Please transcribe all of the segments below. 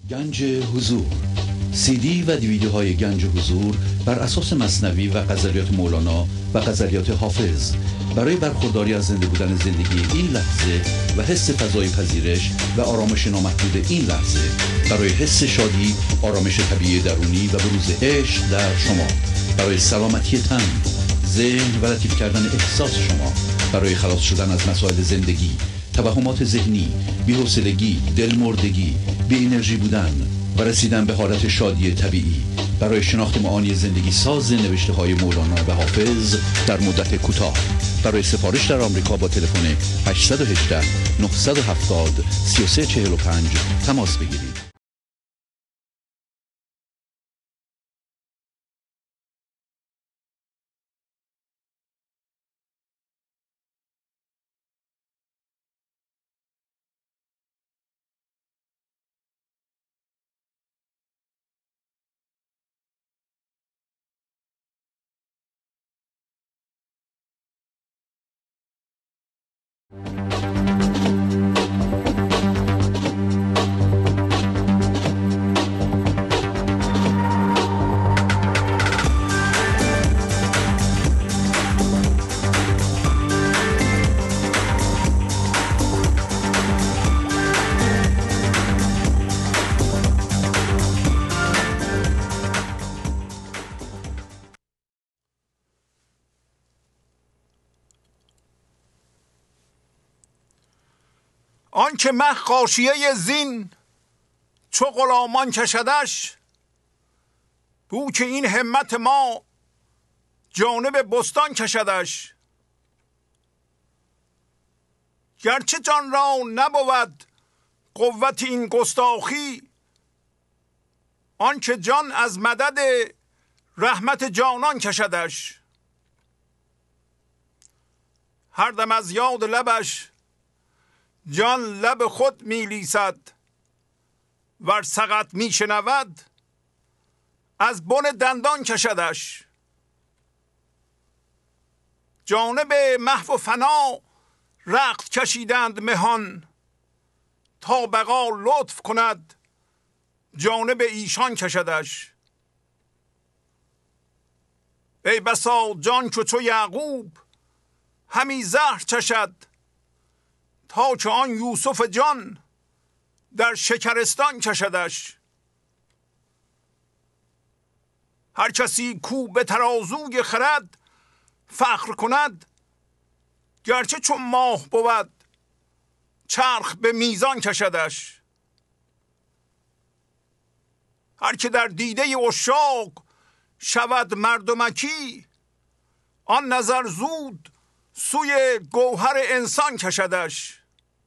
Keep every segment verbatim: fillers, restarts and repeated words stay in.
گنج حضور، سی دی و دیویدیوهای گنج حضور بر اساس مثنوی و غزلیات مولانا و غزلیات حافظ برای برخورداری از زنده بودن زندگی این لحظه و حس فضای پذیرش و آرامش نامحدود این لحظه، برای حس شادی، آرامش طبیعی درونی و بروز عشق در شما، برای سلامتی تن، ذهن و لطیف کردن احساس شما، برای خلاص شدن از مسائل زندگی، توهمات ذهنی، بی‌حوصلگی، دلمردگی، بی انرژی بودن و رسیدن به حالت شادی طبیعی، برای شناخت معانی زندگی ساز نوشته های مولانا و حافظ در مدت کوتاه. برای سفارش در آمریکا با تلفن هشت یک هشت نه هفت صفر سه سه چهار پنج تماس بگیرید. آن که مه غاشیه زین چو غلامان کشدش، بو که این همت ما جانب بستان کشدش. گرچه جان را نبود قوت این گستاخی، آن که جان از مدد رحمت جانان کشدش. هر دم از یاد لبش جان لب خود می لیسد، ور سقط می شنود از بن دندان کشدش. جانب محو و فنا رخت کشیدند مهان، تا بقا لطف کند جانب ایشان کشدش. ای بسا جان که چو یعقوب همی زهر چشد، تا که آن یوسف جان در شکرستان کشدش. هر کسی کو به ترازوی خرد فخر کند، گرچه چون ماه بود چرخ به میزان کشدش. هر که در دیده عشاق شود مردمکی، آن نظر زود سوی گوهر انسان کشدش.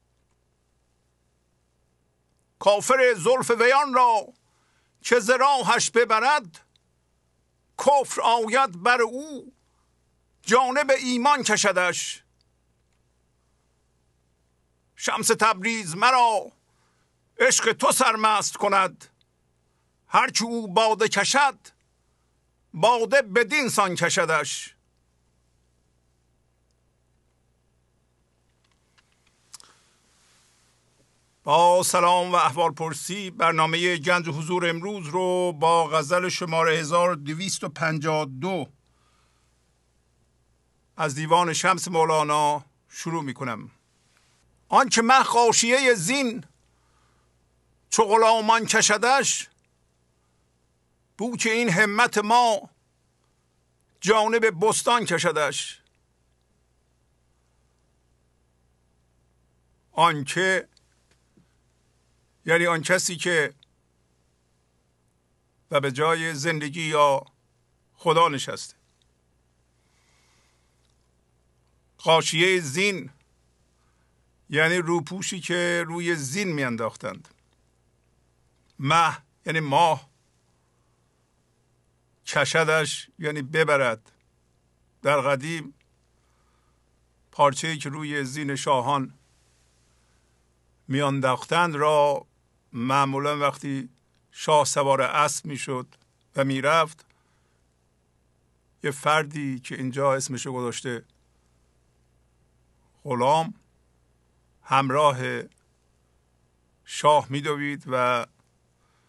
کافر زلف ویان را که ز راهش ببرد، کفر آید بر او جانب ایمان کشدش. شمس تبریز مرا عشق تو سرمست کند، هر که او باده کشد باده بدین سان کشدش. با سلام و احوال پرسی برنامه گنج حضور امروز رو با غزل شماره هزار و دویست و پنجاه و دو از دیوان شمس مولانا شروع می کنم. آن که مه غاشیه زین چو غلامان کشدش، بو که این همت ما جانب بستان کشدش. آن که یعنی آن کسی که و به جای زندگی یا خدا نشسته. غاشیه زین یعنی روپوشی که روی زین می انداختند. مه یعنی ماه، کشدش یعنی ببرد. در قدیم پارچه‌ای که روی زین شاهان می انداختند را معمولا وقتی شاه سوار اسب می شد و می رفت، یه فردی که اینجا اسمشو گذاشته غلام همراه شاه می دوید و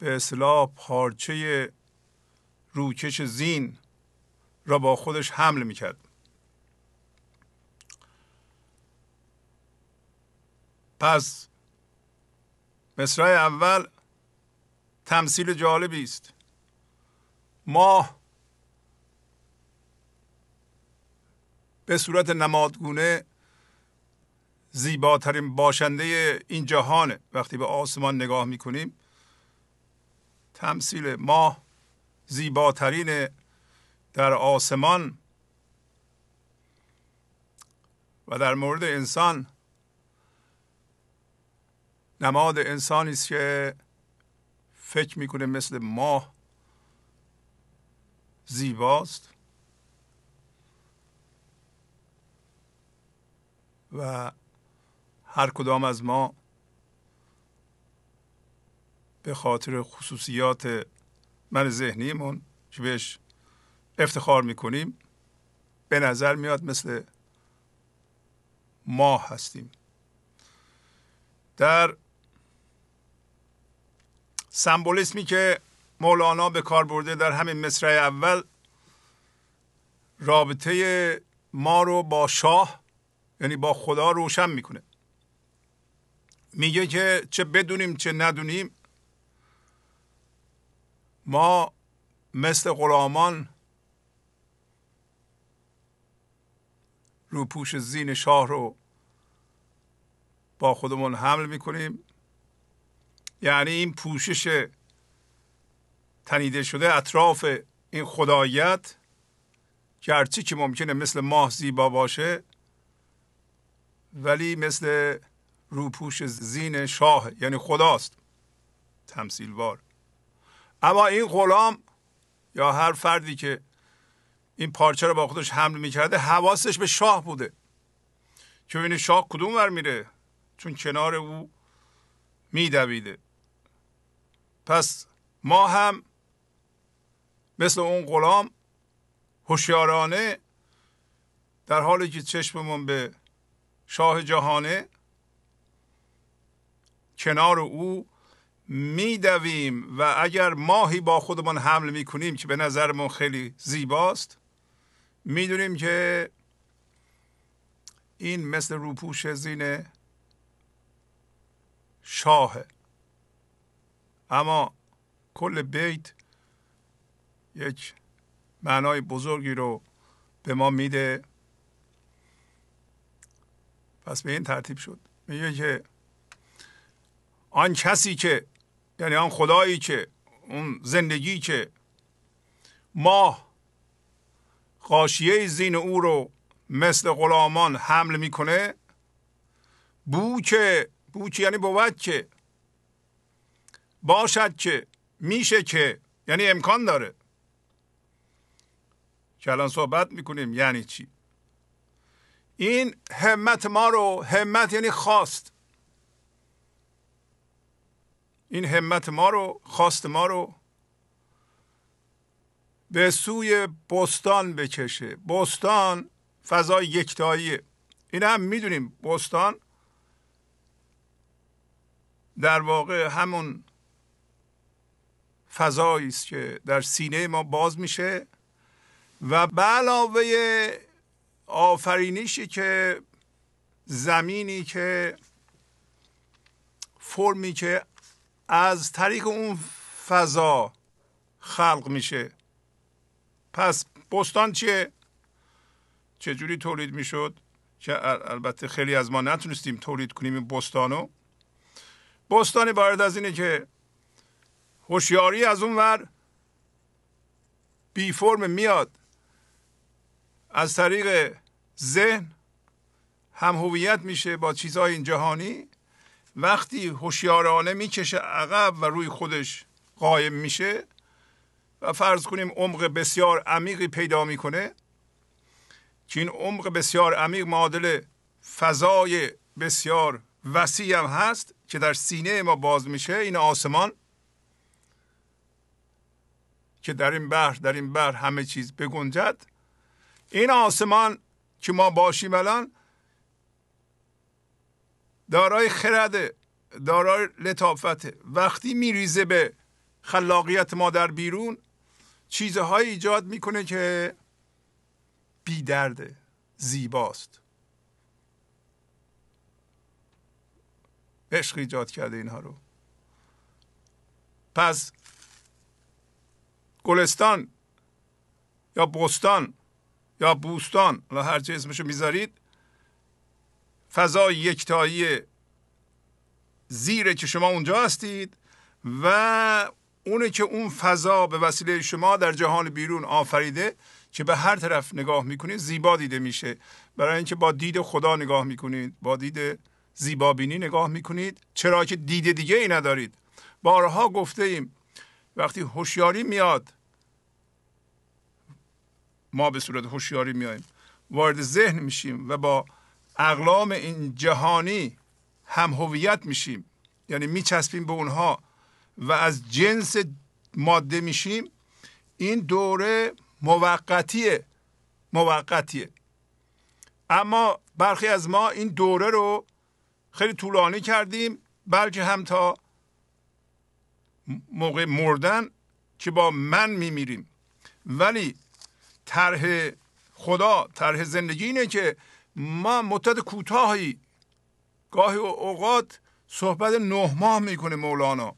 به اصطلاح پارچه روکش زین را با خودش حمل میکرد. پس مصرع اول تمثیل جالبی است. ماه به صورت نمادگونه زیباترین باشنده این جهانه. وقتی به آسمان نگاه میکنیم تمثیل ماه زیباترین در آسمان و در مورد انسان نماد انسانی است که فکر میکنه مثل ماه زیباست و هر کدام از ما به خاطر خصوصیات من ذهنیمون که بهش افتخار میکنیم به نظر میاد مثل ماه هستیم. در سمبولیسمی که مولانا به کار برده در همین مصرع اول رابطه ما رو با شاه یعنی با خدا روشن میکنه. میگه که چه بدونیم چه ندونیم ما مثل غلامان روپوش زین شاه رو با خودمون حمل میکنیم. یعنی این پوشش تنیده شده اطراف این خدایت گرچه که ممکنه مثل ماه زیبا باشه ولی مثل روپوش زین شاه یعنی خداست تمثیلوار. اما این غلام یا هر فردی که این پارچه رو با خودش حمل میکرده حواسش به شاه بوده که ببینه شاه کدوم ور میره چون کنار او میدویده. پس ما هم مثل اون غلام هوشیارانه در حالی که چشممون به شاه جهانه کنار او میدویم و اگر ماهی با خودمون حمل میکنیم که به نظرمون خیلی زیباست میدونیم که این مثل روپوش زین شاهه. اما کل بیت یک معنای بزرگی رو به ما میده. پس به این ترتیب شد میگه که آن کسی که یعنی آن خدایی که اون زندگی که ماه غاشیه زین او رو مثل غلامان حمل میکنه بو که بو که یعنی بود که باشد که میشه که یعنی امکان داره که الان صحبت میکنیم یعنی چی. این همت ما رو همت یعنی خواست این همت ما رو خواست ما رو به سوی بستان بکشه. بستان فضای یکتاییه. این هم میدونیم بستان در واقع همون فضایی است که در سینه ما باز میشه و به علاوه آفرینشی که زمینی که فرمی که از طریق اون فضا خلق میشه. پس بستان چیه؟ چجوری تولید میشد؟ که البته خیلی از ما نتونستیم تولید کنیم این بستانو. بستان عبارت از اینه که هوشیاری از اون ور بی فرم میاد از طریق ذهن هم هویت میشه با چیزهای این جهانی. وقتی هوشیارانه میکشه عقب و روی خودش قایم میشه و فرض کنیم عمق بسیار عمیقی پیدا میکنه که این عمق بسیار عمیق معادل فضای بسیار وسیع هم هست که در سینه ما باز میشه. این آسمان که در این بحر در این بحر همه چیز بگنجد. این آسمان که ما باشیم الان دارای خرده دارای لطافته. وقتی میریزه به خلاقیت ما در بیرون چیزهایی ایجاد میکنه که بی درده، زیباست. عشق ایجاد کرده اینها رو. پس گلستان یا بستان یا بوستان، هر چه اسمشو میذارید، فضای یکتایی زیره که شما اونجا هستید و اونه که اون فضا به وسیله شما در جهان بیرون آفریده که به هر طرف نگاه میکنید زیبا دیده میشه. برای اینکه با دید خدا نگاه میکنید، با دید زیبابینی نگاه میکنید، چرا که دید دیگه ای ندارید. بارها گفته ایم وقتی هوشیاری میاد، ما به صورت هوشیاری میاییم، وارد ذهن میشیم و با اقلام این جهانی هم هویت میشیم، یعنی میچسبیم به اونها و از جنس ماده میشیم. این دوره موقتیه موقتیه اما برخی از ما این دوره رو خیلی طولانی کردیم، بلکه هم تا موقع مردن که با من میمیریم. ولی طرح خدا، طرح زندگی اینه که ما مدت کوتاهی، گاهی اوقات صحبت نه ماه میکنه مولانا،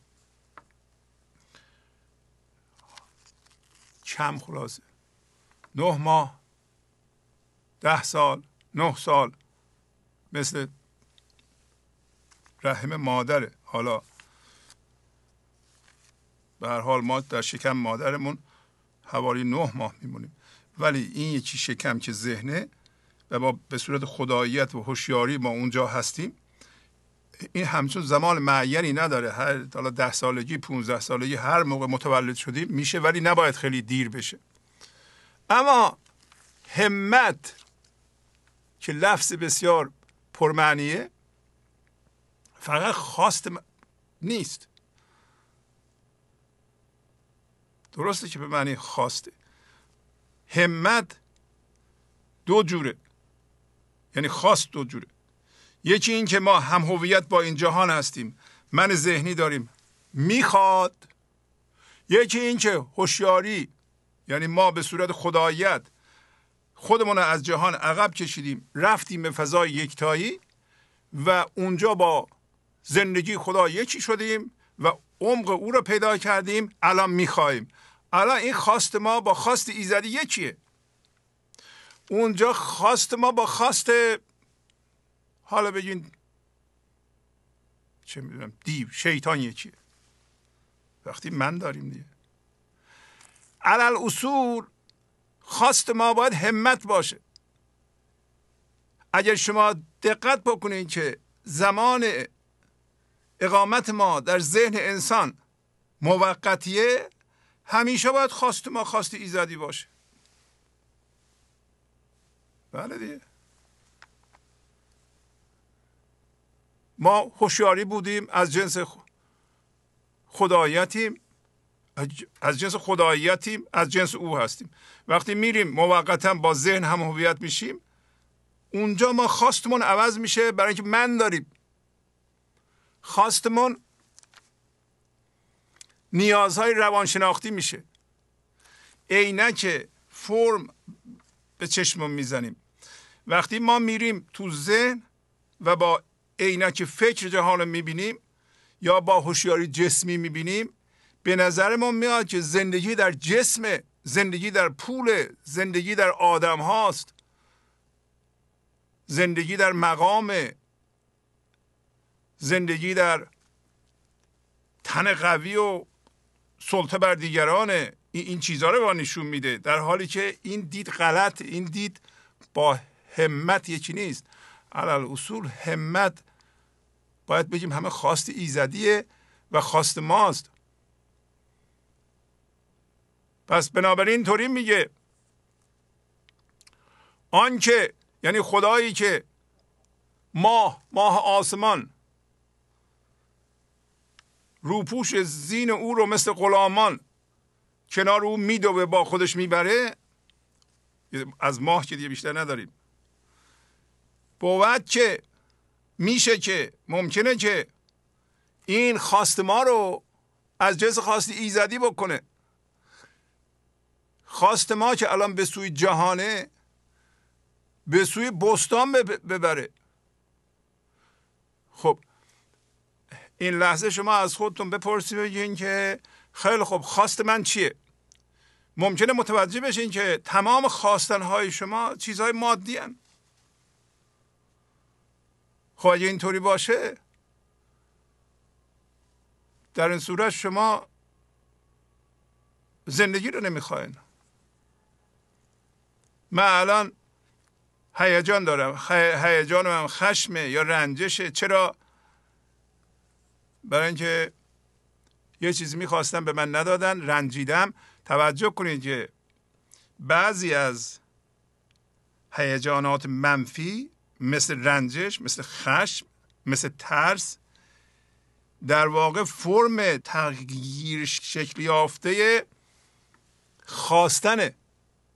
کم خلاصه نه ماه، ده سال، نه سال، مثل رحم مادره. حالا به هر حال ما در شکم مادرمون حوالی نه ماه میمونیم، ولی این یکی شکم که ذهنه و ما به صورت خداییت و هوشیاری ما اونجا هستیم، این همچون زمان معینی نداره. هر حالا ده سالگی، پونزده سالگی، هر موقع متولد شدیم میشه، ولی نباید خیلی دیر بشه. اما همت که لفظ بسیار پرمعنیه، فقط خواست نیست. درسته که به معنی خواسته. همت دو جوره، یعنی خواست دو جوره. یکی این که ما هم هویت با این جهان هستیم، من ذهنی داریم میخواد. یکی این که هوشیاری، یعنی ما به صورت خداییت خودمون از جهان عقب کشیدیم، رفتیم به فضای یکتایی و اونجا با زندگی خدا یکی شدیم و عمق او رو پیدا کردیم. الان میخوایم، الان این خواست ما با خواست ایزدی یکیه. اونجا خواست ما با خواست، حالا بگین چه میدونم، دیو، شیطان یکیه. وقتی من داریم دیگه. علل اصول خواست ما باید همت باشه. اگر شما دقت بکنید که زمان اقامت ما در ذهن انسان موقتیه، همیشه باید خواست ما خواست ایزدی باشه. بله دیگه. ما هوشیاری بودیم، از جنس خداییتیم، از جنس خداییتیم، از جنس او هستیم. وقتی میریم موقتا با ذهن هم هویت میشیم، اونجا ما خواستمون عوض میشه، برای اینکه من داریم. خواستمون نیازهای روانشناختی میشه. عینک فرم به چشممون میزنیم. وقتی ما میریم تو ذهن و با عینک فکر جهان رو میبینیم یا با هوشیاری جسمی میبینیم، به نظر ما میاد که زندگی در جسم، زندگی در پول، زندگی در آدم هاست، زندگی در مقام، زندگی در تن قوی و سلطه بر دیگرانه. این چیزها رو با نشون میده، در حالی که این دید غلط. این دید با همت یکی نیست. علل اصول همت باید بگیم همه خواست ایزدیه و خواست ماست. پس بنابراین طوری میگه آن که، یعنی خدایی که ماه ماه آسمان روپوش زین او رو مثل غلامان کنار او میدوه، با خودش میبره. از ماه که دیگه بیشتر نداریم. بود که میشه که ممکنه که این خواست ما رو از جنس خواست ایزدی بکنه. خواست ما که الان به سوی جهانه، به سوی بستان ببره. خب این لحظه شما از خودتون بپرسید بگین که خیلی خب خواست من چیه؟ ممکنه متوجه بشین که تمام خواستنهای شما چیزهای مادی هن. خب اگه اینطوری باشه در این صورت شما زندگی رو نمیخواین. من الان هیجان دارم، هیجان من خشمه یا رنجشه. چرا؟ برای اینکه یه چیزی میخواستم به من ندادن، رنجیدم. توجه کنید که بعضی از هیجانات منفی مثل رنجش، مثل خشم، مثل ترس، در واقع فرم تغییر شکلی یافته خواستنه.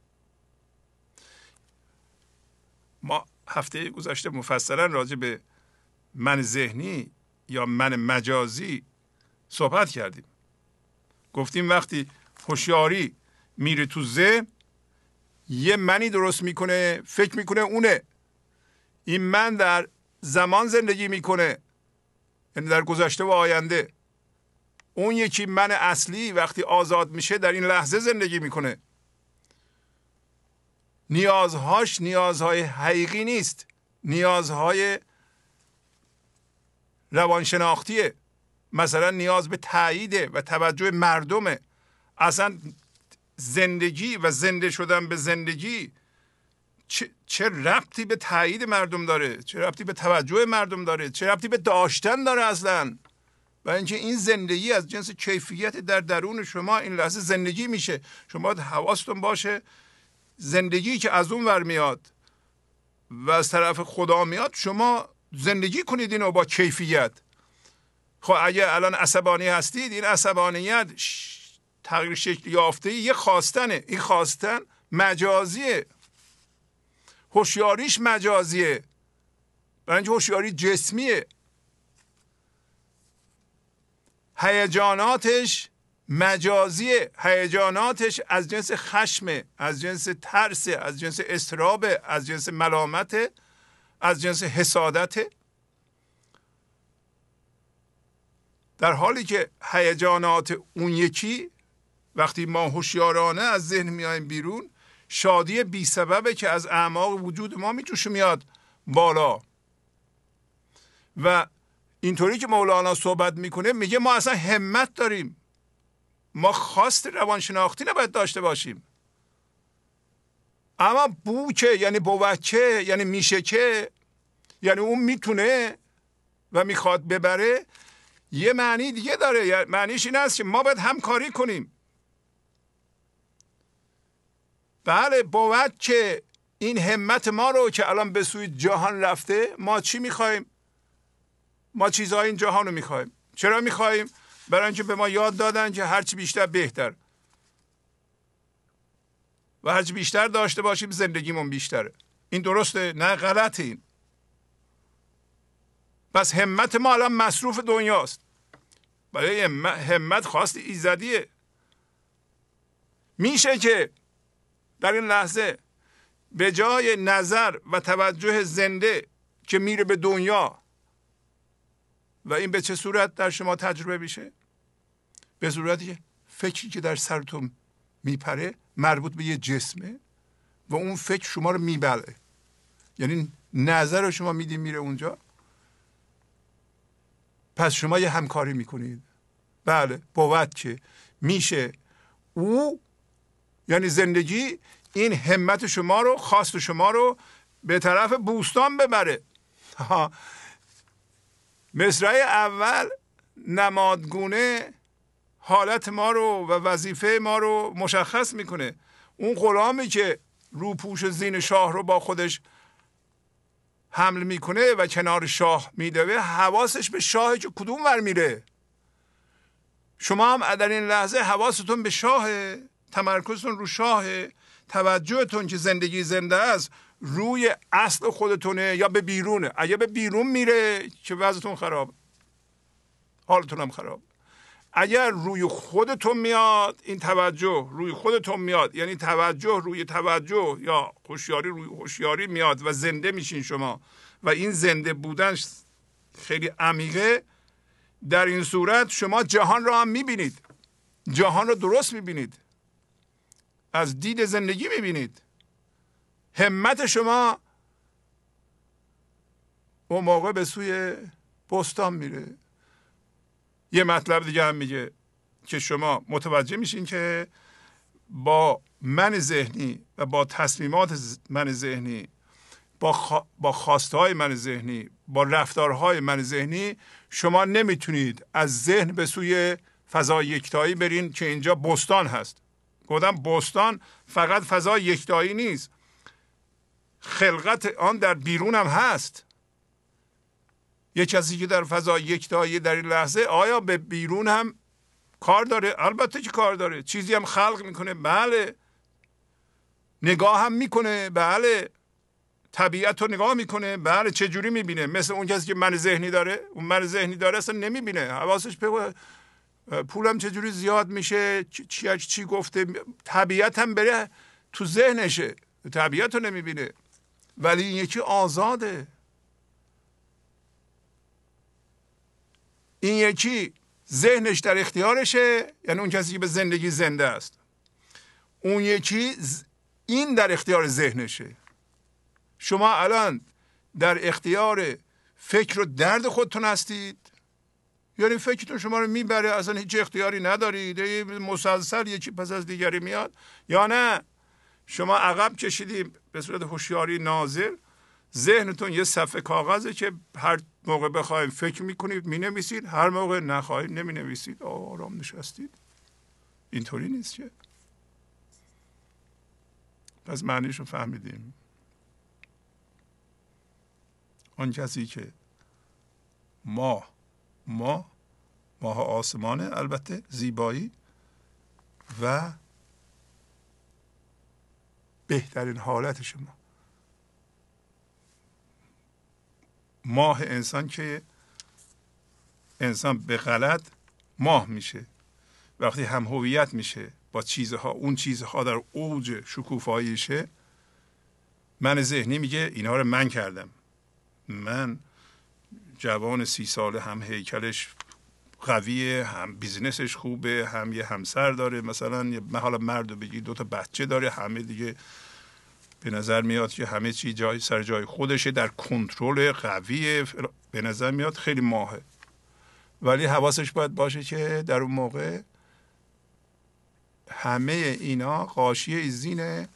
ما هفته گذشته مفصلا راجع به من ذهنی یا من مجازی صحبت کردیم. گفتیم وقتی هوشیاری میره تو ذهن، یه منی درست میکنه، فکر میکنه اونه. این من در زمان زندگی میکنه، یعنی در گذشته و آینده. اون یکی من اصلی وقتی آزاد میشه در این لحظه زندگی میکنه. نیازهاش نیازهای حقیقی نیست، نیازهای روانشناختیه. مثلا نیاز به تایید و توجه مردمه. اصلا زندگی و زنده شدن به زندگی چه, چه ربطی به تایید مردم داره؟ چه ربطی به توجه مردم داره؟ چه ربطی به داشتن داره اصلا؟ برای اینکه این زندگی از جنس کیفیت در درون شما این لحظه زندگی میشه. شما باید حواستون باشه زندگی که از اون ور میاد و از طرف خدا میاد، شما زندگی کنید اینو با کیفیت. خب اگه الان عصبانی هستید، این عصبانیت تغییر شکل یافته یه خواستنه. این خواستن مجازیه، هوشیاریش مجازیه، برای اینکه هوشیاری جسمیه. هیجاناتش مجازیه، هیجاناتش از جنس خشمه، از جنس ترسه، از جنس اضطرابه، از جنس ملامته، از جنس حسادته. در حالی که هیجانات اون یکی وقتی ما هوشیارانه از ذهن میایم بیرون، شادی بی سببه که از اعماق وجود ما میجوشه میاد بالا. و اینطوری که مولانا صحبت میکنه، میگه ما اصلا همت داریم، ما خواست روانشناختی نباید داشته باشیم. اما بو که یعنی بوچه، یعنی میشه که، یعنی اون میتونه و میخواد ببره، یه معنی دیگه داره. یعنی معنیش این است که ما باید همکاری کنیم. بله بود که این همت ما رو که الان به سوی جهان رفته، ما چی میخوایم؟ ما چیزهای این جهان رو میخوایم. چرا میخوایم؟ برای اینکه به ما یاد دادن که هرچی بیشتر بهتر و هرچی بیشتر داشته باشیم زندگیمون بیشتره. این درسته؟ نه غلطه. این پس همت ما الان مصروف دنیاست. برای همت خواست ایزدیه. میشه که در این لحظه به جای نظر و توجه زنده که میره به دنیا، و این به چه صورت در شما تجربه میشه؟ به صورتی فکری که در سرتون میپره مربوط به یه جسمه و اون فکر شما رو میبله. یعنی نظر رو شما میدین میره اونجا، پس شما یه همکاری میکنید. بله بود که میشه او، یعنی زندگی، این همت شما رو، خواست شما رو به طرف بوستان ببره. مصرع اول نمادگونه حالت ما رو و وظیفه ما رو مشخص میکنه. اون غلامی که روپوش زین شاه رو با خودش حمل میکنه و کنار شاه میدوه، حواسش به شاهه که کدوم ور میره. شما هم در این لحظه حواستون به شاهه، تمرکزتون رو شاهه، توجهتون که زندگی زنده است روی اصل خودتونه یا به بیرونه. اگه به بیرون میره که وضعتون خراب، حالتون هم خراب. اگر روی خودتون میاد این توجه، روی خودتون میاد، یعنی توجه روی توجه یا هوشیاری روی هوشیاری میاد و زنده میشین شما و این زنده بودن خیلی عمیقه، در این صورت شما جهان را هم میبینید، جهان را درست میبینید، از دید زندگی میبینید. همت شما اون موقع به سوی بستان میره. یه مطلب دیگه هم میگه که شما متوجه میشین که با من ذهنی و با تصمیمات من ذهنی، با خوا... با خواستهای من ذهنی، با رفتارهای من ذهنی، شما نمیتونید از ذهن به سوی فضای یکتایی برین که اینجا بستان هست. گفتم بستان فقط فضای یکتایی نیست، خلقت آن در بیرون هم هست. یک کسی که در فضای یکتایی در این لحظه آیا به بیرون هم کار داره؟ البته که کار داره. چیزی هم خلق میکنه؟ بله. نگاه هم میکنه؟ بله. طبیعت رو نگاه میکنه؟ بله. چه جوری میبینه؟ مثل اون کسی که من ذهنی داره، اون من ذهنی داره اصلا نمیبینه، حواسش به پولم چه جوری زیاد میشه، چی چی گفته، طبیعت هم بره تو ذهنشه، طبیعت رو نمیبینه. ولی این یکی آزاده، این یکی ذهنش در اختیارشه، یعنی اون کسی که به زندگی زنده است. اون یکی این در اختیار ذهنشه. شما الان در اختیار فکر و درد خودتون هستید، یعنی فکرتون شما رو میبره، اصلا هیچ اختیاری ندارید، مسلسل یکی پس از دیگری میاد، یا نه شما عقب کشیدیم به صورت هوشیاری ناظر، ذهنتون یه صفحه کاغذه که هر موقع بخواید فکر میکنید مینویسید، هر موقع نخواهید نمینویسید، آرام نشستید. اینطوری نیست که. پس معنیشو فهمیدیم. آن کسی که ماه ماه ماه آسمانه، البته زیبایی و بهترین حالت شما. ماه انسان که انسان به غلط ماه میشه وقتی هم هویت میشه با چیزها، اون چیزها در اوج شکوفاییشه. من ذهنی میگه اینها رو من کردم، من جوان سی ساله، هم هیکلش قویه، هم بیزنسش خوبه، هم یه همسر داره، مثلا یه حالا مرد رو بگی دو تا بچه داره، همه دیگه به نظر میاد که همه چی جای سر جای خودشه، در کنترل قویه، به نظر میاد خیلی ماهه. ولی حواسش باید باشه که در اون موقع همه اینا غاشیه زین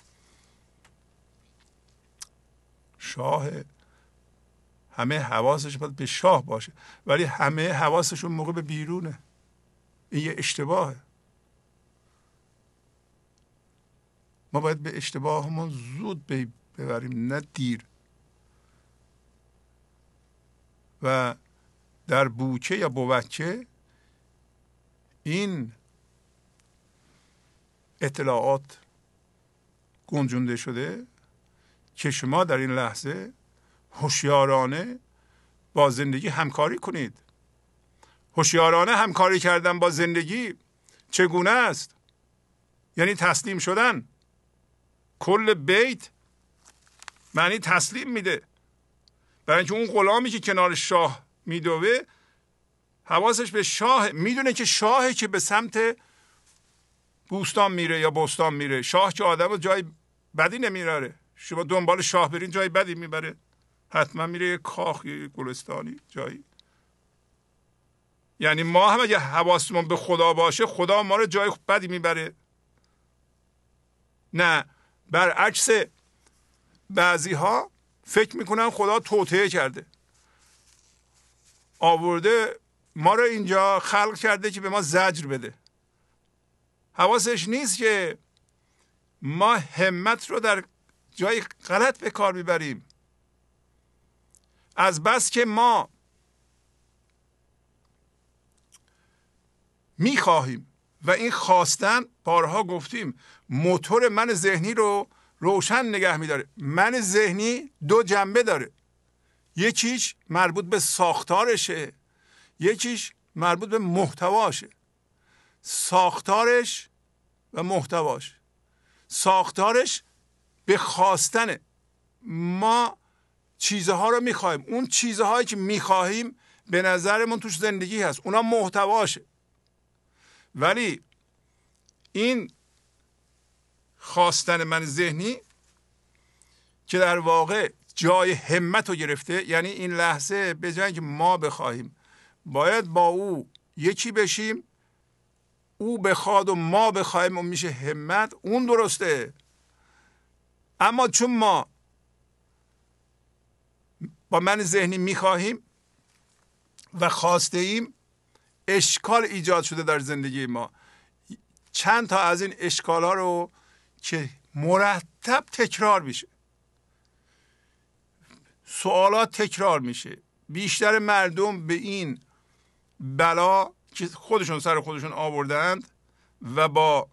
شاه، همه حواسش باید به شاه باشه، ولی همه حواسش اون موقع به بیرونه. این یه اشتباهه. ما باید به اشتباهمون زود ببریم، نه دیر. و در بوچه یا بوچه این اطلاعات گنجونده شده که شما در این لحظه هوشیارانه با زندگی همکاری کنید. هوشیارانه همکاری کردن با زندگی چگونه است؟ یعنی تسلیم شدن. کل بیت معنی تسلیم میده. برای اینکه اون غلامی که کنار شاه میدوه حواسش به شاه، میدونه که شاهی که به سمت بوستان میره یا بوستان میره. شاه که آدم جای بدی نمیره. شما دنبال شاه برین جای بدی میبره، حتما میره یه کاخ، یه گلستانی جایی. یعنی ما هم اگه حواسمون به خدا باشه، خدا ما رو جای بدی میبره. نه، برعکس بعضی ها فکر میکنن خدا توطئه کرده، آورده ما رو اینجا خلق کرده که به ما زجر بده. حواسش نیست که ما همت رو در جای غلط به کار میبریم. از بس که ما میخواهیم و این خواستن، بارها گفتیم، موتور من ذهنی رو روشن نگه میداره. من ذهنی دو جنبه داره، یکیش مربوط به ساختارشه، یکیش مربوط به محتواشه. ساختارش و محتواش. ساختارش به خواستنه. ما چیزها رو میخوایم، اون چیزهایی که میخواهیم به نظرمون توش زندگی هست، اونا محتواشه. ولی این خواستن من ذهنی که در واقع جای همت رو گرفته، یعنی این لحظه به جای اینکه ما بخواهیم باید با او یکی بشیم، او بخواد و ما بخوایم و میشه همت، اون درسته. اما چون ما با من ذهنی میخواهیم و خواسته ایم، اشکال ایجاد شده در زندگی ما. چند تا از این اشکال ها رو که مرتب تکرار میشه، سوالات تکرار میشه. بیشتر مردم به این بلا که خودشون سر خودشون آوردند و با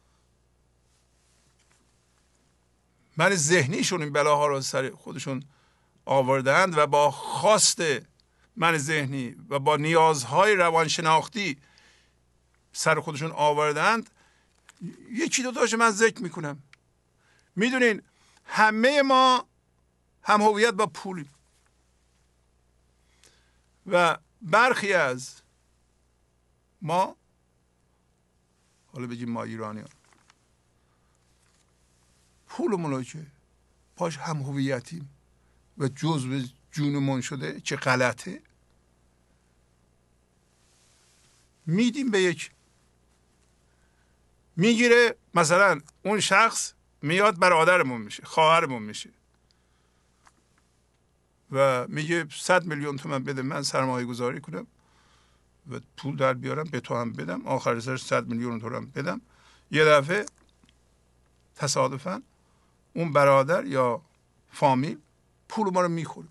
من ذهنیشون این بلاها رو سر خودشون آوردند و با خواست من ذهنی و با نیازهای روانشناختی سر خودشون آوردند. یکی دو تاشو من ذکر میکنم. میدونین همه ما هم هویت با پولیم و برخی از ما، حالا بگیم ما ایرانی ها، پولمون رو که پاش هم هویتیم و جزء جونمون شده که غلطه، میدیم به یک، میگیره. مثلا اون شخص میاد برادرمون میشه، خواهرمون میشه و میگه صد میلیون تومان بده من سرمایه گذاری کنم و پول در بیارم به تو هم بدم، آخر سر صد میلیون تومان بدم. یه دفعه تصادفاً اون برادر یا فامیل پول ما رو میخوره.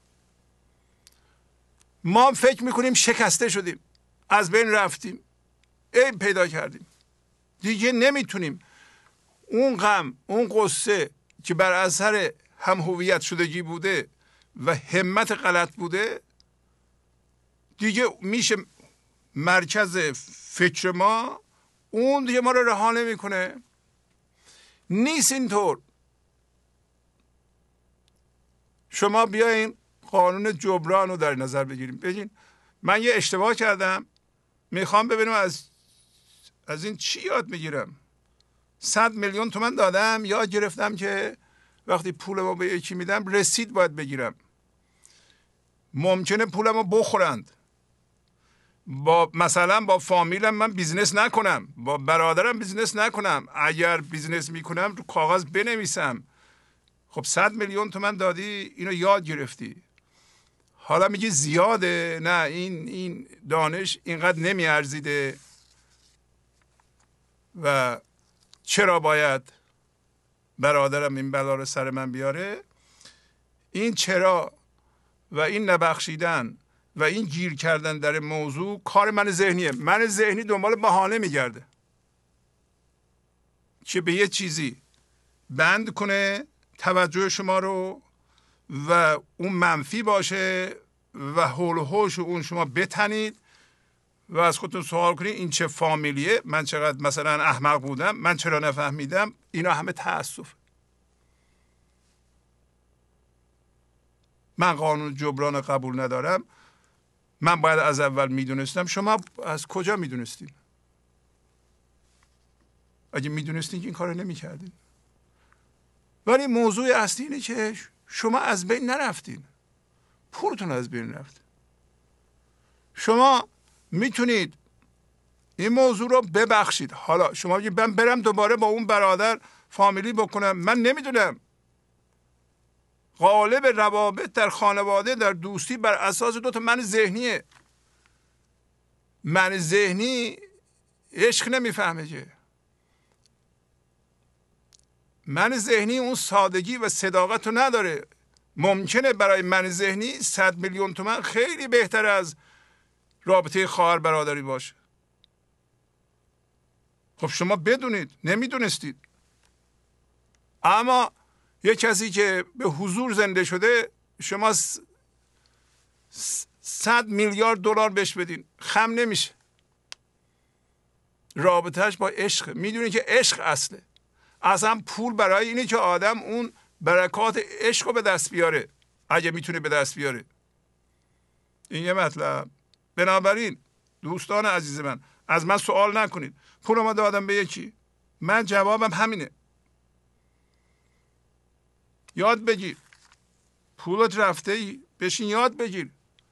ما فکر میکنیم شکسته شدیم، از بین رفتیم، عیب پیدا کردیم، دیگه نمیتونیم. اون غم، اون قصه که بر اثر هم هویت شدگی بوده و همت غلط بوده، دیگه میشه مرکز فکر ما، اون دیگه ما رو رها نمیکنه. نیست اینطور. شما بیاین قانون جبران رو در نظر بگیریم. بگین من یه اشتباه کردم، میخوام ببینم از از این چی یاد میگیرم. صد میلیون تومان دادم، یاد گرفتم که وقتی پولمو به یکی میدم رسید باید بگیرم. ممکنه پولمو بخورند. با مثلا با فامیلم من بیزنس نکنم، با برادرم بیزنس نکنم. اگر بیزنس میکنم رو کاغذ بنویسم. خب صد میلیون تومان دادی، اینو یاد گرفتی. حالا میگی زیاده، نه این این دانش اینقدر نمیارزیده و چرا باید برادرم این بلا رو سر من بیاره. این چرا و این نبخشیدن و این گیر کردن در موضوع کار من ذهنیه. من ذهنی دنبال بهانه میگرده که به یه چیزی بند کنه توجه شما رو و اون منفی باشه و حول و حوش اون شما بتنید و از خودتون سوال کنید این چه فامیلیه، من چقدر مثلا احمق بودم، من چرا نفهمیدم. اینا همه تأسف. من قانون جبران قبول ندارم. من باید از اول میدونستم. شما از کجا میدونستین؟ اگه میدونستین که این کارو نمیکردین. ولی موضوع اصلی اینه که شما از بین نرفتین، پولتون از بین رفت. شما میتونید این موضوع رو ببخشید. حالا شما میگید من برم دوباره با اون برادر فامیلی بکنم، من نمیدونم. غالب روابط در خانواده، در دوستی بر اساس دو تا من ذهنیه. من ذهنی عشق نمیفهمه که. من ذهنی اون سادگی و صداقت رو نداره. ممکنه برای من ذهنی صد میلیون تومان خیلی بهتر از رابطه خواهر برادری باشه. خب شما بدونید، نمیدونستید. اما یک کسی که به حضور زنده شده، شما صد میلیارد دلار بهش بدین، خم نمیشه. رابطهش با عشق. میدونی که عشق اصله. اصلا پول برای اینه که آدم اون برکات عشق رو به دست بیاره، اگه میتونه به دست بیاره. این یه مطلب. بنابراین دوستان عزیز من، از من سوال نکنید پول ما دادم به یکی. من جوابم همینه. یاد بگیر. پولت رفته ای، بشین یاد بگیر.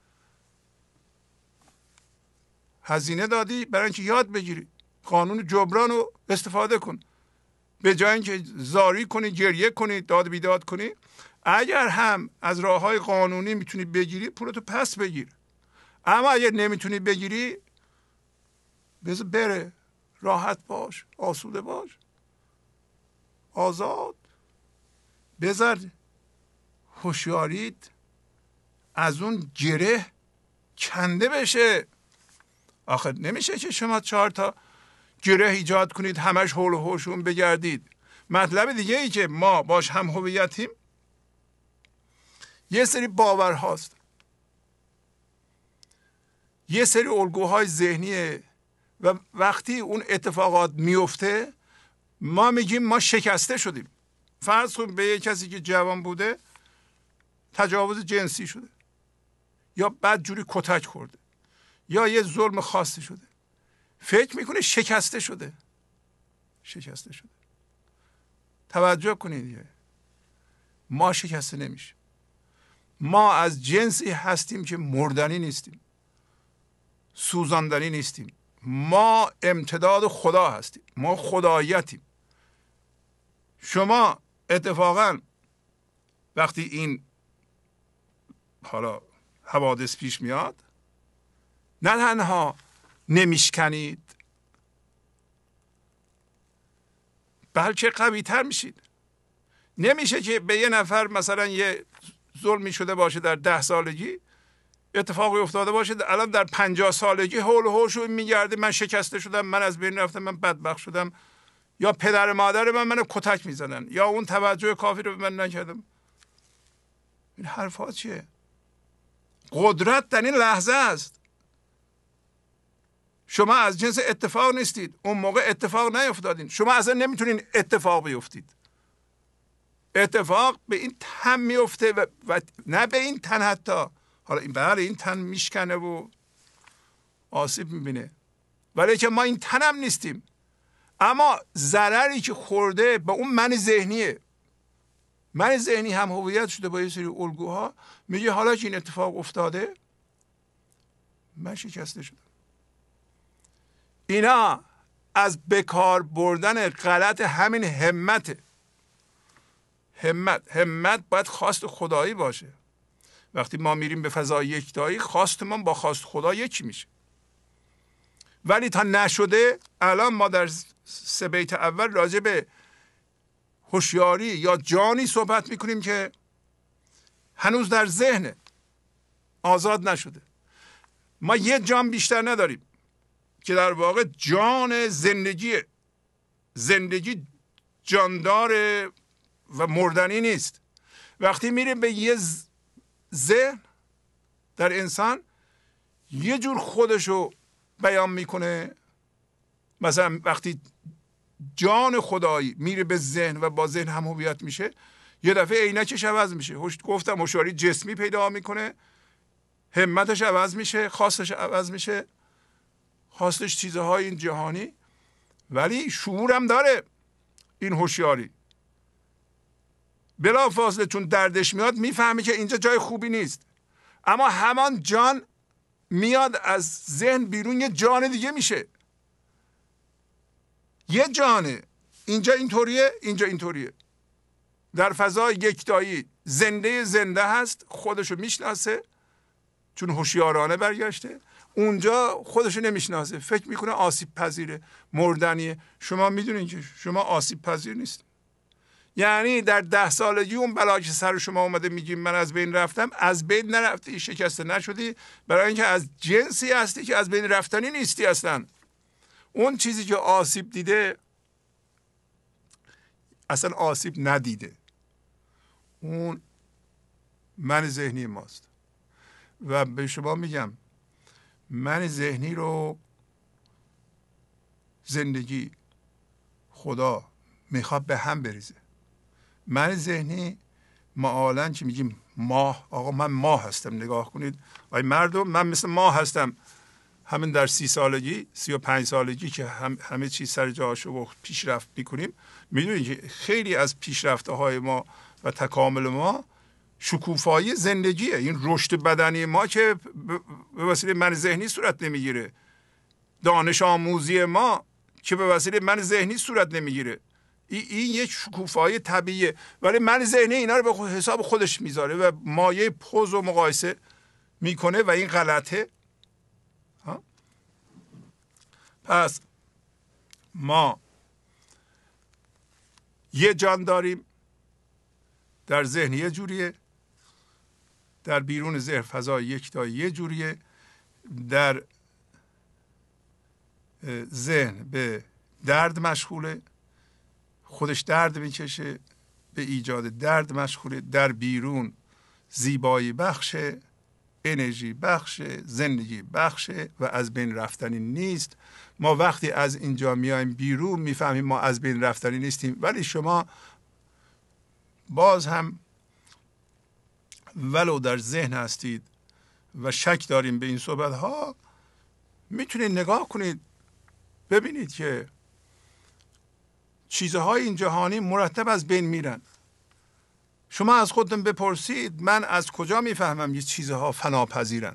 هزینه دادی برای اینکه یاد بگیری. قانون جبران رو استفاده کن. به جای اینکه زاری کنی، گریه کنی، داد بیداد کنی، اگر هم از راههای قانونی میتونی بگیری، پولتو پس بگیر. اما اگر نمیتونی بگیری، بذار بره. راحت باش، آسوده باش، آزاد. بذار هوشیاریت از اون گره کنده بشه. آخه نمیشه که شما چهار تا گره ایجاد کنید، همش حول و حوشون بگردید. مطلب دیگه ای که ما باش هم هویتیم، یه سری باور هاست، یه سری الگوهای ذهنیه و وقتی اون اتفاقات میفته ما میگیم ما شکسته شدیم. فرض کن به یه کسی که جوان بوده تجاوز جنسی شده، یا بدجوری کتک خورده، یا یه ظلم خاصی شده، فکر میکنه شکسته شده. شکسته شده. توجه کنید، ما شکسته نمیشه. ما از جنسی هستیم که مردنی نیستیم، سوزاندنی نیستیم. ما امتداد خدا هستیم، ما خدایتیم. شما اتفاقا وقتی این حالا حوادث پیش میاد، نه تنها نمیشکنید، بلکه قوی تر میشید. نمیشه که به یه نفر مثلا یه ظلمی شده باشه در ده سالگی، اتفاقی افتاده باشه الان در پنجاه سالگی حول و حوش میگرده من شکسته شدم، من از بین رفتم، من بدبخت شدم، یا پدر مادر من منو کتک میزنن، یا اون توجه کافی رو به من نکردم. این حرفا چیه؟ قدرت در این لحظه است. شما از جنس اتفاق نیستید. اون موقع اتفاق نیفتادین. شما اصلا نمیتونین اتفاق بیفتید. اتفاق به این تن میفته و, و نه به این تن. حتی حالا این بله این تن میشکنه و آسیب میبینه، ولی که ما این تن هم نیستیم. اما ضرری که خورده به اون من ذهنیه. من ذهنی هم هویت شده با یه سری الگوها. میگه حالا که این اتفاق افتاده من شکسته شدم. اینا از بکار بردن غلط همین همته. همت همت باید خواست خدایی باشه. وقتی ما میریم به فضای یکتایی، خواست ما با خواست خدا یکی میشه. ولی تا نشده، الان ما در سه بیت اول راجع به هوشیاری یا جانی صحبت میکنیم که هنوز در ذهن آزاد نشده. ما یه جان بیشتر نداریم که در واقع جان زندگیه. زندگی جاندار و مردنی نیست. وقتی میریم به یه ذهن در انسان، یه جور خودشو بیان میکنه. مثلا وقتی جان خدایی میره به ذهن و با ذهن هم هویت میشه، یه دفعه عینکش عوض میشه. گفتم هوشیاری جسمی پیدا میکنه، همتش عوض میشه، خواستش عوض میشه، خواستش چیزهای این جهانی، ولی شعورم داره. این هوشیاری بلا فاصله چون دردش میاد میفهمه که اینجا جای خوبی نیست، اما همان جان میاد از ذهن بیرون، یه جان دیگه میشه. یه جانه. اینجا اینطوریه، اینجا اینطوریه. در فضای یکتایی زنده زنده هست، خودشو میشناسه چون هوشیارانه برگشته. اونجا خودشو نمیشناسه، فکر میکنه آسیب پذیره، مردنیه. شما میدونین که شما آسیب پذیر نیست. یعنی در ده سالگی اون بلا که سر شما اومده میگیم من از بین رفتم، از بین نرفتی، شکسته نشدی، برای اینکه از جنسی هستی که از بین رفتنی نیستی اصلا. اون چیزی که آسیب دیده اصلا آسیب ندیده. اون من ذهنی ماست. و به شما میگم من ذهنی رو زندگی، خدا میخواد به هم بریزه. من ذهنی معالاً که میگیم ماه، آقا من ماه هستم، نگاه کنید وای مردم، من مثل ماه هستم. همین در سی سالگی، سی و پنج سالگی که هم همه چیز سر جاشو و پیشرفت میکنیم، میدونید که خیلی از پیشرفته های ما و تکامل ما شکوفایی زندگیه. این رشد بدنی ما که به وسیله من ذهنی صورت نمیگیره، دانش آموزی ما که به وسیله من ذهنی صورت نمیگیره، این این یک شکوفایی طبیعیه. ولی من ذهنی اینا رو به حساب خودش میذاره و مایه پوز و مقایسه میکنه و این غلطه. ها؟ پس ما یه جان داریم، در ذهن یه جوریه، در بیرون ذهن فضای یک تا یه جوریه. در ذهن به درد مشغوله، خودش درد میکشه، به ایجاد درد مشغوله. در بیرون زیبایی بخشه، انرژی بخشه، زندگی بخشه و از بین رفتنی نیست. ما وقتی از اینجا میایم بیرون میفهمیم ما از بین رفتنی نیستیم. ولی شما باز هم ولو در ذهن هستید و شک داریم به این صحبت ها، میتونید نگاه کنید ببینید که چیزهای این جهانی مرتب از بین میرن. شما از خودتون بپرسید من از کجا میفهمم یه چیزها فناپذیرن؟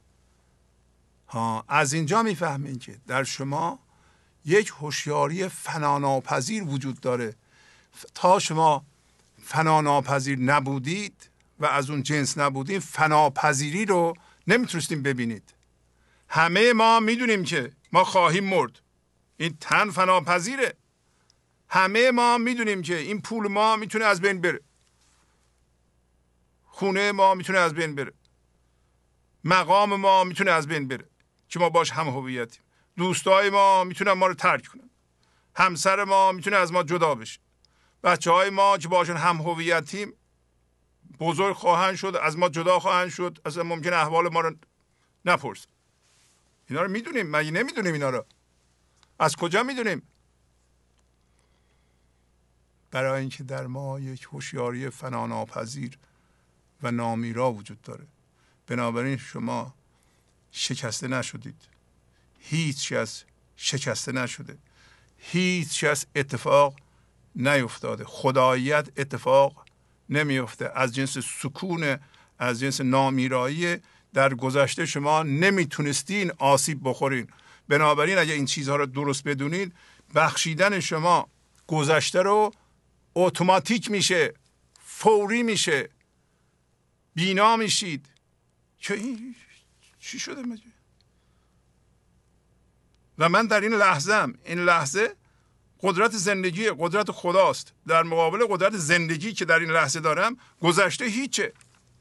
ها، از اینجا میفهمین که در شما یک هوشیاری فناناپذیر وجود داره. تا شما فناناپذیر نبودید و از اون جنس نبودید، فناپذیری رو نمیتونستیم ببینید. همه ما میدونیم که ما خواهیم مرد، این تن فناپذیره. همه ما میدونیم که این پول ما میتونه از بین بره، خونه ما میتونه از بین بره، مقام ما میتونه از بین بره که ما باش هم هویتیم، دوستای ما میتونن ما رو ترک کنن، همسر ما میتونه از ما جدا بشه، بچه های ما که باشون هم هویتیم بزرگ خواهند شد، از ما جدا خواهند شد، اصلا ممکنه احوال ما رو نپرسن. اینا رو میدونیم، مگه نمیدونیم اینا رو؟ از کجا میدونیم؟ برای اینکه در ما یک هوشیاری فناناپذیر و نامیرا وجود داره. بنابراین شما شکسته نشدید، هیچ از شکسته نشده، هیچ از اتفاق نیفتاده. خداییت اتفاق نمیفته، از جنس سکون، از جنس نامیرایی. در گذشته شما نمیتونستین آسیب بخورین. بنابراین اگه این چیزها رو درست بدونید، بخشیدن شما گذشته رو اتوماتیک میشه، فوری میشه، بینا میشید که این چی شده مجه؟ و من در این لحظه‌ام، این لحظه قدرت زندگی، قدرت خداست در مقابل قدرت زندگی که در این لحظه دارم. گذشته هیچه.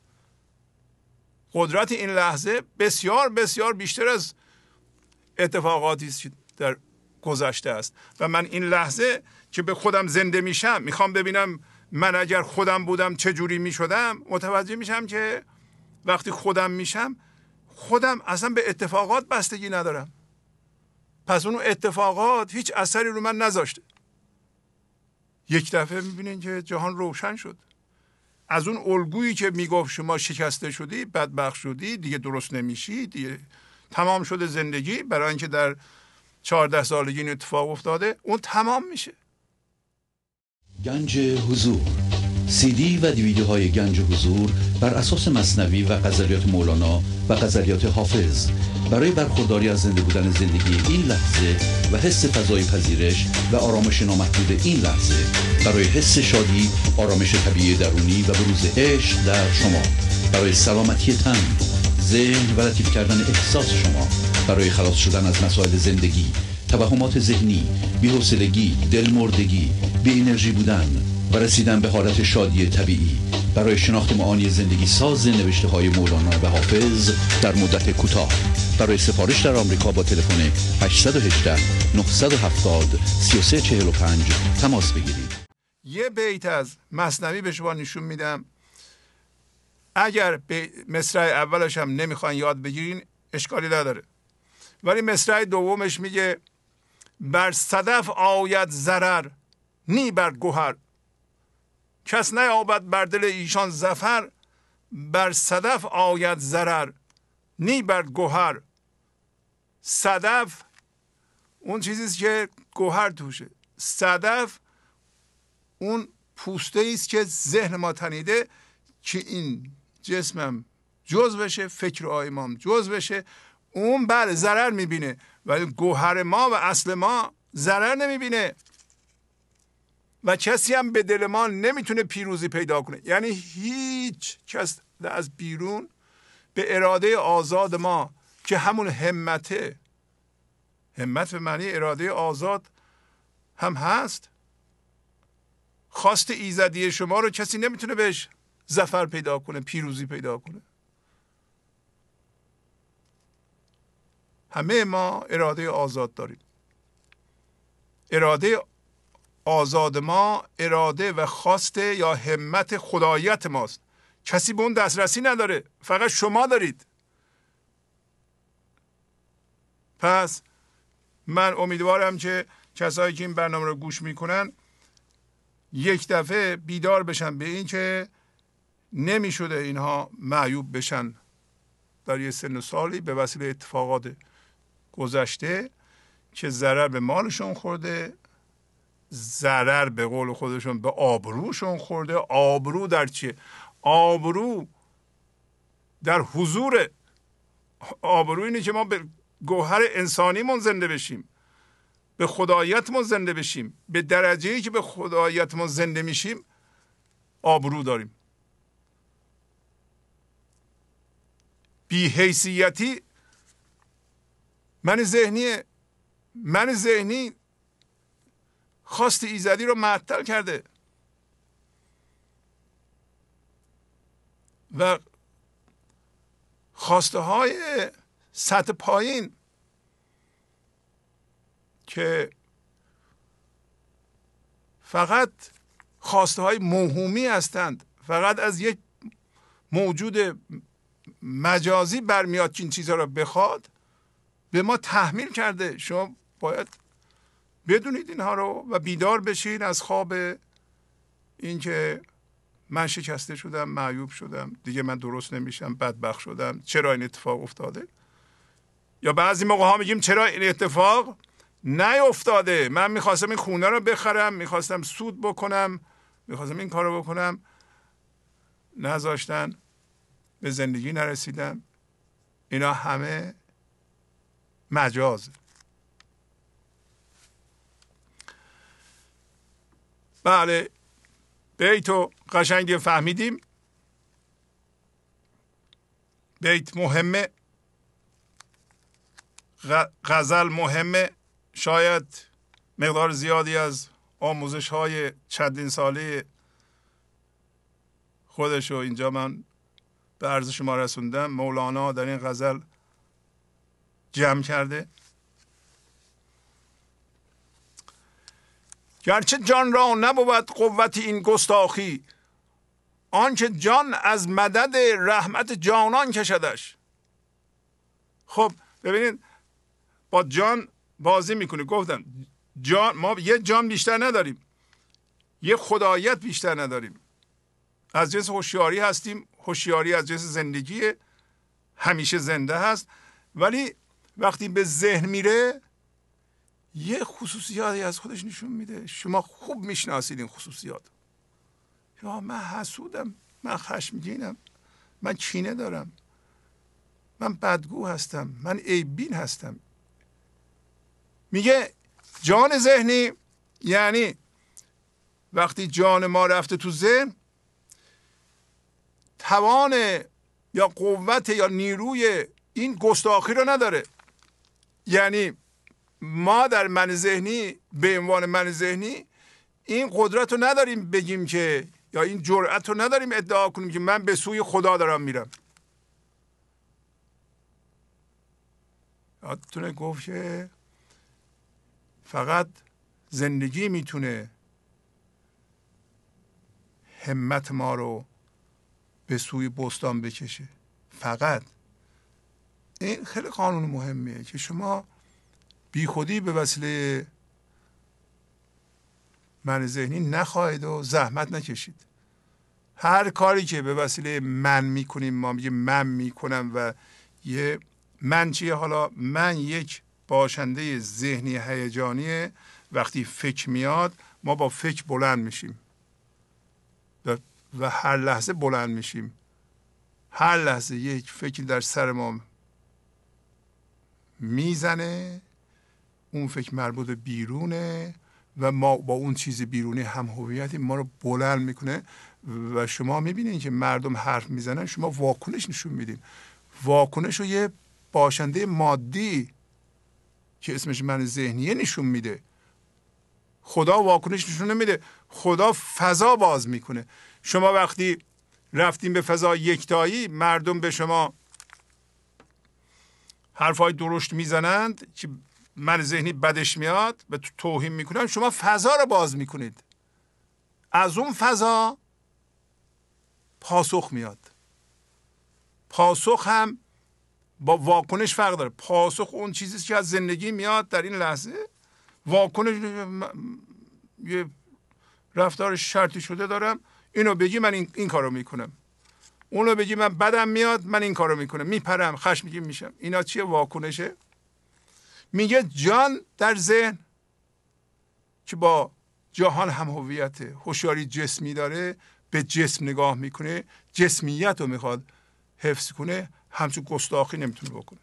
قدرت این لحظه بسیار بسیار بیشتر از اتفاقاتی است که در گذشته است. و من این لحظه که به خودم زنده میشم، میخوام ببینم من اگر خودم بودم چه جوری میشدم، متوجه میشم که وقتی خودم میشم، خودم اصلا به اتفاقات بستگی ندارم. پس اون اتفاقات هیچ اثری رو من نذاشته. یک دفعه میبینین که جهان روشن شد. از اون الگویی که میگفت شما شکسته شدی، بدبخت شدی، دیگه درست نمیشی، دیگه تمام شده زندگی، برای اینکه در چهارده سالگی این اتفاق افتاده، اون تمام میشه. گنج حضور، سی دی و دیویدیوهای گنج حضور بر اساس مثنوی و غزلیات مولانا و غزلیات حافظ، برای برخورداری از زنده بودن زندگی این لحظه و حس فضای پذیرش و آرامش نامحدود این لحظه، برای حس شادی، آرامش طبیعی درونی و بروز عشق در شما، برای سلامتی تن، ذهن و لطیف کردن احساس شما، برای خلاص شدن از مسائل زندگی، توهمات ذهنی، بی‌حوصلگی، دلمردگی، بی انرژی بودن و رسیدن به حالت شادی طبیعی، برای شناخت معانی زندگی ساز نوشته های مولانا و حافظ در مدت کوتاه. برای سفارش در آمریکا با تلفن هشت یک هشت نه هفت صفر سه سه چهار پنج تماس بگیرید. یه بیت از مثنوی به شما نشون میدم. اگر به مصرع اولش هم نمیخواین یاد بگیرین اشکالی نداره، ولی مصرع دومش میگه بر صدف آید ضرر نی بر گوهر. کس نیابد بر دل ایشان ظفر، بر صدف آید ضرر نی بر گوهر. صدف اون چیزیست که گوهر توشه. صدف اون پوسته است که ذهن ما تنیده که این جسمم جزء بشه، فکر آیمام جزء بشه. اون بله ضرر میبینه، ولی گوهر ما و اصل ما ضرر نمیبینه و کسی هم به دل ما نمیتونه پیروزی پیدا کنه. یعنی هیچ کس از بیرون به اراده آزاد ما که همون همته، همت به معنی اراده آزاد هم هست، خواست ایزدی شما رو کسی نمیتونه بهش ظفر پیدا کنه، پیروزی پیدا کنه. همه ما اراده آزاد داریم. اراده آزاد ما اراده و خواست یا همت خداییت ماست. کسی به اون دسترسی نداره، فقط شما دارید. پس من امیدوارم که کسایی که این برنامه رو گوش میکنن یک دفعه بیدار بشن به این که نمیشده اینها معیوب بشن در یه سن و سالی به وسیله اتفاقات گذشته که ضرر به مالشون خورده، ضرر به قول خودشون به آبروشون خورده. آبرو در چیه؟ آبرو در حضور. آبرو اینه که ما به گوهر انسانیمون زنده بشیم، به خداییتمون زنده بشیم. به درجه‌ای که به خداییتمون زنده میشیم آبرو داریم. بی حیثیتی من ذهنی من ذهنی خواست ایزدی رو معطل کرده و خواسته های سطح پایین که فقط خواسته های موهومی هستند، فقط از یک موجود مجازی برمیاد که این چیزها رو بخواد، به ما تحمیل کرده. شما باید بدونید اینها رو و بیدار بشین از خواب این که من شکسته شدم، معیوب شدم، دیگه من درست نمیشم، بدبخت شدم، چرا این اتفاق افتاده. یا بعضی موقع ها میگیم چرا این اتفاق نیفتاده، من میخواستم این خونه رو بخرم، میخواستم سود بکنم، میخواستم این کار رو بکنم، نذاشتن، به زندگی نرسیدم. اینا همه مجازه. بله، بیتو قشنگ فهمیدیم. بیت مهمه، غزل مهمه. شاید مقدار زیادی از آموزش های چندین ساله خودشو اینجا من به عرض شما رسوندم. مولانا در این غزل جمع کرده. گرچه جان را نبود قوت این گستاخی، آنچه جان از مدد رحمت جانان کشدش. خب ببینید با جان بازی میکنه. گفتم جان، ما یه جان بیشتر نداریم، یه خداییت بیشتر نداریم. از جنس هوشیاری هستیم. هوشیاری از جنس زندگی، همیشه زنده هست، ولی وقتی به ذهن میره یه خصوصیاتی از خودش نشون میده. شما خوب میشناسید این خصوصیات. یا من حسودم، من خشمگینم، من کینه دارم، من بدگو هستم، من عیبین هستم. میگه جان ذهنی، یعنی وقتی جان ما رفته تو ذهن، توان یا قوت یا نیروی این گستاخی رو نداره. یعنی ما در من ذهنی به عنوان من ذهنی این قدرت رو نداریم بگیم که، یا این جرأت رو نداریم ادعا کنیم که من به سوی خدا دارم میرم. یادتونه گفت که فقط زندگی میتونه همت ما رو به سوی بستان بکشه. فقط این خیلی قانون مهمیه که شما بی خودی به وسیله من ذهنی نخواهید و زحمت نکشید. هر کاری که به وسیله من میکنیم، ما میگیم من میکنم و یه من چیه؟ حالا من یک باشنده ذهنی هیجانیه. وقتی فکر میاد ما با فکر بلند میشیم و هر لحظه بلند میشیم. هر لحظه یک فکر در سر ما میزنه، اون فکر مربوط به بیرونه و ما با اون چیز بیرونی هم هویتی ما رو بلند میکنه و شما میبینید که مردم حرف میزنن، شما واکنش نشون میدین. واکنش رو یه باشنده مادی که اسمش من ذهنیه نشون میده. خدا واکنش نشون نمیده، خدا فضا باز میکنه. شما وقتی رفتیم به فضا یکتایی، مردم به شما حرفای درشت میزنند که من ذهنی بدش میاد و تو توهین میکنن، شما فضا رو باز میکنید. از اون فضا پاسخ میاد. پاسخ هم با واکنش فرق داره. پاسخ اون چیزی که از زندگی میاد در این لحظه. واکنش یه رفتار شرطی شده دارم، اینو بگی من این, این کارو میکنم، اونو بگی من بدم میاد من این کارو میکنم، میپرم، خشمگین میشم. اینا چیه؟ واکنشه. میگه جان در ذهن که با جهان هم هویت، هوشیاری جسمی داره، به جسم نگاه میکنه، جسمیت رو میخواد حفظ کنه، همچون گستاخی نمیتونه بکنه.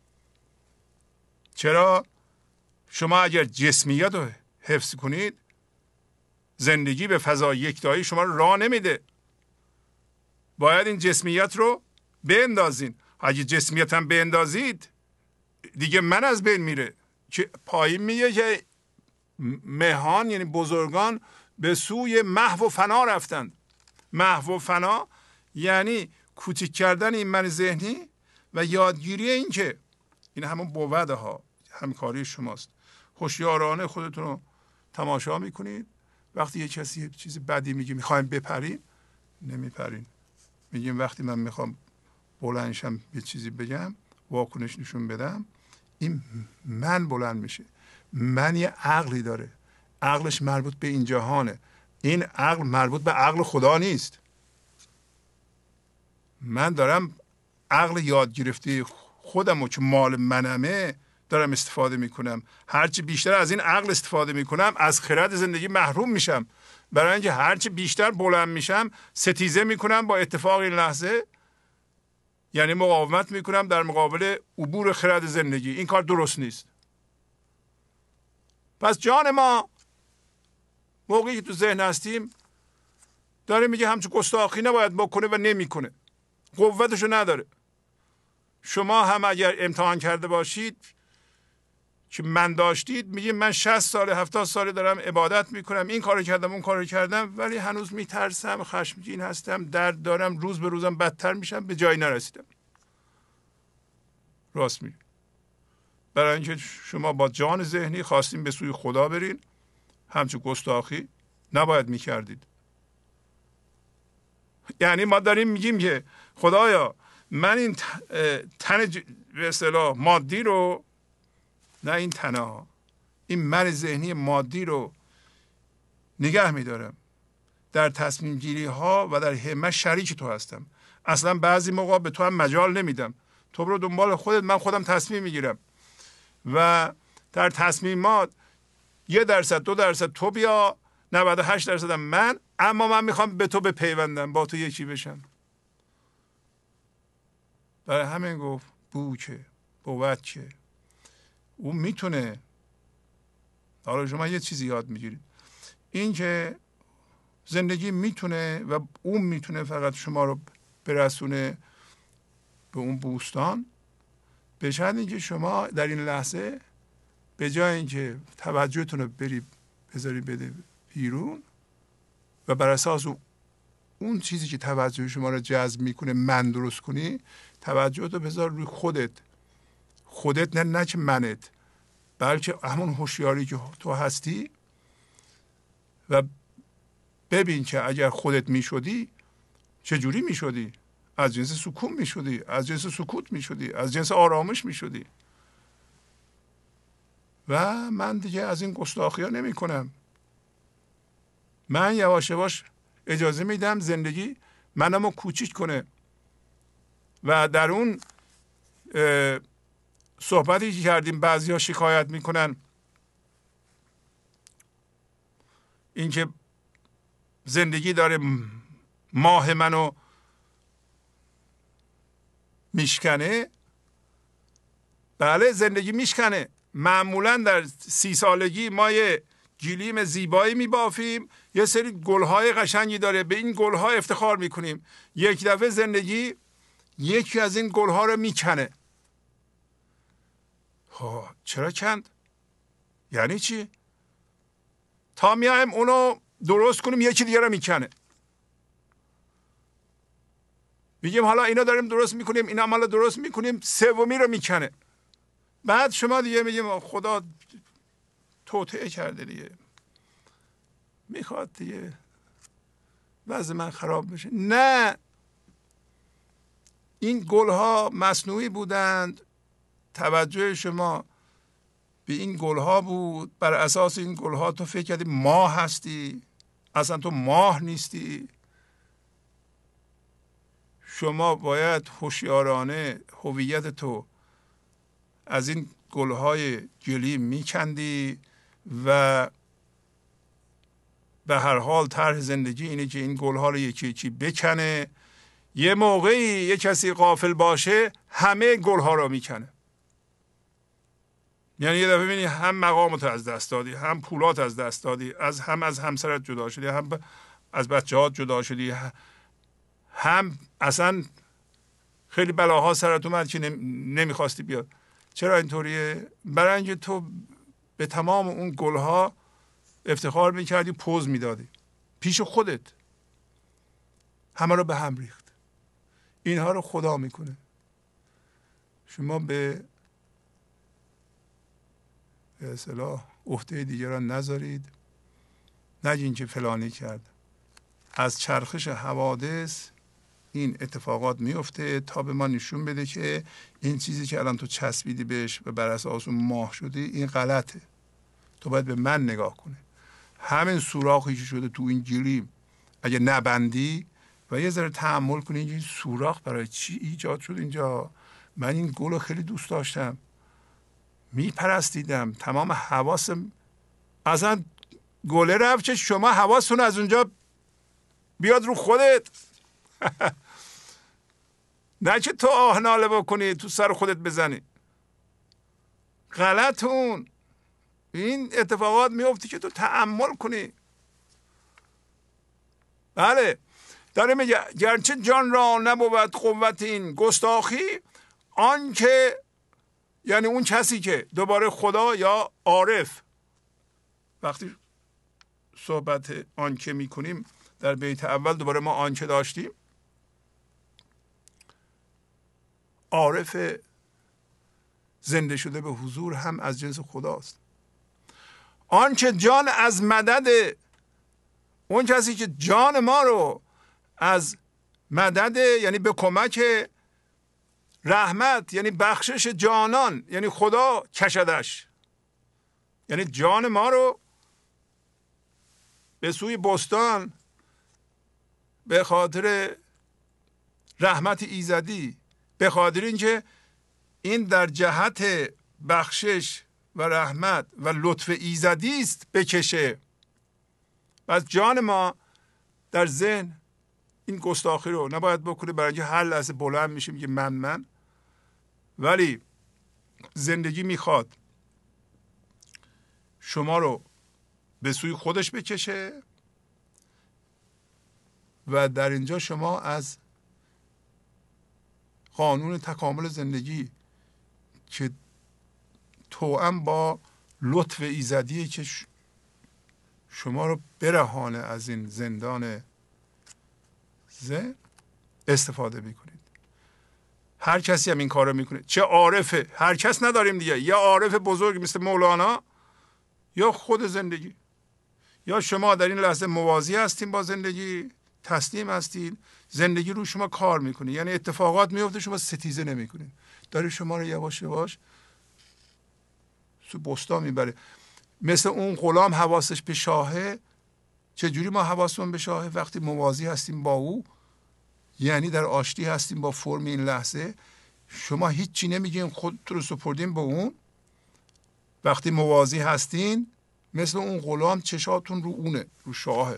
چرا؟ شما اگر جسمیت رو حفظ کنید، زندگی به فضای یکتایی شما رو راه نمیده. باید این جسمیت رو بندازین. اگه جسمیت هم بندازید دیگه من از بین میره. که پایین میگه که مهان یعنی بزرگان به سوی محو و فنا رفتند. محو و فنا یعنی کوچک کردن این من ذهنی و یادگیری این که این همون بوده ها، همکاری شماست. هوشیارانه خودتون رو تماشا میکنید. وقتی یه کسی یه چیز بدی میگه میخوایم بپرین، نمیپرین. میگیم وقتی من میخوام بلندشم یه چیزی بگم، واکنش نشون بدم، این من بلند میشه. من یه عقلی داره، عقلش مربوط به این جهانه. این عقل مربوط به عقل خدا نیست. من دارم عقل یاد گرفته خودمو که مال منمه دارم استفاده میکنم. هرچی بیشتر از این عقل استفاده میکنم از خرد زندگی محروم میشم. برای اینکه هرچی بیشتر بلند میشم ستیزه میکنم با اتفاق این لحظه، یعنی مقاومت میکنم در مقابل عبور خرد زندگی. این کار درست نیست. پس جان ما موقعی که تو ذهن هستیم داره میگه همچون گستاخی نباید بکنه و نمیکنه، قوتشو نداره. شما هم اگر امتحان کرده باشید که من داشتید، میگه من شصت ساله هفتاد ساله دارم عبادت میکنم، این کارو کردم اون کارو کردم، ولی هنوز میترسم، خشمگین هستم، درد دارم، روز به روزم بدتر میشم، به جایی نرسیدم. راست میگه. برای اینکه شما با جان ذهنی خواستیم به سوی خدا برین، همچون گستاخی نباید میکردید. یعنی ما داریم میگیم که خدایا من این تن به اصطلاح مادی رو، نه این تنها، این من ذهنی مادی رو نگه میدارم، در تصمیم گیری ها و در همه شریک تو هستم. اصلا بعضی موقع به تو هم مجال نمیدم، تو برو دنبال خودت، من خودم تصمیم میگیرم و در تصمیمات یه درصد دو درصد تو بیا، نود و هشت درصد هم من، اما من میخوام به تو بپیوندم، با تو یکی بشم. برای همین گفت بو که بود که اون میتونه. حالا شما یه چیزی یاد میگیرید، این که زندگی میتونه و اون میتونه فقط شما رو برسونه به اون بوستان، به شرط اینکه شما در این لحظه به جای اینکه توجهتون رو بری بذاری بده بیرون و بر اساس اون چیزی که توجه شما رو جذب میکنه من درست کنی، توجهت رو بذار روی خودت. خودت نه نه که منت، بلکه همون هوشیاری که تو هستی و ببین که اگر خودت میشدی چجوری میشدی؟ از جنس سکون میشدی، از جنس سکوت میشدی، از جنس آرامش میشدی. و من دیگه از این گستاخی ها نمی کنم. من یواش یواش اجازه میدم زندگی منمو کوچیک کنه. و در اون صحبتی که کردیم بعضی ها شکایت میکنن اینکه زندگی داره ماه منو میشکنه. بله زندگی میشکنه. معمولا در سی سالگی ما یه گلیم زیبایی میبافیم، یه سری گلهای قشنگی داره، به این گلها افتخار میکنیم. یک دفعه زندگی یکی از این گلها رو میکنه. ها چرا کند؟ یعنی چی؟ تا میایم اونو درست کنیم یکی دیگه رو میکنه. میگیم حالا اینا داریم درست میکنیم، اینا حالا درست میکنیم، سومی رو میکنه. بعد شما دیگه میگیم خدا توطئه کرده دیگه، میخواد دیگه وضع من خراب بشه. نه، این گلها مصنوعی بودند، توجه شما به این گلها بود، بر اساس این گلها تو فکر کردی ماه هستی، اصلا تو ماه نیستی. شما باید هوشیارانه هویت تو از این گلهای گلی میکندی و به هر حال طرح زندگی اینه که این گلها رو یکی یکی بکنه. یه موقعی یه کسی غافل باشه همه گلها رو میکنه. یعنی یه دفعه ببینی هم مقامت از دست دادی، هم پولات از دست دادی، از هم از همسرت جدا شدی، هم از بچه‌هات جدا شدی، هم اصلا خیلی بلاها سرت اومد که نمیخواستی بیاد. چرا اینطوریه؟ برای اینکه تو به تمام اون گلها افتخار میکردی، پوز میدادی پیش خودت، همه رو به هم ریخت. اینها رو خدا میکنه. شما به به اصطلاح عهده دیگران نذارید، نگین که فلانی کرد. از چرخش حوادث این اتفاقات میفته تا به ما نشون بده که این چیزی که الان تو چسبیدی بهش و بر اساس اون ماه شدی این غلطه. تو باید به من نگاه کنی. همین سوراخی که شده تو این گلیم اگه نبندی و یه ذره تأمل کنی این سوراخ برای چی ایجاد شد اینجا. من این گل رو خیلی دوست داشتم، میپرستیدم، تمام حواسم اصلا گله رفت که شما حواستون از اونجا بیاد رو خودت. نه که تو آه ناله بکنی تو سر خودت بزنی. غلطون. این اتفاقات میفته که تو تأمل کنی. بله داره میگه گرچه جان را نبود قوت این گستاخی، آن که یعنی اون کسی که دوباره خدا یا عارف، وقتی صحبت آن که میکنیم در بیت اول دوباره ما آن که داشتیم، عارف زنده شده به حضور هم از جنس خداست. آن که جان از مدد، اون کسی که جان ما رو از مدد یعنی به کمک رحمت یعنی بخشش جانان یعنی خدا کشدش، یعنی جان ما رو به سوی بستان به خاطر رحمت ایزدی، به خاطر اینکه این در جهت بخشش و رحمت و لطف ایزدی است بکشه. پس جان ما در ذهن این گستاخی رو نباید بکنه، برای اینکه هر لحظه بلند میشه میگه من من. ولی زندگی میخواد شما رو به سوی خودش بکشه و در اینجا شما از قانون تکامل زندگی که توأم با لطف ایزدیه که شما رو برهانه از این زندان ذهن استفاده میکنید. هر کسی هم این کار رو میکنه، چه عارفه، هر کس نداریم دیگه، یا عارف بزرگ مثل مولانا یا خود زندگی، یا شما در این لحظه موازی هستین با زندگی، تسلیم هستین، زندگی رو شما کار میکنه، یعنی اتفاقات میفته شما ستیزه نمیکنین، داره شما رو یواش یواش تو بستا میبره. مثل اون غلام حواسش به شاهه. چجوری ما حواسمون به شاهه؟ وقتی موازی هستیم با او، یعنی در آشتی هستیم با فرم این لحظه. شما هیچی نمیگین، خودتون رو سپردین به اون. وقتی موازی هستین مثل اون غلام چشاتون رو اونه، رو شاهه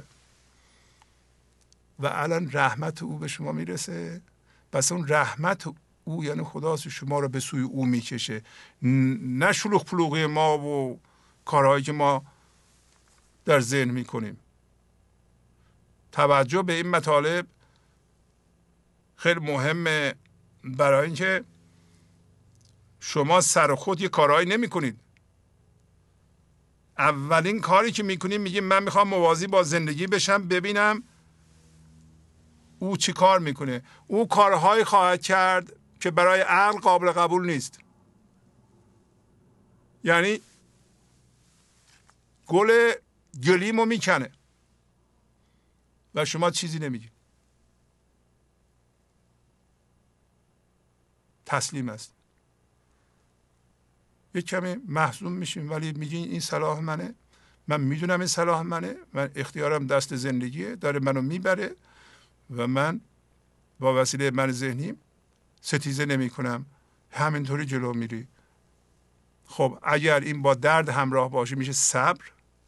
و الان رحمت او به شما میرسه. پس اون رحمت او یعنی خداست شما رو به سوی او میکشه، نه شلوغ پلوغی ما و کارهایی که ما در ذهن میکنیم. توجه به این مطالب خیلی مهمه، برای اینکه شما سر خود یه کارهایی نمیکنید. اولین کاری که میکنید میگید من میخوام موازی با زندگی بشم، ببینم او چی کار میکنه. او کارهایی خواهد کرد که برای عقل قابل قبول نیست. یعنی گل گلیمو میکنه و شما چیزی نمیگید، تسلیم است. یک کمی محزون میشیم ولی میگین این صلاح منه، من میدونم این صلاح منه، من اختیارم دست زندگیه، داره منو میبره و من با وسیله من ذهنیم ستیزه نمی کنم، همینطوری جلو میری. خب اگر این با درد همراه باشه میشه صبر،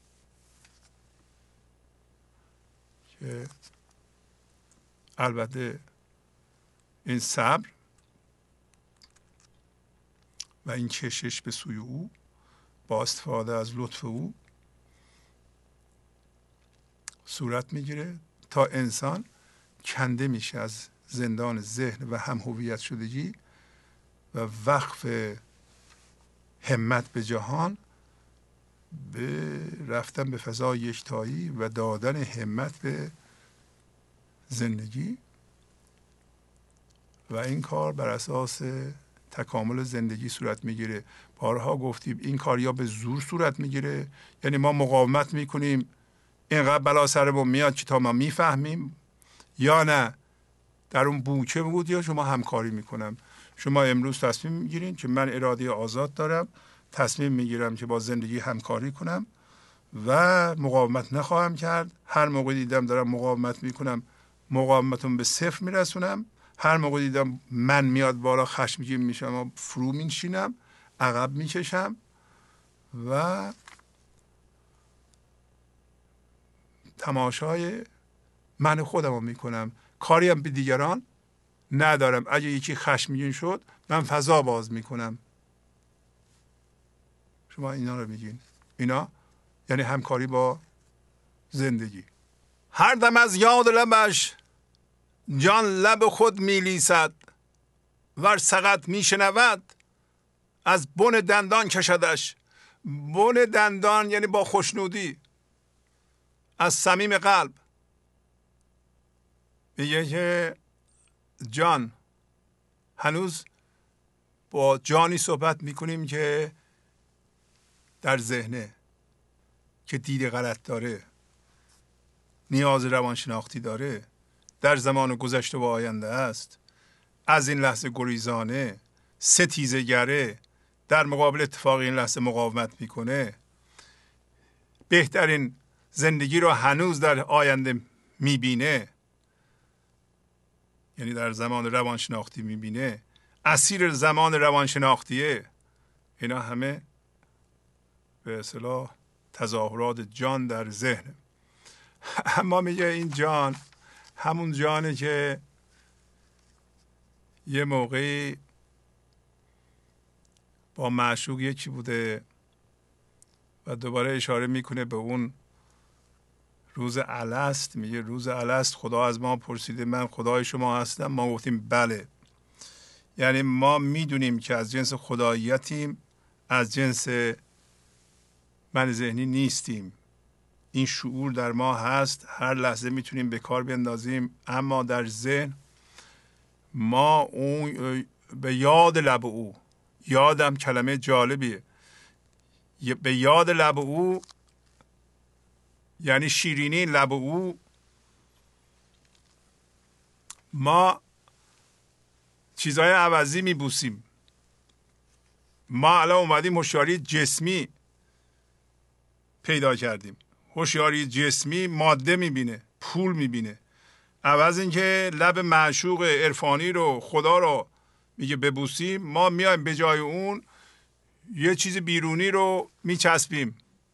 که البته این صبر و این کشش به سوی او با استفاده از لطف او صورت میگیره تا انسان کنده میشه از زندان ذهن و هم هویت شدگی و وقف همت به جهان، به رفتن به فضای یکتایی و دادن همت به زندگی. و این کار بر اساس تکامل زندگی صورت میگیره. بارها گفتیم این کار یا به زور صورت میگیره، یعنی ما مقاومت میکنیم اینقدر بلا سرمون میاد که تا ما میفهمیم، یا نه در اون بوچه بود یا شما همکاری میکنم. شما امروز تصمیم میگیرین که من اراده آزاد دارم، تصمیم میگیرم که با زندگی همکاری کنم و مقاومت نخواهم کرد. هر موقع دیدم دارم مقاومت میکنم مقاومتون به صفر میرسونم. هر موقع دیدم من میاد بالا خشمگین میشم و فرو میشینم، عقب میکشم و تماشای من خودم رو میکنم. کاری هم به دیگران ندارم. اگه یکی خشمگین شد من فضا باز میکنم. شما اینا رو میگین، اینا یعنی همکاری با زندگی. هر دم از یاد لبش جان لب خود میلیسد، ور سقط میشنود از بن دندان کشدش. بن دندان یعنی با خوشنودی از صمیم قلب. میگه که جان، هنوز با جانی صحبت میکنیم که در ذهنه، که دید غلط داره، نیاز روانشناختی داره، در زمان گذشته و آینده است، از این لحظه گریزانه، ستیزه گره، در مقابل اتفاق این لحظه مقاومت میکنه، بهترین زندگی رو هنوز در آینده میبینه، یعنی در زمان روانشناختی میبینه، اسیر زمان روانشناختیه. اینا همه به اصطلاح تظاهرات جان در ذهن. اما میگه این جان همون جانه که یه موقعی با معشوق یکی بوده و دوباره اشاره میکنه به اون روز الست. میگه روز الست خدا از ما پرسیده من خدای شما هستم، ما گفتیم بله. یعنی ما میدونیم که از جنس خداییتیم، از جنس من ذهنی نیستیم. این شعور در ما هست، هر لحظه میتونیم به کار بندازیم، اما در ذهن ما اون به یاد لب او، یادم کلمه جالبیه، به یاد لب او یعنی شیرینی لب او، ما چیزهای عوضی میبوسیم. ما الان اومدیم هوشیاری جسمی پیدا کردیم. هوشیاری جسمی ماده میبینه، پول میبینه. عوض اینکه لب معشوق عرفانی رو، خدا رو میگه ببوسیم، ما میایم به جای اون یه چیز بیرونی رو میچسبیم.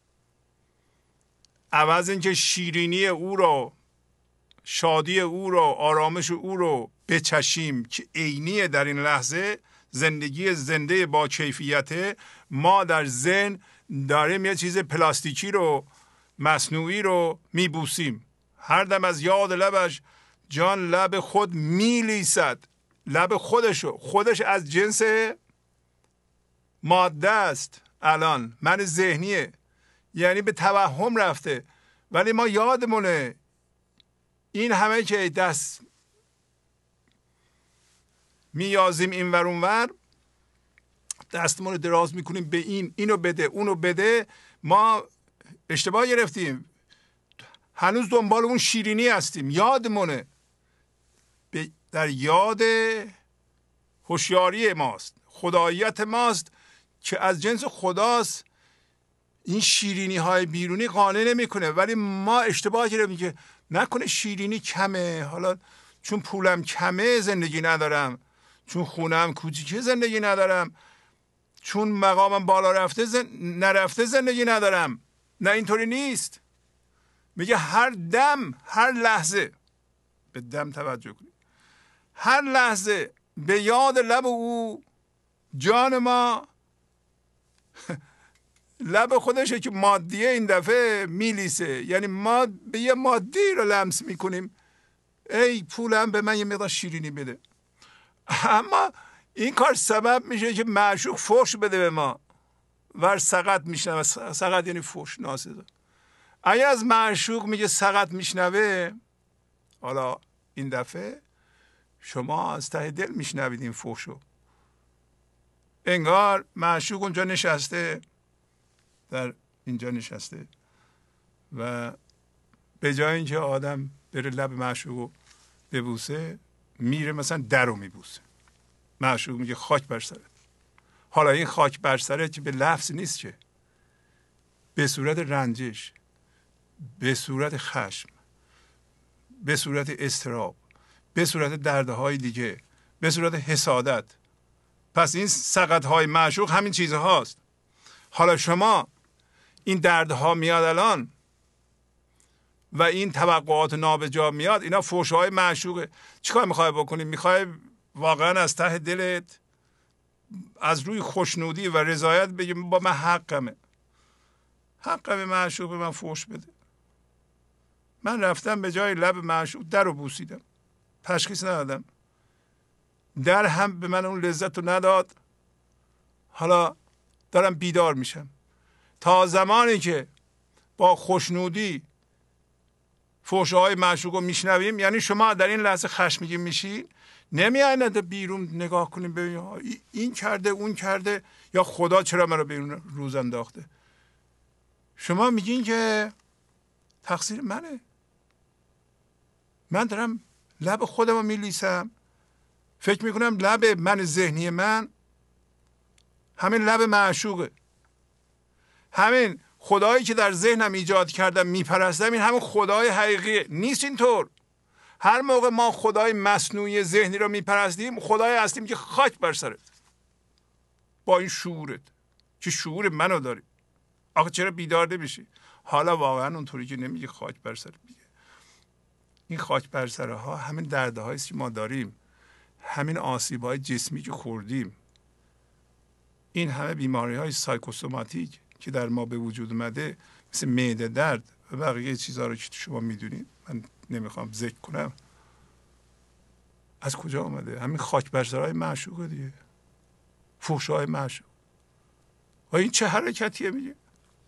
عوض اینکه شیرینی او رو، شادی او رو، آرامش او رو بچشیم که عینیه در این لحظه، زندگی زنده با کیفیته، ما در ذهن داریم یه چیز پلاستیکی رو، مصنوعی رو میبوسیم. هر دم از یاد لبش جان لب خود میلیسد. لب خودشو، خودش از جنس ماده است. الان من ذهنیه، یعنی به توهم رفته، ولی ما یادمونه این همه که دست میازیم این ور اون ور، دستمون رو دراز میکنیم به این، اینو بده اونو بده، ما اشتباه گرفتیم. هنوز دنبال اون شیرینی هستیم. یادمونه، در یاد هوشیاری ماست، خداییت ماست که از جنس خداست. این شیرینی های بیرونی قانع نمیکنه، ولی ما اشتباه کردیم که نکنه شیرینی کمه، حالا چون پولم کمه زندگی ندارم، چون خونم کوچیکه زندگی ندارم، چون مقامم بالا رفته زن... نرفته زندگی ندارم. نه، اینطوری نیست. میگه هر دم، هر لحظه، به دم توجه کنید، هر لحظه به یاد لب او جان ما لب خودشه که مادیه این دفعه میلیسه. یعنی ما به یه مادی رو لمس میکنیم، ای پولم به من یه مقدار شیرینی بده. اما این کار سبب میشه که معشوق فحش بده به ما، ور سقط میشنوه. سقط یعنی فحش ناسزا. اگه از معشوق میگه سقط میشنوه، حالا این دفعه شما از ته دل میشنوید این فحشو. انگار معشوق اونجا نشسته، در اینجا نشسته و به جای اینکه آدم بره لب معشوقو ببوسه، میره مثلا در رو میبوسه. معشوق میگه خاک بر سرت. حالا این خاک بر سرت که به لفظ نیست، که به صورت رنجش، به صورت خشم، به صورت اضطراب، به صورت دردهای دیگه، به صورت حسادت. پس این سقطهای معشوق همین چیزهاست. حالا شما این دردها میاد الان و این توقعات نابجا میاد، اینا فحش‌های معشوقه. چیکار میخوای بکنی؟ میخوای واقعا از ته دلت از روی خوشنودی و رضایت بگی با من حقمه، حقمه معشوق به من فحش بده. من رفتم به جای لب معشوق در رو بوسیدم، تشخیص ندادم، در هم به من اون لذت رو نداد. حالا دارم بیدار میشم. تا زمانی که با خوشنودی فحش‌های معشوق رو میشنویم، یعنی شما در این لحظه خشمگین میشین، نمیاین بیرون نگاه کنیم ببینیم این کرده اون کرده یا خدا چرا من رو به اون روز انداخته. شما میگین که تقصیر منه، من دارم لب خودم رو میلیسم، فکر میکنم لب من ذهنی من همین لب معشوقه، همین خدایی که در ذهنم ایجاد کردم میپرستم این همین خدای حقیقیه. نیست اینطور. هر موقع ما خدای مصنوعی ذهنی رو میپرستیم، خدای هستیم که خاک بر سرت با این شعورت که شعور منو داری. آخه چرا بیدار نمیشی؟ حالا واقعا اونطوری که نمیگه خاک بر سرت، میگه این خاک بر سرها همین دردهایی است که ما داریم، همین آسیب‌های جسمی که خوردیم، این همه بیماری‌های سایکوسوماتیک که در ما به وجود اومده، مثل معده درد و بقیه چیزها رو که شما میدونید، من نمیخوام ذکر کنم، از کجا اومده؟ همین خاک بر سرهای معشوقه دیگه، فحش‌های معشوق. و این چه حرکتیه؟ میگه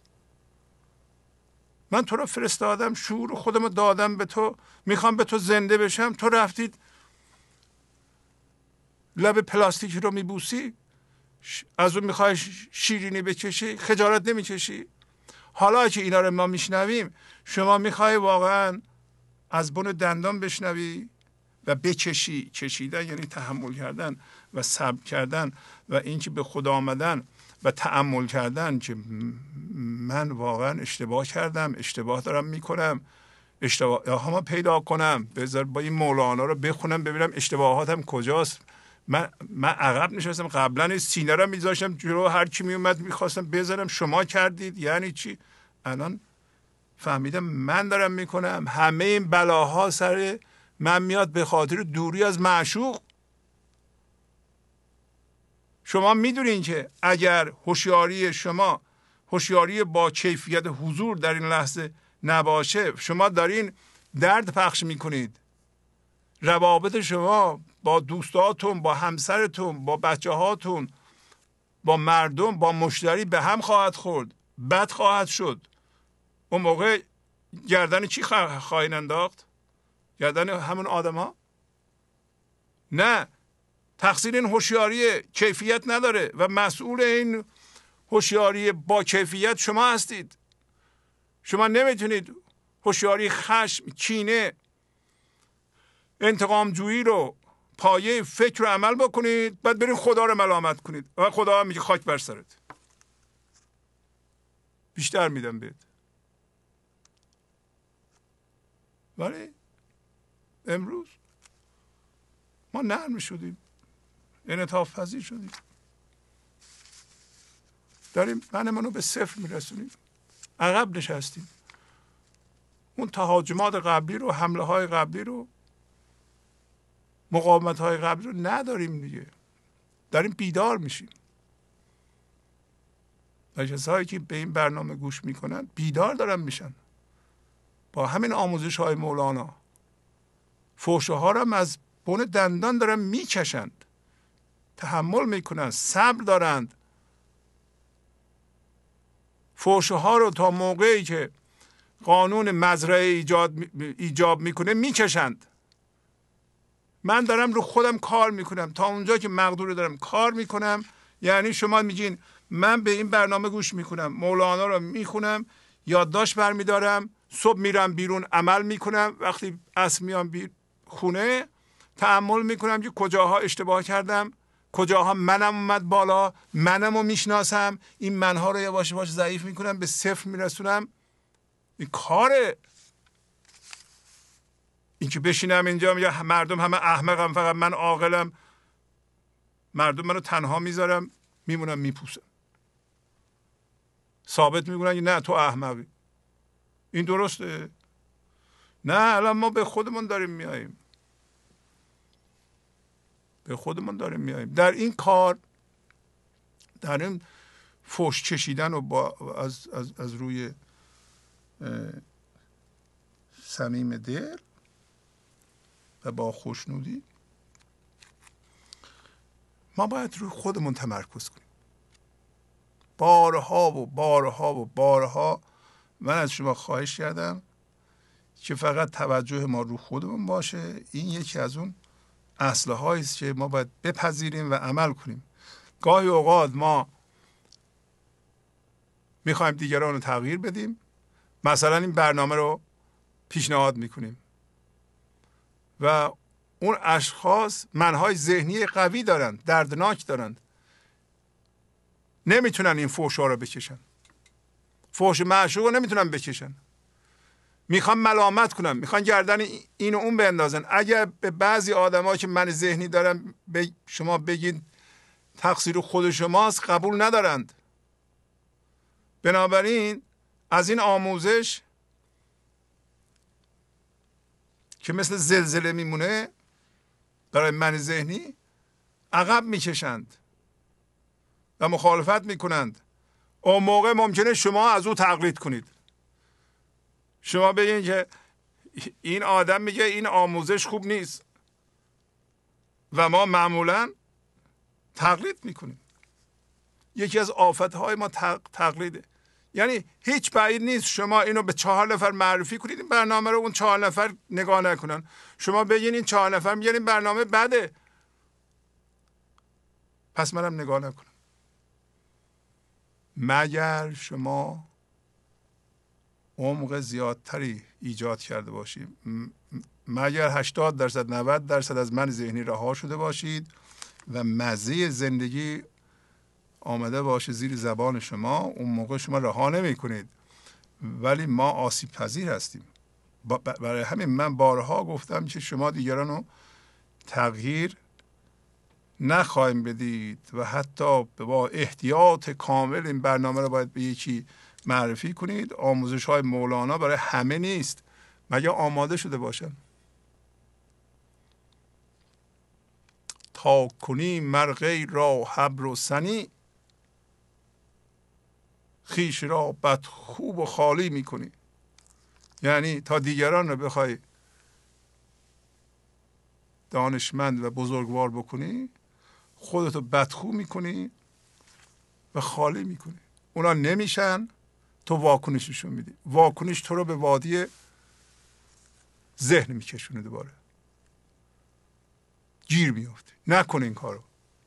من تو رو فرستادم، شعور خودم رو دادم به تو، میخوام به تو زنده بشم، تو رفتید لب پلاستیکی رو میبوسی، از اون میخوای شیرینی بکشی، خجالت نمیکشی؟ حالا که اینا رو ما میشنویم، شما میخوای واقعا از بن دندان بشنوی و بکشی. کشیدن یعنی تحمل کردن و صبر کردن و اینکه به خدا آمدن و تأمل کردن که من واقعا اشتباه کردم، اشتباه دارم میکنم، اشتباه ها پیدا کنم، بذار با این مولانا رو بخونم ببینم اشتباهاتم کجاست. من من عقب نشستم، قبلا سینه رو میذاشتم جلو، هر کی میومد میخواستم بذارم، شما کردید. یعنی چی؟ الان فهمیدم من دارم میکنم. همه این بلاها سر من میاد به خاطر دوری از معشوق. شما میدونین که اگر هوشیاری شما هوشیاری با کیفیت حضور در این لحظه نباشه، شما دارین درد پخش میکنید. روابط شما با دوستاتون، با همسرتون، با بچه هاتون، با مردم، با مشتری به هم خواهد خورد، بد خواهد شد. اون موقع گردن چی خواهید انداخت؟ گردن همون آدم ها؟ نه، تقصیر این هوشیاری کیفیت نداره و مسئول این هوشیاری با کیفیت شما هستید. شما نمیتونید هوشیاری خشم، کینه، انتقام جویی رو پایه فکر و عمل بکنید، بعد برید خدا رو ملامت کنید و خدا میگه خاک بر سرت، بیشتر میدم بهت. ولی امروز ما نرم شدیم، انعطاف پذیر شدیم، داریم من منو به صفر میرسونیم، عقب نشستیم. اون تهاجمات قبلی رو، حمله های قبلی رو، مقاومت های قبلی رو نداریم دیگه. داریم بیدار میشیم. و کسایی که به این برنامه گوش میکنن بیدار دارن میشن. با همین آموزش های مولانا فحشه ها رو هم از بن دندان دارن میکشند، تحمل میکنن، صبر دارند. فحشه ها رو تا موقعی که قانون مزرعه ایجاد ایجاب میکنه میکشند. من دارم رو خودم کار میکنم، تا اونجا که مقدور دارم کار میکنم. یعنی شما میگین من به این برنامه گوش میکنم، مولانا رو میخونم، یادداشت برمیدارم، صبح میرم بیرون عمل میکنم، وقتی عصر میام بی خونه تأمل میکنم که کجاها اشتباه کردم، کجاها منم اومد بالا، منم رو میشناسم، این منها رو یواش یواش ضعیف میکنم، به صفر میرسونم. این کاره. این که بشینم اینجا میگه مردم همه احمقم، فقط من عاقلم، مردم منو تنها میذارم، میمونم میپوسم، ثابت میکنن که نه تو احمقی. این درسته؟ نه، الان ما به خودمون داریم میاییم، به خودمون داریم میاییم در این کار، در این فحش چشیدن و با از, از, از روی صمیم دل و با خوشنودی ما باید روی خودمون تمرکز کنیم. بارها و بارها و بارها من از شما خواهش کردم که فقط توجه ما رو خودمون باشه. این یکی از اون اصله هایی است که ما باید بپذیریم و عمل کنیم. گاهی اوقات ما میخوایم دیگران رو تغییر بدیم، مثلا این برنامه رو پیشنهاد میکنیم و اون اشخاص منهای ذهنی قوی دارند، دردناک دارند، نمیتونن این فحشا رو بکشن، فحش معشوق رو نمیتونن بکشن، میخوان ملامت کنن، میخوان گردن این و اون بندازن. اگر به بعضی آدم‌ها که من ذهنی دارن به شما بگید تقصیر خود شماست، قبول ندارند. بنابراین از این آموزش که مثل زلزله میمونه برای من ذهنی عقب میکشند و مخالفت میکنند. اون موقع ممکنه شما از او تقلید کنید. شما بگین که این آدم میگه این آموزش خوب نیست و ما معمولا تقلید میکنیم. یکی از آفتهای ما تقلیده. یعنی هیچ بعید نیست شما اینو به چهار نفر معرفی کنید، این برنامه رو اون چهار نفر نگاه نکنن. شما بگین این چهار نفر میگن این برنامه بده، پس منم نگاه نکنم. مگر شما عمق زیادتری ایجاد کرده باشید، مگر هشتاد درصد نود درصد از من ذهنی رها شده باشید و مزه زندگی آمده باشه زیر زبان شما، اون موقع شما رها نمی کنید. ولی ما آسیب پذیر هستیم. برای همین من بارها گفتم که شما دیگران رو تغییر نخواهیم بدید و حتی با احتیاط کامل این برنامه رو باید به یکی معرفی کنید. آموزش های مولانا برای همه نیست مگر آماده شده باشن. تا کنی مرغی را حبر و سنی، خویش را بد خوب و خالی میکنی. یعنی تا دیگران رو بخوای دانشمند و بزرگوار بکنی، خودتو بدخو میکنی و خالی میکنی. اونا نمیشن، تو واکنششون میدی. واکنش تو رو به وادی ذهن میکشونه، دوباره گیر میفتی. نکن این کارو.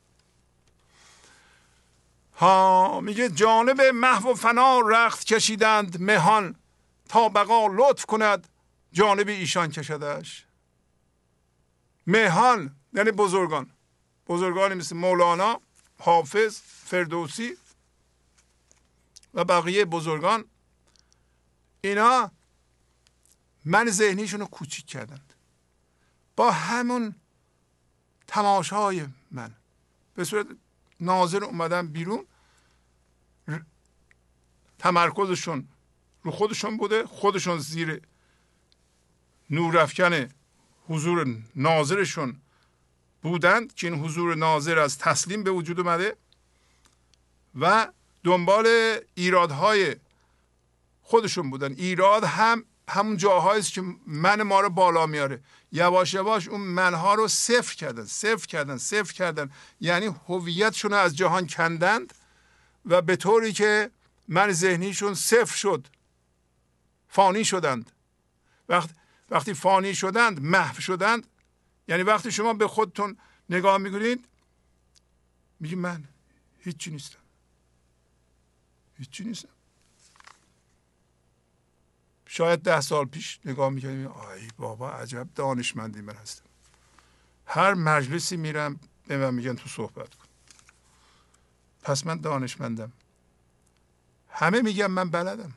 ها میگه جانب محو و فنا رخت کشیدند مهان، تا بقا لطف کند جانب ایشان کشدش. مهان یعنی بزرگان، بزرگانی مثل مولانا، حافظ، فردوسی و بقیه بزرگان، اینا من ذهنیشون رو کوچیک کردند با همون تماشای من. به صورت ناظر اومدن بیرون، تمرکزشون رو خودشون بوده، خودشون زیر نورافکن حضور ناظرشون بودند که این حضور ناظر از تسلیم به وجود اومده و دنبال ایرادهای خودشون بودن. ایراد هم همون جاهایی است که من ما رو بالا میاره. یواش یواش اون منها رو صفر کردن صفر کردن صفر کردن یعنی هویتشون رو از جهان کندند و به طوری که من ذهنیشون صفر شد، فانی شدند. وقت وقتی فانی شدند، محو شدند، یعنی وقتی شما به خودتون نگاه میکنید میگی من هیچی نیستم، هیچی نیستم. شاید ده سال پیش نگاه میکنیم آی بابا عجب دانشمندی من هستم. هر مجلسی میرم به من میگن تو صحبت کن، پس من دانشمندم. همه میگن من بلدم.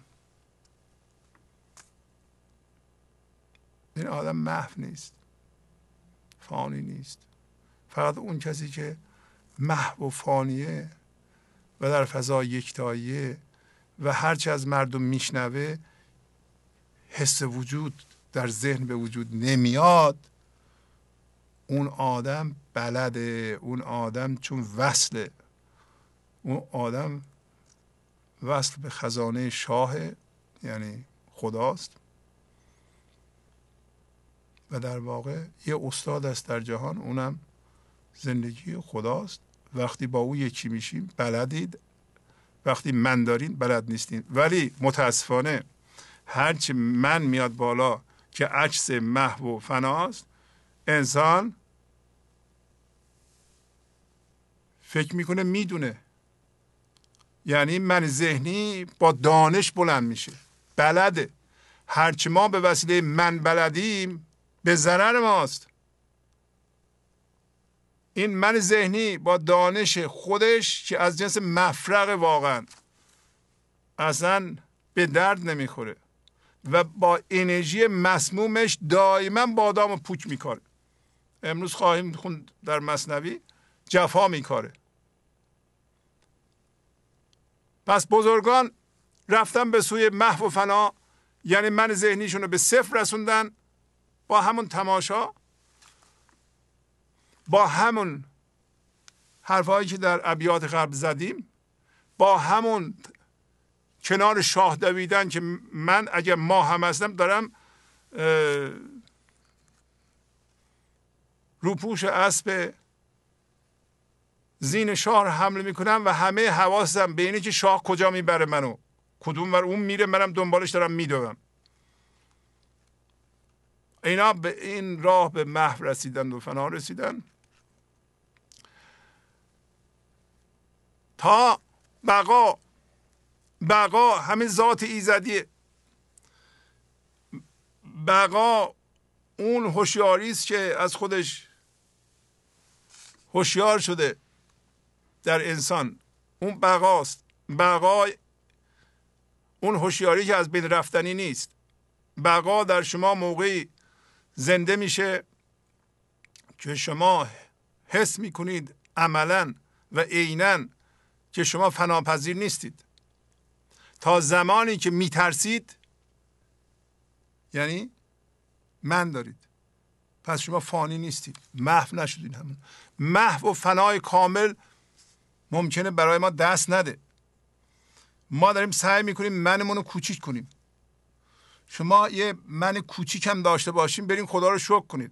این آدم محو نیست، فانی نیست. فقط اون کسی که محو و فانیه و در فضا یکتاییه و هرچی از مردم میشنوه حس وجود در ذهن به وجود نمیاد، اون آدم بلده. اون آدم چون وصله، اون آدم وصل به خزانه شاه یعنی خداست و در واقع یه استاد است در جهان، اونم زندگی خداست. وقتی با او یکی میشیم بلدید، وقتی من دارین بلد نیستین. ولی متاسفانه هرچی من میاد بالا که عکس محو و فناست، انسان فکر میکنه میدونه. یعنی من ذهنی با دانش بلند میشه، بلده. هرچی ما به وسیله من بلدیم به ضرر ماست. این من ذهنی با دانش خودش که از جنس مفرق واقعا اصلا به درد نمیخوره و با انرژی مسمومش دائما بادام و پوک میکاره. امروز خواهیم خوند در مثنوی جفا میکاره. پس بزرگان رفتن به سوی محو و فنا، یعنی من ذهنیشون رو به صفر رسوندن با همون تماشا، با همون حرفایی که در ابیات قبل زدیم، با همون کنار شاه دویدن که من اگه ما هم هستم دارم روپوش اسب زین شاه حمله میکنم و همه حواسم به اینه که شاه کجا میبره منو، کدوم ور اون میره، منم دنبالش دارم میدوم. اینا به این راه به محو رسیدن و فنا رسیدن تا بقا. بقا همین ذات ایزدیه. بقا اون هوشیاری است که از خودش هوشیار شده در انسان، اون بقاست. بقا اون هوشیاری که از بین رفتنی نیست. بقا در شما موقعی زنده میشه که شما حس میکنید عملاً و عیناً که شما فناپذیر نیستید. تا زمانی که میترسید یعنی من دارید، پس شما فانی نیستید، محو نشدید. همون محو و فنای کامل ممکنه برای ما دست نده. ما داریم سعی میکنیم منمون رو کوچیک کنیم. شما یه من کوچیک هم داشته باشیم بریم خدا رو شکر کنید،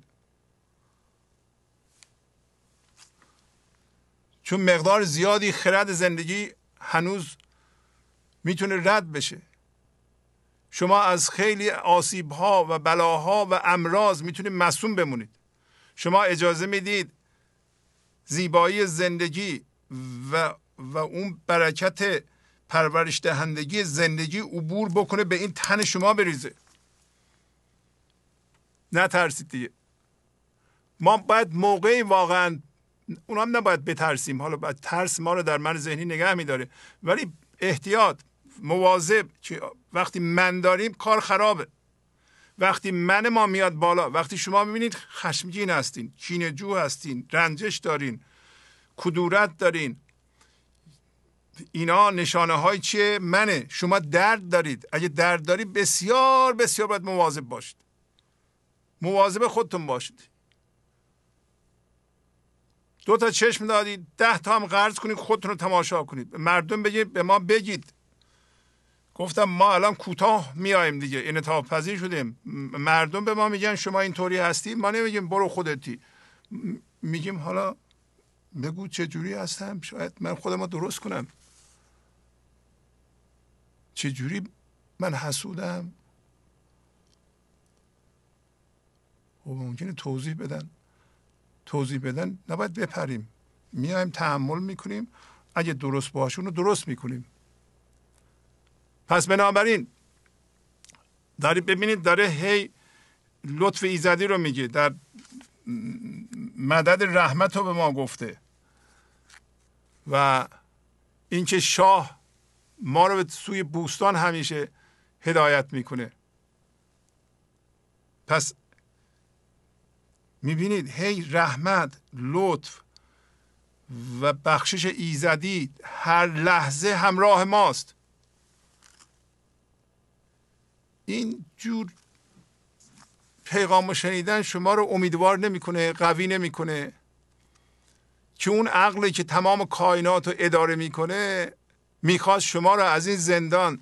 چون مقدار زیادی خرد زندگی هنوز میتونه رد بشه. شما از خیلی آسیب‌ها و بلاها و امراض میتونید معصوم بمونید. شما اجازه میدید زیبایی زندگی و و اون برکت پرورش دهندگی زندگی عبور بکنه به این تن شما بریزه. نترسید دیگه. ما باید موقعی واقعا اونا هم نباید بترسیم. حالا باید ترس ما رو در من ذهنی نگه میداره، ولی احتیاط، مواظب که وقتی من داریم کار خرابه. وقتی من ما میاد بالا، وقتی شما میبینید خشمگین هستین، کینه‌جو هستین، رنجش دارین، کدورت دارین، اینا نشانه های چیه؟ منه. شما درد دارید. اگه درد دارید بسیار بسیار باید مواظب باشید. مواظب خودتون باشید. دو تا چشم دادید، ده تا هم قرض کنید، خودتون رو تماشا کنید. مردم بگید، به ما بگید. گفتم ما الان کوتاه میایم دیگه، انعطاف پذیر شدیم. مردم به ما میگن شما اینطوری هستی، ما نمیگیم برو خودتی، میگیم حالا بگو چه جوری هستم، شاید من خودم رو درست کنم. چه جوری من حسودم؟ خب ممکنه توضیح بدن. توضیح بدن نباید بپریم، میایم تحمل میکنیم، اگه درست باشون رو درست میکنیم. پس بنابراین دارید ببینید داره هی لطف ایزدی رو میگه، در مدد رحمت رو به ما گفته و اینکه شاه ما رو به سوی بوستان همیشه هدایت میکنه. پس میبینید هی رحمت، لطف و بخشش ایزدی هر لحظه همراه ماست. این جور پیغام شنیدن شما رو امیدوار نمیکنه، قوی نمیکنه، که اون عقلی که تمام کائنات رو اداره میکنه میخواست شما رو از این زندان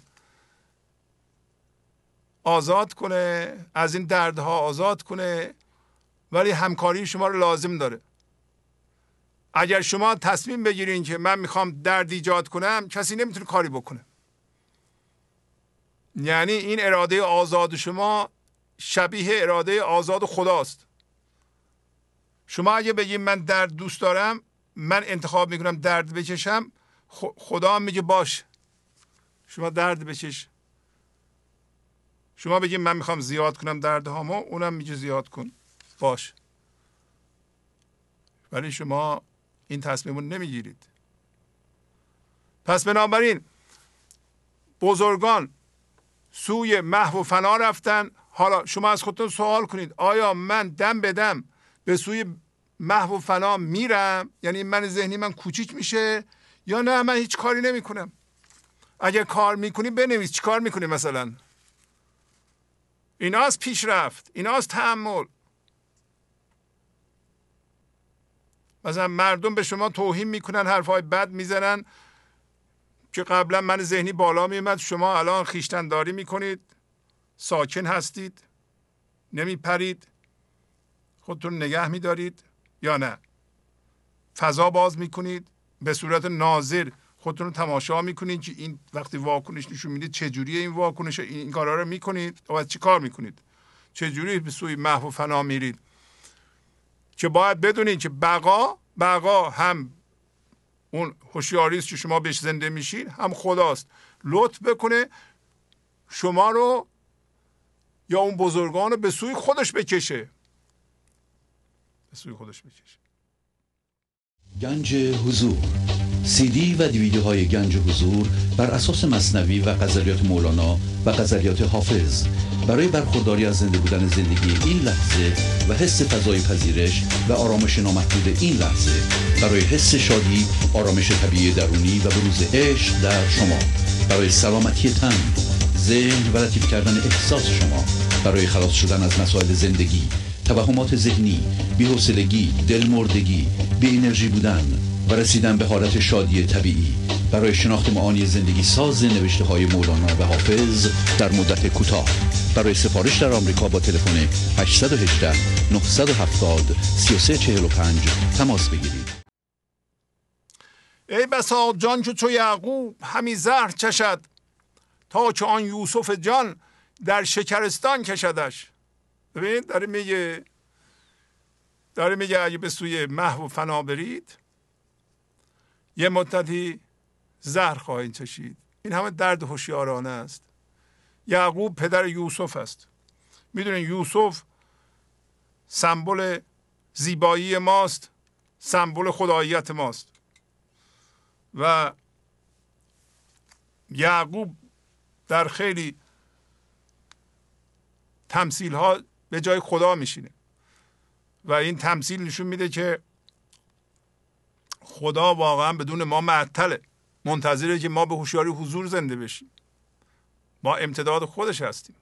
آزاد کنه، از این دردها آزاد کنه، ولی همکاری شما رو لازم داره. اگر شما تصمیم بگیرین که من میخوام درد ایجاد کنم، کسی نمیتونه کاری بکنه. یعنی این اراده آزاد شما شبیه اراده آزاد خداست. شما اگه بگید من درد دوست دارم، من انتخاب میکنم درد بکشم، خدا هم میگه باش شما درد بکش. شما بگید من میخوام زیاد کنم دردهامو، اونم میگه زیاد کن، باش. ولی شما این تصمیم رو نمیگیرید. پس بنابراین بزرگان سوی محو و فنا رفتن. حالا شما از خودتون سوال کنید آیا من دم به دم به سوی محو و فنا میرم؟ یعنی من ذهنی من کوچیک میشه، یا نه من هیچ کاری نمی کنم؟ اگر کار میکنی بنویس چی کار میکنی. مثلا ایناست پیشرفت، ایناست تأمل. مثلا مردم به شما توهین میکنن، حرفای بد میزنن که قبلا من ذهنی بالا میومد، شما الان خویشتن‌داری میکنید، ساکن هستید، نمیپرید، خودتون نگه میدارید، یا نه فضا باز میکنید، به صورت ناظر خودتون رو تماشا میکنید که این وقتی واکنش نشون میدید چجوریه این واکنش، این کارا رو میکنید و چی کار میکنید، چجوری به سوی محو و فنا میرید. که باید بدونید که بقا بقا هم اون هوشیاری است که شما بهش زنده میشید، هم خداست لطف بکنه شما رو یا اون بزرگان رو به سوی خودش بکشه، به سوی خودش بکشه. گنج حضور سی دی و دیویدیوهای گنج حضور بر اساس مثنوی و غزلیات مولانا و غزلیات حافظ برای برخورداری از زنده بودن زندگی این لحظه و حس فضای پذیرش و آرامش نامحدود این لحظه، برای حس شادی، آرامش طبیعی درونی و بروز عشق در شما، برای سلامتی تن، ذهن و لطیف کردن احساس شما، برای خلاص شدن از مسائل زندگی، توهمات ذهنی، بی‌حوصلگی، دلمردگی، بی انرژی بودن و رسیدن به حالت شادی طبیعی، برای شناخت معانی زندگی ساز نوشته های مولانا و حافظ در مدت کوتاه. برای سفارش در آمریکا با تلفن هشت یک هشت نه هفت صفر سه سه چهار پنج تماس بگیرید. ای بسا جان چو یعقوب همی زهر چشد، تا که آن یوسف جان در شکرستان کشدش. ببین داره میگه داره میگه اگه به سوی محو و فنا برید یه مدتی زهر خواهید چشید. این همه درد هوشیارانه است. یعقوب پدر یوسف است. میدونین یوسف سمبل زیبایی ماست، سمبل خداییت ماست و یعقوب در خیلی تمثیل ها به جای خدا میشینه و این تمثیل نشون میده که خدا واقعا بدون ما معطله، منتظره که ما به هوشیاری حضور زنده بشیم. ما امتداد خودش هستیم.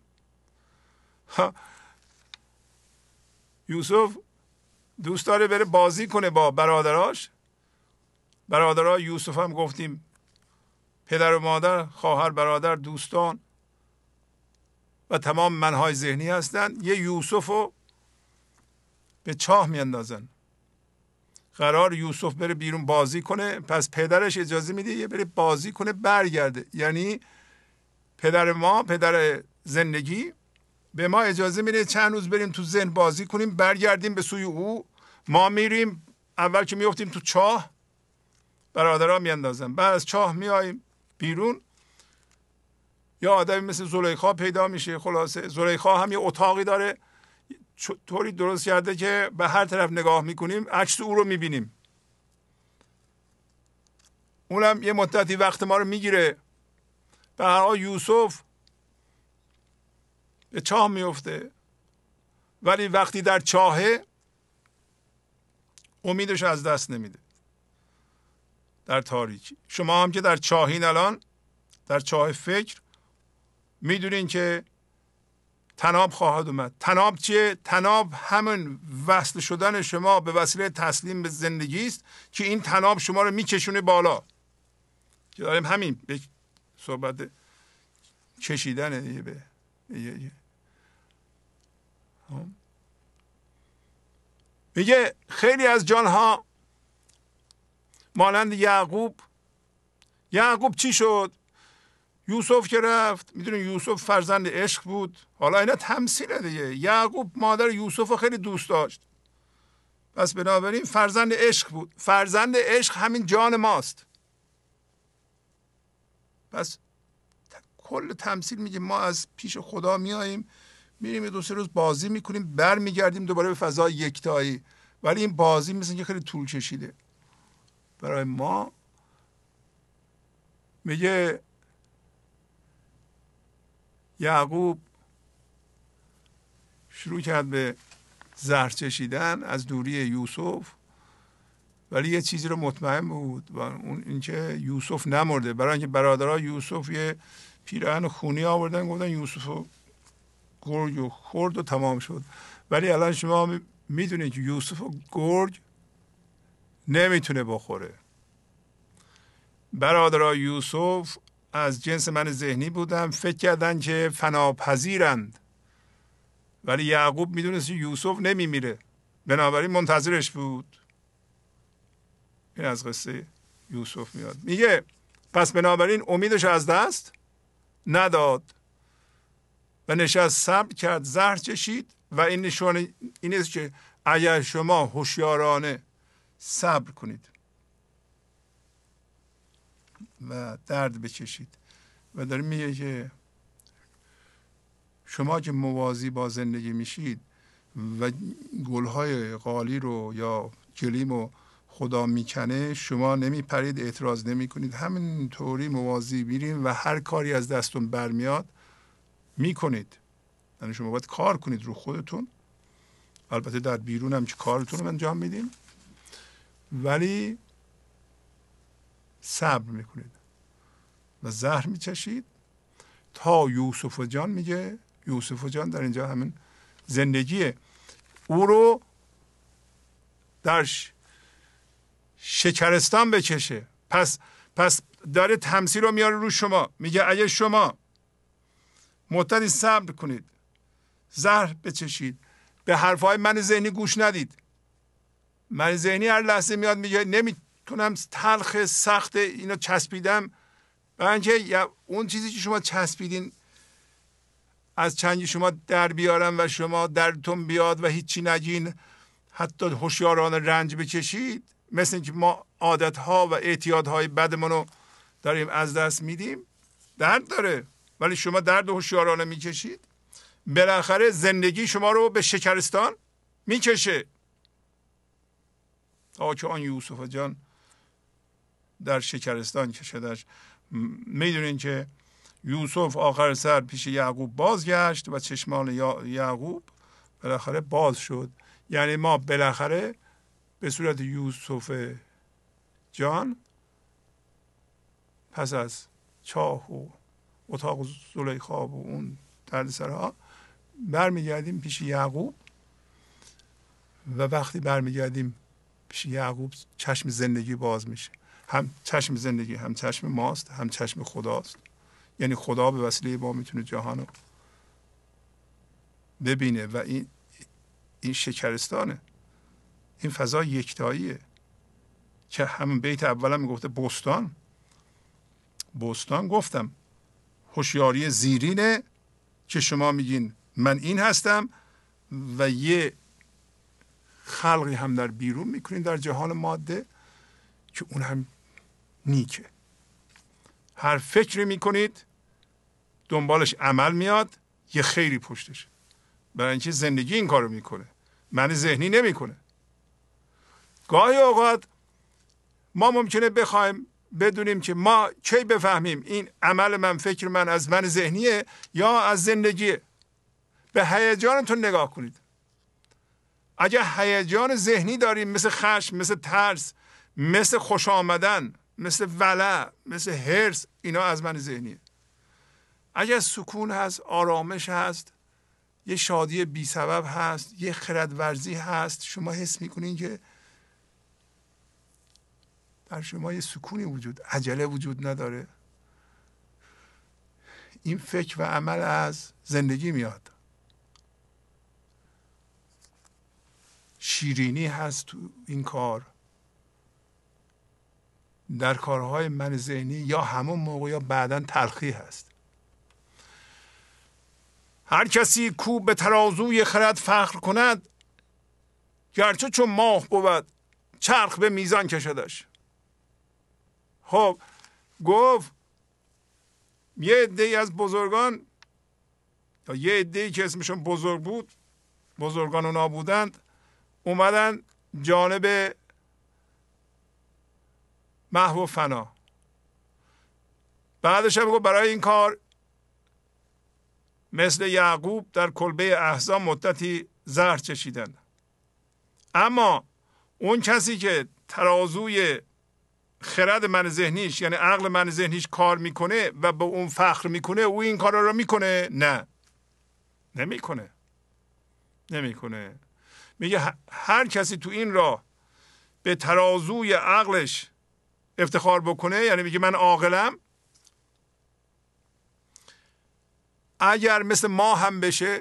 یوسف دوست داره بره بازی کنه با برادراش. برادرها یوسف هم گفتیم پدر و مادر، خواهر، برادر، دوستان و تمام منهای ذهنی هستن. یه یوسف رو به چاه میاندازن. قرار یوسف بره بیرون بازی کنه، پس پدرش اجازه میده یه بره بازی کنه برگرده. یعنی پدر ما، پدر زندگی، به ما اجازه میده چند روز بریم تو ذهن بازی کنیم، برگردیم به سوی او. ما میریم، اول که میفتیم تو چاه برادرها میاندازن، بعد از چاه میاییم بیرون، یا آدمی مثل زلیخا پیدا میشه. خلاصه زلیخا هم یه اتاقی داره طوری درست کرده که به هر طرف نگاه میکنیم عکس او رو میبینیم. اونم یه مدتی وقت ما رو میگیره. به هر حال یوسف به چاه میفته، ولی وقتی در چاهه امیدش از دست نمیده. در تاریکی شما هم که در چاهین، الان در چاه فکر، میدونین که تناب خواهد اومد. تناب چیه؟ تناب همون وصل شدن شما به وسیله تسلیم به زندگی است که این تناب شما رو میکشونه بالا. که داریم همین به صحبت کشیدنه. به میگه خیلی از جانها مانند یعقوب. یعقوب چی شد؟ یوسف که رفت، میدونی یوسف فرزند عشق بود. حالا اینا تمثیله دیگه. یعقوب مادر یوسف رو خیلی دوست داشت، پس بنابراین فرزند عشق بود. فرزند عشق همین جان ماست. پس کل تمثیل میگه ما از پیش خدا میاییم، میریم دو سه روز بازی میکنیم، بر میگردیم دوباره به فضای یکتایی. ولی این بازی مثل که خیلی طول کشیده برای ما. میگه یعقوب شروع کرد به زهر چشیدن از دوری یوسف، ولی یه چیزی رو مطمئن بود و اون اینکه یوسف نمرده. برای اینکه برادرها یوسف یه پیراهن خونی آوردن، گفتن یوسف رو گرگ و خورد و تمام شد. ولی الان شما میدونید که یوسف و گرگ نمیتونه بخوره. برادرها یوسف از جنس من ذهنی بودن، فکر کردن که فناپذیرند، ولی یعقوب میدونست یوسف نمیمیره، بنابراین منتظرش بود. این از قصه یوسف میاد. میگه پس بنابراین امیدش از دست نداد و نشست، صبر کرد، زهر چشید. و این نشانه این است که اگر شما هوشیارانه صبر کنید و درد بچشید و داره میگه که شما که موازی با زندگی میشید و گلهای قالی رو یا گلیم رو خدا میکنه شما نمیپرید، اعتراض نمی کنید، همینطوری موازی میرین و هر کاری از دستون برمیاد میکنید. یعنی شما باید کار کنید رو خودتون، البته در بیرون هم که کارتون رو انجام میدین، ولی صبر میکنید و زهر میچشید تا یوسف جان میگه. یوسف جان در اینجا همین زندگیه، او رو در شکرستان بکشه. پس پس داره تمثیل رو میاره رو شما، میگه اگه شما معتدی صبر کنید، زهر بچشید، به حرفهای من ذهنی گوش ندید. من ذهنی هر لحظه میاد میگه نمیتونم، تلخ سخت اینو چسبیدم. برای اون چیزی که شما چسبیدین از چنگ شما در بیارم و شما درتون بیاد و هیچی نگین، حتی هوشیارانه رنج بکشید، مثل اینکه ما عادتها و اعتیادهای بدمون رو داریم از دست میدیم. درد داره ولی شما درد هوشیارانه میکشید، بالاخره زندگی شما رو به شکرستان میکشه. تا که آن یوسف جان در شکرستان کشیدش. میدونین که یوسف آخر سر پیش یعقوب بازگشت و چشمان یعقوب بالاخره باز شد. یعنی ما بالاخره به صورت یوسف جان پس از چاه و اتاق زلیخا و اون دردسرها برمیگردیم پیش یعقوب و وقتی برمیگردیم پیش یعقوب چشم زندگی باز میشه. هم چشم زندگی هم چشم ماست، هم چشم خداست. یعنی خدا به وسیله ما میتونه جهان رو ببینه و این این شکرستانه، این فضا یکتاییه که همون بیت اولا میگفته بستان. بستان گفتم هوشیاری زیرینه که شما میگین من این هستم و یه خلقی هم در بیرون میکنین در جهان ماده که اون هم نیکه. هر فکری میکنید دنبالش عمل میاد، یه خیری پشتش، برای اینکه زندگی این کارو میکنه، من ذهنی نمیکنه. گاهی اوقات ما ممکنه بخوایم بدونیم که ما کی بفهمیم این عمل من، فکر من از من ذهنیه یا از زندگیه. به هیجانتون نگاه کنید. اگه هیجان ذهنی داریم مثل خشم، مثل ترس، مثل خوش آمدن، مثل ولع، مثل حرص، اینا از من ذهنیه. اگه سکون هست، آرامش هست، یه شادی بی سبب هست، یه خردورزی هست، شما حس میکنین که در شما یه سکونی وجود، عجله وجود نداره، این فکر و عمل از زندگی میاد. شیرینی هست تو این کار، در کارهای من ذهنی یا همون موقع یا بعداً تلخی هست. هر کسی کو به ترازوی خرد فخر کند، گرچه چون ماه بود چرخ به میزان کشدش. خب گفت یه عده‌ای از بزرگان یا یه عده‌ای که اسمشون بزرگ بود، بزرگان اونا بودند، اومدن جانب محو و فنا. بعدش هم گفت برای این کار مثل یعقوب در کلبه احزاب مدتی زهر چشیدن. اما اون کسی که ترازوی خرد من ذهنیش یعنی عقل من ذهنیش کار میکنه و به اون فخر میکنه، او این کار رو میکنه؟ نه، نمیکنه. نمیکنه. میگه هر کسی تو این راه به ترازوی عقلش افتخار بکنه، یعنی میگه من عاقلم، اگر مثل ما هم بشه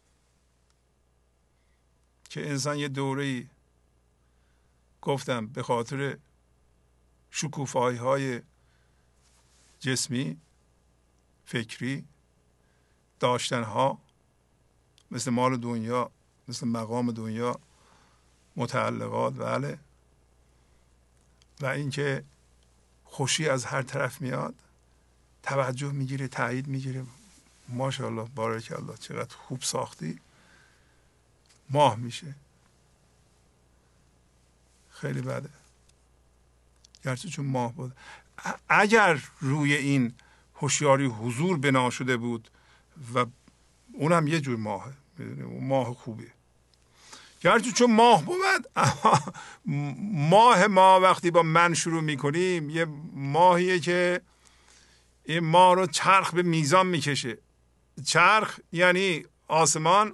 که انسان یه دوره‌ای گفتم به خاطر شکوفایی های جسمی، فکری، داشتنها مثل مال دنیا، مثل مقام دنیا، متعلقات، بله، و اینکه خوشی از هر طرف میاد، توجه میگیره، تایید میگیره، ماشاءالله بارک الله چقدر خوب ساختی، ماه میشه. خیلی بده. گرچه چون ماه بود. اگر روی این هوشیاری حضور بنا شده بود و اونم یه جور ماهه، ماه خوبه، گرچه چون ماه بود، ماه ما وقتی با من شروع میکنیم یه ماهیه که این ماه رو چرخ به میزان میکشه. چرخ یعنی آسمان،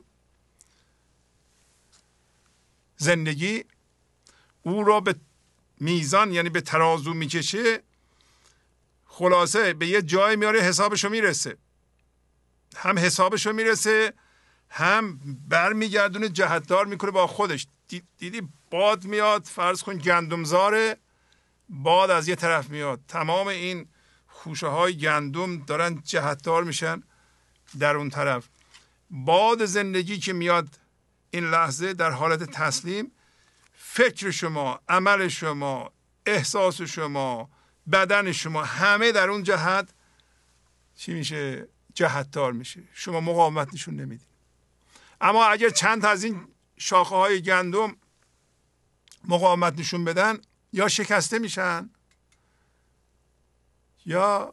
زندگی، او رو به میزان یعنی به ترازو میکشه، خلاصه به یه جای میاره حسابشو میرسه، هم حسابشو میرسه هم برمیگردونه جهتدار میکنه با خودش. دیدی باد میاد، فرض کن گندمزاره، باد از یه طرف میاد، تمام این خوشه های گندم دارن جهتدار میشن در اون طرف. باد زندگی که میاد این لحظه در حالت تسلیم، فکر شما، عمل شما، احساس شما، بدن شما، همه در اون جهت چی میشه؟ جهتدار میشه. شما مقاومت نشون نمیدید. اما اگر چند تا از این شاخه های گندم مقاومت نشون بدن، یا شکسته میشن یا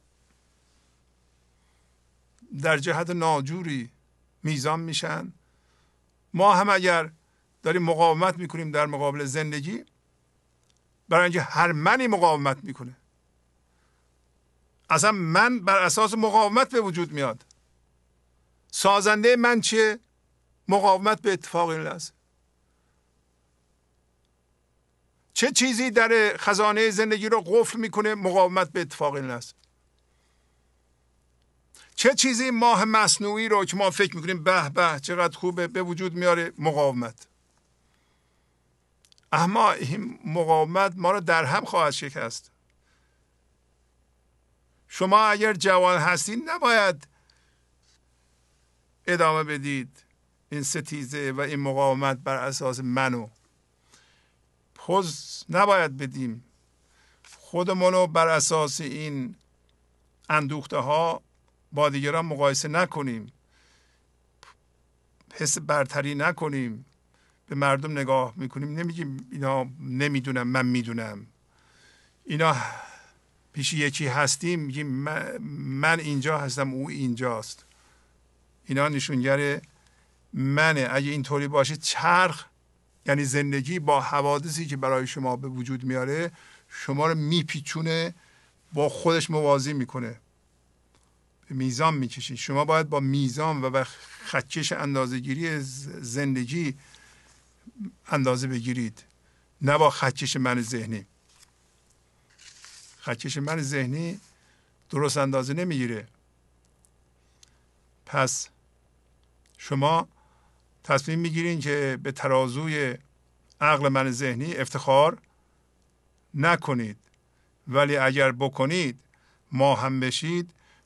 در جهت ناجوری میزان میشن. ما هم اگر داریم مقاومت میکنیم در مقابل زندگی، برای اینکه هر منی مقاومت میکنه، اصلا من بر اساس مقاومت به وجود میاد. سازنده من چیه؟ مقاومت به اتفاق این لحظه. چه چیزی در خزانه زندگی رو قفل میکنه؟ مقاومت به اتفاق این لحظه. چه چیزی ماه مصنوعی رو که ما فکر میکنیم به به چقدر خوبه به وجود میاره؟ مقاومت. اما این مقاومت ما رو در هم خواهد شکست. شما اگر جوان هستید نباید ادامه بدید این ستیزه و این مقاومت بر اساس منو. پوز نباید بدیم خودمونو بر اساس این اندوخته ها با دیگران مقایسه نکنیم، حس برتری نکنیم. به مردم نگاه میکنیم نمیگیم اینا نمیدونم من میدونم، اینا پیش یکی هستیم میگیم من اینجا هستم او اینجاست. اینا نشونگر منه. اگه اینطوری باشه چرخ یعنی زندگی با حوادثی که برای شما به وجود میاره شما رو میپیچونه، با خودش موازی میکنه، به میزان میکشید. شما باید با میزان و با خطکش اندازه‌گیری زندگی اندازه بگیرید، نه با خطکش من ذهنی. خطکش من ذهنی درست اندازه نمیگیره. پس شما تصمیم میگیرین که به ترازوی عقل من ذهنی افتخار نکنید، ولی اگر بکنید ماه هم بشید،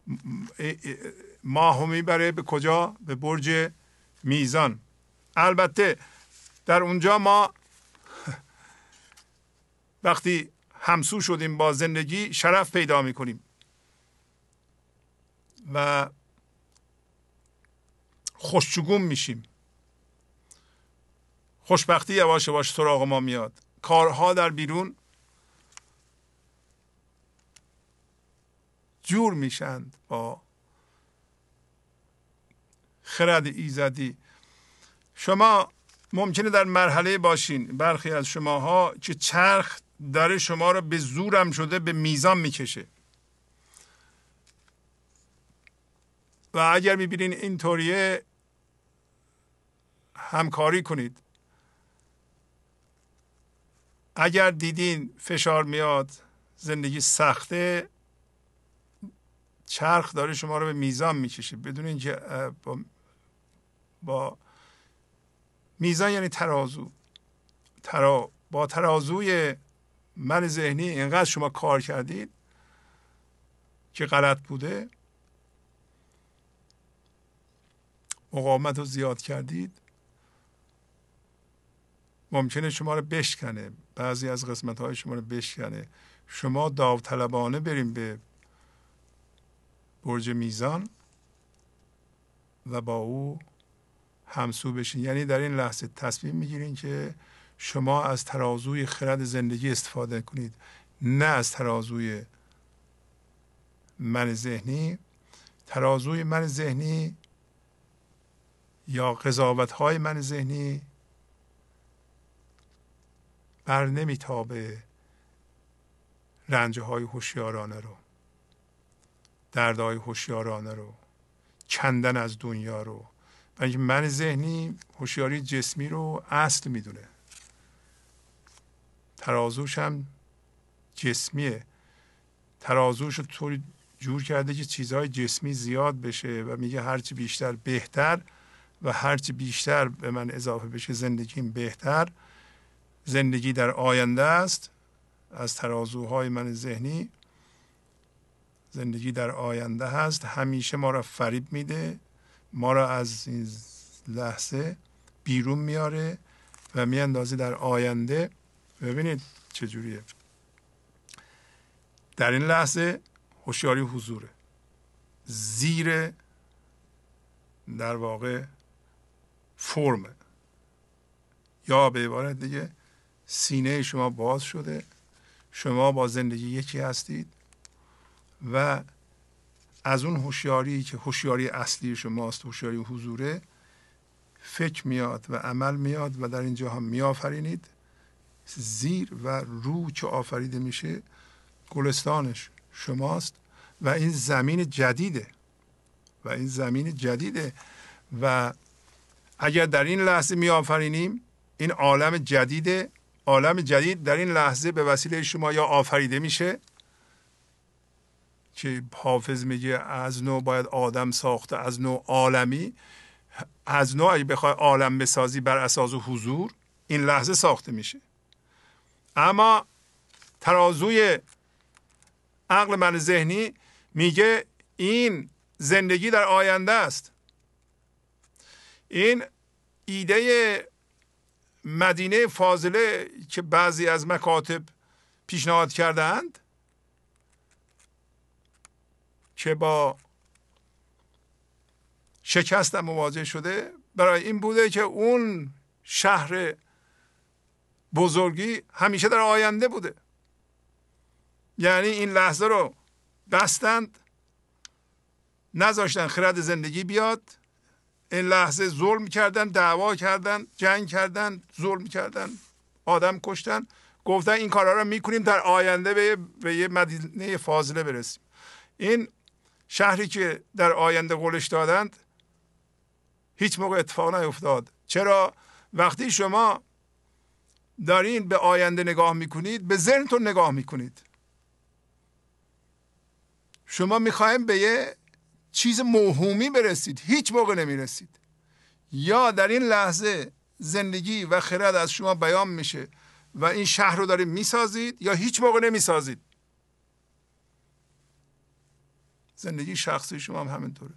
ماه هم میبره به کجا؟ به برج میزان. البته در اونجا ما وقتی همسو شدیم با زندگی شرف پیدا میکنیم و خوشجگون میشیم، خوشبختی یواش یواش سراغ ما میاد. کارها در بیرون جور میشند با خرد ایزدی. شما ممکنه در مرحله باشین، برخی از شماها، که چرخ داره شما رو به زورم شده به میزان میکشه و اگر میبینین اینطوریه همکاری کنید. اگر دیدین فشار میاد، زندگی سخته، چرخ داره شما رو به میزان میکشه. بدون اینکه با, با میزان یعنی ترازو، ترا با ترازوی من ذهنی اینقدر شما کار کردید که غلط بوده، مقاومت رو زیاد کردید، ممکنه شما رو بشکنه، بعضی از قسمت های شما رو بشکنه. شما داوطلبانه بریم به برج میزان و با او همسو بشین. یعنی در این لحظه تصمیم میگیرین که شما از ترازوی خرد زندگی استفاده کنید. نه از ترازوی من ذهنی. ترازوی من ذهنی یا قضاوت های من ذهنی بر نمیتابه رنج های هوشیارانه رو، دردهای هوشیارانه رو، کندن از دنیا رو. و اینکه من ذهنی هوشیاری جسمی رو اصل میدونه، ترازوش هم جسمیه، ترازوش رو طوری جور کرده که چیزهای جسمی زیاد بشه و میگه هرچی بیشتر بهتر و هرچی بیشتر به من اضافه بشه زندگیم بهتر. زندگی در آینده است. از ترازوهای من ذهنی زندگی در آینده هست، همیشه ما را فریب میده، ما را از این لحظه بیرون میاره و میاندازه در آینده. ببینید چجوریه. در این لحظه هوشیاری حضوره، زیر در واقع فرمه، یا به عبارت دیگه سینه شما باز شده، شما با زندگی یکی هستید و از اون هوشیاری که هوشیاری اصلی شماست، هوشیاری حضوره، فکر میاد و عمل میاد و در اینجا هم میآفرینید. زیر و رو که آفریده میشه گلستانش شماست و این زمین جدیده و این زمین جدیده و اگر در این لحظه میآفرینیم این عالم جدیده. عالم جدید در این لحظه به وسیله شما یا آفریده میشه که حافظ میگه از نو باید آدم ساخته، از نو عالمی. از نو اگه بخوای عالم بسازی بر اساس حضور، این لحظه ساخته میشه. اما ترازوی عقل من ذهنی میگه این زندگی در آینده است. این ایده مدینه فاضله که بعضی از مکاتب پیشنهاد کردند که با شکست مواجه شده، برای این بوده که اون شهر بزرگی همیشه در آینده بوده. یعنی این لحظه رو بستند، نذاشتن خرد زندگی بیاد. این لحظه ظلم کردن، دعوا کردن، جنگ کردن، ظلم کردن، آدم کشتن. گفتن این کارها رو میکنیم در آینده به, به یه مدینه فاضله برسیم. این شهری که در آینده قولش دادند هیچ موقع اتفاق نیفتاد. چرا؟ وقتی شما دارین به آینده نگاه میکنید، به ذهنتون نگاه میکنید. شما میخوایم به یه چیز موهومی برسید، هیچ موقع نمیرسید. یا در این لحظه زندگی و خرد از شما بیان میشه و این شهر رو دارید میسازید، یا هیچ موقع نمیسازید. زندگی شخصی شما هم همینطوره.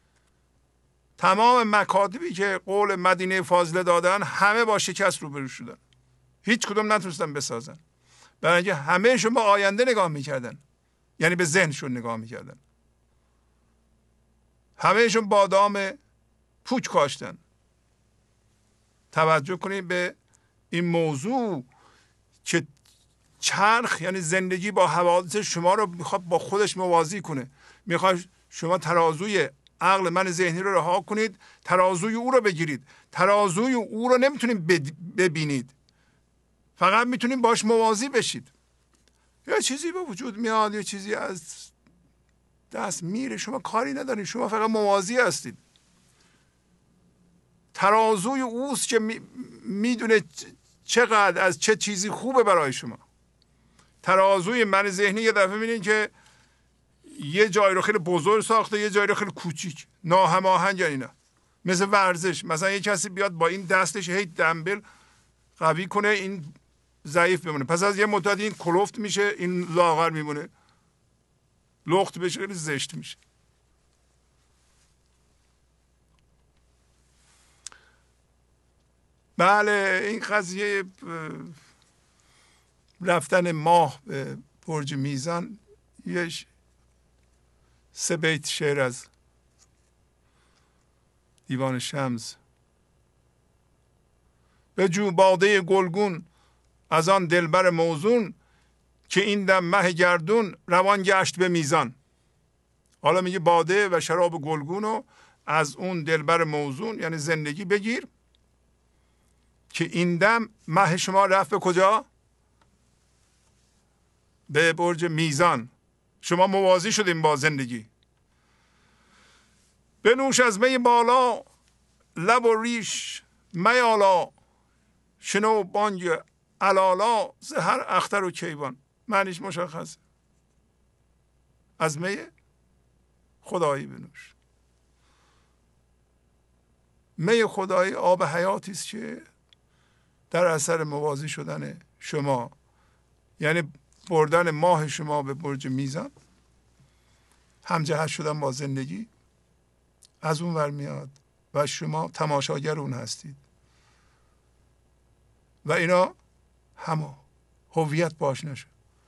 تمام مکاتبی که قول مدینه فاضله دادن همه با شکست روبرو شدن، هیچ کدوم نتونستن بسازن، برای اینکه همهشون با آینده نگاه میکردن، یعنی به ذهنشون نگاه میکردن. همهشون بادام پوچ کاشتن. توجه کنید به این موضوع که چرخ یعنی زندگی با حوادث شما رو میخواد با خودش موازی کنه. میخواد شما ترازوی عقل من ذهنی رو رها کنید، ترازوی او رو بگیرید. ترازوی او رو نمیتونید ببینید، فقط میتونید باش موازی بشید. یا چیزی به وجود میاد، یا چیزی از دست میره، شما کاری ندارید، شما فقط موازی هستید. ترازوی اوست که میدونه چقدر از چه چیزی خوبه برای شما. ترازوی من ذهنی یه دفعه میبینید که یه جای رو خیلی بزرگ ساخته، یه جای رو خیلی کوچیک، ناهماهنگ. یا اینا مثل ورزش، مثلا یه کسی بیاد با این دستش هی دمبل قوی کنه، این ضعیف بمونه، پس از یه مدت این کلفت میشه، این لاغر میمونه، لخت بشه، خیلی زشت میشه. بله، این قضیه رفتن ماه به برج میزان یه سه بیت شعر از دیوان شمس: به جو باده گلگون از آن دلبر موزون، که این دم مه گردون روان گشت به میزان. حالا میگه باده و شراب گلگون رو از اون دلبر موزون یعنی زندگی بگیر که این دم مه شما رفت به کجا؟ به برج میزان. شما موازی شدیم با زندگی. بنوش از می بالا لب و ریش میالا، شنو بانگ علالا ز هر اختر و کیوان. معنیش مشخصه. از می خدایی بنوش. می خدایی آب حیاتی است که در اثر موازی شدن شما، یعنی بردن ماه شما به برج میزان، همجهت شدن با زندگی، از اون ور میاد و شما تماشاگر اون هستید و اینا همه هویت باش نشه.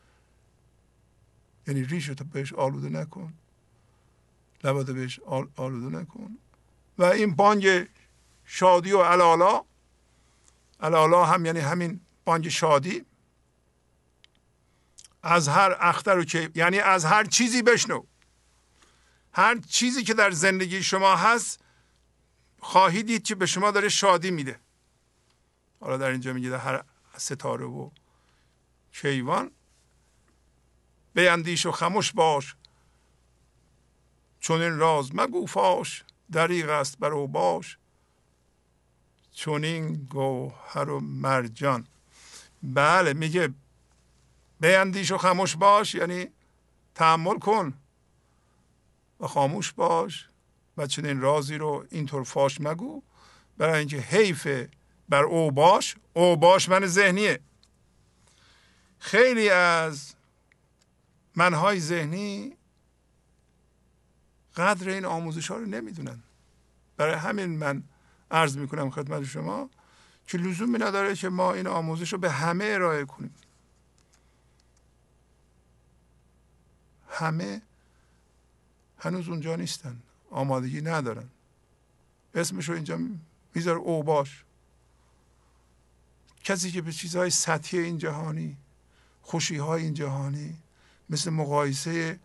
یعنی ریشتو بهش آلوده نکن، لباتو بهش آلوده نکن. و این بانگ شادی و علالا، علالا هم یعنی همین بانگ شادی، از هر اختر و که یعنی از هر چیزی بشنو. هر چیزی که در زندگی شما هست خواهید دید که به شما داره شادی میده. حالا در اینجا میگه هر ستاره و کیوان، بیندیش و خموش باش چون این راز مگو فاش، دریغ است بر او باش چون این گوهر و مرجان. بله میگه بیندیش و خاموش باش یعنی تأمل کن و خاموش باش و چنین رازی رو اینطور فاش مگو، برای اینکه حیف بر او باش. او باش من ذهنیه. خیلی از منهای ذهنی قدر این آموزش ها رو نمیدونن. برای همین من عرض میکنم خدمت شما که لزومی نداره که ما این آموزش رو به همه ارائه کنیم. همه هنوز اونجا نیستن، آمادگی ندارن. اسمش رو اینجا میذاره او باش. کسی که به چیزهای سطحی این جهانی، خوشیهای این جهانی، مثل مقایسه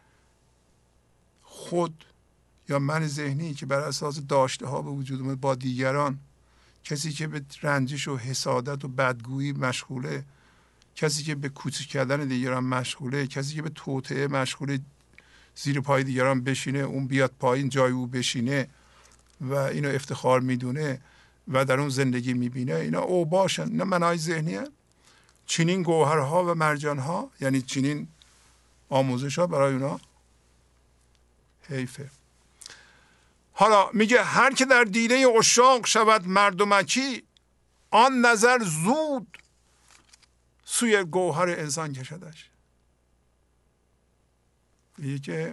خود یا من ذهنی که بر اساس داشته ها به وجود اومد با دیگران، کسی که به رنجش و حسادت و بدگویی مشغوله، کسی که به کوچک کردن دیگران مشغوله، کسی که به توطئه مشغوله، زیر پای دیگران بشینه اون بیاد پایین جای او بشینه و اینو افتخار میدونه و در اون زندگی میبینه، اینا او باشن. نه منای ذهنی هست. چنین گوهرها و مرجانها یعنی چنین آموزش ها برای اونا حیفه. حالا میگه هر که در دیده عشاق شود مردمکی، آن نظر زود سوی گوهر انسان کشدش. میگه که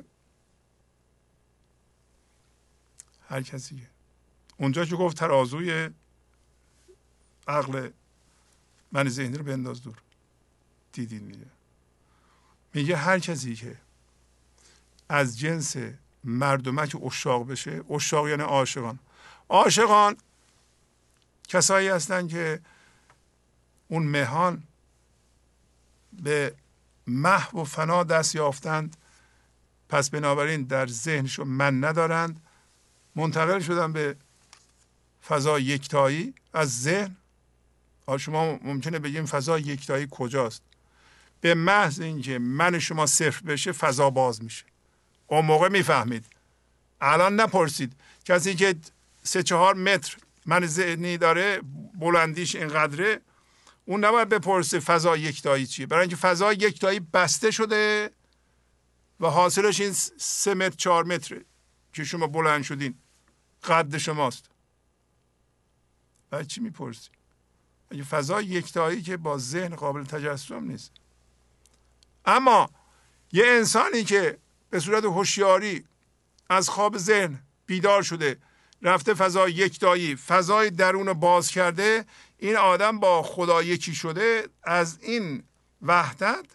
هر کسی که اونجا که گفت ترازوی عقل من ذهنی رو بنداز دور، دیدین میگه میگه هر کسی که از جنس مردمک عشاق بشه. عشاق یعنی عاشقان. عاشقان کسایی هستن که اون مهان به محو و فنا دست یافتند، پس بنابراین در ذهنشون من ندارند، منتقل شدن به فضا یکتایی از ذهن. شما ممکنه بگیم فضا یکتایی کجاست؟ به محض اینکه من شما صفر بشه فضا باز میشه. اون موقع میفهمید. الان نپرسید. کسی که سه چهار متر من ذهنی داره، بلندیش اینقدره، اون نباید بپرسه فضا یکتایی چیه، برای اینکه فضا یکتایی بسته شده و حاصلش این سه متر چهار متره که شما بلند شدین، قد شماست. برای چی میپرسی؟ اگه فضا یکتایی که با ذهن قابل تجسم نیست. اما یه انسانی که به صورت هوشیاری از خواب ذهن بیدار شده، رفته فضا یکتایی، فضای درون باز کرده، این آدم با خدا یکی شده. از این وحدت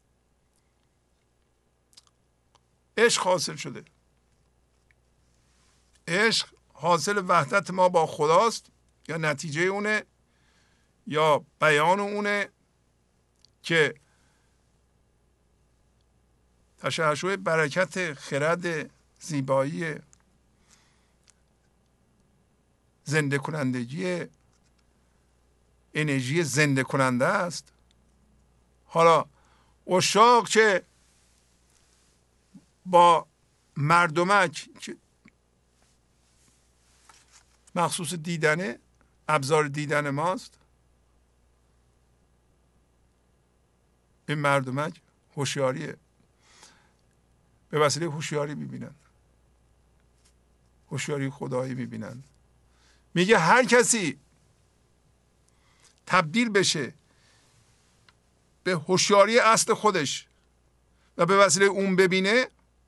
عشق حاصل شده. عشق حاصل وحدت ما با خداست، یا نتیجه اونه یا بیان اونه که تشعشع برکت، خرد، زیبایی، زنده کنندگی، انرژی زنده کننده است. حالا عشاق که با مردمک که مخصوص دیدنه، ابزار دیدن ماست، این مردمک هوشیاریه، به وسیله هوشیاری میبینن، هوشیاری خدایی میبینن. میگه هر کسی تبدیل بشه به هوشیاری اصل خودش و به وسیله اون ببینه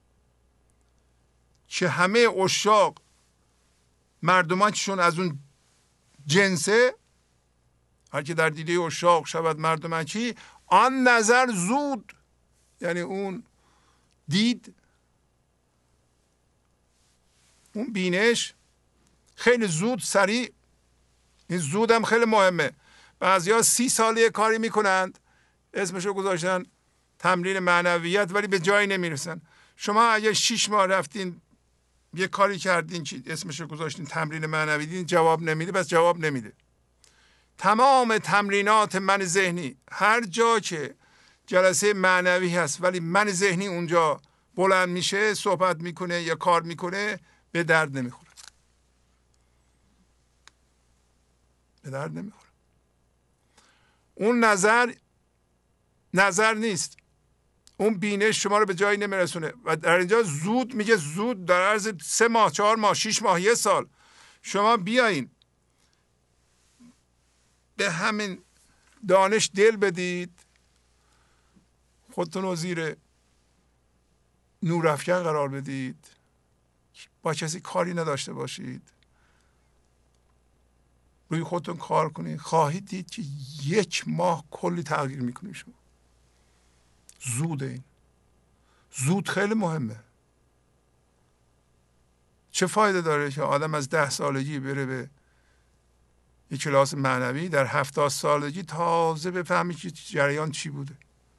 که همه عشاق مردمکشون از اون جنسه، هر که در دیده عشاق شود مردمکی، آن نظر زود، یعنی اون دید، اون بینش خیلی زود، سریع. این زود هم خیلی مهمه. بعضیا سی ساله کاری میکنند، اسمشو گذاشتن تمرین معنویت، ولی به جایی نمیرسن. شما اگه شیش ماه رفتین یه کاری کردین که اسمشو گذاشتین تمرین معنوی، دیدین جواب نمیده، بس جواب نمیده. تمام تمرینات من ذهنی، هر جا که جلسه معنوی هست ولی من ذهنی اونجا بلند میشه، صحبت میکنه یا کار میکنه، به درد نمیخوره، به درد نمیخوره. اون نظر نظر نیست، اون بینش شما رو به جایی نمیرسونه. و در اینجا زود میگه، زود در عرض سه ماه، چهار ماه، شیش ماه، یه سال شما بیاین به همین دانش دل بدید، خودتون رو زیر نورافکن قرار بدید، با کسی کاری نداشته باشید، روی خودتون کار کنید، خواهید دید که یک ماه کلی تغییر میکنید شما. زود، این زود خیلی مهمه. چه فایده داره که آدم از ده سالگی بره به یک کلاس معنوی، در هفتاد سالگی تازه بفهمی که جریان چی بوده.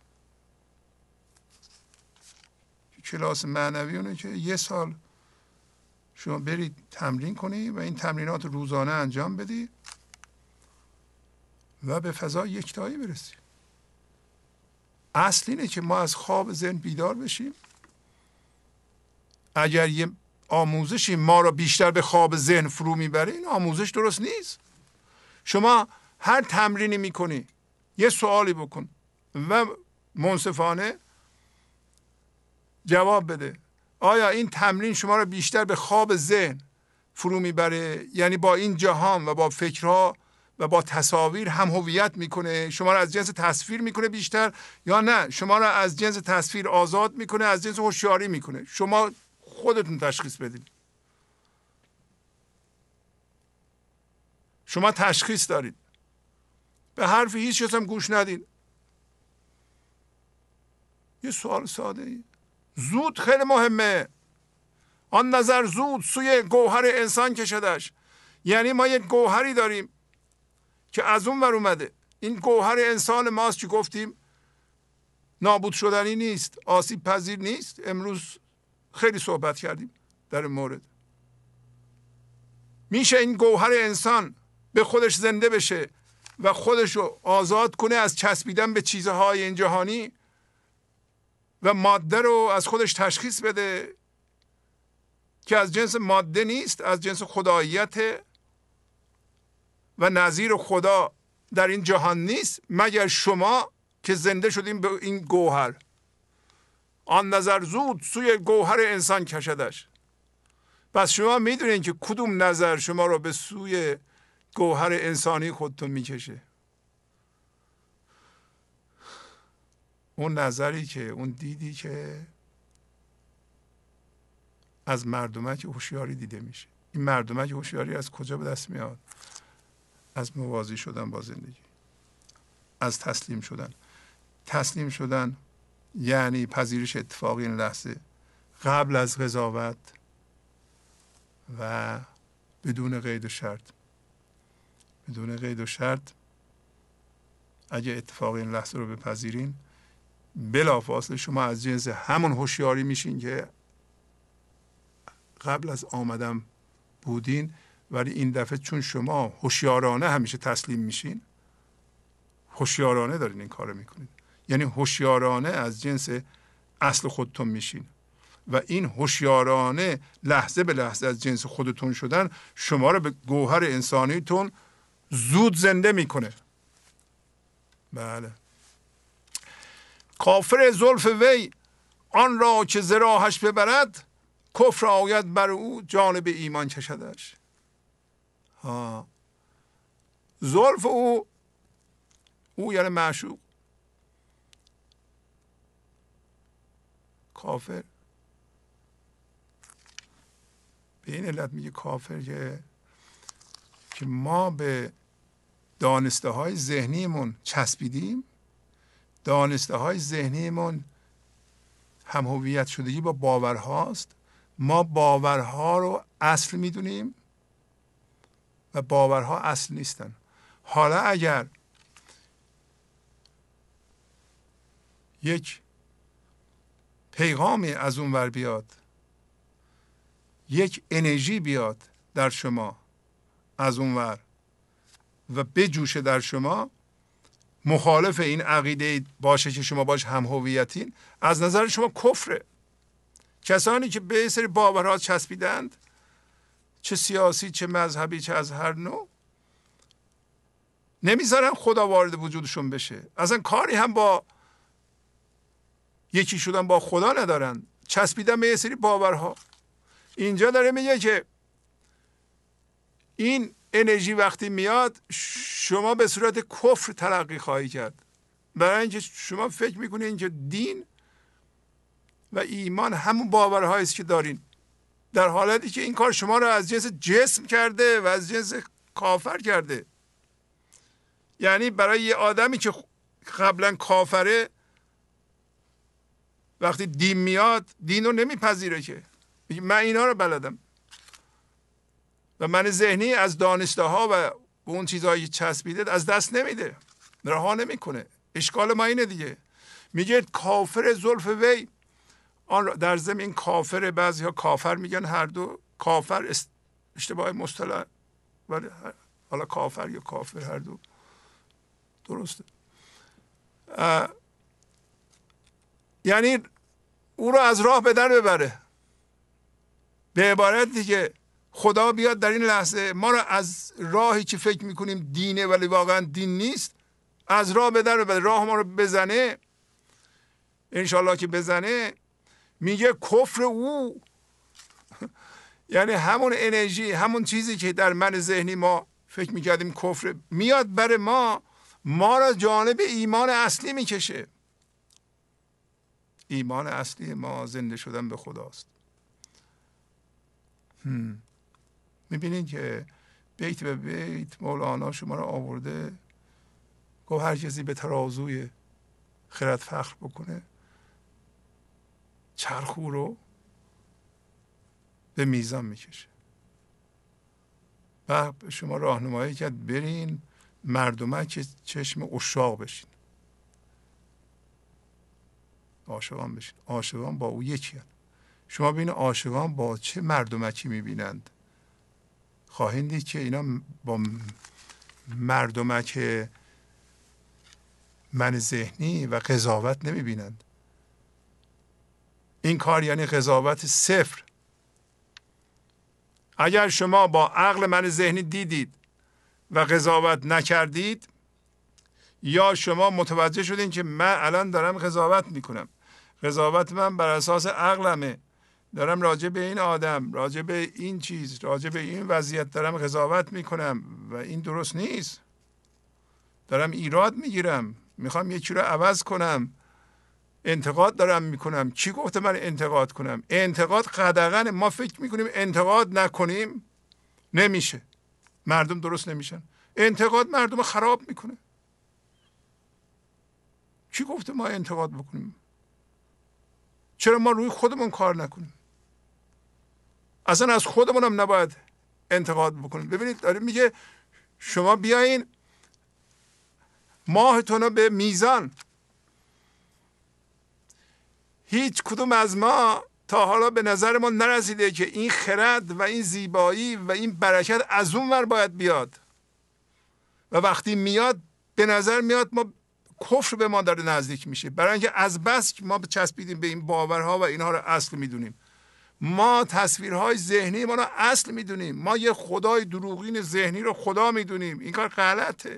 کلاس معنوی اونه که یه سال شما برید تمرین کنی و این تمرینات روزانه انجام بدی و به فضای یکتایی برسی. اصل اینه که ما از خواب ذهن بیدار بشیم. اگر یه آموزشی ما را بیشتر به خواب ذهن فرو میبره، این آموزش درست نیست. شما هر تمرینی میکنی یه سوالی بکن و منصفانه جواب بده. آیا این تمرین شما را بیشتر به خواب ذهن فرو میبره، یعنی با این جهان و با فکرها و با تصاویر هم هویت میکنه، شما را از جنس تصویر میکنه بیشتر، یا نه شما را از جنس تصویر آزاد میکنه، از جنس هوشیاری میکنه؟ شما خودتون تشخیص بدید. شما تشخیص دارید. به حرف هیچ کس هم گوش ندید. یه سوال ساده ای. زود خیلی مهمه. آن نظر زود سوی گوهر انسان کشدش. یعنی ما یک گوهری داریم که از اون ور اومده. این گوهر انسان ماست که گفتیم نابود شدنی نیست، آسیب پذیر نیست. امروز خیلی صحبت کردیم در این مورد. میشه این گوهر انسان به خودش زنده بشه و خودش رو آزاد کنه از چسبیدن به چیزهای این جهانی و ماده رو از خودش تشخیص بده که از جنس ماده نیست، از جنس خداییت و نظیر خدا در این جهان نیست مگر شما که زنده شدیم به این گوهر. آن نظر زود سوی گوهر انسان کشدش. پس شما میدونین که کدوم نظر شما رو به سوی گوهر انسانی خودتون میکشه. اون نظری که، اون دیدی که از مردمک هوشیاری دیده میشه. این مردمک هوشیاری از کجا به دست میاد؟ از موازی شدن با زندگی، از تسلیم شدن. تسلیم شدن یعنی پذیرش اتفاقی این لحظه قبل از قضاوت و بدون قید و شرط. بدون قید و شرط اگه اتفاقی این لحظه رو بپذیرین، بلافاصله شما از جنس همون هوشیاری میشین که قبل از آمدن بودین، ولی این دفعه چون شما هوشیارانه همیشه تسلیم میشین، هوشیارانه دارین این کارو میکنید، یعنی هوشیارانه از جنس اصل خودتون میشین و این هوشیارانه لحظه به لحظه از جنس خودتون شدن شما رو به گوهر انسانیتون زود زنده میکنه. بله. کافر زلف وی آن را که ز راهش ببرد، کفر آید بر او جانب ایمان کشدش. ها زلف او، او یعنی معشوق، کافر. به این علت میگه کافر که که ما به دانسته های ذهنیمون چسبیدیم. دانسته های ذهنیمون هم هویت شدگی با باورهاست. ما باورها رو اصل میدونیم و باورها اصل نیستن. حالا اگر یک پیغامی از اون ور بیاد، یک انرژی بیاد در شما از اون ور و بجوشه در شما، مخالف این عقیده باشه که شما باش هم هویتین، از نظر شما کفره. کسانی که به سری باورها چسبیدند، چه سیاسی چه مذهبی چه از هر نوع، نمیذارن خدا وارد وجودشون بشه، اصلا کاری هم با یکی شدن با خدا ندارن، چسبیدن به یه سری باورها. اینجا داره میگه که این انرژی وقتی میاد شما به صورت کفر تلقی خواهی کرد، برای اینکه شما فکر میکنین که دین و ایمان همون باورهایی است که دارین، در حالتی که این کار شما رو از جنس جسم کرده و از جنس کافر کرده. یعنی برای یه آدمی که قبلا کافره، وقتی دین میاد دین رو نمیپذیره، که من اینا رو بلدم و من ذهنی از دانسته ها و اون چیزهایی چسبیده از دست نمیده، رها نمیکنه. اشکال ما اینه دیگه. میگه کافر زلف وی آن در زمین کافر، بعضی ها کافر میگن، هر دو کافر اشتباه مصطلح، ولی حالا کافر یا کافر هر دو درسته. یعنی او رو از راه به در ببره. به عبارت دیگه خدا بیاد در این لحظه ما رو از راهی که فکر میکنیم دینه ولی واقعا دین نیست از راه به در ببره، راه ما رو بزنه. انشالله که بزنه. میگه کفر او یعنی همون انرژی، همون چیزی که در من ذهنی ما فکر میکردیم کفر، میاد بر ما، ما را جانب ایمان اصلی میکشه. ایمان اصلی ما زنده شدن به خداست. میبینید که بیت به بیت مولانا شما را آورده، گفت هر کسی به ترازوی خرد فخر بکنه، چرخو رو به میزان میکشه. و شما راهنمایی کرد برین مردمک چشم عشاق بشین، عاشقان بشین. عاشقان با او یکی هست. شما ببین عاشقان با چه مردمکی میبینند، خواهید دید که اینا با مردمک من ذهنی و قضاوت نمیبینند. این کار یعنی قضاوت صفر. اگر شما با عقل من ذهنی دیدید و قضاوت نکردید، یا شما متوجه شدین که من الان دارم قضاوت میکنم، قضاوت من بر اساس عقلمه، دارم راجع به این آدم، راجع به این چیز، راجع به این وضعیت دارم قضاوت میکنم و این درست نیست، دارم ایراد میگیرم، میخوام یکی رو عوض کنم، انتقاد دارم میکنم. کی گفته من انتقاد کنم؟ انتقاد قدغن. ما فکر میکنیم انتقاد نکنیم نمیشه، مردم درست نمیشن. انتقاد مردم خراب میکنه. کی گفته ما انتقاد بکنیم؟ چرا ما روی خودمون کار نکنیم؟ اصلا از خودمون هم نباید انتقاد بکنیم. ببینید داره میگه شما بیاین ماهتون رو به میزان هیچ کدوم از ما تا حالا به نظر ما نرسیده که این خرد و این زیبایی و این برکت از اون ور باید بیاد و وقتی میاد به نظر میاد ما کفر به ما داره نزدیک میشه، برای اینکه از بس ما چسبیدیم به این باورها و اینها رو اصل میدونیم. ما تصویرهای ذهنی ما رو اصل میدونیم، ما یه خدای دروغین ذهنی رو خدا میدونیم. این کار غلطه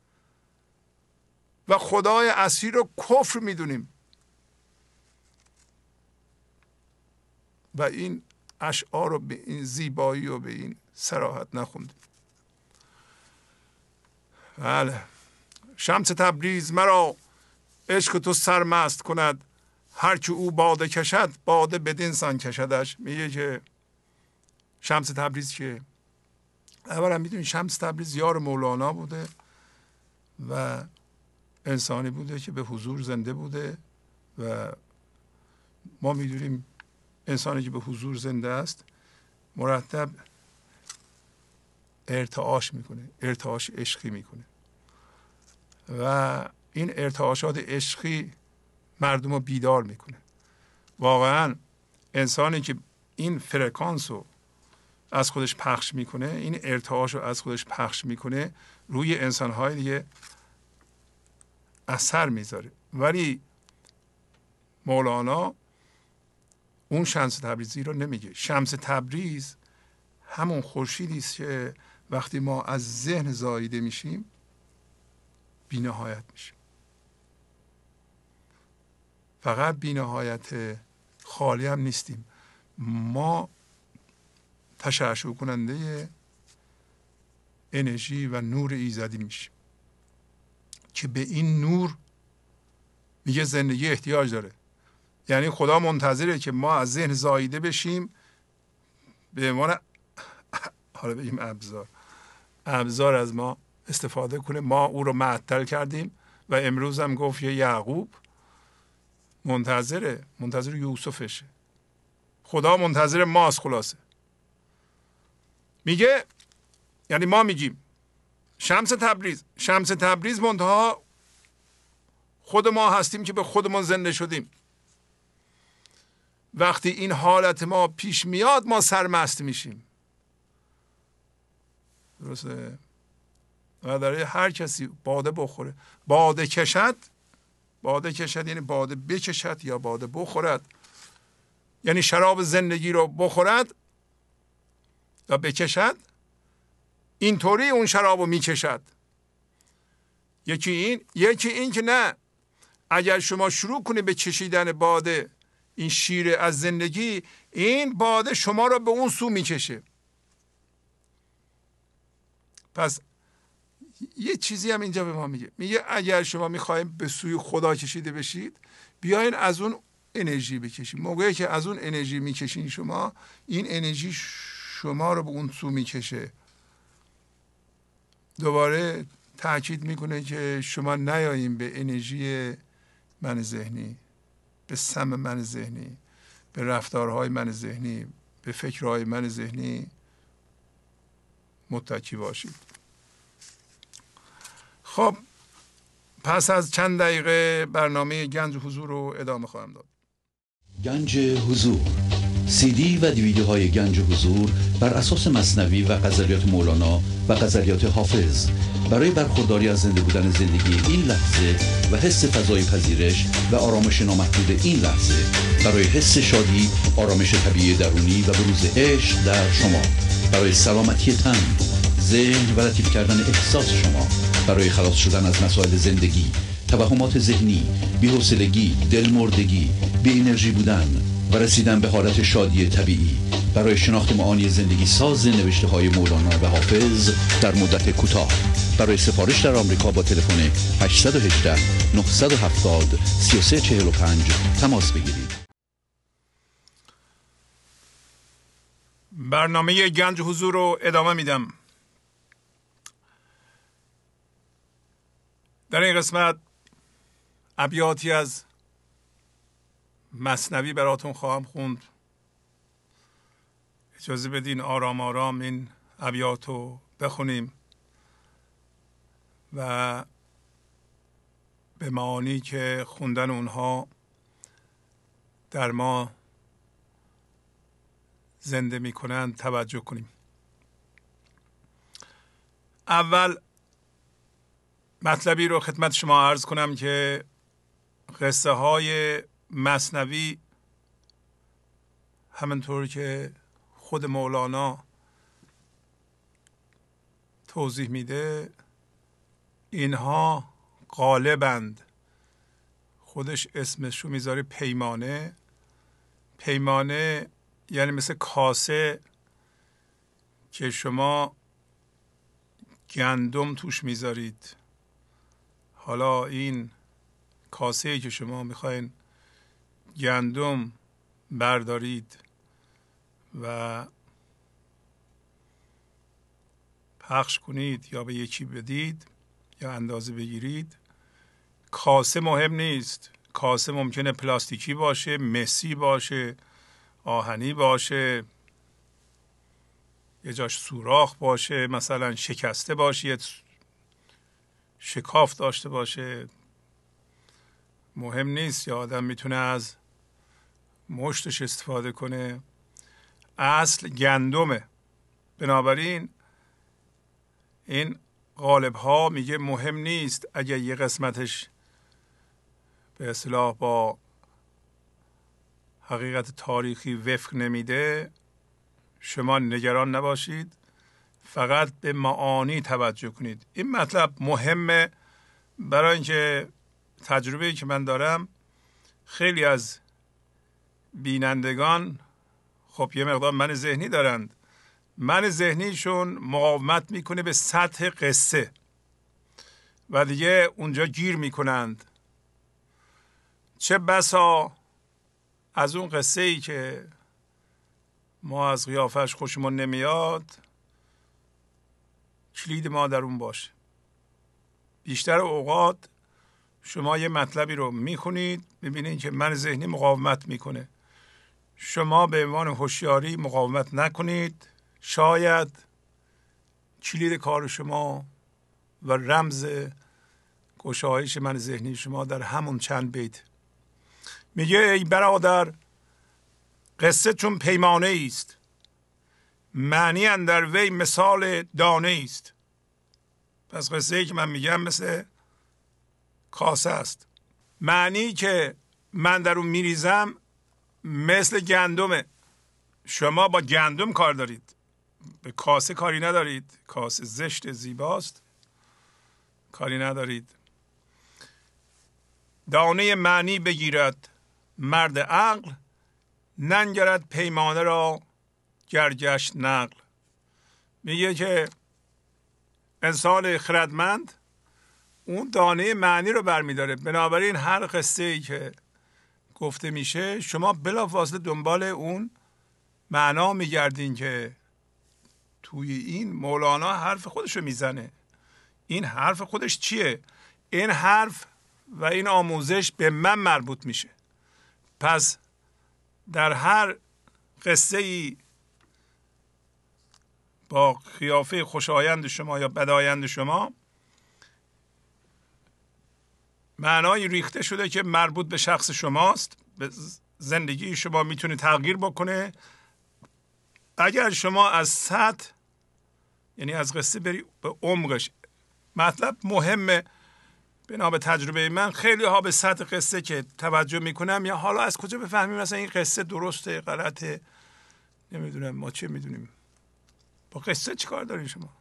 و خدای اصلی رو کفر میدونیم و این اشعار رو به این زیبایی و به این صراحت نخوندیم. بله، شمس تبریز مرا عشق تو سرمست کند، هرچه او باده کشد باده بدین سان کشدش. میگه که شمس تبریز که اولا میدونی شمس تبریز یار مولانا بوده و انسانی بوده که به حضور زنده بوده و ما میدونیم انسانی که به حضور زنده است مرتب ارتعاش میکنه، ارتعاش عشقی میکنه و این ارتعاشات عشقی مردم رو بیدار میکنه. واقعا انسانی که این فرکانس رو از خودش پخش میکنه، این ارتعاش رو از خودش پخش میکنه، روی انسانهای دیگه اثر میذاره. ولی مولانا اون شمس تبریزی رو نمیگه. شمس تبریز همون خورشیدی است که وقتی ما از ذهن زاییده میشیم بی نهایت میشیم. فقط بی نهایت خالی هم نیستیم، ما تشعشع کننده انرژی و نور ایزدی میشیم که به این نور میگه زندگی احتیاج داره. یعنی خدا منتظره که ما از ذهن زاییده بشیم به عنوان حالا بگیم ابزار ابزار از ما استفاده کنه. ما او رو معطل کردیم و امروز هم گفت یه یعقوب منتظره منتظر یوسفشه. خدا منتظر ماست. خلاصه میگه، یعنی ما میگیم شمس تبریز شمس تبریز منتها خود ما هستیم که به خودمون زنده شدیم. وقتی این حالت ما پیش میاد ما سرمست میشیم. درسته؟ و داره هر کسی باده بخوره، باده کشد، باده کشد یعنی باده بکشد یا باده بخورد، یعنی شراب زندگی رو بخورد یا بکشد، اینطوری اون شراب رو میکشد. یکی این یکی این که نه، اگر شما شروع کنی به چشیدن باده، این شیر از زندگی، این باده شما رو به اون سو میکشه. پس یه چیزی هم اینجا به ما میگه، میگه اگر شما میخوایم به سوی خدا کشیده بشید بیاین از اون انرژی بکشید. موقعی که از اون انرژی میکشین شما، این انرژی شما رو به اون سو میکشه. دوباره تاکید میکنه که شما نیاییم به انرژی من ذهنی، به سم من ذهنی، به رفتارهای من ذهنی، به فکرهای من ذهنی متکی باشید. خب پس از چند دقیقه برنامه گنج حضور رو ادامه خواهم داد. گنج حضور، سی دی و دیویدیوهای گنج حضور بر اساس مثنوی و غزلیات مولانا و غزلیات حافظ برای برخورداری از زنده بودن زندگی این لحظه و حس فضای پذیرش و آرامش نامحدود این لحظه، برای حس شادی، آرامش طبیعی درونی و بروز عشق در شما، برای سلامتی تن، ذهن و لطیف کردن احساس شما، برای خلاص شدن از مسائل زندگی، توهمات ذهنی، بی‌حوصلگی، دلمردگی، بی انرژی بودن و رسیدن به حالت شادی طبیعی، برای شناخت معانی زندگی ساز نوشته های مولانا و حافظ در مدت کوتاه. برای سفارش در آمریکا با تلفن هشت یک هشت نه هفت صفر سه سه چهار پنج تماس بگیرید. برنامه گنج حضور رو ادامه میدم. در این قسمت ابیاتی از مثنوی براتون خواهم خوند. اجازه بدین آرام آرام این ابیات رو بخونیم و به معانی که خوندن اونها در ما زنده می کنند توجه کنیم. اول مطلبی رو خدمت شما عرض کنم که قصه های مثنوی همونطور که خود مولانا توضیح میده اینها غالبند. خودش اسمش رو میذاره پیمانه. پیمانه یعنی مثل کاسه که شما گندم توش میذارید. حالا این کاسه‌ای که شما میخواین گندم بردارید و پخش کنید یا به یکی بدید یا اندازه بگیرید، کاسه مهم نیست. کاسه ممکنه پلاستیکی باشه، مسی باشه، آهنی باشه، یه جاش سوراخ باشه، مثلا شکسته باشه، یه شکاف داشته باشه، مهم نیست. یا آدم میتونه از مشتش استفاده کنه. اصل گندمه. بنابراین این غالب ها میگه مهم نیست اگر یه قسمتش به اصطلاح با حقیقت تاریخی وفق نمیده، شما نگران نباشید، فقط به معانی توجه کنید. این مطلب مهمه برای اینکه تجربه‌ای که من دارم خیلی از بینندگان خب یه مقدار من ذهنی دارند. من ذهنیشون مقاومت میکنه به سطح قصه و دیگه اونجا گیر میکنند. چه بسا از اون قصه ای که ما از قیافش خوشمون نمیاد کلید ما در اون باشه. بیشتر اوقات شما یه مطلبی رو میخونید میبینید که من ذهنی مقاومت میکنه. شما به عنوان هوشیاری مقاومت نکنید، شاید کلید کار شما و رمز گشایش من ذهنی شما در همون چند بیت. میگه ای برادر قصه چون پیمانه است، معنی اندر وی مثال دانه است. پس قصه ای که من میگم مثل کاسه است. معنی که من در اون میریزم مثل گندمه. شما با گندم کار دارید، به کاسه کاری ندارید. کاسه زشت زیباست، کاری ندارید. دانه معنی بگیرد مرد عقل، ننگرد پیمانه را گرگشت نقل. میگه که انسان خردمند اون دانه معنی رو برمیداره. بنابراین هر قصه ای که گفته میشه شما بلافاصله دنبال اون معنا میگردین که توی این مولانا حرف خودش رو میزنه. این حرف خودش چیه؟ این حرف و این آموزش به من مربوط میشه. پس در هر قصه ای با قیافه خوشایند شما یا بدایند شما معنای ریخته شده که مربوط به شخص شماست، به زندگی شما میتونه تغییر بکنه. اگر شما از سطح یعنی از قصه بری به عمقش. مطلب مهمه. بنا به تجربه من خیلی ها به سطح قصه که توجه میکنم یا حالا از کجا بفهمیم مثلا این قصه درسته غلطه نمیدونم، ما چه میدونیم، با قصه چی کار دارین شما؟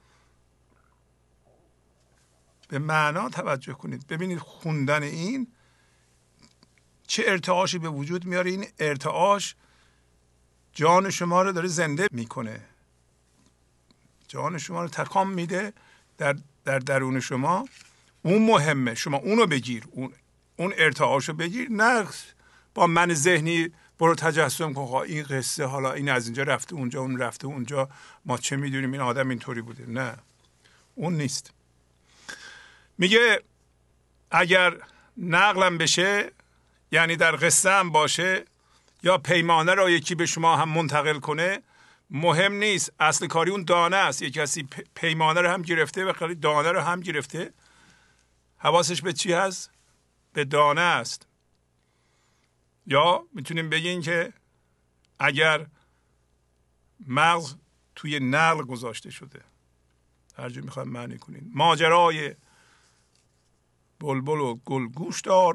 به معنا توجه کنید. ببینید خوندن این چه ارتعاشی به وجود میاره. این ارتعاش جان شما رو داره زنده میکنه، جان شما رو تکان میده در در درون شما. اون مهمه. شما اونو بگیر، اون اون ارتعاشو بگیر، نه با من ذهنی برو تجسم کن این قصه حالا این از اینجا رفته اونجا، اون رفته اونجا، ما چه میدونیم این آدم اینطوری بوده. نه، اون نیست. میگه اگر نقلم بشه یعنی در قصه هم باشه یا پیمانه را یکی به شما هم منتقل کنه، مهم نیست. اصل کاری اون دانه است. یک کسی پیمانه رو هم گرفته و خیلی دانه رو هم گرفته، حواسش به چی هست؟ به دانه است. یا میتونیم بگیم که اگر مغز توی نقل گذاشته شده، هر جور میخوایم معنی کنین، ماجرای بلبل و گل گوش دار،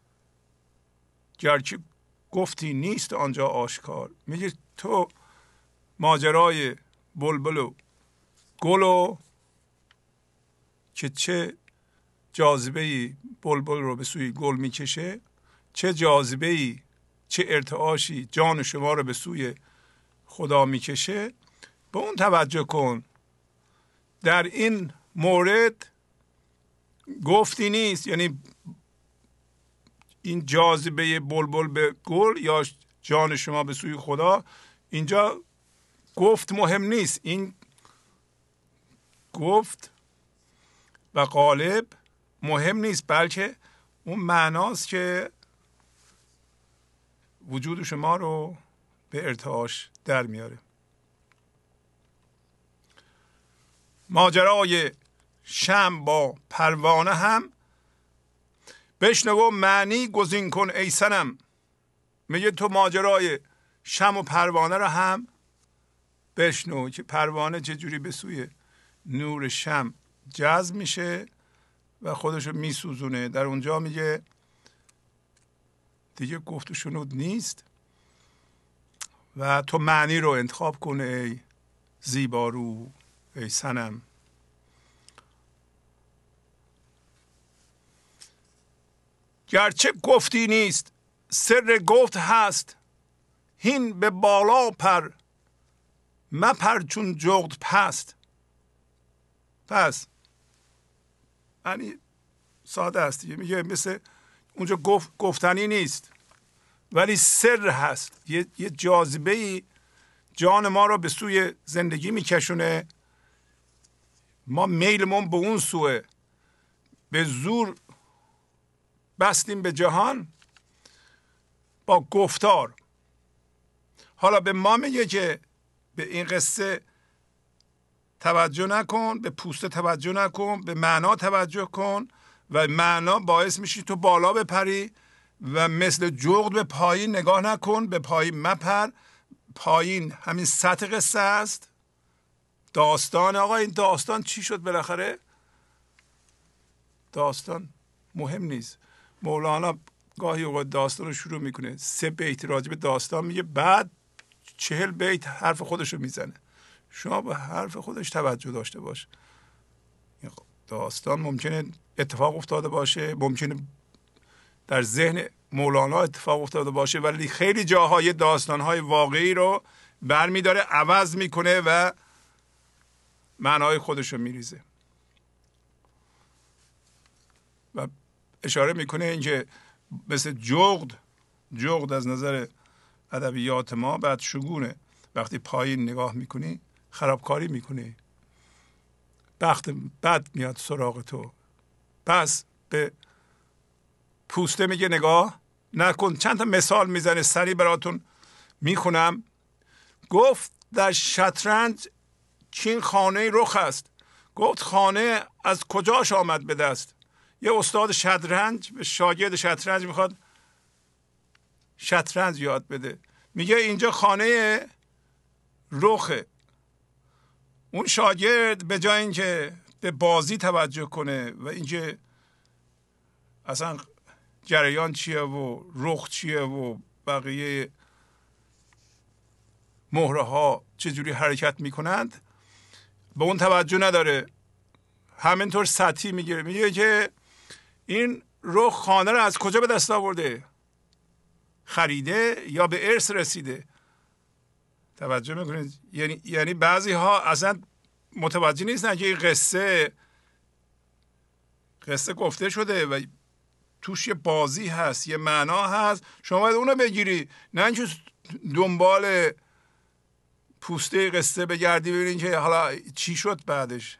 گرچه گفتی نیست آنجا آشکار. میگه تو ماجرای بلبل و گل و که چه جاذبه‌ای بلبل رو به سوی گل میکشه، چه جاذبه‌ای چه ارتعاشی جان شما رو به سوی خدا میکشه، به اون توجه کن. در این مورد گفتی نیست، یعنی این جاذبه بلبل به گل یا جان شما به سوی خدا، اینجا گفت مهم نیست. این گفت و قالب مهم نیست، بلکه اون معناست که وجود شما رو به ارتعاش در میاره. ماجرای شمع با پروانه هم بشنو معنی گزین کن ای صنم. میگه تو ماجرای شمع و پروانه رو هم بشنو که پروانه چجوری به سوی نور شمع جذب میشه و خودشو میسوزونه. در اونجا میگه دیگه گفت و شنود نیست و تو معنی رو انتخاب کن ای زیبارو ای صنم. گرچه گفتی نیست سر گفت هست، هین به بالا پر مپر چون جغد پست. پس یعنی ساده است دیگه، میگه مثل اونجا گفت گفتنی نیست ولی سر هست، یه, یه جاذبه‌ای جان ما رو به سوی زندگی میکشونه. ما میلمون به اون سوه، به زور بستیم به جهان با گفتار. حالا به ما میگه که به این قصه توجه نکن، به پوسته توجه نکن، به معنا توجه کن و معنا باعث میشی تو بالا بپری و مثل جغد به پایین نگاه نکن، به پایین مپر. پایین همین سطح قصه است، داستان. آقا این داستان چی شد بالاخره؟ داستان مهم نیست. مولانا گاهی اوقات داستان رو شروع میکنه، سه بیت راجع به داستان میگه، بعد چهل بیت حرف خودش رو میزنه. شما به حرف خودش توجه داشته باش. داستان ممکنه اتفاق افتاده باشه، ممکنه در ذهن مولانا اتفاق افتاده باشه، ولی خیلی جاهای داستانهای واقعی رو برمیداره، عوض میکنه و معنای خودش رو میریزه و اشاره میکنه اینکه مثل جغد، جغد از نظر ادبیات ما بعد شگونه، وقتی پایین نگاه میکنی خرابکاری میکنی، بخت بد میاد سراغ تو. پس به پوسته میگه نگاه نکن. چند تا مثال میزنه، سریع براتون میخونم. گفت در شطرنج چین خانه رخ است. گفت خانه از کجاش آمد به دست؟ یه استاد شطرنج به شاگرد شطرنج میخواد شطرنج یاد بده، میگه اینجا خانه رخه. اون شاگرد به جای اینکه به بازی توجه کنه و اینکه اصلا جریان چیه و رخ چیه و بقیه مهره ها چجوری حرکت میکنند، به اون توجه نداره، همینطور سطحی میگیره. میگه که این رخ خانه رو از کجا به دست آورده؟ خریده یا به ارث رسیده؟ توجه میکنید؟ یعنی یعنی بعضی ها اصلا متوجه نیستن که این قصه قصه گفته شده و توش یه بازی هست، یه معنا هست، شما باید اونو بگیری، نه اینکه دنبال پوسته قصه بگردی ببینید که حالا چی شد بعدش.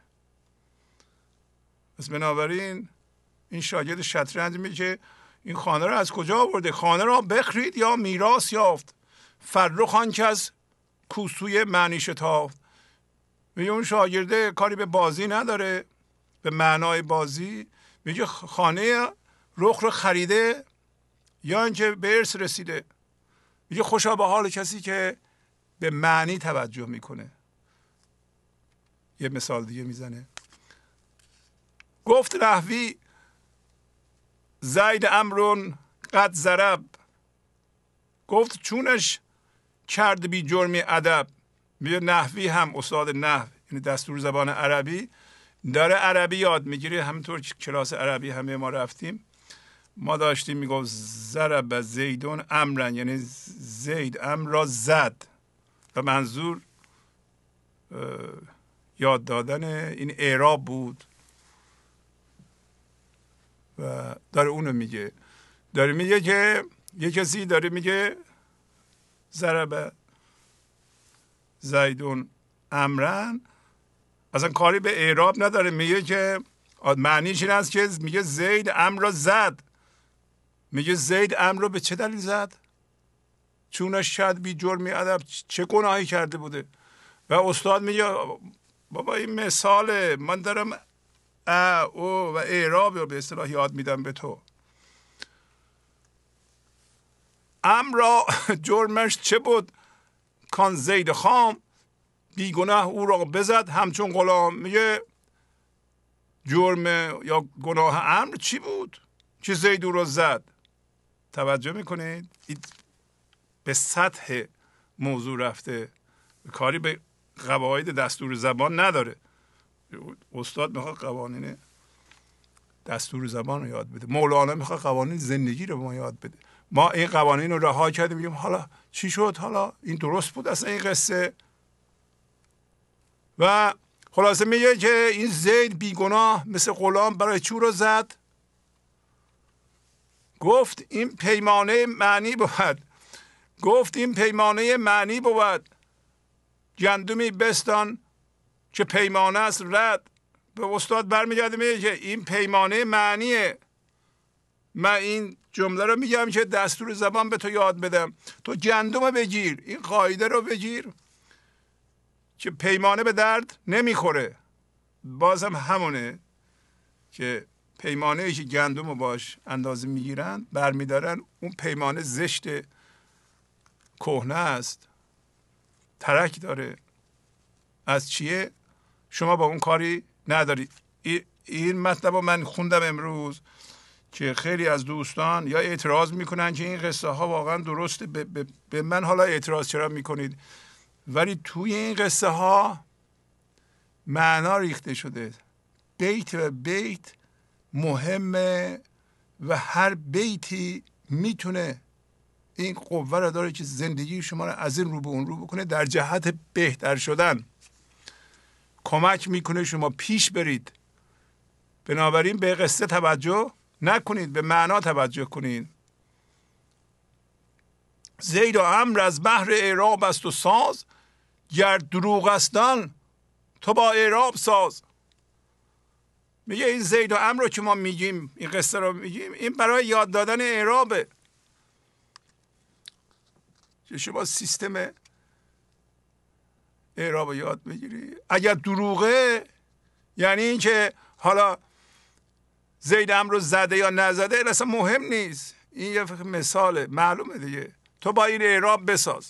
پس بنابراین این شاگرد شطرنج میگه این خانه رو از کجا آورده؟ خانه را بخرید یا میراث یافت، فرخ آن که از کوسوی معنی شتافت. میگه اون شاگرده کاری به بازی نداره، به معنای بازی. میگه خانه رخ رو خریده یا اینکه به ارث رسیده. میگه خوشا به حال کسی که به معنی توجه میکنه. یه مثال دیگه میزنه، گفت نحوی زید امرون قد ضرب، گفت چونش کرد بی جرمی ادب. میگه نحوی هم استاد نحو، یعنی دستور زبان عربی، داره عربی یاد میگیره. همینطور کلاس عربی همه ما رفتیم، ما داشتیم میگفت ضرب زیدون امرن، یعنی زید امر را زد، و منظور یاد دادن این اعراب بود. و داره اونو میگه، داره میگه که یه کسی داره میگه ضرب زیدون امرن، اصلا کاری به اعراب نداره، میگه که معنیش این است که میگه زید امر را زد. میگه زید امر رو به چه دلیل زد؟ چونش شد بی جرمی ادب، چه گناهی کرده بوده؟ و استاد میگه بابا این مثاله، من دارم ا او و اعراب رو به اصطلاح یاد میدم به تو. امر را جرمش چه بود کان زید خام، بی گناه او را بزد همچون غلام. میگه جرم یا گناه امر چی بود که زید او را زد؟ توجه میکنید؟ به سطح موضوع رفته، کاری به قواعد دستور زبان نداره. استاد میخواد قوانین دستور زبان رو یاد بده، مولانا میخواد قوانین زندگی رو به ما یاد بده. ما این قوانین رو رها کردیم، میگیم حالا چی شد؟ حالا این درست بود اصلا این قصه؟ و خلاصه میگه که این زید بیگناه مثل غلام برای چو رو زد. گفت این پیمانه معنی بود، گفت این پیمانه معنی بود، گندمی بستان که پیمانه است رد. به استاد برمیگرده میگه که این پیمانه معنیه. من این جمله رو میگم که دستور زبان به تو یاد بدم، تو گندم بگیر، این قاعده رو بگیر که پیمانه به درد نمیخوره. بازم همونه که پیمانه ای که گندم رو باش اندازه میگیرن برمیدارن، اون پیمانه زشت کهنه است، ترک داره، از چیه؟ شما با اون کاری نداری. این مطلب رو من خوندم امروز که خیلی از دوستان یا اعتراض میکنن که این قصه ها واقعا درسته، به, به, به من حالا اعتراض چرا میکنید؟ ولی توی این قصه ها معنا ریخته شده، بیت و بیت مهمه و هر بیتی میتونه این قوه رو داره که زندگی شما رو از این رو به اون رو بکنه، در جهت بهتر شدن کمک میکنه شما پیش برید. بنابراین به قصه توجه نکنید، به معنا توجه کنید. زید و امر از بحر اعراب است و ساز، گر دروغ استان تو با اعراب ساز. میگه این زید و امر رو که ما میگیم، این قصه رو میگیم، این برای یاد دادن اعرابه که شما سیستم اعراب رو یاد بگیری. اگر دروغه یعنی این که حالا زید امر رو زده یا نزده این اصلا مهم نیست، این یه مثاله، معلومه دیگه، تو با این اعراب بساز،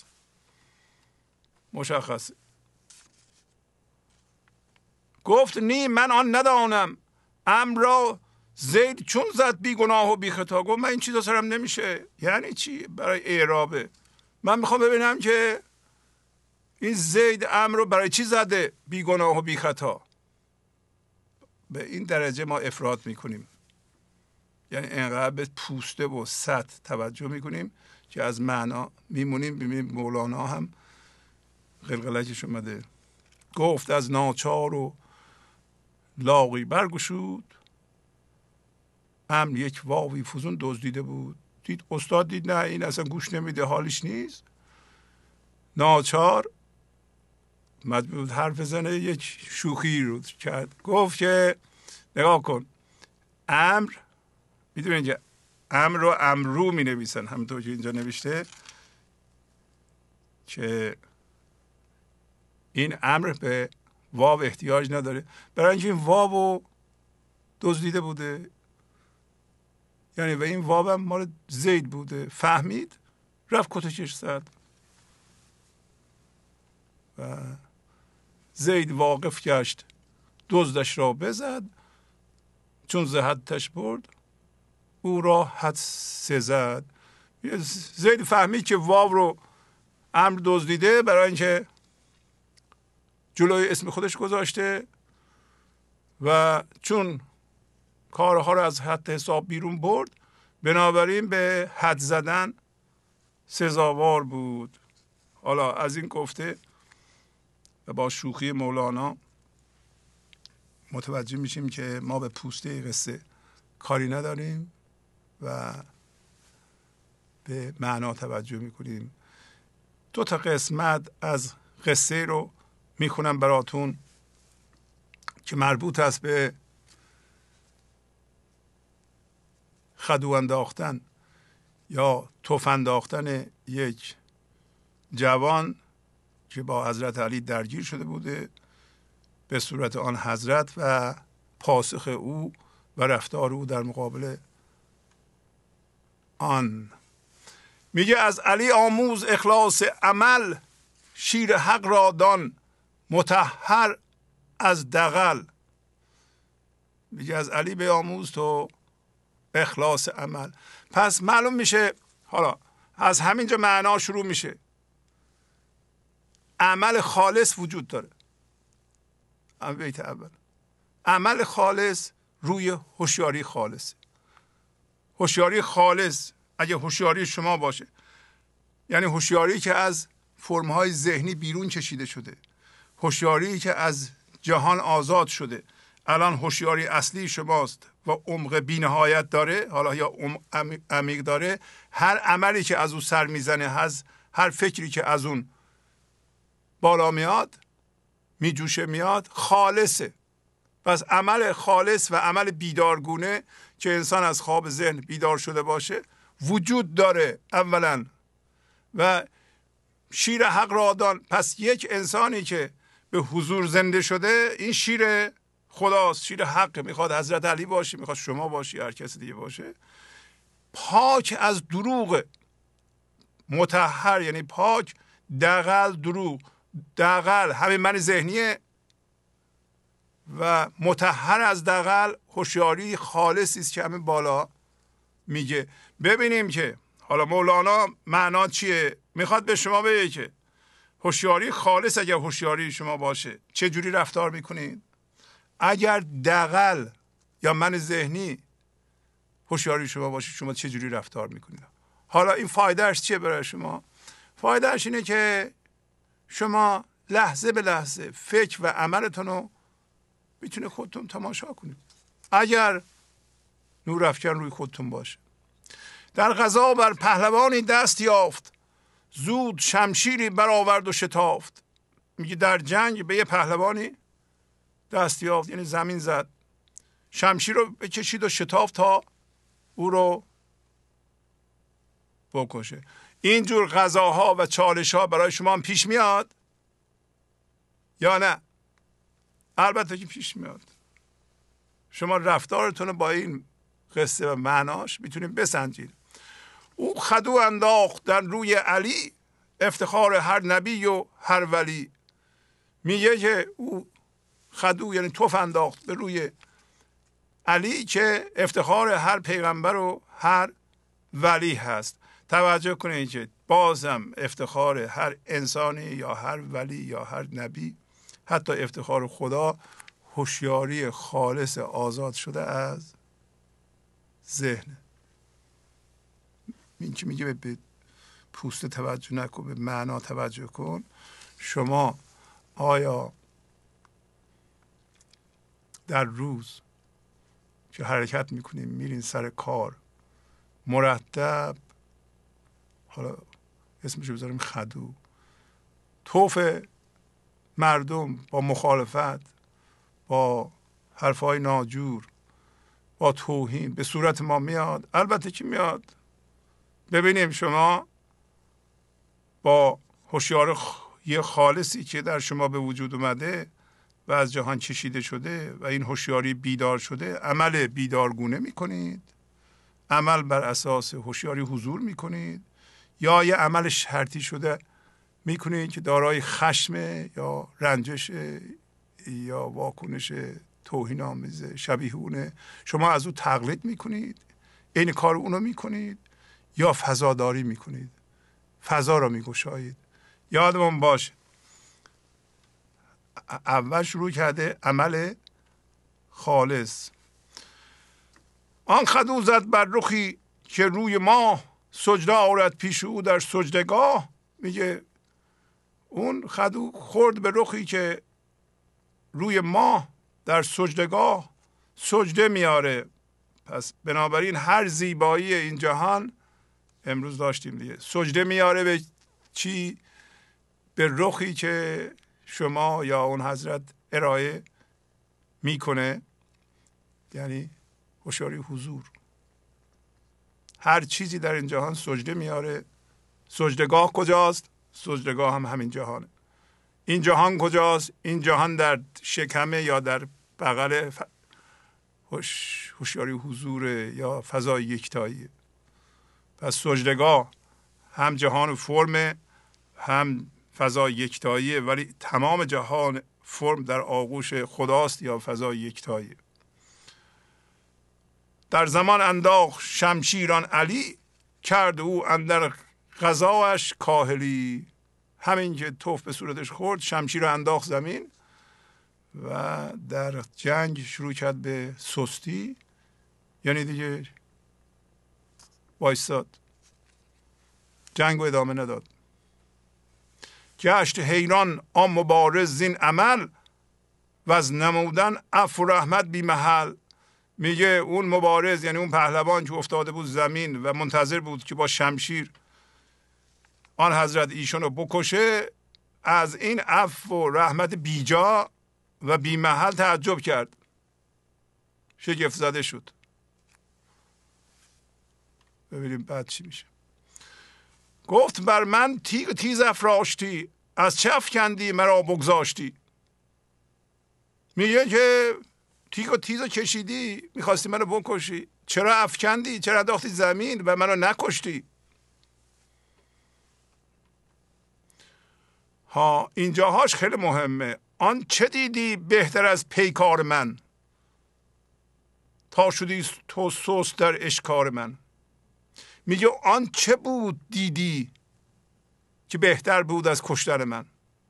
مشخصه. گفت نی من آن ندانم، امر را زید چون زد بی گناه و بی خطا. گفت من این چیزا سرم نمیشه. یعنی چی؟ برای اعرابه. من میخوام ببینم که این زید امر رو برای چی زده بی گناه و بی خطا. به این درجه ما افراد میکنیم، یعنی انقدر به پوسته و سطح توجه میکنیم که از معنا میمونیم. ببینیم مولانا هم قلقلکش اومده، گفت از ناچار و لاغی برگشود، امر یک واوی فزون دزدیده بود. دید استاد دید نه این اصلا گوش نمیده، حالش نیست، ناچار مجبور بود حرف بزنه، یک شوخی رو کرد. گفت که نگاه کن، امر، میدونی اینجا امر رو امرو می نویسن، همونطور که اینجا نوشته که این امر به واو احتیاج نداره، برای اینکه این واو دزدیده بوده. یعنی و این واو مال زید بوده. فهمید، رفت کتکش زد و زید واقف گشت، دزدش را بزد، چون ز حدش برد او را حد سزد. زید فهمید که واو رو امر دزدیده، برای اینکه جلوی اسم خودش گذاشته و چون کارها رو از حد حساب بیرون برد، بنابراین به حد زدن سزاوار بود. حالا از این گفته و با شوخی مولانا متوجه میشیم که ما به پوسته قصه کاری نداریم و به معنا توجه میکنیم. دو تا قسمت از قصه رو میخونم براتون که مربوط است به خدو انداختن یا تف انداختن یک جوان که با حضرت علی درگیر شده بوده به صورت آن حضرت و پاسخ او و رفتار او در مقابل آن. میگه از علی آموز اخلاص عمل، شیر حق را دان مطهر از دغل. میگه از علی به آموز تو اخلاص عمل. پس معلوم میشه، حالا از همینجا معنا شروع میشه، عمل خالص وجود داره. بیت اول عمل خالص روی هوشیاری خالص. هوشیاری خالص اگه هوشیاری شما باشه، یعنی هوشیاری که از فرم‌های ذهنی بیرون کشیده شده، هوشیاری که از جهان آزاد شده، الان هوشیاری اصلی شماست و عمق بی‌نهایت داره، حالا یا عمیق داره، هر عملی که از اون سر میزنه، هر فکری که از اون بالا میاد میجوشه میاد خالصه. پس عمل خالص و عمل بیدارگونه که انسان از خواب ذهن بیدار شده باشه وجود داره اولا. و شیر حق را دان، پس یک انسانی که به حضور زنده شده این شیر خداست، شیر حق. میخواد حضرت علی باشه، میخواد شما باشی، هر کسی دیگه باشه، پاک از دروغ، مطهر یعنی پاک، دغل دروغ، دغل همین من ذهنیه و مطهر از دغل هوشیاری خالصی است که همین بالا میگه. ببینیم که حالا مولانا معنا چیه. میخواد به شما بگه که هوشیاری خالص اگر هوشیاری شما باشه چه جوری رفتار میکنید. اگر دغل یا من ذهنی هوشیاری شما باشه شما چه جوری رفتار میکنید. حالا این فایدهش چیه برای شما؟ فایدهش اینه که شما لحظه به لحظه فکر و عملتون رو میتونه خودتون تماشا کنید اگر نور افکن روی خودتون باشه. در غزا بر پهلوانی دست یافت، زود شمشیری برآورد و شتافت. میگه در جنگ به یه پهلوانی دست یافت، یعنی زمین زد، شمشیر رو بکشید و شتافت تا او رو بکشه. اینجور غذاها و چالش ها برای شما هم پیش میاد یا نه؟ البته که پیش میاد. شما رفتارتون رو با این قصه و معناش میتونید بسنجید. او خدو انداخت در روی علی، افتخار هر نبی و هر ولی. میگه که او خدو یعنی تف انداخت به روی علی که افتخار هر پیغمبر و هر ولی هست. توجه کنید که بازم افتخار هر انسانی یا هر ولی یا هر نبی، حتی افتخار خدا، هوشیاری خالص آزاد شده از ذهن. این که میگه به پوست توجه نکن، به معنا توجه کن. شما آیا در روز که حرکت میکنیم میرین سر کار مرتب، حالا اسمش بذاریم خدو، توف مردم با مخالفت، با حرفای ناجور، با توهین به صورت ما میاد؟ البته که میاد. ببینیم شما با هوشیاری یه خالصی که در شما به وجود اومده و از جهان چشیده شده و این هوشیاری بیدار شده، عمل بیدارگونه میکنید، عمل بر اساس هوشیاری حضور میکنید یا یه عمل شرطی شده میکنید که دارای خشم یا رنجش یا واکنش توهین آمیز شبیهونه، شما از او تقلید میکنید، این کار اونو میکنید یا فضاداری میکنید، فضا را میگشایید. یادمون باشه اول شروع کرده عمل خالص. آن خدو زد بر رخی که روی ماه، سجده آورد پیش او در سجدگاه. میگه اون خدو خورد به رخی که روی ماه در سجدگاه سجده میاره. پس بنابراین هر زیبایی این جهان امروز داشتیم دیگه، سجده میاره به چی؟ به رخی که شما یا اون حضرت ارائه میکنه، یعنی هوشیاری حضور. هر چیزی در این جهان سجده میاره. سجدگاه کجاست؟ سجدگاه هم همین جهانه. این جهان کجاست؟ این جهان در شکمه یا در بغل ف... هوش... هوشیاری حضور یا فضای یکتایی. پس سجدگاه هم جهان فرم هم فضای یکتاییه، ولی تمام جهان فرم در آغوش خداست یا فضای یکتایی. در زمان انداخت شمشیران علی، کرد او اندر غزاش کاهلی. همین که توف به صورتش خورد شمشیر رو انداخت زمین و در جنگ شروع کرد به سستی، یعنی دیگه وایستاد، جنگ رو ادامه نداد. گشت حیران آن مبارز زین عمل، و از نمودن عفو و رحمت بی محل. میگه اون مبارز یعنی اون پهلوان که افتاده بود زمین و منتظر بود که با شمشیر آن حضرت ایشون رو بکشه، از این عفو و رحمت بیجا و بی محل تعجب کرد، شگفت زده شد. ببینیم بعد چی میشه. گفت بر من تیغ تیز افراشتی، از چه افکندی مرا بگذاشتی. میگه که تیغ و تیز کشیدی، میخواستی منو بکشی، چرا افکندی، چرا انداختی زمین و منو نکشتی. ها اینجاهاش خیلی مهمه. آن چه دیدی بهتر از پیکار من، تا شدی تو سست در اشکار من. میگه آن چه بود دیدی که بهتر بود از کشتن من.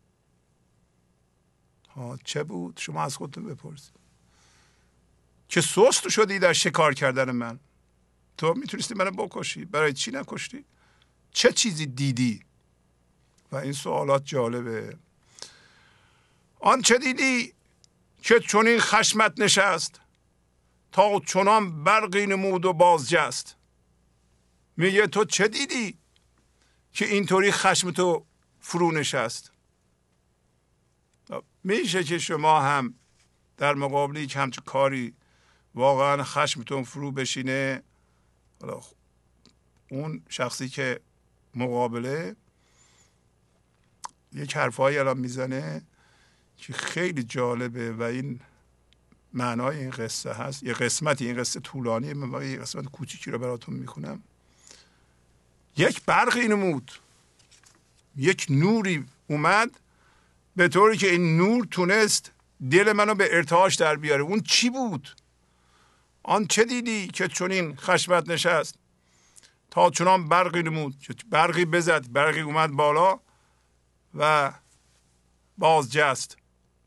ها چه بود؟ شما از خودتون بپرسید که سست شدی در شکار کردن من. تو میتونستی منو بکشی، برای چی نکشتی؟ چه چیزی دیدی؟ و این سوالات جالبه. آن چه دیدی که چنین خشمت نشست، تا چنان برقی نمود و بازجست. میگه تو چه دیدی که اینطوری خشم تو فرو نشست. میشه که شما هم در مقابلی که همچه کاری واقعا خشمتون فرو بشینه، حالا اون شخصی که مقابله یک حرفایی الان میزنه که خیلی جالبه و این معنای این قصه هست. یه قسمتی، این قصه طولانیه، من واقعا یه قسمت کوچیکی رو براتون میخونم. یک برقی نمود، یک نوری اومد به طوری که این نور تونست دل منو به ارتعاش در بیاره. اون چی بود؟ آن چه دیدی که چنین خشمت نشست، تا چنان برقی نمود، برقی بزد، برقی اومد بالا و بازجست.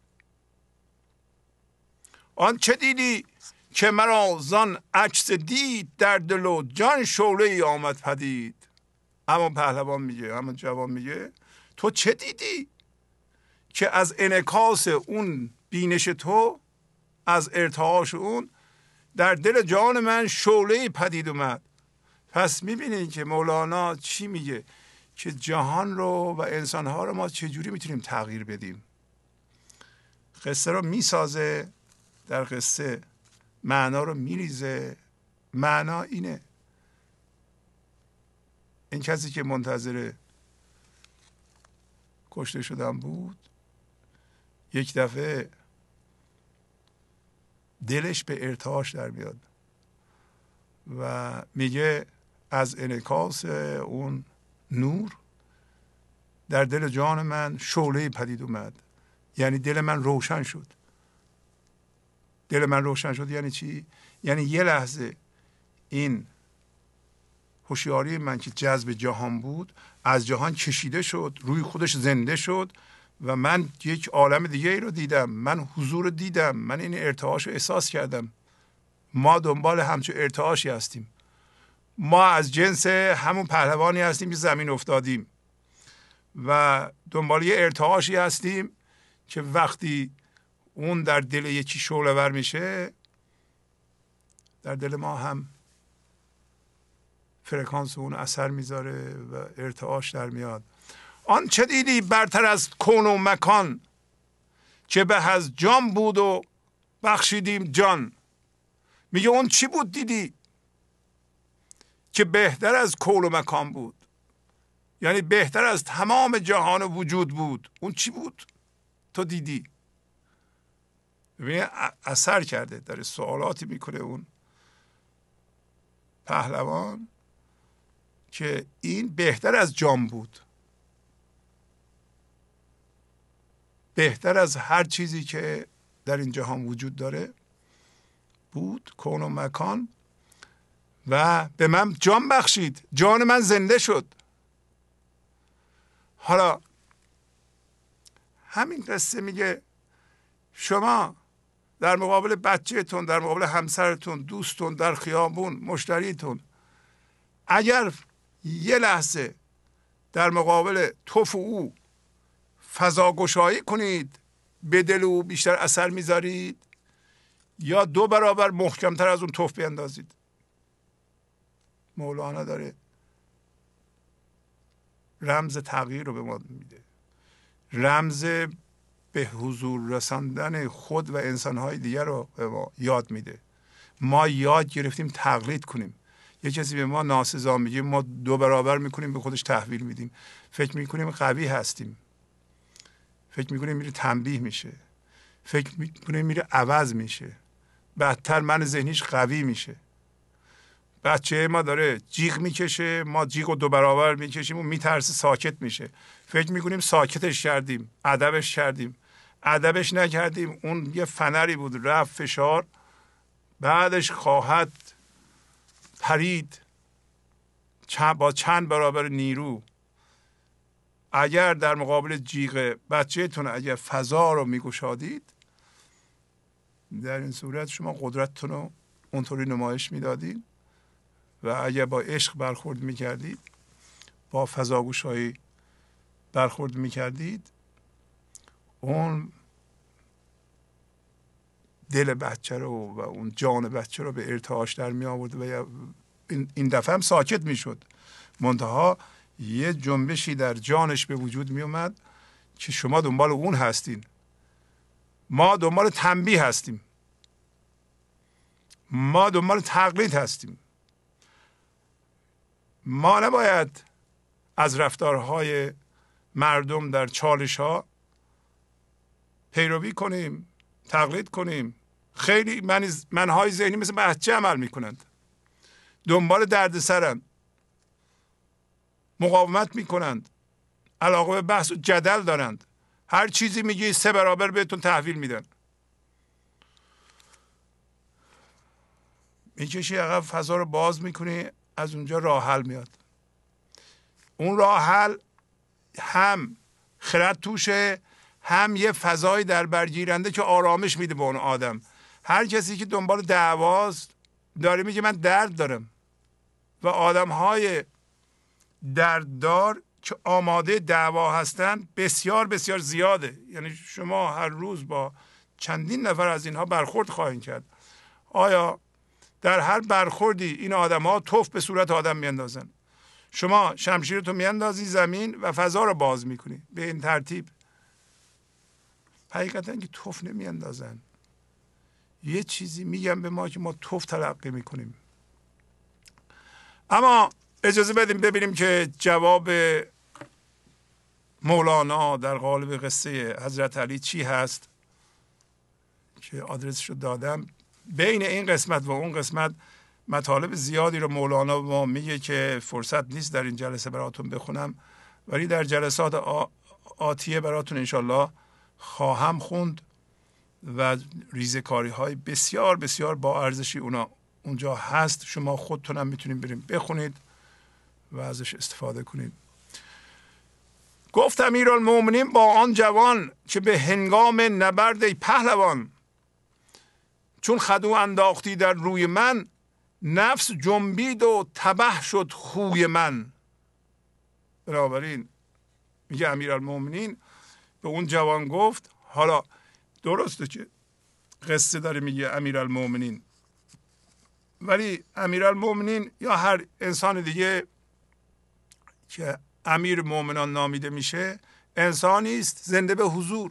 آن چه دیدی که مرا زان عکس دید، در دل و جان شعله ای آمد پدید. اما پهلوان میگه، اما جوان میگه تو چه دیدی که از انعکاس اون بینش تو، از ارتعاش اون، در دل جان من شعله پدید اومد. پس میبینید که مولانا چی میگه؟ که جهان رو و انسانها رو ما چجوری میتونیم تغییر بدیم. قصه رو میسازه، در قصه معنا رو میریزه. معنا اینه، این کسی که منتظر کشته شدن بود، یک دفعه دلش به ارتعاش در میاد و میگه از انعکاس اون نور در دل جان من شعله پدید اومد، یعنی دل من روشن شد. دل من روشن شد یعنی چی؟ یعنی یه لحظه این هوشیاری من که جذب جهان بود از جهان کشیده شد، روی خودش زنده شد و من یک عالم دیگه ای رو دیدم، من حضور رو دیدم، من این ارتعاش رو احساس کردم. ما دنبال همچون ارتعاشی هستیم، ما از جنس همون پهلوانی هستیم که زمین افتادیم و دنبال یه ارتعاشی هستیم که وقتی اون در دل یکی شعله ور میشه در دل ما هم فرکانس اون اثر میذاره و ارتعاش در میاد. آن چه دیدی برتر از کون و مکان، چه به از جان بود و بخشیدیم جان. میگه اون چی بود دیدی که بهتر از کون و مکان بود، یعنی بهتر از تمام جهان وجود بود. اون چی بود تو دیدی؟ ببینید اثر کرده، داره سوالاتی میکنه اون پهلوان که این بهتر از جان بود، بهتر از هر چیزی که در این جهان وجود داره بود، کون و مکان، و به من جان بخشید، جان من زنده شد. حالا همین قصه میگه شما در مقابل بچه‌تون، در مقابل همسرتون، دوستتون، در خیابون، مشتریتون، اگر یه لحظه در مقابل توف او فضا گشایی کنید، به دل او بیشتر اثر میذارید یا دو برابر محکمتر از اون توف بیندازید. مولانا داره رمز تغییر رو به ما میده، رمز به حضور رساندن خود و انسانهای دیگر رو به ما یاد میده. ما یاد گرفتیم تقلید کنیم. یه کسی به ما ناسزا میگه، ما دو برابر میکنیم به خودش تحویل میدیم، فکر میکنیم قوی هستیم، فکر میکنیم میره تنبیه میشه، فکر میکنیم میره عوض میشه، بدتر من ذهنیش قوی میشه. بچه ما داره جیغ میکشه، ما جیغ رو دو برابر میکشیم و میترسه ساکت میشه، فکر میکنیم ساکتش کردیم، ادبش کردیم، ادبش نکردیم، اون یه فنری بود رفت فشار، بعدش خواهد پرید با چند برابر نیرو. اگر در مقابل جیغ بچهتون اگر فضا رو میگشادید، در این صورت شما قدرتتون رو اونطوری نمایش میدادید و اگر با عشق برخورد میکردید، با فضاگوشایی برخورد میکردید، اون دل بچه رو و اون جان بچه رو به ارتعاش در می آورد و این دفعه هم ساکت می شد، منتها یه جنبشی در جانش به وجود می اومد که شما دنبال اون هستین، ما دنبال تنبیه هستیم، ما دنبال تقلید هستیم. ما نباید از رفتارهای مردم در چالش ها پیروی کنیم، تقلید کنیم. خیلی من منهای ذهنی مثل بچه عمل میکنند، دنبال دردسرند، مقاومت میکنند، علاقه به بحث و جدل دارند، هر چیزی میگی سه برابر بهتون تحویل میدن. میکشی عقب، فضا رو باز میکنی، از اونجا راه حل میاد. اون راه حل هم خرد توشه، هم یه فضای در برگیرنده که آرامش میده به اون آدم. هر کسی که دنبال دعواست داره میگه من درد دارم، و آدم های درددار که آماده دعوا هستن بسیار بسیار زیاده. یعنی شما هر روز با چندین نفر از اینها برخورد خواهید کرد. آیا در هر برخوردی این آدم ها توف به صورت آدم میاندازن؟ شما شمشیرتو میاندازی زمین و فضا رو باز میکنی به این ترتیب. حقیقتا که توف نمیاندازن، یه چیزی میگن به ما که ما توف تلقی میکنیم. اما اجازه بدیم ببینیم که جواب مولانا در قالب قصه حضرت علی چی هست که آدرسش رو دادم. بین این قسمت و اون قسمت مطالب زیادی رو مولانا ما میگه که فرصت نیست در این جلسه براتون بخونم، ولی در جلسات آتیه براتون انشالله خواهم خوند و ریزکاری های بسیار بسیار با ارزشی اونا اونجا هست. شما خودتونم میتونید بریم بخونید و ازش استفاده کنید. گفت امیرالمومنین با آن جوان که به هنگام نبرد پهلوان، چون خدو انداختی در روی من، نفس جنبید و تبه شد خوی من. بنابراین میگه امیرالمومنین به اون جوان گفت، حالا درسته که قصه داره میگه امیرالمومنین، ولی امیرالمومنین یا هر انسان دیگه که امیر مومنان نامیده میشه انسانی است زنده به حضور،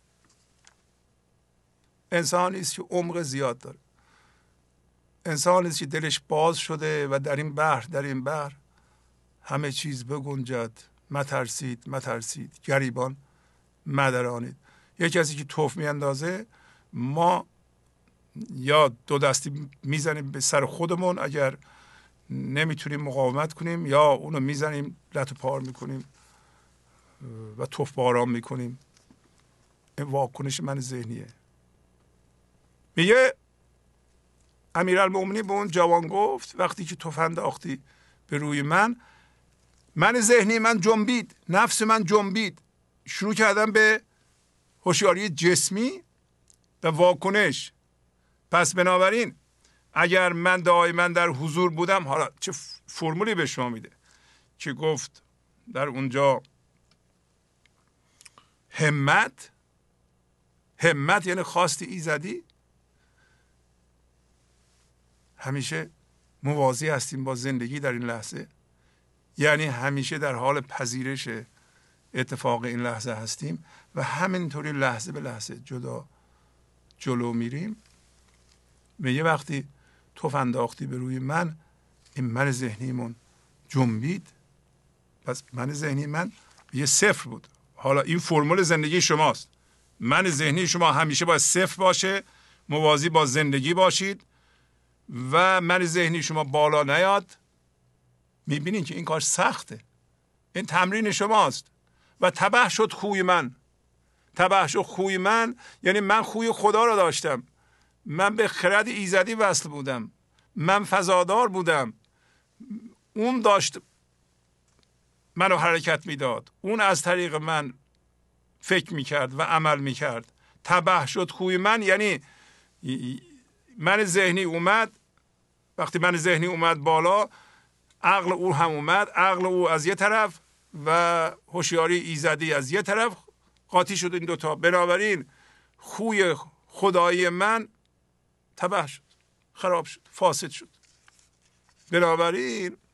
انسانی است که عمق زیاد داره، انسانی است که دلش باز شده و در این بحر در این بحر همه چیز بگنجد. مترسید مترسید گریبان مدرانید. یک کسی که توف میاندازه ما یا دو دستی میزنیم به سر خودمون اگر نمیتونیم مقاومت کنیم، یا اونو میزنیم لط و پار میکنیم و توف باران میکنیم. این واکنش من ذهنیه. میگه امیرالمومنین به اون جوان گفت وقتی که توف انداختی به روی من، من ذهنی من جنبید، نفس من جنبید، شروع کردم به هوشیاری جسمی و واکنش. پس بنابراین اگر من دائما در حضور بودم، حالا چه فرمولی به شما میده که گفت در اونجا همت، همت یعنی خواست ایزدی، همیشه موازی هستیم با زندگی در این لحظه، یعنی همیشه در حال پذیرش اتفاق این لحظه هستیم و همینطوری لحظه به لحظه جدا جلو میریم. میگه وقتی توف انداختی به روی من، این من ذهنیمون جنبید. پس من ذهنی من یه صفر بود. حالا این فرمول زندگی شماست. من ذهنی شما همیشه باید صفر باشه، موازی با زندگی باشید و من ذهنی شما بالا نیاد. میبینید که این کار سخته، این تمرین شماست. و تبه شد خوی من. تبه شد خوی من یعنی من خوی خدا را داشتم، من به خرد ایزدی وصل بودم، من فضادار بودم، اون داشت منو حرکت میداد، اون از طریق من فکر میکرد و عمل میکرد. تبه شد خوی من یعنی من ذهنی اومد. وقتی من ذهنی اومد بالا، عقل او هم اومد، عقل او از یه طرف و هوشیاری ایزدی از یه طرف قاطی شد این دوتا. بنابراین خوی خدایی من تبه شد، خراب شد، فاسد شد. بنابراین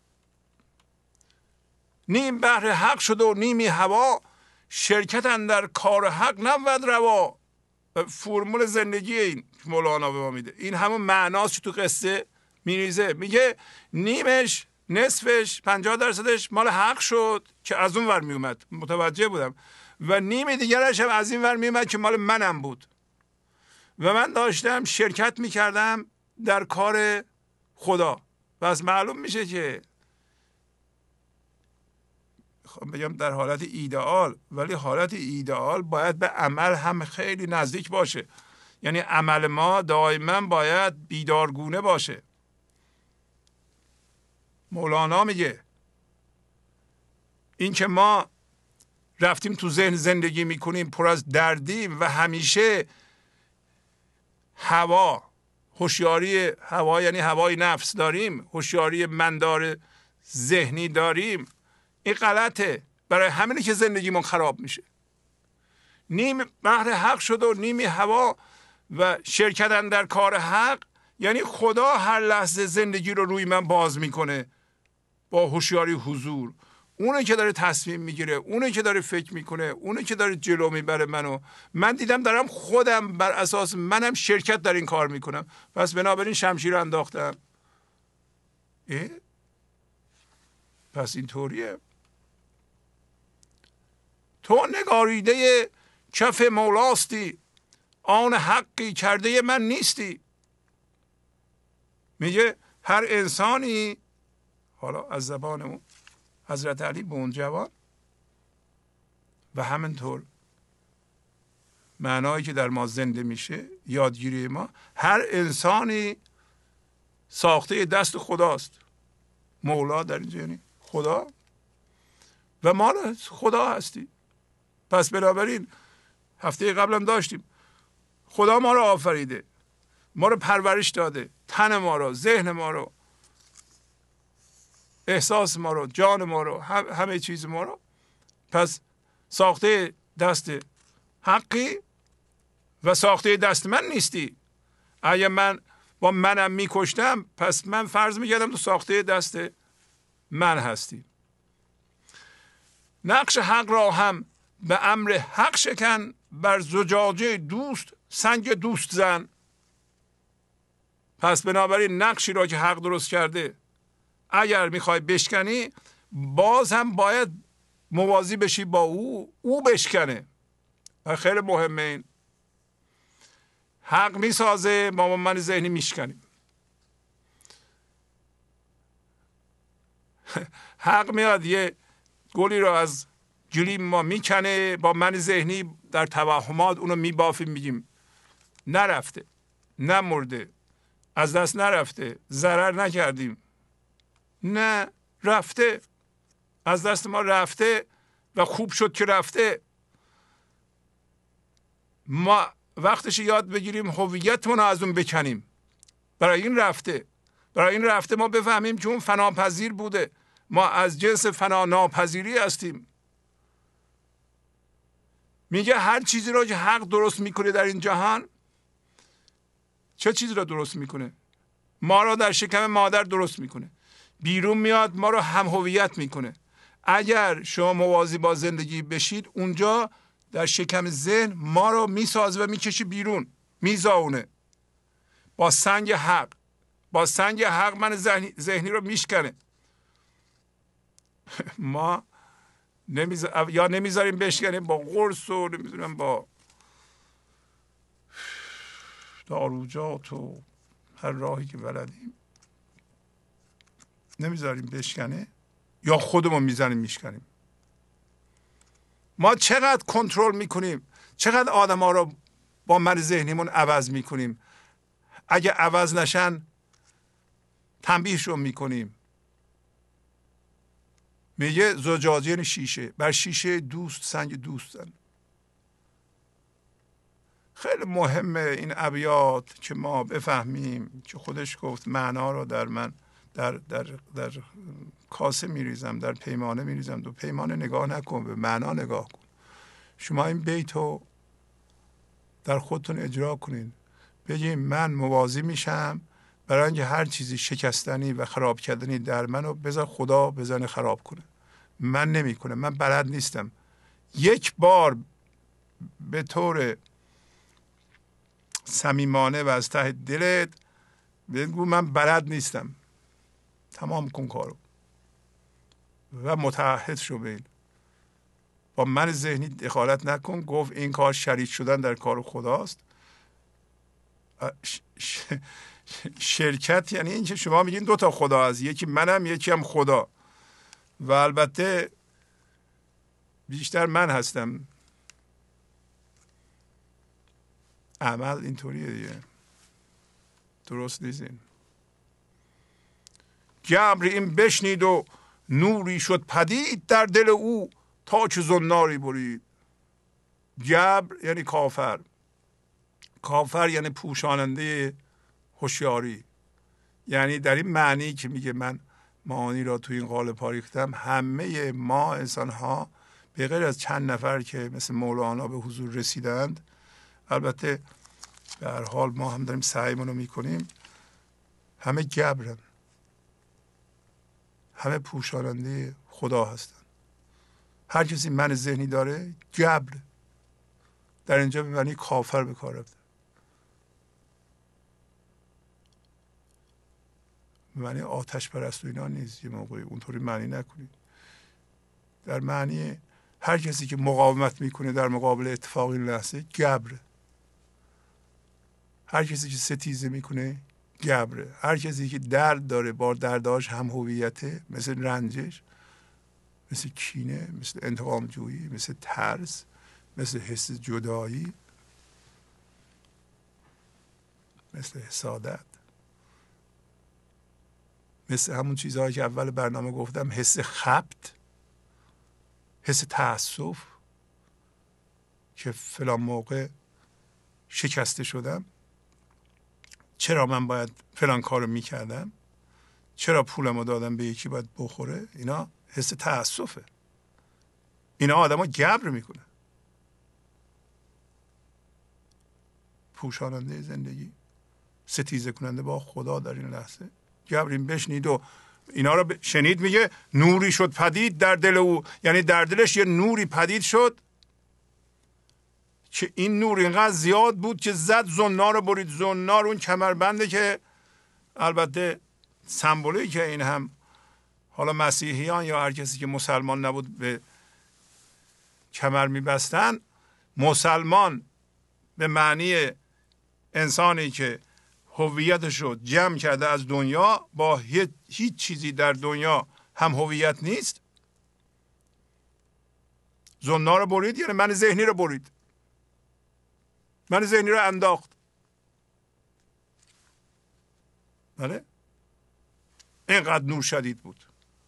نیم بحر حق شد و نیمی هوا، شرکت اندر کار حق نبود روا. فرمول زندگی این مولانا به ما میده. این همون معناست که تو قصه میریزه. میگه نیمش، نصفش، پنجاه درصدش مال حق شد که از اون ور میومد، متوجه بودم، و نیم دیگرش هم از این ور میومد که مال منم بود و من داشتم شرکت میکردم در کار خدا. پس معلوم میشه که خب بگم در حالت ایدئال، ولی حالت ایدئال باید به عمل هم خیلی نزدیک باشه. یعنی عمل ما دائما باید بیدارگونه باشه. مولانا میگه این که ما رفتیم تو ذهن زندگی میکنیم، پر از دردیم و همیشه هوا، هوشیاری هوا یعنی هوای نفس داریم، هوشیاری مندار ذهنی داریم، این غلطه. برای همینه که زندگیمون خراب میشه. نیم بحر حق شد و نیمی هوا و شرکت در کار حق یعنی خدا هر لحظه زندگی رو روی من باز میکنه با هوشیاری حضور. اونه که داره تصمیم میگیره، اونه که داره فکر میکنه، اونه که داره جلو میبره منو. من دیدم دارم خودم بر اساس منم شرکت در این کار میکنم. پس بنابراین شمشیر رو انداختم. اه؟ پس اینطوریه. تو نگاریده کف مولاستی، آن حقی کرده من نیستی. میگه هر انسانی، حالا از زبان اون حضرت علی به اون جوان و همینطور معنایی که در ما زنده میشه، یادگیری ما، هر انسانی ساخته دست خداست. مولا در اینجا یعنی خدا و ما خدا هستی. پس بنابراین هفته قبلم داشتیم خدا ما رو آفریده، ما رو پرورش داده، تن ما رو، ذهن ما رو، احساس ما رو، جان ما رو، همه چیز ما رو. پس ساخته دست حقی و ساخته دست من نیستی. اگه من با منم میکشتم پس من فرض میکردم تو ساخته دست من هستی. نقش حق را هم به امر حق شکن، بر زجاجه دوست سنگ دوست زن. پس بنابراین نقشی را که حق درست کرده اگر میخوای بشکنی، باز هم باید موازی بشی با او، او بشکنه. و خیلی مهمه این. حق میسازه، ما با من ذهنی میشکنیم. حق میاد یه گلی رو از جلیم ما میکنه، با من ذهنی در توهمات اونو میبافیم، میگیم نرفته، نمرده، از دست نرفته، ضرر نکردیم. نه، رفته، از دست ما رفته و خوب شد که رفته. ما وقتش یاد بگیریم هویتمون رو از اون بکنیم. برای این رفته، برای این رفته ما بفهمیم که اون فناپذیر بوده، ما از جنس فنا ناپذیری هستیم. میگه هر چیزی رو که حق درست میکنه در این جهان، چه چیزی رو درست میکنه؟ ما رو در شکم مادر درست میکنه، بیرون میاد ما رو هم هویت میکنه. اگر شما موازی با زندگی بشید، اونجا در شکم ذهن ما رو میسازه و میکشه بیرون، میزاونه با سنگ حق. با سنگ حق من ذهنی, ذهنی رو میشکنه. ما نمیز... یا نمیذاریم بشکنیم با قرص و نمیذاریم با داروجات و هر راهی که بلدیم نمیذاریم بشکنه، یا خودمون میزنیم میشکنیم. ما چقدر کنترل میکنیم، چقدر آدم ها رو با من ذهنیمون عوض میکنیم. اگه عوض نشن تنبیهشون میکنیم. میگه زجاجه شیشه، بر شیشه دوست سنگ دوستن. خیلی مهمه این ابیات که ما بفهمیم که خودش گفت معنا رو در من در در در کاسه میریزم، در پیمانه میریزم. دو پیمانه نگاه نکن، به معنا نگاه کن. شما این بیت رو در خودتون اجرا کنین. بگیم من موازی میشم برای اینکه هر چیزی شکستنی و خراب کردنی در منو بذار خدا بزنه خراب کنه. من نمیکنم، من بلد نیستم. یک بار به طور صمیمانه و از ته دلت بگو من بلد نیستم، تمام کن کارو و متعهد شو به این. با من ذهنی دخالت نکن. گفت این کار شریک شدن در کار خداست. ش... ش... شرکت یعنی این که شما میگین دو تا خدا هست، یکی منم یکی هم خدا، و البته بیشتر من هستم. عمل اینطوریه دیگه، درست نیست این. جبر این بشنید و نوری شد پدید در دل او تا چه زناری برید. جبر یعنی کافر. کافر یعنی پوشاننده هوشیاری. یعنی در این معنی که میگه من معانی را تو این قالب ها ریختم، همه ما انسان ها به غیر از چند نفر که مثل مولانا به حضور رسیدند، البته به هر حال ما هم داریم سعیمون رو میکنیم، همه جبرن، همه پوشاننده خدا هستن. هر کسی من ذهنی داره جبر، در اینجا به معنی کافر به کار رفته، به معنی آتش پرست و اینا نیست. یه موقعی اونطوری معنی نکنید. در معنی هر کسی که مقاومت میکنه در مقابل اتفاقی لحظه جبر. هر کسی که ستیزه میکنه گبره. هر کسی که درد داره، با درداش هم هویته، مثل رنجش، مثل کینه، مثل انتقام جویی، مثل ترس، مثل حس جدایی، مثل حسادت، مثل همون چیزهایی که اول برنامه گفتم، حس خبت، حس تأسف که فلان موقع شکسته شدم، چرا من باید فلان کارو میکردم، چرا پولمو دادم به یکی باید بخوره. اینا حس تأسفه. اینا آدمو گبر میکنه. پوشاننده زندگی، ستیزه کننده با خدا در این لحظه. گبریم بشنید و اینا رو شنید. میگه نوری شد پدید در دل او، یعنی در دلش یه نوری پدید شد که این نور اینقدر زیاد بود که زد زنار رو برید. زنار اون کمربنده که البته سمبولی که این هم حالا مسیحیان یا هر کسی که مسلمان نبود به کمر میبستن. مسلمان به معنی انسانی که هویتش رو جمع کرده از دنیا، با هیچ, هیچ چیزی در دنیا هم هویت نیست. زنار رو برید یعنی من ذهنی رو برید، من ذهنی رو انداخت. بله، اینقدر نور شدید بود.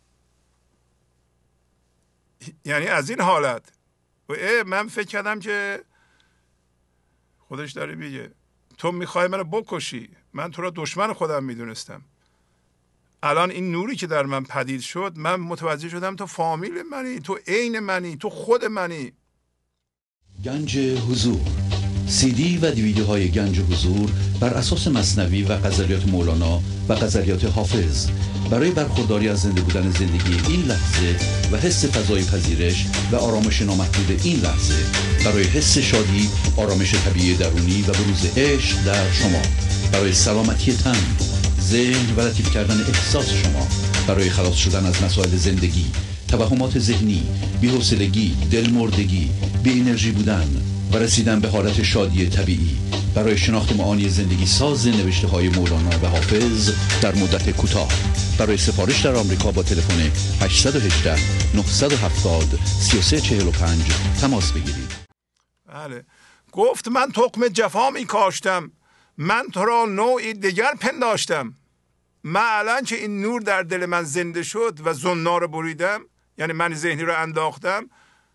یعنی از این حالت و من فکر کردم که خودش داره میگه تو میخوای منو بکشی، من تو را دشمن خودم میدونستم. الان این نوری که در من پدید شد، من متوجه شدم تو فامیل منی، تو عین منی، تو خود منی. گنج حضور، سی دی و دیویدیوهای گنج حضور بر اساس مثنوی و غزلیات مولانا و غزلیات حافظ برای برخورداری از زنده بودن زندگی این لحظه و حس فضای پذیرش و آرامش نامحدود این لحظه، برای حس شادی، آرامش طبیعی درونی و بروز عشق در شما، برای سلامتی تن، ذهن و لطیف کردن احساس شما، برای خلاص شدن از مسائل زندگی، توهمات ذهنی، بی‌حوصلگی، دلمردگی، بی انرژی بودن و رسیدن به حالت شادی طبیعی، برای شناخت معانی زندگی ساز نوشته های مولانا و حافظ در مدت کوتاه. برای سفارش در آمریکا با تلفن هشت یک هشت نه هفت صفر سه سه چهار پنج تماس بگیرید. بله، گفت من تخم جفا می کاشتم، من تو را نوعی دیگر پنداشتم. من الان که این نور در دل من زنده شد و زنار رو بریدم، یعنی من ذهنی رو انداختم،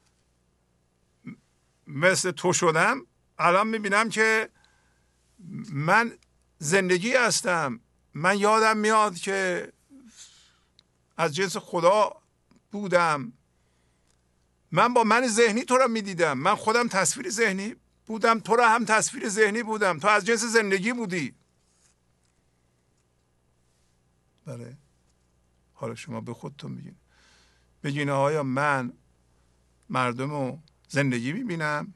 مثل تو شدم. الان میبینم که من زندگی هستم. من یادم میاد که از جنس خدا بودم. من با من ذهنی تو را میدیدم. من خودم تصویر ذهنی بودم، تو را هم تصویر ذهنی بودم. تو از جنس زندگی بودی. بله، حالا شما به خودتون بگین. بگین آیا من مردم رو زندگی میبینم؟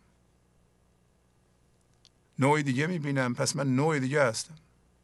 نوع دیگه میبینم، پس من نوع دیگه هستم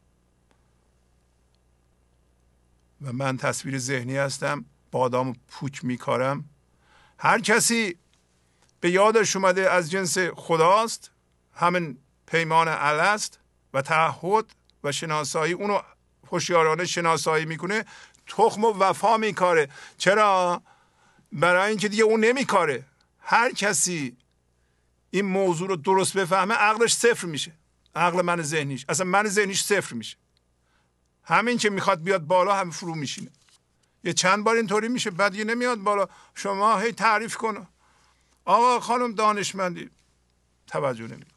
و من تصویر ذهنی هستم. بادام پوک میکارم. هر کسی به یادش اومده از جنس خداست، همین پیمان الست و تعهد و شناسایی، اونو هوشیارانه شناسایی میکنه، تخم و وفا میکاره. چرا؟ برای اینکه دیگه اون نمیکاره. هر کسی این موضوع رو درست بفهمه، عقلش صفر میشه. عقل من ذهنیش، اصلا من ذهنیش صفر میشه. همین که میخواد بیاد بالا هم فرو میشینه. یه چند بار اینطوری میشه، بعد یه نمیاد بالا. شما هی تعریف کن آقا خانم دانشمندی، توجه نمیکن.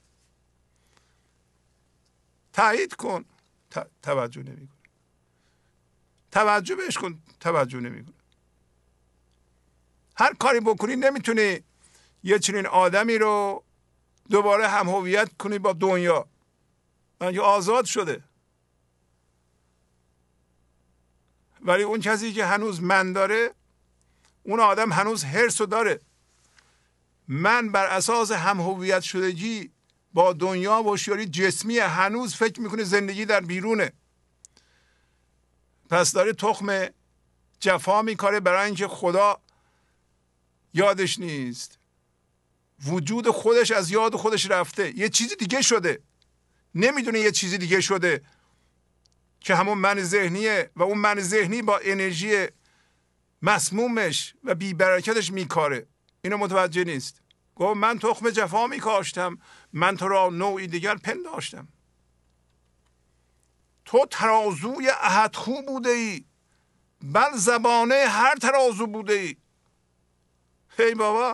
تایید کن، توجه نمیکن. توجه بهش کن، توجه نمیکن. هر کاری بکنی نمیتونی یه چنین آدمی رو دوباره هم هویت کنی با دنیا. من که آزاد شده. ولی اون کسی که هنوز من داره، اون آدم هنوز حرص رو داره. من بر اساس هم هویت شدگی با دنیا و هوشیاری جسمی هنوز فکر میکنه زندگی در بیرونه. پس داره تخم جفا میکاره برای اینکه خدا یادش نیست. وجود خودش از یاد خودش رفته، یه چیزی دیگه شده. نمیدونه یه چیزی دیگه شده. که همون من ذهنیه و اون من ذهنی با انرژی مسمومش و بی‌برکتش میکاره. اینو متوجه نیست. گفت من تخم جفا میکاشتم، من تو را نوعی دیگر پنداشتم. تو ترازوی احدخو بوده ای، بل زبانه هر ترازو بوده ای. هی بابا،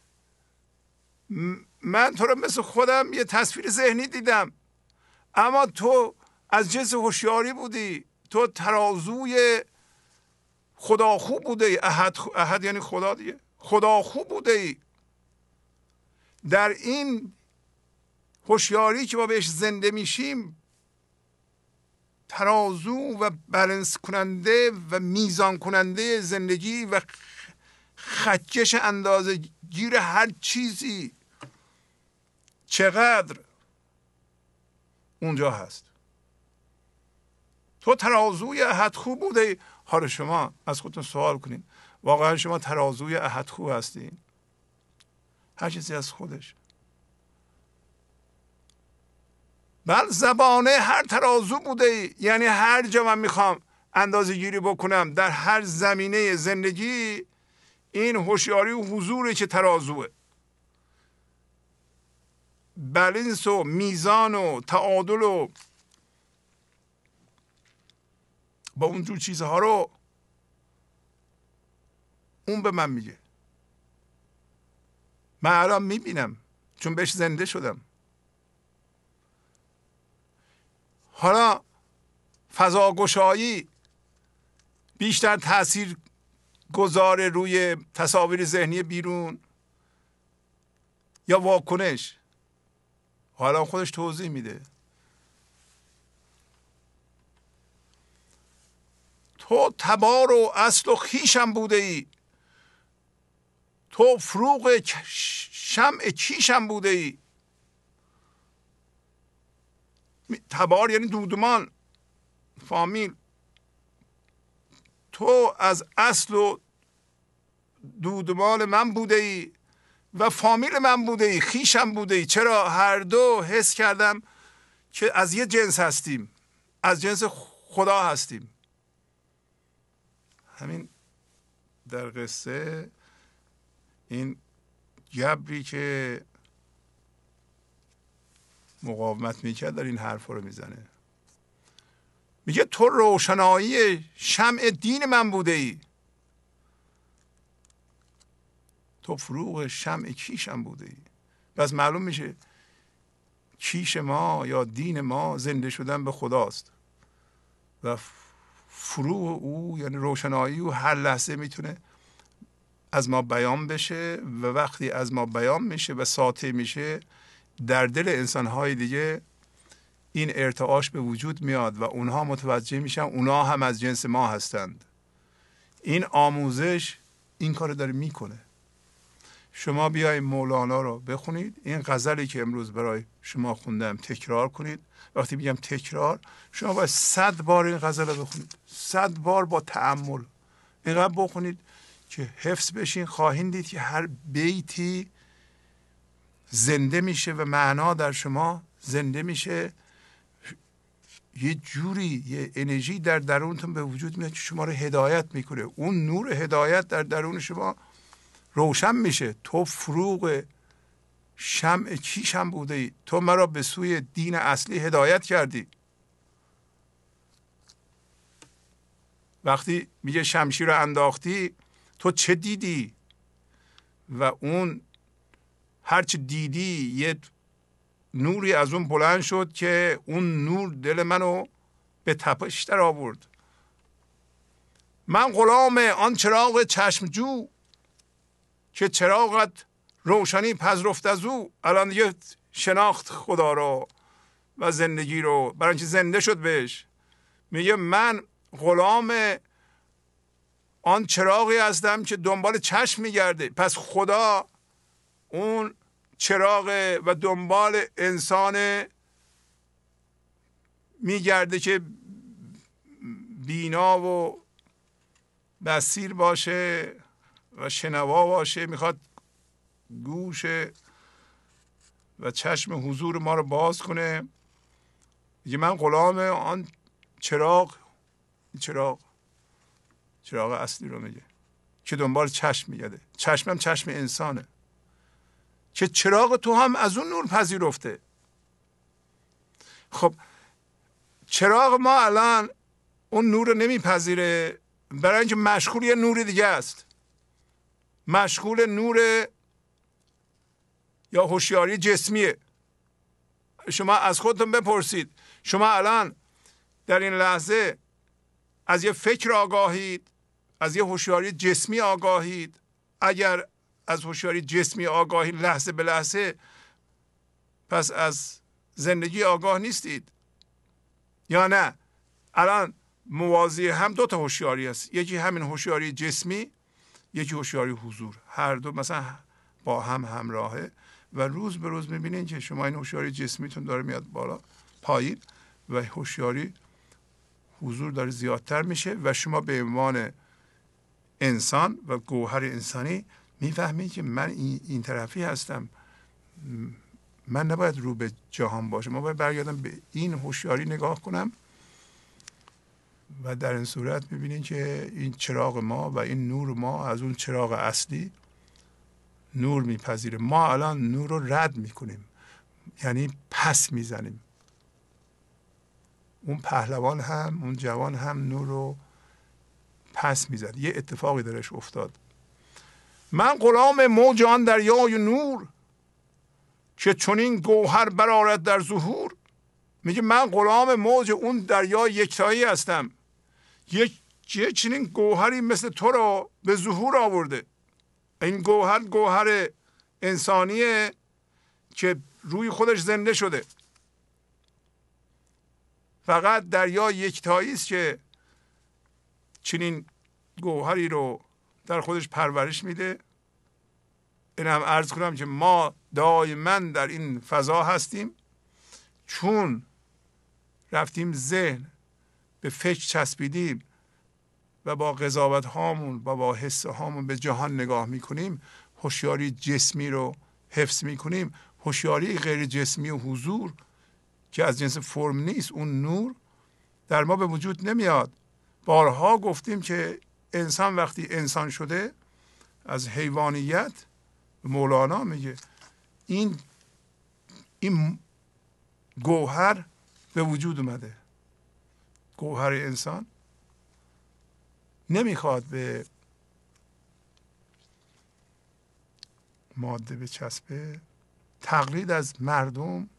من تو رو مثل خودم یه تصویر ذهنی دیدم، اما تو از جنس هوشیاری بودی. تو ترازوی خداخو بوده ای. احد, احد یعنی خدا دیگه. خداخو بوده ای. در این هوشیاری که ما بهش زنده میشیم، ترازو و بالانس کننده و میزان کننده زندگی و خدکش اندازه گیر هر چیزی چقدر اونجا هست. تو ترازوی احدخو بوده. حالا شما از خودتون سوال کنین، واقعا شما ترازوی احدخو هستین؟ هر چیزی از خودش. بل زبانه هر ترازو بوده، یعنی هر جا من میخوام اندازه گیری بکنم در هر زمینه زندگی، این هوشیاری و حضوری که ترازوه، بالانس و میزان و تعادل و با اونجور چیزها رو اون به من میگه. من الان میبینم چون بهش زنده شدم. حالا فضاگشایی بیشتر تأثیر گذاره روی تصاویر ذهنی بیرون یا واکنش؟ حالا خودش توضیح میده. تو تبار و اصل و خویشم بوده ای، تو فروغ شمع کیشم بوده ای. تبار یعنی دودمان، فامیل. تو از اصل و دودمان من بوده ای و فامیل من بوده ای، خویشم بوده ای. چرا؟ هر دو حس کردم که از یه جنس هستیم، از جنس خدا هستیم. همین در قصه این جبری که مقاومت میکرد در این حرف رو میزنه. میگه تو روشنایی شمع دین من بوده ای، تو فروغ شمع کیشم بوده ای. پس معلوم میشه کیش ما یا دین ما زنده شدن به خداست و فروغ او یعنی روشنایی او هر لحظه میتونه از ما بیان بشه و وقتی از ما بیان میشه و ساطع میشه در دل انسانهای دیگه این ارتعاش به وجود میاد و اونها متوجه میشن اونها هم از جنس ما هستند. این آموزش این کار داره میکنه. شما بیاید مولانا رو بخونید، این غزلی که امروز برای شما خوندم تکرار کنید. وقتی میگم تکرار، شما باید صد بار این غزل رو بخونید، صد بار با تأمل اینقدر بخونید که حفظ بشین. خواهید دید که هر بیتی زنده میشه و معنا در شما زنده میشه. یه جوری یه انرژی در درونتون به وجود میاد که شما رو هدایت میکنه. اون نور هدایت در درون شما روشن میشه. تو فروغ شمع کیشم بوده ای، تو مرا به سوی دین اصلی هدایت کردی. وقتی میگه شمشیر رو انداختی، تو چه دیدی؟ و اون هرچه دیدی یه نوری از اون بلند شد که اون نور دل منو به تپش در آورد. من غلام آن چراغ چشمجو که چراغت روشنی پذرفت از او. الان دیگه شناخت خدا رو و زندگی رو، برای اینکه زنده شد بهش. میگه من غلام آن چراغی هستم که دنبال چشم میگرده. پس خدا اون چراغ و دنبال انسان میگرده که بینا و بصیر باشه و شنوا باشه. میخواد گوش و چشم حضور ما رو باز کنه. میگه من غلام آن چراغ چراغ چراغ اصلی رو میگه که دنبال چشم میگرده. چشمم چشم انسانه که چراغ تو هم از اون نور پذیرفته. خب چراغ ما الان اون نور رو نمیپذیره، برای اینکه مشغول یه نور دیگه است، مشغول نور یا هوشیاری جسمیه. شما از خودتون بپرسید، شما الان در این لحظه از یه فکر آگاهید، از یه هوشیاری جسمی آگاهید؟ اگر از هوشیاری جسمی آگاهی لحظه به لحظه، پس از زندگی آگاه نیستید یا نه؟ الان موازی هم دو تا هوشیاری است، یکی همین هوشیاری جسمی، یکی هوشیاری حضور. هر دو مثلا با هم همراهه و روز به روز میبینین که شما این هوشیاری جسمیتون داره میاد بالا پایین و هوشیاری حضور داره زیادتر میشه و شما به عنوان انسان و گوهر انسانی میفهمید که من این, این طرفی هستم، من نباید رو به جهان باشم، من باید برگردم به این هوشیاری نگاه کنم و در این صورت میبینید که این چراغ ما و این نور ما از اون چراغ اصلی نور میپذیره. ما الان نور رو رد میکنیم، یعنی پس میزنیم. اون پهلوان هم اون جوان هم نور رو پس میزد. یه اتفاقی درش افتاد. من غلام موج آن دریای نور که چنین گوهر برآرد در ظهور. میگه من غلام موج اون دریای یکتایی هستم، یک یه چنین گوهری مثل تو رو به ظهور آورده. این گوهر گوهر انسانیه که روی خودش زنده شده. فقط دریا یکتایی است که چنین گوهری رو در خودش پرورش میده. این هم عرض کنم که ما دائما در این فضا هستیم، چون رفتیم ذهن به فکر چسبیدیم و با قضاوت هامون و با حس هامون به جهان نگاه میکنیم، هوشیاری جسمی رو حفظ میکنیم. هوشیاری غیر جسمی و حضور که از جنس فرم نیست، اون نور در ما به وجود نمیاد. بارها گفتیم که انسان وقتی انسان شده از حیوانیت، مولانا میگه این این گوهر به وجود اومده. گوهر انسان نمیخواد به ماده بچسبه. تقلید از مردم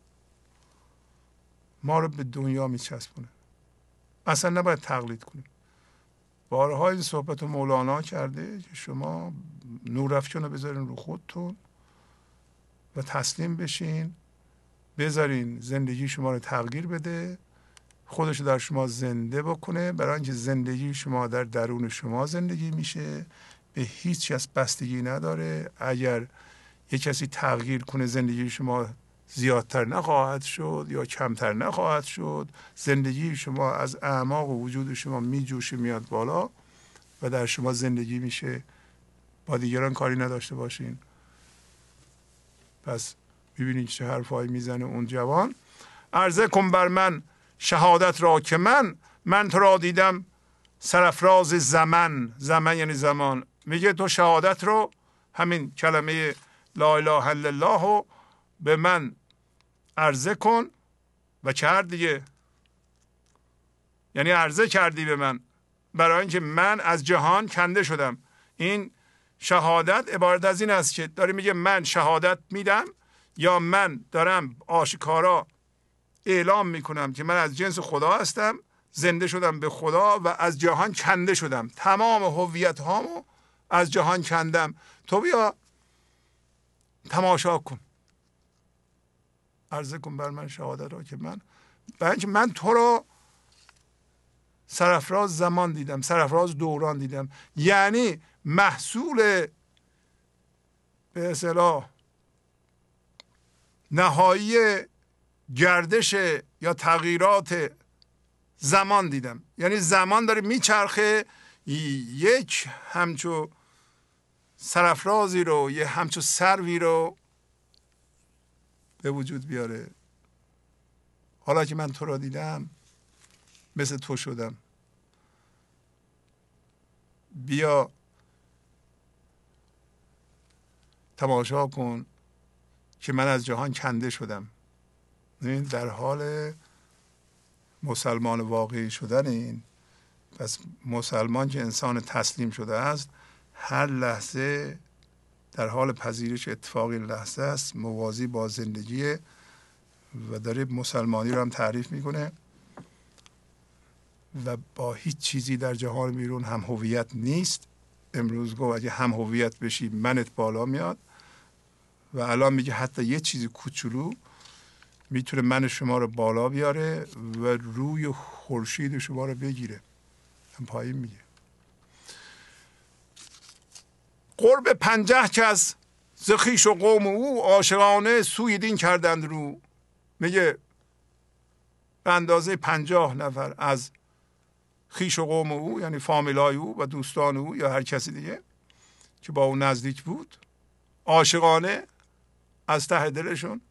ما رو به دنیا میچسبونه. اصلا نباید تقلید کنیم. بارها این صحبت مولانا کرده که شما نورافکن رو بذارین رو خودتون و تسلیم بشین، بذارین زندگی شما رو تغییر بده، خودش رو در شما زنده بکنه. برای اینکه زندگی شما در درون شما زندگی میشه، به هیچ کس بستگی نداره. اگر یک کسی تغییر کنه زندگی شما زیادتر نخواهد شد یا کمتر نخواهد شد. زندگی شما از اعماق و وجود شما میجوشه میاد بالا و در شما زندگی میشه، با دیگران کاری نداشته باشین. پس ببینید چه حرفایی میزنه اون جوان. عرضه کن بر من شهادت را که من من تو را دیدم سرافراز زمن. زمن یعنی زمان. میگه تو شهادت رو، همین کلمه لا اله الا الله رو به من عرضه کن. و کرد دیگه، یعنی عرضه کردی به من، برای اینکه من از جهان کنده شدم. این شهادت عبارت از این است که داره میگه من شهادت میدم، یا من دارم آشکارا اعلام میکنم که من از جنس خدا هستم، زنده شدم به خدا و از جهان کنده شدم. تمام هویت هامو از جهان کندم. تو بیا تماشا کن. عرضه کن بر من شهادت را که من، برای اینکه من تو رو سرافراز زمان دیدم، سرافراز دوران دیدم. یعنی محصول به اصطلاح نهایی گردش یا تغییرات زمان دیدم. یعنی زمان داره میچرخه، یک همچو سرافرازی رو، یه همچو سروی رو به وجود بیاره. حالا که من تو را دیدم مثل تو شدم. بیا تماشا کن که من از جهان کنده شدم. این در حال مسلمان واقعی شدن این. پس مسلمان که انسان تسلیم شده است هر لحظه در حال پذیرش اتفاق این لحظه است، موازی با زندگی و داره مسلمانی رو هم تعریف میکنه و با هیچ چیزی در جهان بیرون هم هویت نیست. امروز گفت اگه هم هویت بشی منت بالا میاد و الان میگه حتی یه چیزی کوچولو میتونه من شما رو بالا بیاره و روی خورشید شما رو بگیره. هم پایین میگه قرب پنجه کس ز خویش و قوم او عاشقانه سوی دین کردند رو. میگه به اندازه پنجاه نفر از خویش و قوم او، یعنی فامیلای او و دوستان او یا هر کسی دیگه که با او نزدیک بود، عاشقانه از ته دلشون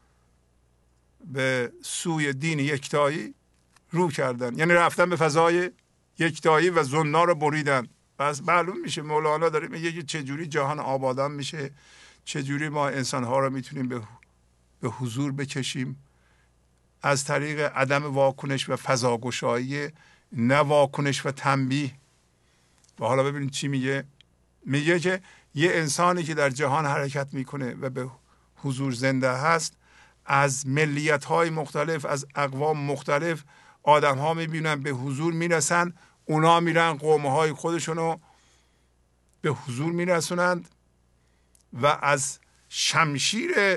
به سوی دین یکتایی رو کردن، یعنی رفتن به فضای یکتایی و زنا رو بریدن. پس معلوم میشه مولانا داره میگه که چجوری جهان آبادان میشه، چجوری ما انسانها رو میتونیم به به حضور بکشیم از طریق عدم واکنش و فضاگشایی، نه واکنش و تنبیه. و حالا ببینید چی میگه. میگه که یه انسانی که در جهان حرکت میکنه و به حضور زنده هست، از ملیت های مختلف، از اقوام مختلف آدم ها میبینن به حضور میرسن، اونا میرن قوم های خودشونو به حضور میرسونند و از شمشیر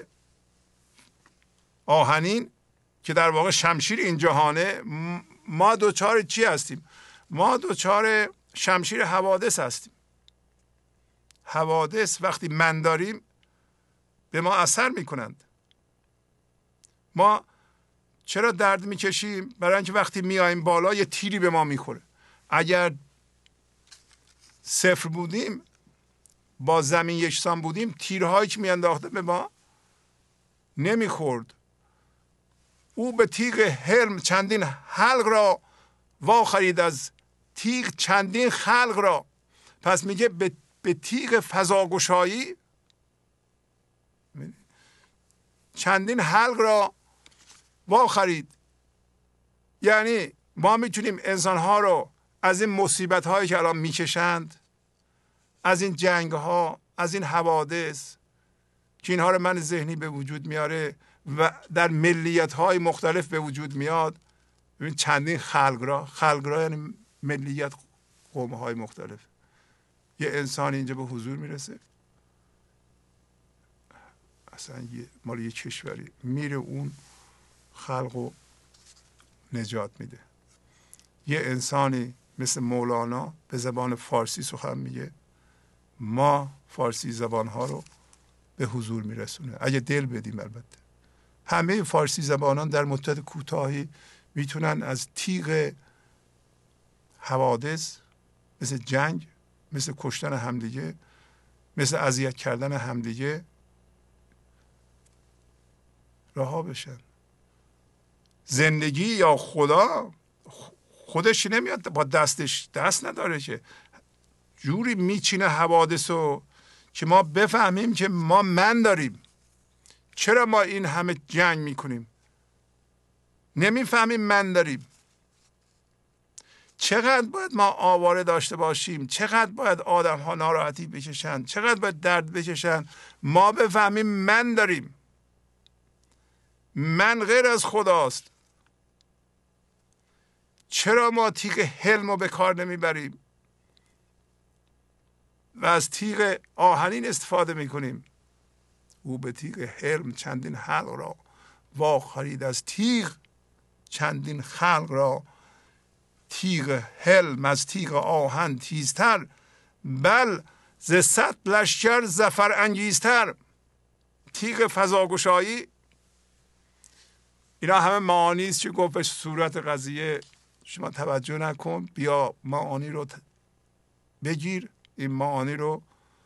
آهنین که در واقع شمشیر این جهانه، ما دوچار چی هستیم؟ ما دوچار شمشیر حوادث هستیم. حوادث وقتی من داریم به ما اثر میکنند. ما چرا درد میکشیم؟ برای اینکه وقتی میایم بالا یه تیری به ما میخوره. اگر صفر بودیم، با زمین یکسان بودیم، تیرهایی که میانداخته به ما نمیخورد. او به تیغ حلم چندین حلق را وا خرید از تیغ چندین خلق را. پس میگه به, به تیغ فضاگشایی چندین حلق را وا خرید. یعنی ما میتونیم انسانها رو از این مصیبت هایی که الان میکشند، از این جنگ ها، از این حوادث که اینها رو من ذهنی به وجود میاره و در ملیت های مختلف به وجود میاد. ببین چندین خلق را، خلق را یعنی ملیت، قوم های مختلف. یه انسان اینجا به حضور میرسه، اصلا یه مال یه کشوری میره اون خلق و نجات میده. یه انسانی مثل مولانا به زبان فارسی سخن میگه، ما فارسی زبان ها رو به حضور میرسونه اگه دل بدیم. البته همه فارسی زبانان در مدت کوتاهی میتونن از تیغ حوادث مثل جنگ، مثل کشتن همدیگه، مثل اذیت کردن همدیگه رها بشن. زندگی یا خدا خودش نمیاد با دستش، دست نداره که جوری میچینه حوادث رو که ما بفهمیم که ما من داریم. چرا ما این همه جنگ میکنیم؟ نمیفهمیم من داریم. چقدر باید ما آواره داشته باشیم، چقدر باید آدم ها ناراحتی بکشن، چقدر باید درد بکشن، ما بفهمیم من داریم. من غیر از خداست. چرا ما تیغ حلم رو به کار نمیبریم و از تیغ آهنین استفاده میکنیم؟ او به تیغ حلم چندین حلق را وا خرید از تیغ چندین خلق را. تیغ حلم از تیغ آهن تیزتر، بل ز صد لشکر ظفر انگیزتر. تیغ فضاگشایی، اینا همه معانی است که گفت به صورت قضیه شما توجه نکن، بیا معانی رو بگیر، این معانی رو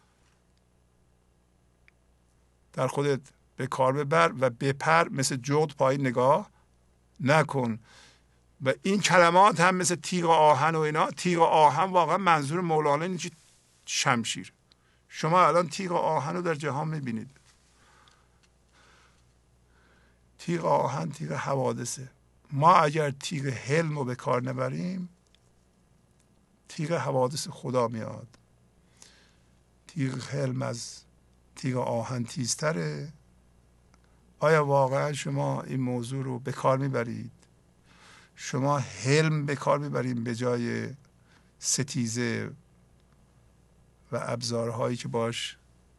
در خودت به کار ببر و بپر، مثل جغد پایین نگاه نکن. و این کلمات هم مثل تیغ آهن و اینا، تیغ آهن واقعا منظور مولانا اینه که شمشیر. شما الان تیغ آهن رو در جهان میبینید. تیغ آهن تیغ حوادثه. ما اگر تیغ حلم رو به کار نبریم، تیغ حوادث خدا میاد. تیغ حلم از تیغ آهن تیزتره. آیا واقعا شما این موضوع رو به کار میبرید؟ شما حلم به کار میبرید به جای ستیزه و ابزارهایی که باش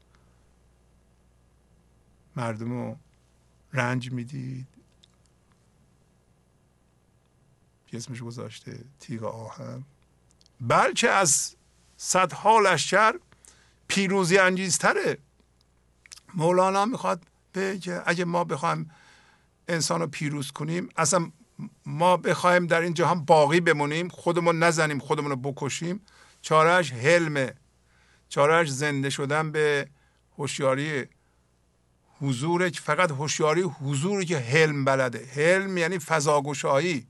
مردم رو رنج میدید؟ اسمش گذاشته تیغ آهن. بلکه از صدها لشکر پیروزی انگیزتره. مولانا میخواد بگه اگه ما بخوایم انسان رو پیروز کنیم، اصلا ما بخوایم در این جهان باقی بمونیم، خودمون نزنیم، خودمون رو بکشیم، چارهش حلمه. چارهش زنده شدن به هوشیاری حضوره، که فقط هوشیاری حضوری که حلم بلده. حلم یعنی فضاگشایی.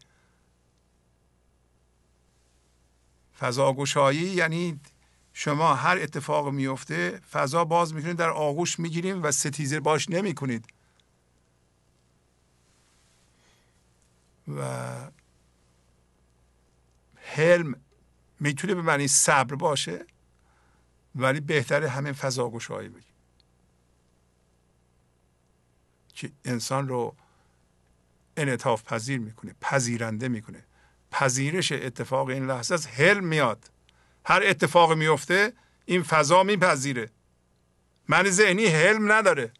فضاگشایی یعنی شما هر اتفاق میفته فضا باز میکنید، در آغوش میگیریم و ستیزه باش نمی کنید. و حلم میتونه به معنی صبر باشه، ولی بهتره همین فضاگشایی بگیم که انسان رو انعطاف پذیر میکنه، پذیرنده میکنه. پذیرش اتفاق این لحظه از حلم میاد. هر اتفاق میفته این فضا میپذیره. معنی ذهنی حلم نداره.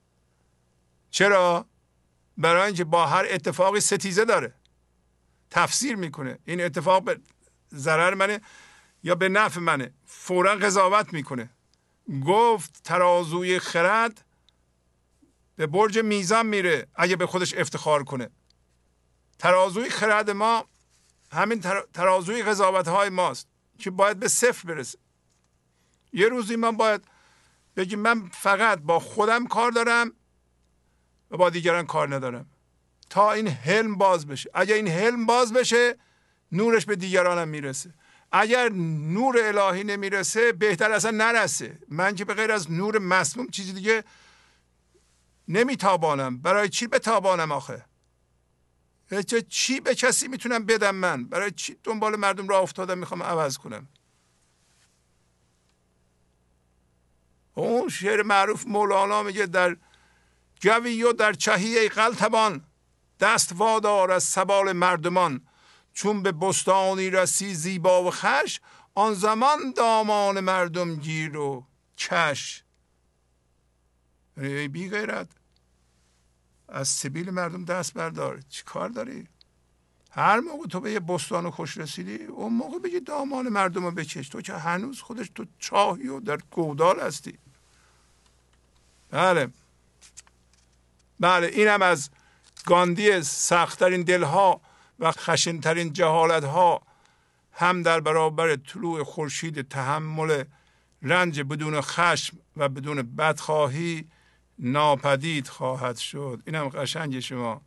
چرا؟ برای اینکه با هر اتفاقی ستیزه داره، تفسیر میکنه. این اتفاق به ضرر منه یا به نفع منه، فورا قضاوت میکنه. گفت ترازوی خرد به برج میزان میره اگه به خودش افتخار کنه. ترازوی خرد ما همین ترازوی قضاوت های ماست که باید به صفر برسه. یه روزی من باید بگیم من فقط با خودم کار دارم و با دیگران کار ندارم، تا این حلم باز بشه. اگر این حلم باز بشه نورش به دیگرانم میرسه. اگر نور الهی نمیرسه بهتر اصلا نرسه. من که به غیر از نور مسموم چیزی دیگه نمیتابانم. برای چی بتابانم آخه؟ چی به کسی میتونم بدم؟ من برای چی دنبال مردم راه افتادم میخوام عوض کنم؟ اون شعر معروف مولانا میگه در جوی و در چهی ای قلتبان، دست وادار از سبال مردمان، چون به بستانی رسی زیبا و خوش، آن زمان دامان مردم گیر و کش. ای بی غیرت، از سبیل مردم دست بردار. چی کار داری؟ هر موقع تو به یه بستان خوش رسیدی اون موقع بگی دامان مردم رو بکش. تو که هنوز خودش تو چاهی و در گودال هستی. بله بله، اینم از گاندی سخت‌ترین دلها و خشن‌ترین جهالتها هم در برابر طلوع خورشید تحمل رنج بدون خشم و بدون بدخواهی ناپدید خواهد شد. اینم قشنگ شما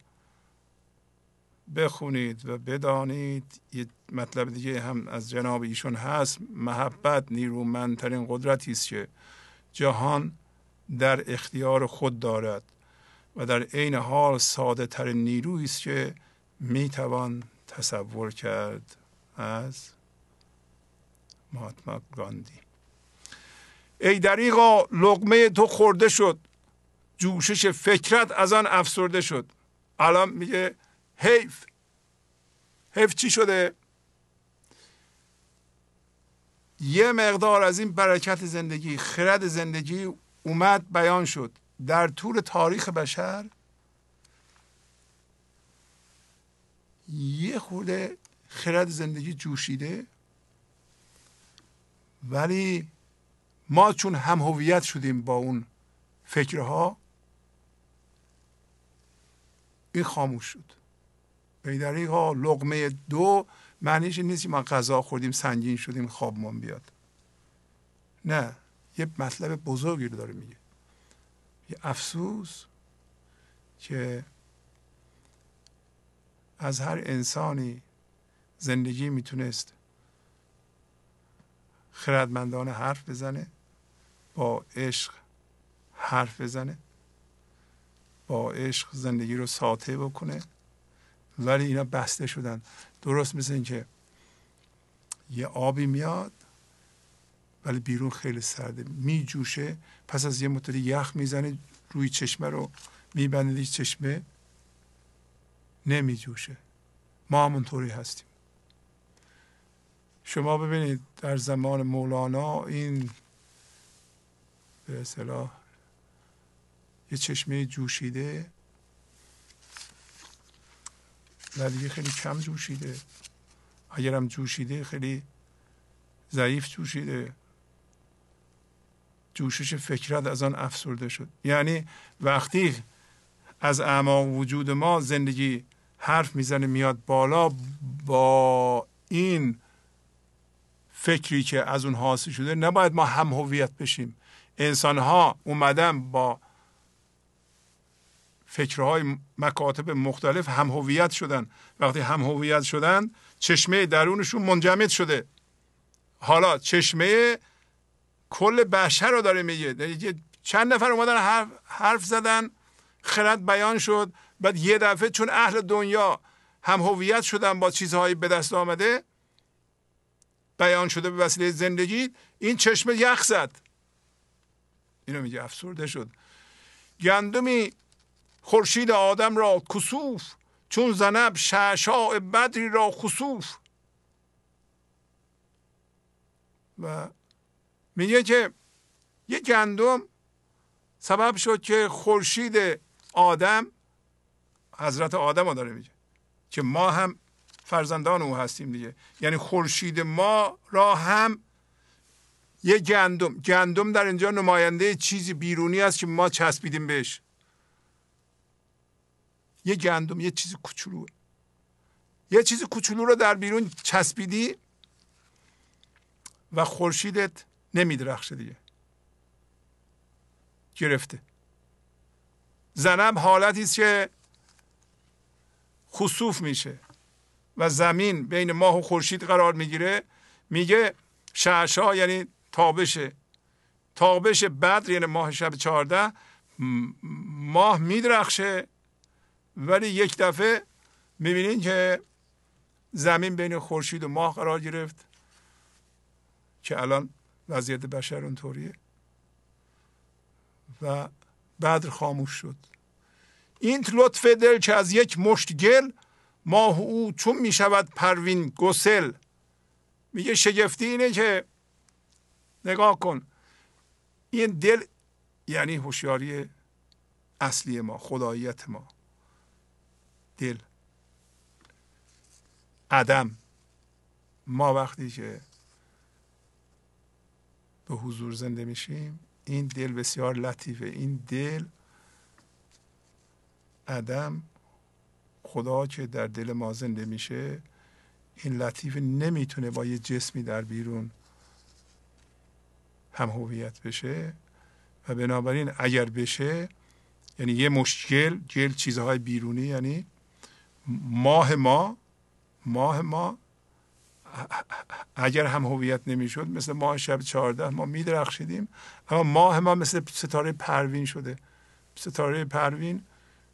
بخونید و بدانید. یه مطلب دیگه هم از جناب ایشون هست: محبت نیرومندترین قدرتی است که جهان در اختیار خود دارد و در عین حال ساده ترین نیرویی است که میتوان تصور کرد. از مهاتما گاندی. ای دریغا لقمه تو خورده شد، جوشش فکرت از آن افسرده شد. الان میگه حیف. حیف چی شده؟ یه مقدار از این برکت زندگی، خرد زندگی اومد بیان شد. در طول تاریخ بشر یه خورده خرد زندگی جوشیده، ولی ما چون هم هویت شدیم با اون فکرها، این خاموش شد. ای دریغا لقمه دو معنیش نیست که ما غذا خوردیم سنگین شدیم خوابمون بیاد. نه، یه مطلب بزرگی رو داره میگه. یه افسوس که از هر انسانی زندگی میتونست خردمندانه حرف بزنه، با عشق حرف بزنه، با عشق زندگی رو ساطع بکنه، ولی اینا بسته شدن. درست مثل این که یه آبی میاد ولی بیرون خیلی سرده، میجوشه، پس از یه مدت یخ میزنه روی چشمه رو میبنده، چشمه نمیجوشه. ما همونطوری هستیم. شما ببینید در زمان مولانا این به اصطلاح یه چشمه جوشیده و دیگه خیلی کم جوشیده، اگرم جوشیده خیلی ضعیف جوشیده، جوشش فکرت از آن افسرده شد. یعنی وقتی از اعماق وجود ما زندگی حرف میزنه میاد بالا، با این فکری که از اون حاصل شده نباید ما هم هویت بشیم. انسان ها اومدن با فکرهای مکاتب مختلف هم هویت شدن. وقتی هم هویت شدن چشمه درونشون منجمد شده. حالا چشمه کل بشر رو داره میگه. چند نفر اومدن حرف, حرف زدن، خرد بیان شد، بعد یه دفعه چون اهل دنیا هم هویت شدن با چیزهایی به دست آمده بیان شده به وسیله زندگی، این چشمه یخ زد. اینو میگه افسرده شد. گندمی خورشید آدم را کسوف، چون زنب شعشاع بدری را خسوف. و میگه که یه گندم سبب شد که خورشید آدم، حضرت آدم رو داره میگه که ما هم فرزندان او هستیم دیگه، یعنی خورشید ما را هم یه گندم، گندم در اینجا نماینده چیزی بیرونی است که ما چسبیدیم بهش. یه گندم یه چیز کوچولو، یه چیز کوچولو رو در بیرون چسبیدی و خورشیدت نمیدرخشه دیگه، گرفته. زنب حالتی است که خسوف میشه و زمین بین ماه و خورشید قرار میگیره. میگه شعشع یعنی تابشه، تابش بدر یعنی ماه شب چهارده، ماه میدرخشه ولی یک دفعه میبینین که زمین بین خورشید و ماه قرار گرفت که الان وضعیت بشر اونطوریه و بدر خاموش شد. این لطف دل که از یک مشت گل، ماه او چون میشود پروین گسل. میگه شگفتی اینه که نگاه کن، این دل یعنی هوشیاری اصلی ما، خداییت ما. دل عدم. ما وقتی که به حضور زنده میشیم این دل بسیار لطیفه. این دل عدم، خدا که در دل ما زنده میشه، این لطیفه نمیتونه با یه جسمی در بیرون هم هویت بشه و بنابراین اگر بشه، یعنی یه مشکل گل چیزهای بیرونی، یعنی ماه ما ماه ما اگر هم هویت نمیشد مثل ماه شب چهارده ما میدرخشیدیم، اما ماه ما مثل ستاره پروین شده. ستاره پروین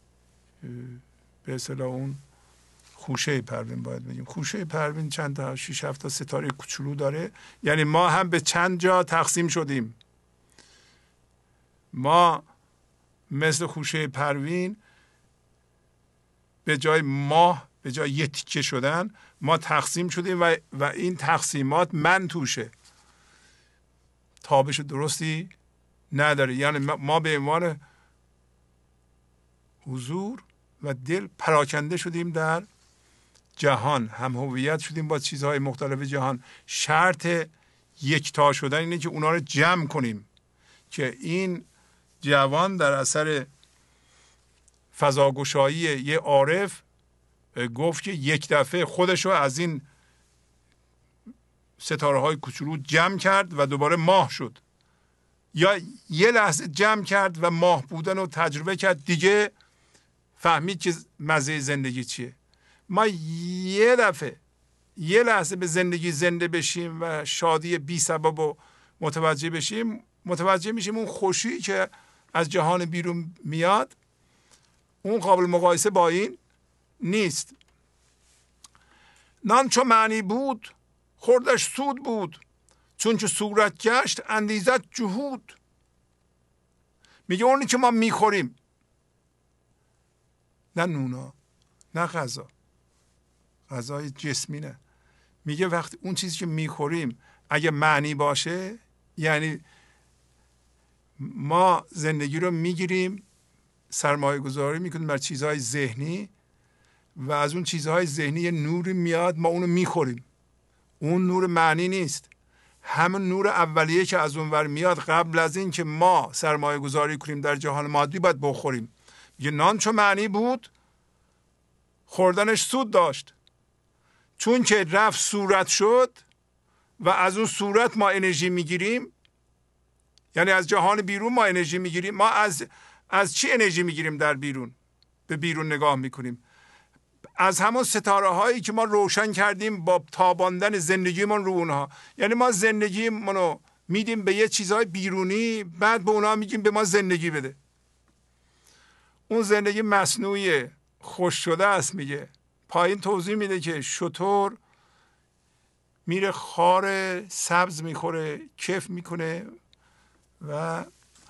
به اصطلاح اون خوشه پروین باید بگیم. خوشه پروین چند تا شش هفت تا ستاره کوچولو داره، یعنی ما هم به چند جا تقسیم شدیم. ما مثل خوشه پروین به جای ماه، به جای یه تیکه شدن، ما تقسیم شدیم و, و این تقسیمات من توشه تابش درستی نداره. یعنی ما به عنوان حضور و دل پراکنده شدیم در جهان، هم هویت شدیم با چیزهای مختلف جهان. شرط یکتا شدن اینه که اونا رو جمع کنیم، که این جوان در اثر فضاگشایی یه عارف گفت که یک دفعه خودش رو از این ستاره های کوچولو جمع کرد و دوباره ماه شد، یا یه لحظه جمع کرد و ماه بودن رو تجربه کرد، دیگه فهمید که مزه زندگی چیه. ما یه دفعه یه لحظه به زندگی زنده بشیم و شادی بی سبب و متوجه بشیم، متوجه میشیم اون خوشی که از جهان بیرون میاد اون قابل مقایسه با این نیست. نان چو معنی بود خوردش سود بود، چون که صورت گشت اندیزت جهود. میگه اونی که ما میخوریم، نه نونا نه غذا، غذای جسمی نه، میگه وقتی اون چیزی که میخوریم اگه معنی باشه، یعنی ما زندگی رو میگیریم سرمایه گذاری میکنیم بر چیزهای ذهنی و از اون چیزهای ذهنی یه نوری میاد ما اونو میخوریم، اون نور معنی نیست، همون نور اولیه که از اون ور میاد قبل از این که ما سرمایه گذاری کنیم در جهان مادی باید بخوریم. میگه نان چون معنی بود خوردنش سود داشت، چون که رفت صورت شد و از اون صورت ما انرژی میگیریم، یعنی از جهان بیرون ما انرژی میگیریم. ما از از چی انرژی میگیریم در بیرون؟ به بیرون نگاه میکنیم از همون ستاره هایی که ما روشن کردیم با تاباندن زندگیمون رو اونها. یعنی ما زندگیمون رو میدیم به یه چیزهای بیرونی، بعد به اونها میگیم به ما زندگی بده. اون زندگی مصنوعی خوش شده است. میگه پایین توضیح میده که شتر میره خار سبز میخوره، کیف میکنه و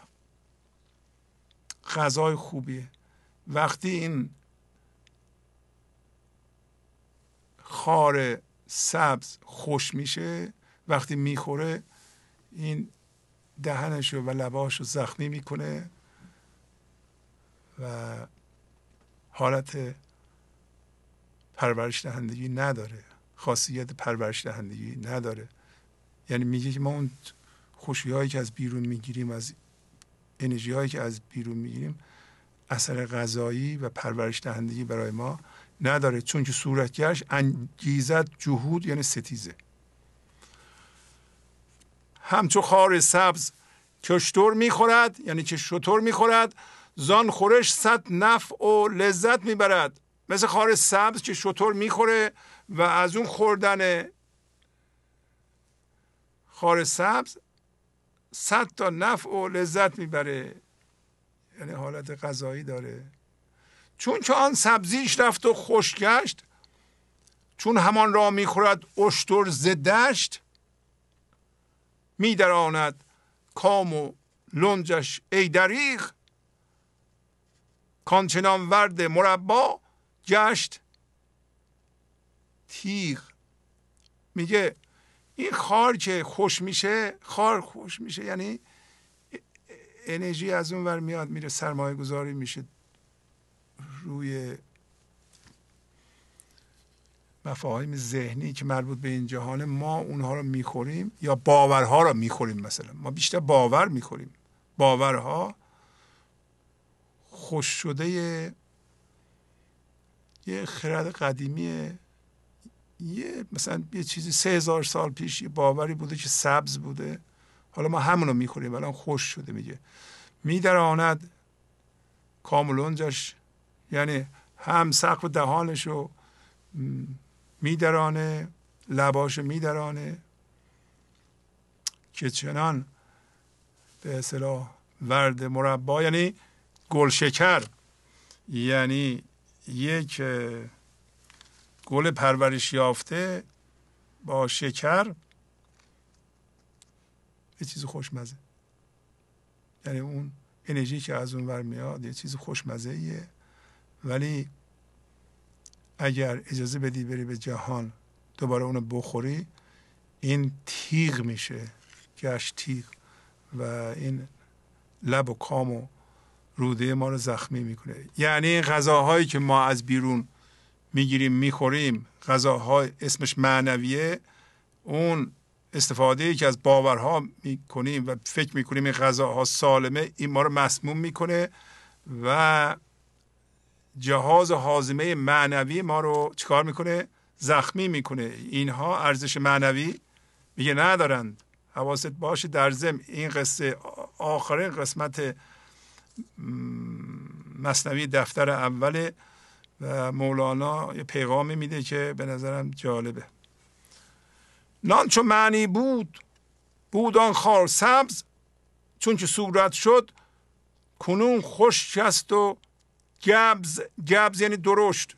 غذای خوبیه. وقتی این خار سبز خوش میشه، وقتی میخوره این دهنشو و لباشو زخمی میکنه و حالت پرورش دهندگی نداره، خاصیت پرورش دهندگی نداره. یعنی میگه که ما اون خوشی هایی که از بیرون میگیریم، از انرژی هایی که از بیرون میگیریم، اثر غذایی و پرورش دهندگی برای ما نداره، چون که صورتگرش انگیزت جهود یعنی ستیزه. همچو خار سبز که شتر میخورد، یعنی که شتر میخورد، زان خورش صد نفع و لذت میبرد. مثل خار سبز که شتر میخوره و از اون خوردن خار سبز صد تا نفع و لذت میبره، یعنی حالت غذایی داره. چون که آن سبزیش رفت و خوش گشت، چون همان را میخورد اشتر ز دشت، میدراند کام و لنجش ای دریغ، کانچنان ورد مربا گشت تیغ. میگه این خار که خوش میشه، خار خوش میشه یعنی انرژی از اون ور میاد میره سرمایه گذاری میشه روی مفاهیم ذهنی که مربوط به این جهان. ما اونها رو میخوریم یا باورها رو میخوریم. مثلا ما بیشتر باور میخوریم. باورها خوش شده یه خرد قدیمیه، یه مثلا یه چیزی سه هزار سال پیش یه باوری بوده که سبز بوده، حالا ما همونو میخوریم الان خوش شده. میگه میدراند کاملونجش، یعنی هم سقف دهانشو میدرانه، لباشو میدرانه که چنان به اصطلاح ورد مربا یعنی گل شکر، یعنی یک گل پرورش یافته با شکر یه چیز خوشمزه، یعنی اون انرژی که از اون ور میاد یه چیز خوشمزه ایه. ولی اگر اجازه بدی بری به جهان دوباره اونو بخوری، این تیغ میشه، گشت تیغ، و این لب و کام و روده ما رو زخمی میکنه. یعنی غذاهایی که ما از بیرون میگیریم میخوریم، غذاهای اسمش معنویه، اون استفاده ای که از باورها میکنیم و فکر میکنیم این غذاها سالمه، این ما رو مسموم میکنه و جهاز هاضمه معنوی ما رو چیکار میکنه؟ زخمی میکنه. اینها ارزش معنوی میگه ندارند. حواست باشه در ضمن این قصه آخرین قسمت مثنوی دفتر اول و مولانا یه پیغامی میده که به نظرم جالبه. نان چو معنی بود بود آن خار سبز، چون که صورت شد کنون خشک است و گبز. گبز یعنی درشت.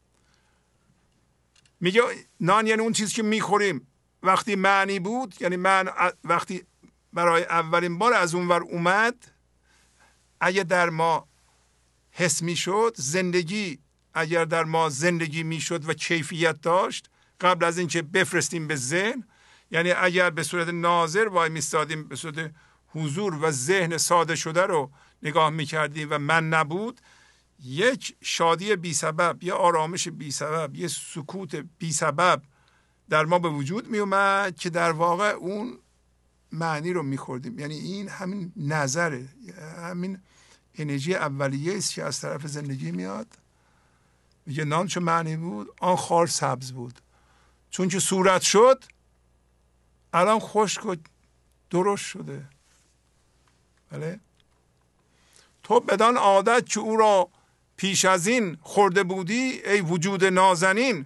میگه نان یعنی اون چیزی که میخوریم وقتی معنی بود، یعنی من وقتی برای اولین بار از اون ور اومد، اگه در ما حس میشد، زندگی اگر در ما زندگی میشد و کیفیت داشت قبل از اینکه بفرستیم به ذهن، یعنی اگر به صورت ناظر وای میستادیم، به صورت حضور و ذهن ساده شده رو نگاه میکردیم و من نبود، یک شادی بی سبب، یه آرامش بی سبب، یه سکوت بی سبب در ما به وجود می اومد که در واقع اون معنی رو میخوردیم. یعنی این همین نظره، همین انرژی اولیه است که از طرف زندگی میاد. میگه نان چه معنی بود آن خار سبز بود، چون که صورت شد الان خشک و درشت شده. بله، تو بدان عادت که او را پیش از این خورده بودی ای وجود نازنین.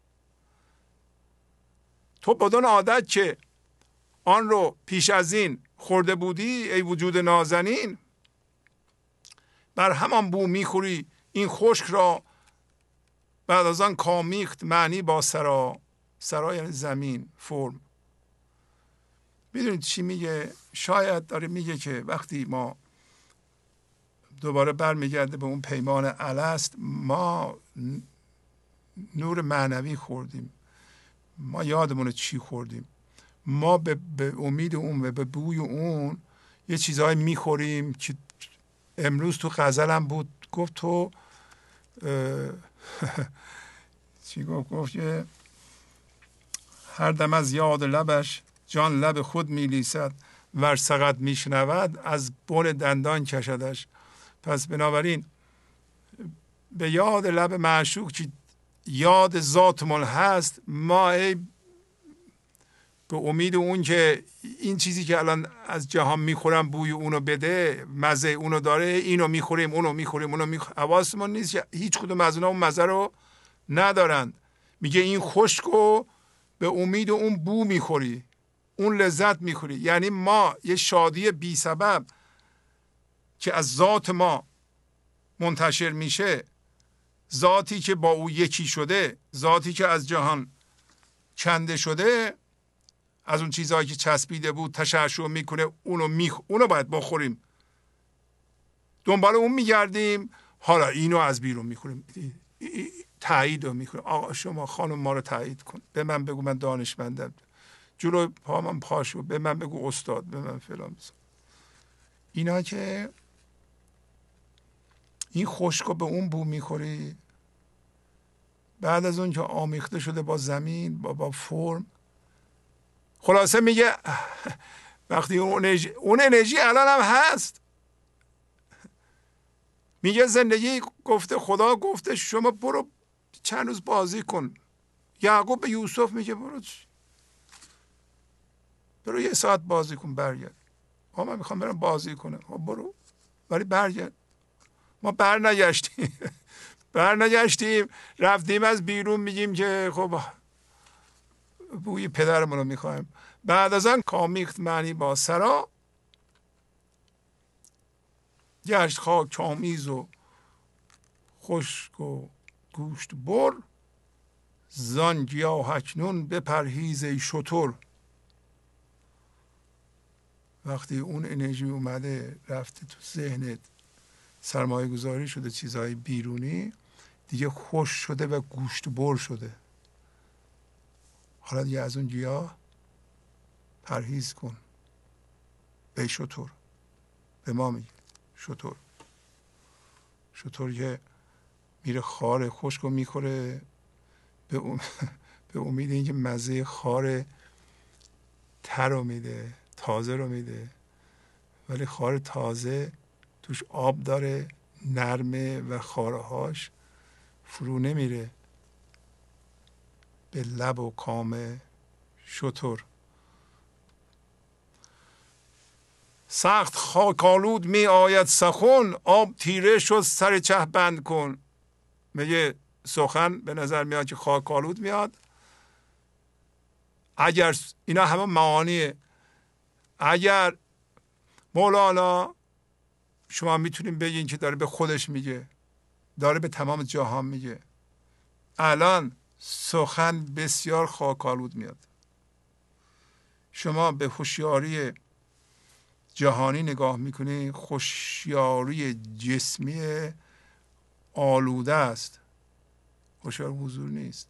تو بدان عادت که آن رو پیش از این خورده بودی ای وجود نازنین، بر همان بو میخوری این خشک را، بعد از آن کامیخت معنی با سرا. سرا یعنی زمین، فرم. میدونید چی میگه؟ شاید داره میگه که وقتی ما دوباره برمیگرده به اون پیمان الست، ما نور معنوی خوردیم، ما یادمونه چی خوردیم، ما به, به امید اون و به بوی اون یه چیزهایی میخوریم که امروز تو غزلم بود، گفت تو چی گفت؟ گفت که هر دم از یاد لبش جان لب خود میلیسد، ور سقط میشنود از بن دندان کشدش. پس بنابراین به یاد لب معشوق که یاد ذاتمون هست، ما ای به امید اون که این چیزی که الان از جهان میخورم بوی اونو بده، مزه اونو داره، اینو میخوریم اونو میخوریم اونو میخوریم، حواسمون نیست که هیچ کدوم از اونها اون مزه رو ندارند. میگه این خشکو به امید اون بو میخوری، اون لذت میخوری. یعنی ما یه شادی بی سبب که از ذات ما منتشر میشه، ذاتی که با او یکی شده، ذاتی که از جهان کنده شده، از اون چیزهایی که چسبیده بود تشعشع میکنه، اونو میخ... اونو باید بخوریم، دنبال اون میگردیم. حالا اینو از بیرون میخوریم، تایید رو میخوریم. آقا شما خانم ما رو تایید کن، به من بگو من دانشمندم، جلو پا من پاشو، به من بگو استاد، به من فلان. اینا که این خشکو به اون بو میخوری، بعد از اون که آمیخته شده با زمین، با, با فرم. خلاصه میگه وقتی اون انرژی, اون انرژی الان هم هست. میگه زندگی گفته، خدا گفته شما برو چند روز بازی کن. یعقوب به یوسف میگه برو برو یه ساعت بازی کن برگرد. آه من میخوام برم بازی کنم. برو ولی برگرد. ما بر نگشتیم بر نگشتیم رفتیم از بیرون، میگیم که خب بوی پدرمون رو میخوایم. بعد از آن کامیخت معنی با سرا، گشت خاک آمیز و خشک و گوشت بر، زان گیاه اکنون بپرهیز ای شتر. وقتی اون انرژی اومده رفته تو ذهنت، سرمایه گذاری شده چیزهای بیرونی، دیگه خوش شده و گوشت بر شده. حالا دیگه از اون گیاه پرهیز کن ای شتر. به ما میگه شتر، شتر که میره خار خشک رو میخوره به, ام... به امید اینکه مزه خار تر رو میده، تازه رو میده، ولی خار تازه توش آب داره، نرمه و خارهاش فرو نمیره به لب و کام شتر. سخت خاک آلود می آید سخن، آب تیره شد سر چه بند کن. میگه سخن به نظر میاد که خاک آلود میاد. اگر اینا همه معانیه. اگر مولانا شما میتونیم بگین که داره به خودش میگه، داره به تمام جهان میگه الان سخن بسیار خاک آلود میاد. شما به هوشیاری جهانی نگاه میکنی، هوشیاری جسمی آلوده است، هوشیاری حضور نیست.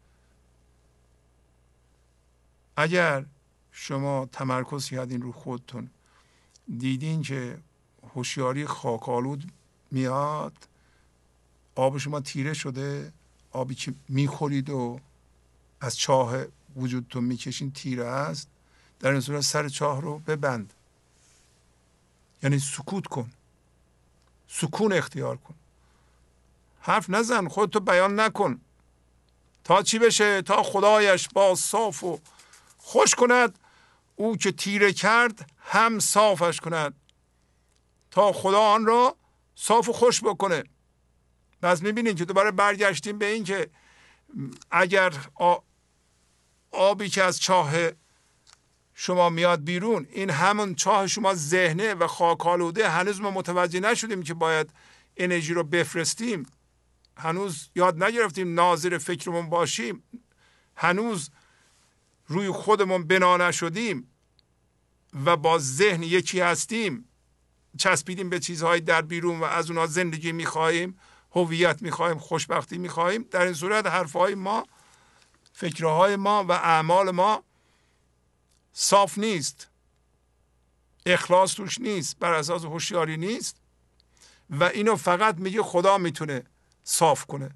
اگر شما تمرکز کردین رو خودتون، دیدین که هوشیاری خاک آلود میاد، آب شما تیره شده، آبی که میخورید و از چاه وجودتون میکشین تیره است، در این صورت سر چاه رو ببند، یعنی سکوت کن، سکون اختیار کن، حرف نزن، خودتو بیان نکن. تا چی بشه؟ تا خدایش باز صاف و خوش کند، او که تیره کرد هم صافش کند. تا خدا آن را صاف و خوش بکنه. پس میبینید که دوباره برگشتیم به این که اگر آبی که از چاه شما میاد بیرون، این همون چاه شما ذهنه و خاک آلوده، هنوز ما متوجه نشدیم که باید انرژی رو بفرستیم، هنوز یاد نگرفتیم ناظر فکرمون باشیم، هنوز روی خودمون بنا نشدیم و با ذهن یکی هستیم، چسبیدیم به چیزهای در بیرون و از اونها زندگی میخواهیم، هویت میخواهیم، خوشبختی میخواهیم. در این صورت حرفهای ما، فکرهای ما و اعمال ما صاف نیست، اخلاص توش نیست، بر اساس هوشیاری نیست و اینو فقط میگه خدا میتونه صاف کنه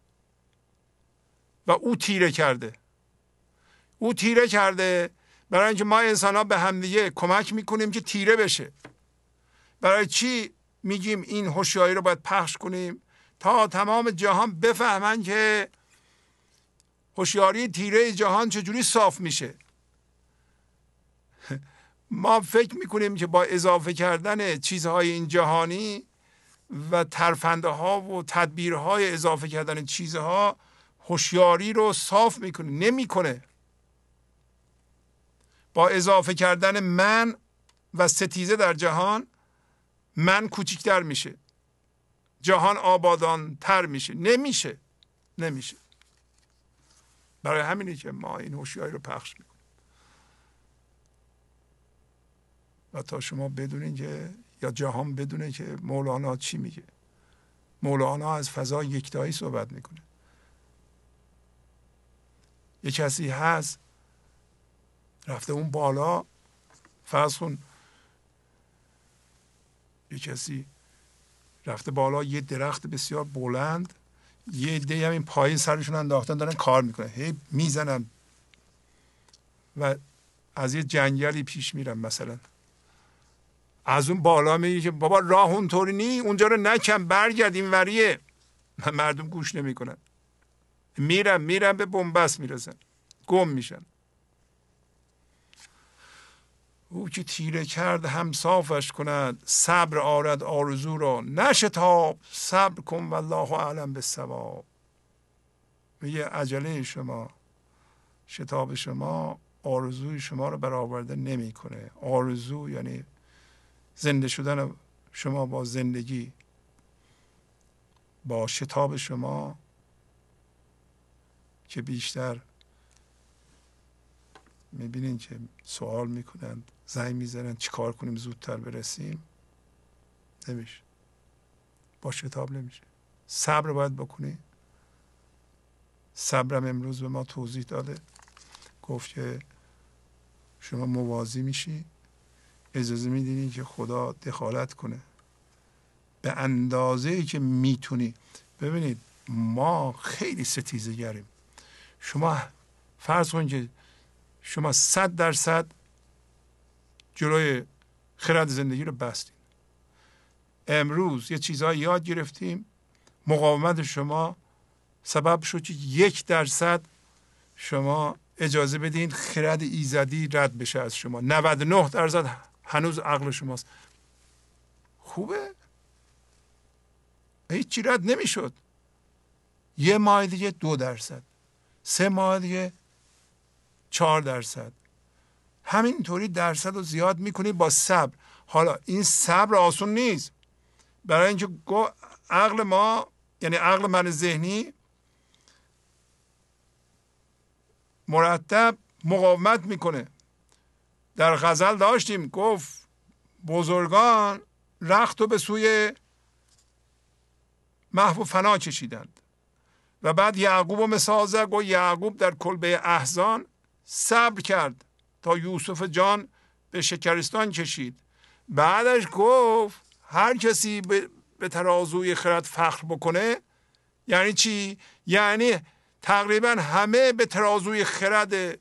و او تیره کرده. او تیره کرده برای اینکه ما انسان ها به همدیگه کمک میکنیم که تیره بشه. برای چی میگیم این هوشیاری رو باید پخش کنیم؟ تا تمام جهان بفهمن که هوشیاری تیره جهان چجوری صاف میشه. ما فکر میکنیم که با اضافه کردن چیزهای این جهانی و ترفنده ها و تدبیرهای اضافه کردن چیزها هوشیاری رو صاف میکنه. نمیکنه. با اضافه کردن من و ستیزه در جهان، من کوچکتر میشه، جهان آبادان تر میشه. نمیشه نمیشه برای همینه که ما این هوشیاری رو پخش میکنیم. و تا شما بدونین که، یا جهان بدونه که مولانا چی میگه. مولانا از فضا یکتایی صحبت میکنه. یه کسی هست رفته اون بالا، فرض کن یه کسی رفته بالا یه درخت بسیار بلند، یه عده هم این پایین سرشون انداختن دارن کار میکنن، هی میزنن و از یه جنگلی پیش میرن. مثلا از اون بالا میگه که بابا راه اونطوری نی، اونجا رو نکن، برگرد این وریه. مردم گوش نمیکنن، میرن میرن به بنبست میرسن، گم میشن. او که تیره کرد هم صافش کند، صبر آرد آرزو را نشتاب، صبر کن والله اعلم بالصواب. میگه عجله شما، شتاب شما آرزوی شما رو برآورده نمیکنه. آرزو یعنی زنده شدن شما با زندگی، با شتاب شما که بیشتر میبینین که سوال میکنن، زنگ میزنن چیکار کنیم زودتر برسیم. نمیشه، با شتاب نمیشه. صبر باید بکنی. صبرم امروز به ما توضیح داده، گفت که شما موازی میشی، اجازه میدینی که خدا دخالت کنه به اندازه‌ای که میتونی. ببینید ما خیلی ستیزه گریم. شما فرض کن که شما صد درصد جلوی خرد زندگی رو بستین. امروز یه چیزهایی یاد گرفتیم، مقاومت شما سبب شد که یک درصد شما اجازه بدین خرد ایزدی رد بشه از شما. نود و نه درصد هنوز عقل شماست. خوبه؟ هیچی رد نمیشد. یه ماه دیگه دو درصد، سه ماه دیگه چهار درصد، همینطوری درصد رو زیاد میکنی با صبر. حالا این صبر آسون نیست، برای اینکه عقل ما، یعنی عقل من ذهنی، مرتب مقاومت میکنه. در غزل داشتیم گفت بزرگان رخت رو به سوی محو و فنا کشیدند و بعد یعقوب رو مثال زد، گفت یعقوب در کلبه احزان صبر کرد تا یوسف جان به شکرستان کشید. بعدش گفت هر کسی به, به ترازوی خرد فخر بکنه، یعنی چی؟ یعنی تقریبا همه به ترازوی خرد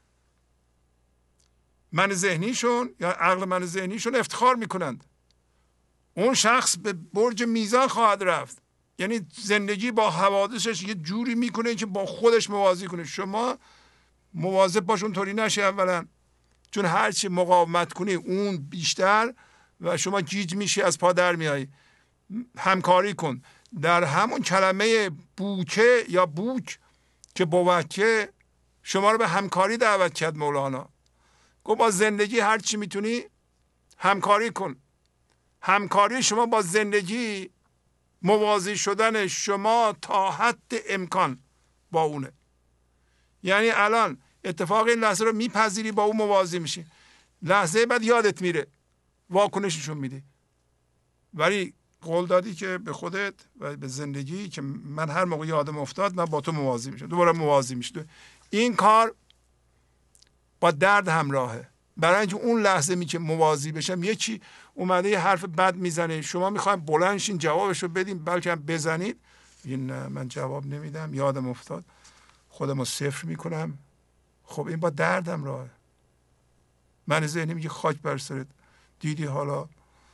من ذهنیشون یا عقل من ذهنیشون افتخار میکنند. اون شخص به برج میزان خواهد رفت، یعنی زندگی با حوادثش یه جوری میکنه که با خودش موازی کنه. شما مواظب باش اونطوری نشه اولا، چون هرچی مقاومت کنی اون بیشتر و شما گیج میشی، از پا در میای. همکاری کن. در همون کلمه بوکه یا بوک که بوکه شما رو به همکاری دعوت کرد مولانا. گفت با زندگی هرچی میتونی همکاری کن. همکاری شما با زندگی موازی شدن شما تا حد امکان با اونه. یعنی الان اتفاق این لحظه رو میپذیری، با اون موازی میشی، لحظه بعد یادت میره، واکنششون میده. ولی قول دادی که به خودت و به زندگی که من هر موقع یادم افتاد من با تو موازی میشم، دوباره موازی میشه. این کار با درد همراهه. برای اینکه اون لحظه می که موازی بشم یکی اومده یه حرف بد میزنه، شما میخوایم بلند شین جوابشو بدیم، بلکه هم بزنید، این نه من جواب نمیدم، یادم افتاد، خودم رو صفر میکنم. خب این با درد همراهه. من ذهنی میگه خاک بر سرت، دیدی حالا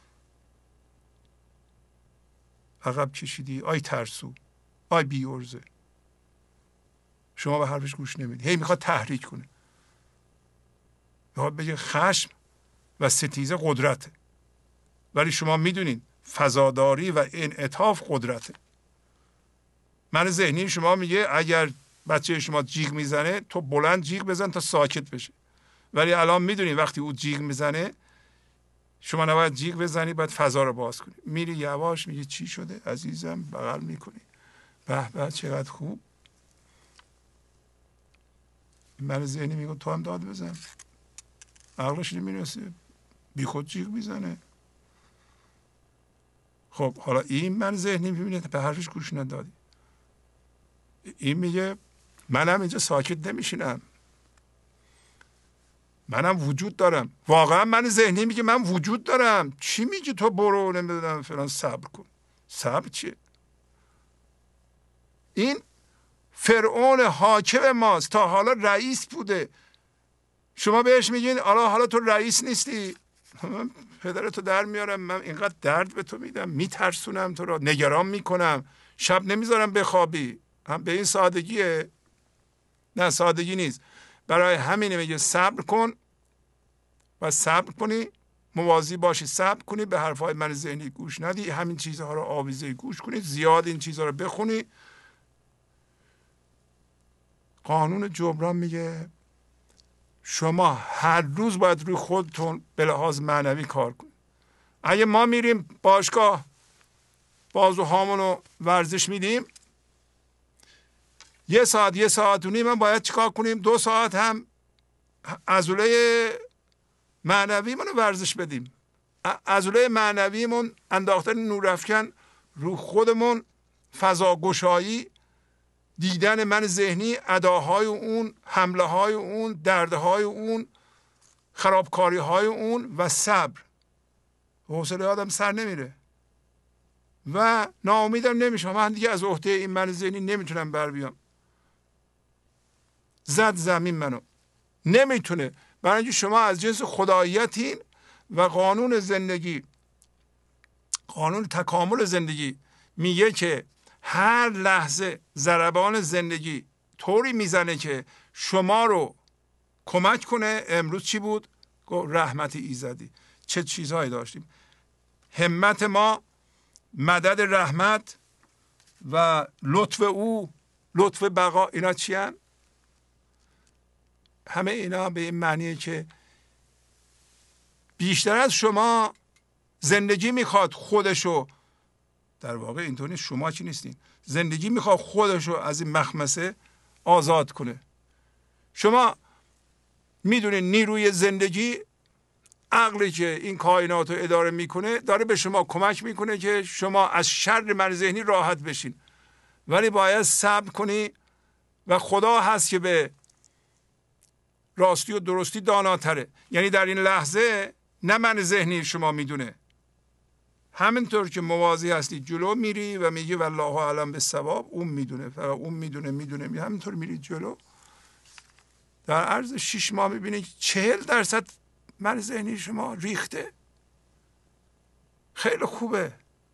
عقب کشیدی، آی ترسو، آی بی ارزه. شما به حرفش گوش نمیدید، هی میخواد تحریک کنه. میخواد بگه خشم و ستیزه قدرته، ولی شما میدونید فضاداری و انعطاف قدرته. من ذهنی شما میگه اگر بچه شما جیغ میزنه تو بلند جیغ بزن تا ساکت بشه، ولی الان میدونید وقتی او جیغ میزنه شما نباید جیغ بزنی، باید فضا رو باز کنی. میری یواش میگه چی شده عزیزم، بغل میکنی، به به چقدر خوب. من ذهنی میگه تو هم داد بزن، عقلش نمیرسه، بی خود جیغ میزنه. خب حالا این من ذهنی میبینه به حرفش گوش ندادی. این میگه منم اینجا ساکت نمیشینم، منم وجود دارم. واقعا من ذهنی میگه من وجود دارم. چی میگی تو برو نمیدونم فلان، صبر کن. صبر چیه؟ این فرعون حاکم ماست، تا حالا رئیس بوده. شما بهش میگین حالا حالا تو رئیس نیستی، پدرتو در میارم، من اینقدر درد به تو میدم، میترسونم تو رو، نگران میکنم، شب نمیذارم بخوابی. هم به این سادگیه؟ نه سادگی نیست. برای همینه میگه صبر کن و صبر کنی، موازی باشی، صبر کنی، به حرفای من ذهنی گوش ندی، همین چیزها رو آویزه گوش کنی، زیاد این چیزها رو بخونی. قانون جبران میگه شما هر روز باید روی خودتون به لحاظ معنوی کار کنید. اگه ما میریم باشگاه بازوهامون رو ورزش میدیم، یه ساعت یه ساعت و نیم من باید چیکار کنیم؟ دو ساعت هم عضله معنویمون رو ورزش بدیم. عضله معنویمون انداختن نورافکن رو خودمون، فضاگشایی، دیدن من ذهنی، اداهای اون، حمله های اون، دردهای اون، خرابکاری های اون و صبر. حوصله آدم سر نمیره و ناامیدم نمیشم. من دیگه از عهده این من ذهنی نمیتونم بر بیام. زد زمین منو، نمیتونه. برای اینکه شما از جنس خداییتین و قانون زندگی، قانون تکامل زندگی میگه که هر لحظه ضربان زندگی طوری میزنه که شما رو کمک کنه. امروز چی بود؟ گفت رحمت ایزدی. چه چیزهایی داشتیم؟ همت ما، مدد رحمت و لطف او، لطف بقا، اینا چی هن؟ همه اینا به این معنیه که بیشتر از شما زندگی میخواد خودشو، در واقع اینطوری شما چی نیستین، زندگی میخواد خودشو از این مخمسه آزاد کنه. شما میدونید نیروی زندگی، عقلی که این کائنات رو اداره میکنه، داره به شما کمک میکنه که شما از شر من ذهنی راحت بشین، ولی باید صبر کنی و خدا هست که به راستی و درستی داناتره. یعنی در این لحظه نه من ذهنی شما میدونه، همینطور که موازی هستی جلو میری و میگی والله اعلم بالصواب، اون میدونه، فقط اون میدونه میدونه می همینطور میری جلو. در عرض شش ماه میبینی چهل درصد من ذهنی شما ریخته. خیلی خوبه.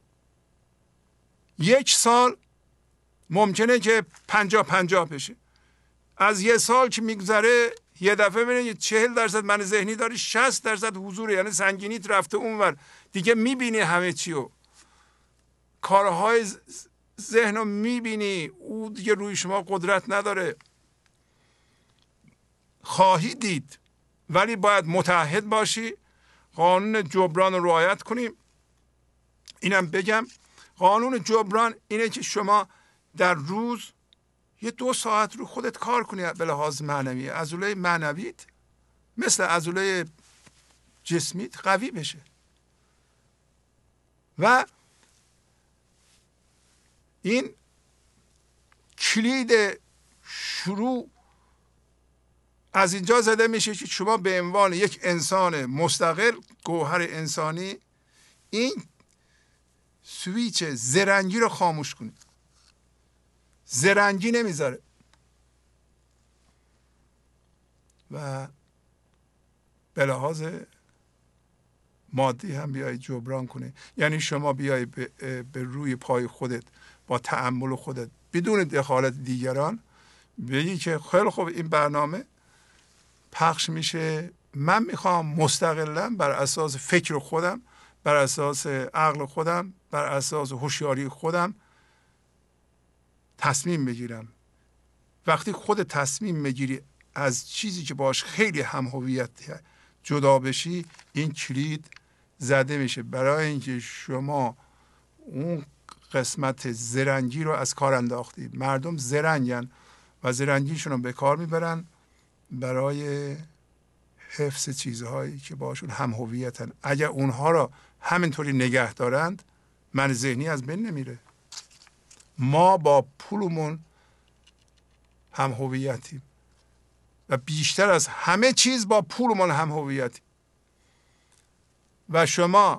یک سال ممکنه که پنجاه پنجاه بشه. از یه سال که میگذره یه دفعه ببینید چهل درصد من ذهنی داری، شصت درصد حضور، یعنی سنگینیت رفته اونور، دیگه میبینی همه چیو، کارهای ذهن رو میبینی، او دیگه روی شما قدرت نداره. خواهی دید، ولی باید متعهد باشی، قانون جبران رو رعایت کنیم. اینم بگم، قانون جبران اینه که شما در روز یه دو ساعت رو خودت کار کنی به لحاظ معنوی، عضله معنویت مثل عضله جسمیت قوی بشه. و این کلید شروع از اینجا زده میشه که شما به عنوان یک انسان مستقل، گوهر انسانی، این سویچ زرنگی رو خاموش کنید. زرنگی نمیذاره. و به لحاظ مادی هم بیایی جبران کنه. یعنی شما بیایی به, به روی پای خودت با تأمل خودت بدون دخالت دیگران بگی که خیلی خوب این برنامه پخش میشه، من میخوام مستقلا بر اساس فکر خودم، بر اساس عقل خودم، بر اساس هوشیاری خودم تصمیم بگیرم. وقتی خود تصمیم میگیری از چیزی که باش خیلی هم هویت جدا بشی، این کلید زده میشه برای اینکه شما اون قسمت زرنگی رو از کار انداختید. مردم زرنگن و زرنگیشون رو به کار میبرن برای حفظ چیزهایی که باشون هم هویتن. اگر اونها رو همینطوری نگه دارند، من ذهنی از بین نمیره. ما با پولمون هم هویتیم و بیشتر از همه چیز با پولمون هم هویتیم. و شما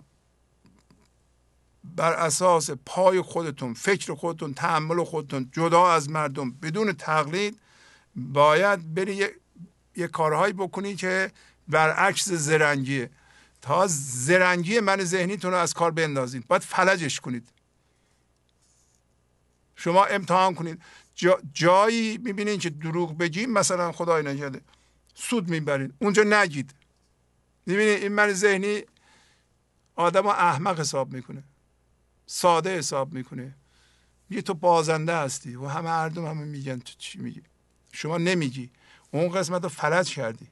بر اساس پای خودتون، فکر خودتون، تأمل خودتون، جدا از مردم، بدون تقلید، باید بری یه, یه کارهایی بکنی که برعکس زرنگیه، تا زرنگی من ذهنیتون رو از کار بندازید. باید فلجش کنید. شما امتحان کنید. جا جایی میبینید که دروغ بگیم، مثلا خدای نکرده سود میبرید، اونجا نگید. میبینید این من ذهنی آدم احمق حساب میکنه، ساده حساب میکنه، میگه تو بازنده هستی و همه مردم همه میگن تو چی میگی. شما نمیگی، اون قسمت رو فلج کردی.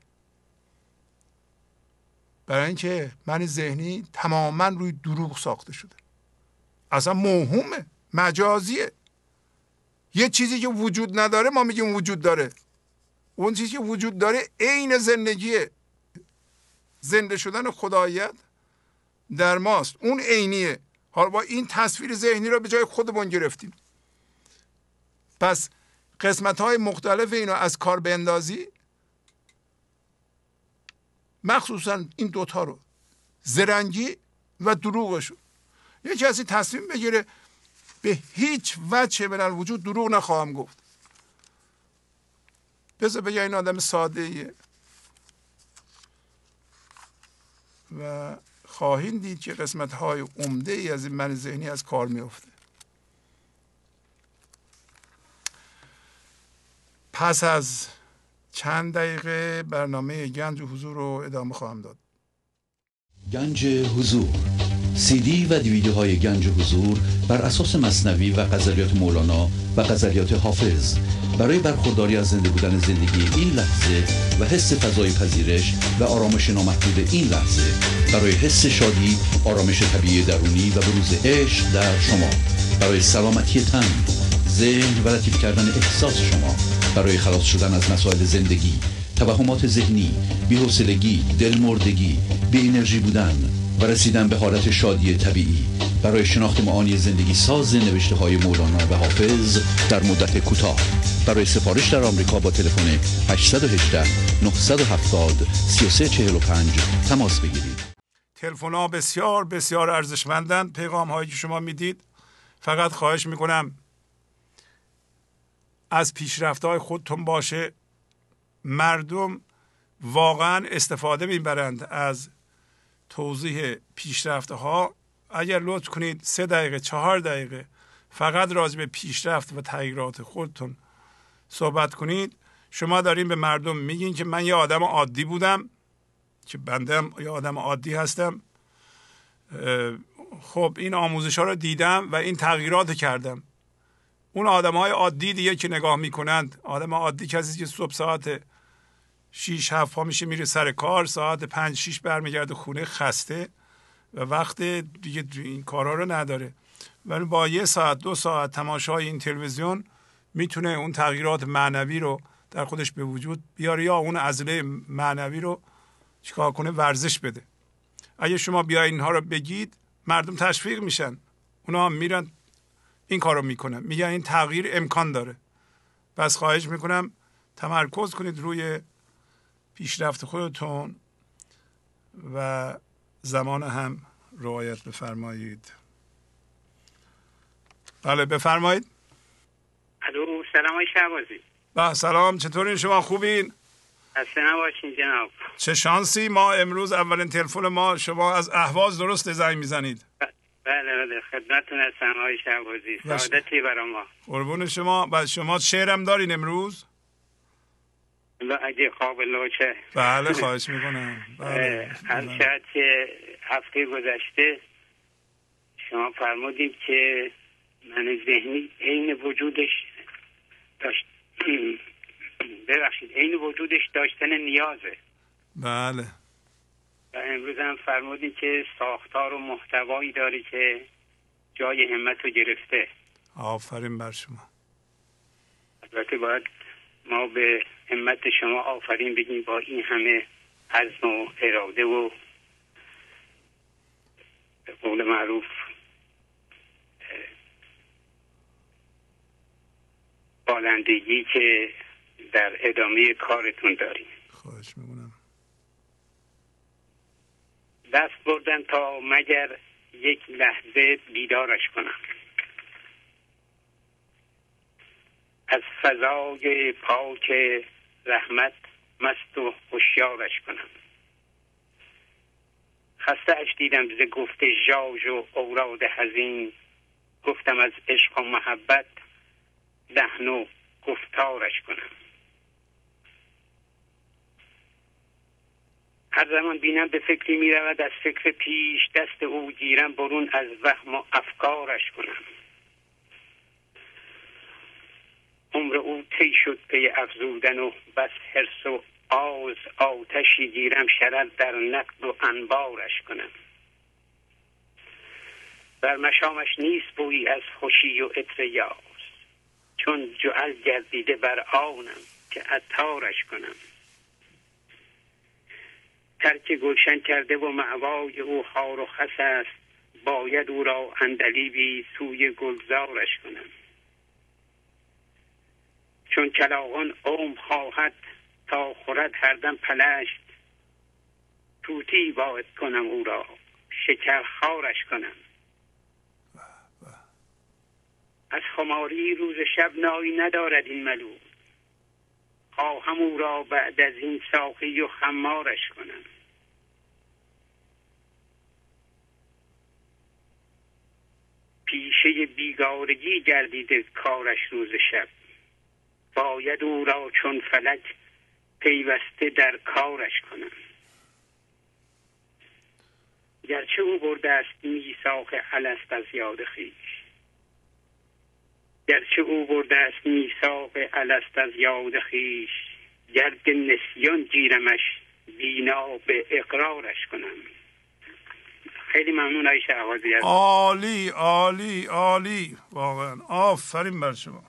برای اینکه من ذهنی تماما روی دروغ ساخته شده، اصلا موهومه، مجازیه. یه چیزی که وجود نداره ما میگیم وجود داره. اون چیزی که وجود داره عین زندگیه. زنده شدن خداییت در ماست، اون عینیه. حالا با این تصویر ذهنی رو به جای خودمون گرفتیم. پس قسمت های مختلف اینو از کار بندازی، مخصوصا این دوتا رو، زرنگی و دروغشو. یه کسی تصمیم بگیره به هیچ وجه من الوجود دروغ نخواهم گفت، بذار بگه این آدم ساده ایه. و خواهید دید که قسمت های عمده ای از این من ذهنی از کار میفته. پس از چند دقیقه برنامه گنج حضور رو ادامه خواهم داد. گنج حضور سی دی و دیویدیوهای گنج حضور بر اساس مثنوی و غزلیات مولانا و غزلیات حافظ برای برخورداری از زنده بودن زندگی این لحظه و حس فضای پذیرش و آرامش نامحدود این لحظه، برای حس شادی، آرامش طبیعی درونی و بروز عشق در شما، برای سلامتی تن، ذهن و لطیف کردن احساس شما، برای خلاص شدن از مسائل زندگی، توهمات ذهنی، بی‌حوصلگی، دلمردگی، بی انرژی بودن و رسیدن به حالت شادی طبیعی، برای شناخت معانی زندگی ساز نوشته های مولانا و حافظ در مدت کوتاه. برای سفارش در آمریکا با تلفن هشت یک هشت نه هفت صفر سه سه چهار پنج تماس بگیرید. تلفن ها بسیار بسیار ارزشمندند. پیغام هایی که شما میدید، فقط خواهش میکنم از پیشرفت های خودتون باشه. مردم واقعا استفاده میبرند از توضیح پیشرفته ها. اگر لطف کنید سه دقیقه چهار دقیقه فقط راجع به پیشرفت و تغییرات خودتون صحبت کنید، شما دارین به مردم میگین که من یه آدم عادی بودم، که بنده هم یه آدم عادی هستم، خب این آموزش ها رو دیدم و این تغییرات کردم. اون آدم های عادی دیگه که نگاه میکنند، آدم عادی کسی که صبح ساعت شیش هفت ها میشه میره سر کار، ساعت پنج شیش برمیگرده خونه خسته و وقت دیگه این کارها رو نداره، ولی با یه ساعت دو ساعت تماشای این تلویزیون میتونه اون تغییرات معنوی رو در خودش به وجود بیاره یا اون عضله معنوی رو چیکار کنه، ورزش بده. اگه شما بیاید اینها رو بگید، مردم تشویق میشن، اونا هم میرن این کارو میکنن، میگن این تغییر امکان داره. پس خواهش میکنم تمرکز کنید روی پیشرفت خودتون و زمان هم رعایت بفرمایید. بله بفرمایید. الو، سلام آقای شهبازی. با سلام، چطورین شما؟ خوبین؟ خسته نباشین جناب. چه شانسی، ما امروز اولین تلفن ما شما از اهواز درست زنگ میزنید. بله بله خدمتتون هستم آقای شهبازی. سعادتی برای ما. قربون شما. بعد شما شعرم دارین امروز؟ اگه قابل باشه. بله خواهش میکنم. بله. از شاید که هفته گذشته شما فرمودید که من ذهنی عین وجودش داشت ببخشید عین وجودش داشتن نیازه. بله. و امروز هم فرمودید که ساختار و محتوایی داره که جای همت رو گرفته. آفرین بر شما. البته باید ما به همت شما آفرین بگیم با این همه عزم و اراده و به قول معروف بالندگی که در ادامه کارتون داریم. خواهش میکنم. دست بردن تا مگر یک لحظه بیدارش کنم، از فضای پاک رحمت مست و هوشیارش کنم. خسته اش دیدم ز گفت ژاژ و اوراد حزین، گفتم از عشق و محبت لحن و گفتارش کنم. هر زمان بینم به فکری می رود از فکر پیش، دست او گیرم برون از وهم و افکارش کنم. عمر او طی شد پی افزودن و بس حرص و آز، آتشی گیرم شرر در نقد و انبارش کنم. بر مشامش نیست بویی از خوشی و عطر یاس، چون جعل گردیده بر آنم که عطارش کنم. ترک گلشن کرده و مأوای او خار و خس است، باید او را عندلیبی سوی گلزارش کنم. چون کلاغان عمر خواهد تا خورد هر دم پلشت، طوطی باید کنم او را شکر خارش کنم. از خماری روز شب نایی ندارد این ملول، خواهم او را بعد از این ساقی و خمارش کنم. پیشه بیگارگی گردیده کارش روز شب، باید او را چون فلک پیوسته در کارش کنم. گرچه او برده است میثاق الست از یاد خویش. گرچه او برده است میثاق الست از یاد خویش، گرد نسیان گیرمش بینا به اقرارش کنم. خیلی ممنون آقای شهبازی. عالی عالی عالی، واقعا آفرین بر شما.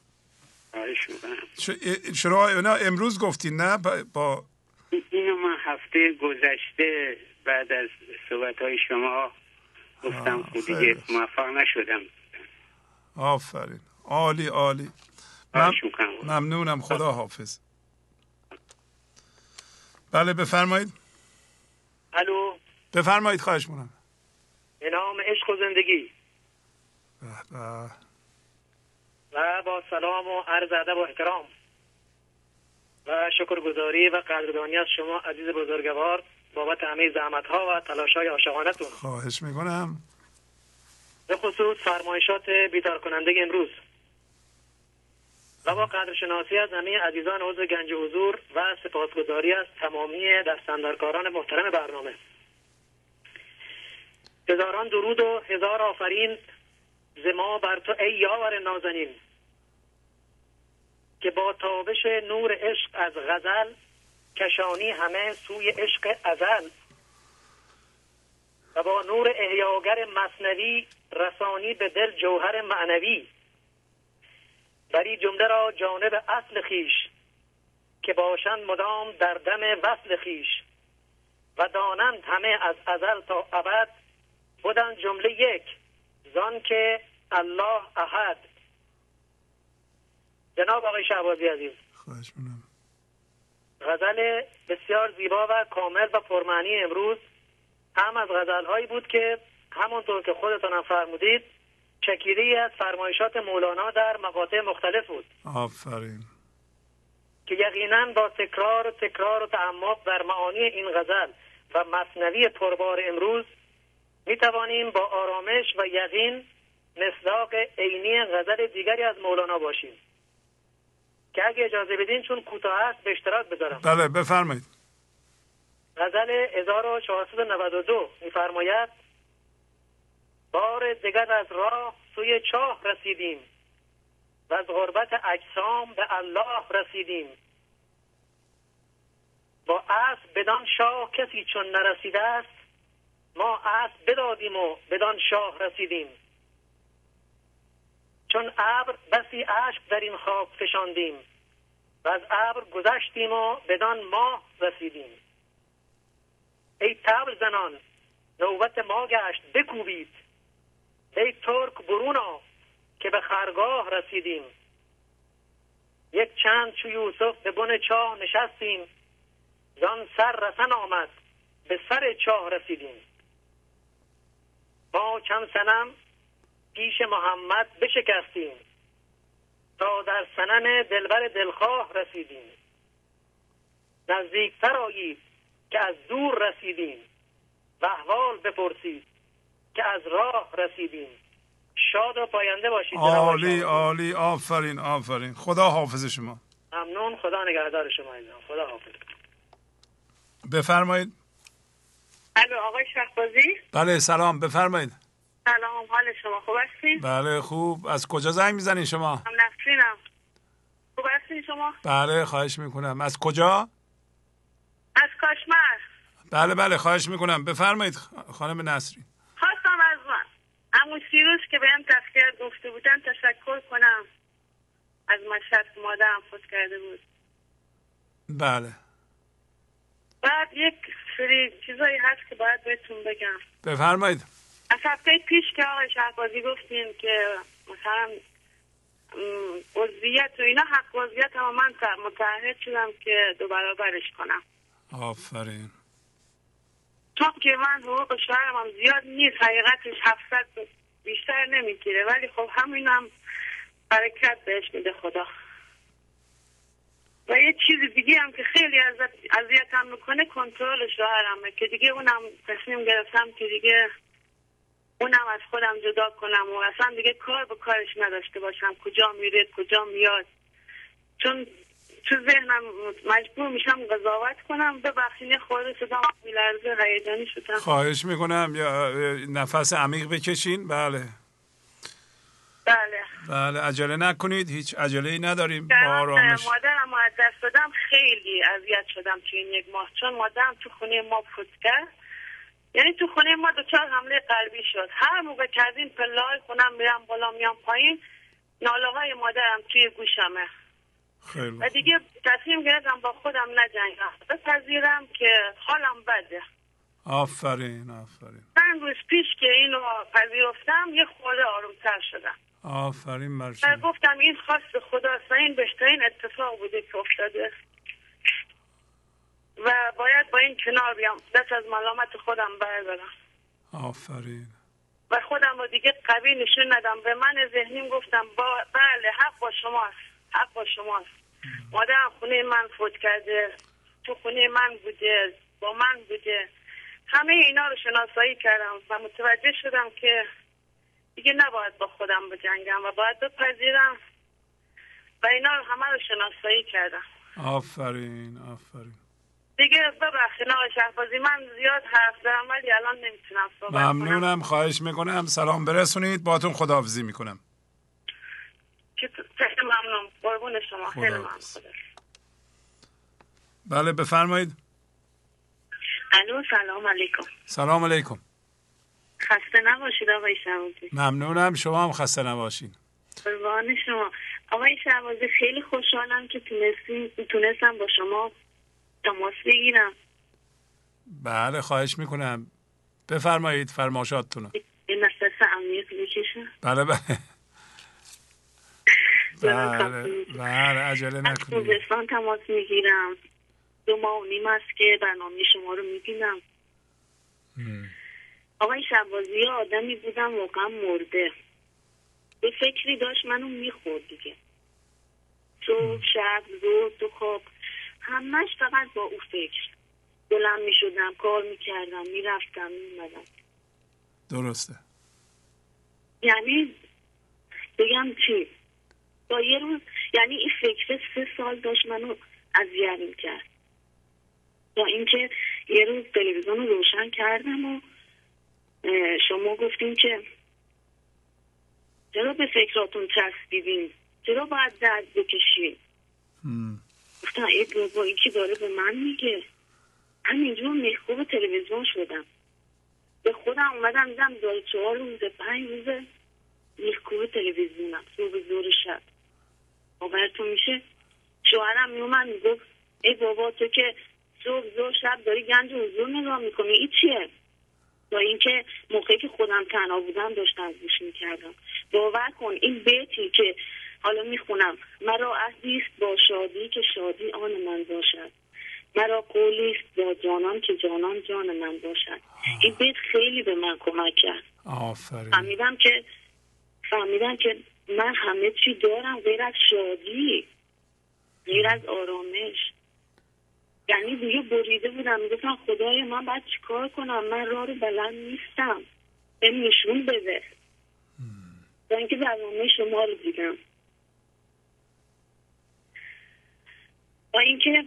شما اینا امروز گفتین نه؟ با اینو من هفته گذشته بعد از صحبت‌های شما گفتم، خود دیگه موفق نشدم. آفرین، عالی عالی. من ممنونم، خدا حافظ. بله بفرمایید. الو بفرمایید، خواهش می‌کنم. به نام عشق و زندگی. به به. و با سلام و عرض ادب و احترام و شکرگزاری و قدردانی از شما عزیز بزرگوار بابت همه زحمت‌ها و تلاش‌های عاشقانه‌تون. خواهش می‌کنم. به خصوص فرمایشات بیدار کننده امروز و با قدرشناسی از همه عزیزان عضو گنج حضور و سپاسگزاری از تمامی دستاندرکاران محترم برنامه. هزاران درود و هزار آفرین ز ما بر تو ای یاور نازنین، که با تابش نور عشق از غزل کشانی همه سوی عشق ازل، و با نور احیاگر مثنوی رسانی به دل جوهر معنوی. بری جمله را جانب اصل خیش، که باشند مدام در دم وصل خیش. و دانند همه از ازل تا ابد بودن جمله یک، زان که الله احد. جناب آقای شهبازی عزیز، خواهش می‌کنم. غزل بسیار زیبا و کامل و پرمعنی امروز هم از غزل‌هایی بود که همونطور که خودتون هم فرمودید چکیده‌ای از فرمایشات مولانا در مقاطع مختلف بود. آفرین. که یقیناً با تکرار و تکرار و تعمق در معانی این غزل و مثنوی پربار امروز می توانیم با آرامش و یقین مصداق عینی غزل دیگری از مولانا باشیم که اگه اجازه بدین چون کوتاه است به اشتراک بذارم. بله بفرمایید. غزل هزار و چهارصد و نود و دو می‌فرماید: بار دگر از راه سوی چاه رسیدیم، و از غربت اجسام به الله رسیدیم. با اسب بدان شاه کسی چون نرسیده است، ما اسب بدادیم و بدان شاه رسیدیم. چون ابر بسی اشک در این خاک فشاندیم، و از ابر گذشتیم و بدان ماه رسیدیم. ای طبل زنان نوبت ما گشت بکوبید، ای ترک برون آ که به خرگاه رسیدیم. یک چند چو یوسف به بن چاه نشستیم، زان سر رسن آمد به سر چاه رسیدیم. ما چند صنم پیش محمد بشکستیم، تا در سنن دلبر دلخواه رسیدیم. نزدیکتر آیید که از دور رسیدیم، و احوال بپرسید که از راه رسیدیم. شاد و پاینده باشید. عالی عالی، آفرین آفرین. خدا حافظ شما. ممنون، خدا نگهدار شما. خدا حافظ. بفرمایید. الو آقای شهبازی. بله سلام، بفرمایید. سلام، حال شما خوب هستین؟ بله خوب. از کجا زنگ میزنین شما؟ من نسرینم. خوب هستین شما؟ بله خواهش میکنم. از کجا؟ از کاشمر. بله بله خواهش میکنم، بفرمایید خانم نسرین. خواستم از من عمو سیروس که بهم تذکر گفته بودن تشکر کنم. از مشهد که مادرم فوت کرده بود. بله. بعد یک سری چیزایی هست که باید بهتون بگم. بفرمایید. از هفته پیش که آقای شهبازی گفتین که مثلا عضویت و اینا، حق عضویت هم من متعهد شدم که دو برابرش کنم. آفرین. چون که من حقوق شوهرم هم زیاد نیست، حقیقتش هفتصد بیشتر نمیگیره، ولی خب همین هم برکت بهش میده خدا. و یه چیز دیگه هم که خیلی اذیتم میکنه کنترل شوهرمه، که دیگه اونم تصمیم گرفتم که دیگه اونم از خودم جدا کنم و اصلا دیگه کار به کارش نداشته باشم، کجا میره کجا میاد. چون تو ذهنم مجبور میشم قضاوت کنم. ببخشید خود صدام میلرزه، هیجانی شدم. خواهش میکنم یا نفس عمیق بکشین. بله بله بله عجله نکنید، هیچ عجله‌ای نداریم. با آرامش. مادرم از دست دادم، خیلی اذیت شدم تو این یک ماه، چون مادرم تو خونه ما فوت کرد. یعنی تو خونه ما دچار حمله قلبی شد. هر موقع که از این پله‌های خونم میرم بالا میام پایین، ناله‌های مادرم توی گوشمه. خیلی و دیگه تصمیم گرفتم با خودم نجنگم، بپذیرم که حالم بده. آفرین آفرین. چند روز پیش که اینو پذیرفتم یه خورده آرومتر شدم. آفرین بر و شما. گفتم این خواست خداست و این بهترین اتفاق بوده که افتاده و باید با این کنار بیام، دست از ملامت خودم بردارم. آفرین. و خودم رو دیگه قوی نشون ندم. به من ذهنیم گفتم با بله حق با شماست، حق با شماست. مادرم خونه من فوت کرده، تو خونه من بوده، با من بوده. همه اینا رو شناسایی کردم و متوجه شدم که دیگه نباید با خودم بجنگم و باید بپذیرم و اینا رو همه رو شناسایی کردم. آفرین آفرین. دیگه ببخشید آقای شهبازی، من زیاد حرف دارم ولی الان نمیتونم صحبت کنم. ممنونم، خواهش میکنم. سلام برسونید. باهاتون خداحافظی میکنم. خیلی ممنون. قربون شما. خیلی ممنون. بله بفرمایید. الو سلام علیکم. سلام علیکم. خسته نباشید آقای شهبازی. ممنونم، شما هم خسته نباشین. قربان شما آقای شهبازی. خیلی خوشحالم که تونستیم تونستم با شما تماس بگیرم. بله خواهش میکنم. بفرمایید فرماشاتونو. این نفس عمیق بکشم. بله بله. بله بله عجله نکنید. از خوزستان تماس میگیرم. دو ماه و نیم است که برنامه شما رو میبینم. آقای شهبازی آدمی بودم واقعا مرده. به فکری داشت منو میخورد دیگه. صبح شب روز تو خواب همش فقط با او فکر. بلند میشدم کار میکردم میرفتم میمدم. درسته. یعنی بگم چی؟ با یه روز یعنی این فکر سه سال داشت منو اذیت میکرد. با اینکه یه روز تلویزیون رو روشن کردم و شما گفتین که چرا به فکراتون چسبیدین؟ چرا باید درد بکشین؟ گفتم ای بابا این که داره به من میگه. همینجور میخوب تلویزیون شدم. به خودم اومدم دیدم داره چهار روز پنج روز میخوب تلویزیونم صبح زور شب. باورتون میشه؟ شوهرم میومد میگفت ای بابا تو که صبح زور شب داری گنج حضور نگاه میکنی این چیه؟ با اینکه موقعی که خودم تنها بودم داشتم گوش میکردم. باور کن این بیتی که حالا میخونم: مرا عهدیست با شادی که شادی آن من باشد، مرا قولیست با جانان که جانان جان من باشد. این بیت خیلی به من کمک کرد. آفرین. فهمیدم که فهمیدم که من همه چی دارم غیر از شادی، غیر از آرامش. یعنی دیگه بریده بودم میگفتم خدای من باید چیکار کنم؟ من راه رو بلد نیستم، بهم نشون بده. تا اینکه برنامه شما رو دیدم، با اینکه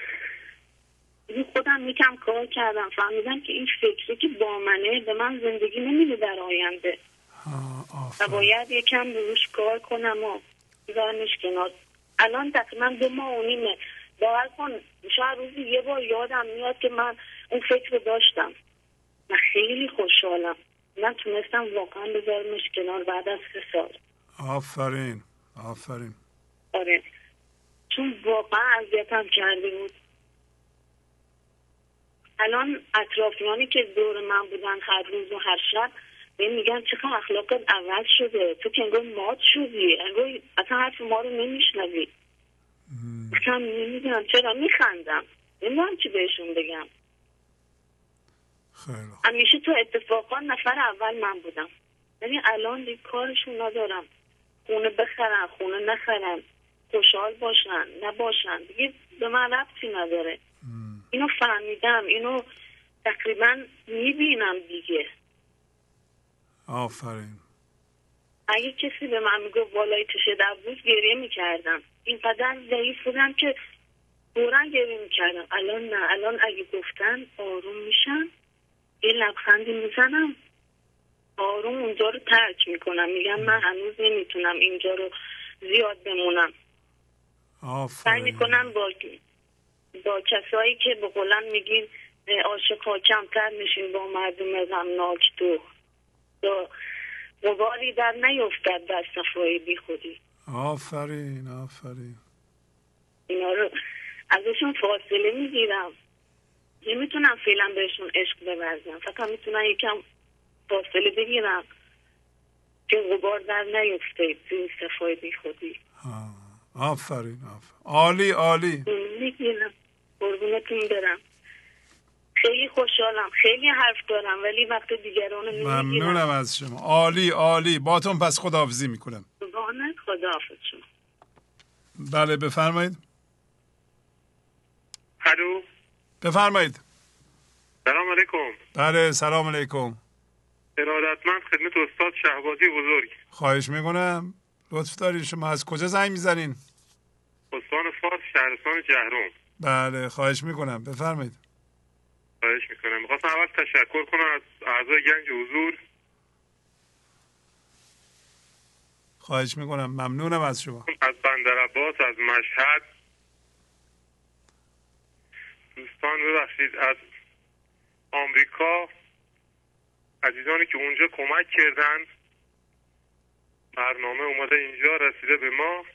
خودم یکم کار کردم فهمیدم که این فکری که با منه به من زندگی نمیده در آینده و باید یکم روش کار کنم و بذارمش کنار. الان تقریبا دو ماه و نیمه. باور کن شاید روزی یه بار یادم میاد که من اون فکر رو داشتم. من خیلی خوشحالم من تونستم واقعا بذارمش کنار بعد از سه سال. آفرین آفرین. آره چون واقعا اذیتم کرده بود. الان اطرافیانی که دور من بودن هر روز و هر شب به میگن چقدر اخلاقت عوض شده، تو که انگار مات شدی، انگار اصلا حرف ما رو نمیشنوی. اصلا نمیدونم چرا میخندم، نمیدونم چی بهشون بگم. خیلی همیشه تو اتفاقا نفر اول من بودم، یعنی الان دیگه کارشون ندارم. خونه بخرن خونه نخرن، خوشحال باشن نباشن، دیگه به من ربطی نداره. اینو فهمیدم، اینو تقریبا میبینم دیگه. آفرین. اگه کسی به من میگه والای چشه دبوز گریه میکردم. اینقدر ضعیف بودم که دوران گریه میکردم. الان نه، الان اگه گفتن آروم میشم، یه لبخندی میزنم، آروم اونجا رو ترک میکنم، میگم من هنوز نمیتونم اینجا رو زیاد بمونم. سعی میکنم با با کسایی که به قولن میگین عاشقا کمتر میشین، با مردم غمناک تو تا غباری در نیفتد در صفای بی خودی. آفرین آفرین. اینا رو ازشون فاصله میگیرم، نمیتونم فعلا بهشون عشق بورزم، فقط میتونم یکم فاصله بگیرم که غبار در نیفته توی صفای بی خودی. آفرین آفرین. عالی عالی. میگیرم. قربونتون برم. خیلی خوشحالم، خیلی حرف دارم ولی وقت دیگران نمیگیرم. ممنونم از شما. عالی عالی. باتون پس خداحافظی میکنم. بانه خداحافظ شما. بله بفرمایید. الو بفرمایید. سلام علیکم. بله سلام علیکم. ارادتمند خدمت استاد شهبازی بزرگ. خواهش میکنم. لطف دارین. شما از کجا زنگ میزنین؟ استان فارس، شهرستان جهرم. بله خواهش میکنم بفرمایید. خواهش میکنم. میخواستم اول تشکر کنم از اعضای گنج حضور. خواهش میکنم. ممنونم از شما. از بندرعباس، از مشهد. دوستان ببخشید از آمریکا، عزیزانی که اونجا کمک کردن، برنامه اومده اینجا رسیده به ما.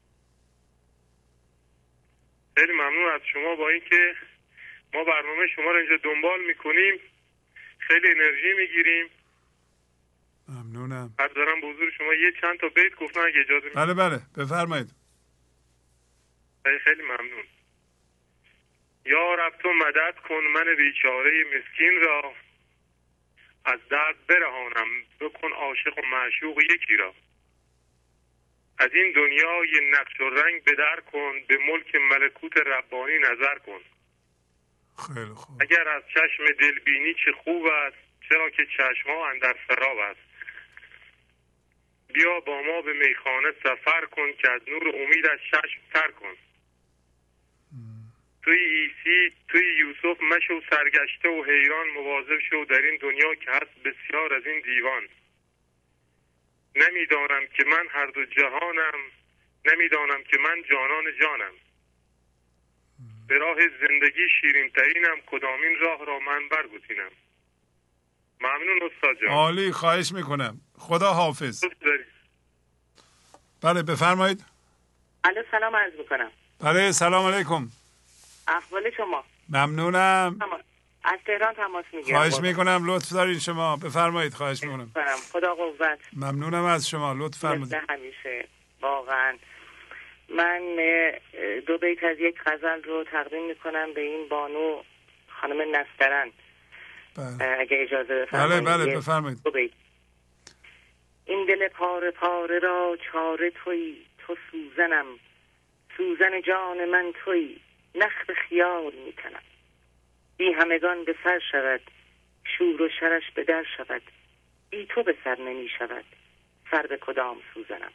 خیلی ممنون از شما. با اینکه ما برنامه شما رو اینجا دنبال میکنیم خیلی انرژی میگیریم. ممنونم. عرض دارم به حضور شما یه چند تا بیت گفتن اگه اجازه میدید. بله بله بفرمایید. خیلی خیلی ممنون. یا رب تو مدد کن من بیچاره مسکین را، از درد برهانم بکن عاشق و معشوق یکی را. از این دنیا یه نقش و رنگ بدر کن، به ملک ملکوت ربانی نظر کن. خیلی خوب. اگر از چشم دلبینی چه خوب است، چرا که چشم ها اندر سراب است. بیا با ما به میخانه سفر کن، که از نور امید از چشم تر کن. توی عیسی توی یوسف مشو سرگشته و حیران، مواظب شو در این دنیا که هست بسیار از این دیوان. نمیدانم که من هر دو جهانم، نمیدانم که من جانان جانم. به راه زندگی شیرین ترینم، کدامین راه را من برگزینم. ممنون استاد جان. عالی. خواهش میکنم. خدا حافظ. بله بفرمایید. الو سلام عرض میکنم. بله سلام علیکم. احوال شما؟ ممنونم. از تهران تماس میگیرم. خواهش میکنم. لطف دارین شما. بفرمایید. خواهش میکنم. خدا قوت. ممنونم از شما. لطف فرمایید. همیشه واقعا. من دو بیت از یک غزل رو تقدیم میکنم به این بانو خانم نسترن. بله. اگه اجازه بفرمایید. بله بله بفرمایید. دو بیت. این دل پاره پاره را چاره تویی، تو سوزنم، سوزن جان من تویی، نخ به خیال میتنم. بی همگان به سر شود، شور و شرش به در شود، بی تو به سر نمی شود، سر به کدام سوزنم.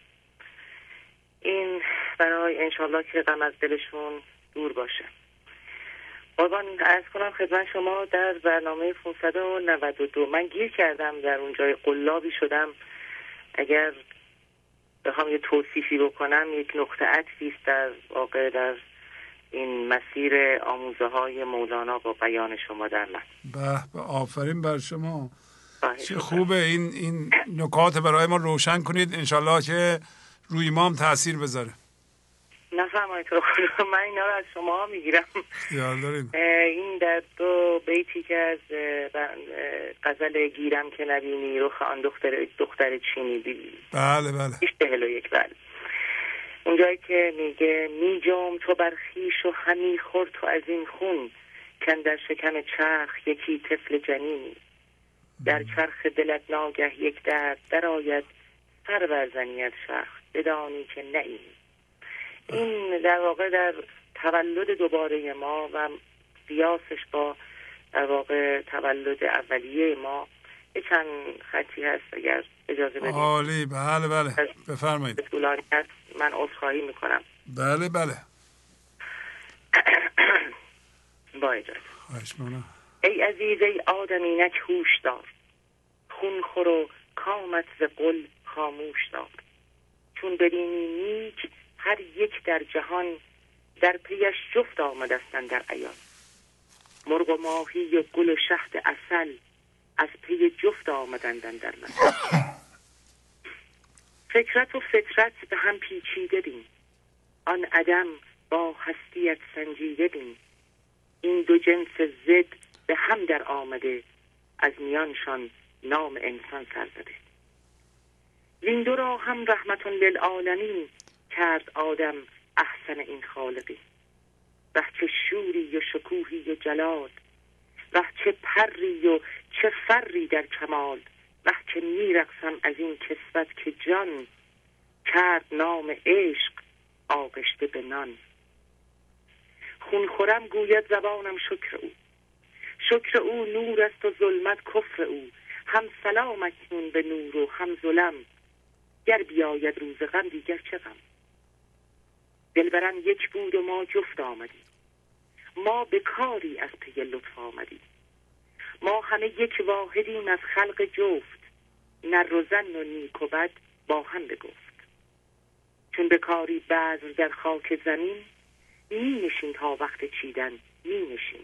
این برای انشالله که غم از دلشون دور باشه. قربان عرض کنم خدمت شما، در برنامه پانصد و نود و دو من گیر کردم، در اونجای قلابی شدم. اگر بخوام یه توصیفی بکنم، یک نقطه عطفی است در واقع در این مسیر آموزه های مولانا با بیان شما در من. به به آفرین بر شما. چه خوبه این این نکات برای ما روشن کنید، انشالله که روی ما هم تاثیر بذاره. نفرمایید تو خدا، من اینا رو از شما میگیرم. خیال دارین. این در دو بیتی که از غزل گیرم که نبینی رخ آن دختر دختر چینی بی. بله بله. بیست چهل و یک بله. اونجایی که میگه می جام تو برخیش و همی خور تو از این خون، کن در شکم چرخ یکی طفل جنینی. در چرخ دلت ناگه یک درد در آید، سر برزنی از شرخ بدانی که نئی. این در واقع در تولد دوباره ما و قیاسش با در واقع تولد اولیه ما یه چند خطی هست اگر اجازه بدید. عالی. بله بله بفرمایید. طولانی هست، من عذرخواهی میکنم. بله بله. با اجازه. خواهش. ای عزیز ای آدمینک هوش دار، خون خور و کامت ز قل خاموش دار. چون ببینی نیک هر یک در جهان، در پیش جفت آمدستن در عیان. مرغ و ماهی و گل و شهد عسل، از پی جفت آمدندن در مثل. فکرت و فطرت به هم پیچیده بین، آن عدم با هستیت سنجیده بین. این دو جنس ضد به هم در آمده، از میانشان نام انسان سر زده. این دو را هم رحمت للعالمین، کرد آدم احسن این خالقی. وه چه شوری و شکوهی و جلال، وه چه پری و چه فری در کمال. وه چه میرقصم از این کسوت که جان، کرد نام عشق آغشته به نان. خون خورم گوید زبانم شکر او، شکر او نور است و ظلمت کفر او. هم سلام اکنون به نور و هم ظلم، گر بیاید روز غم دیگر چه غم. دلبرم یک بود و ما جفت آمدیم، ما به کاری از پی لطف آمدیم. ما همه یک واحدیم از خلق جفت، نر و زن و نیک و بد با هم بگفت. چون به کاری بذر در خاک زمین، می نشین تا وقت چیدن می نشین.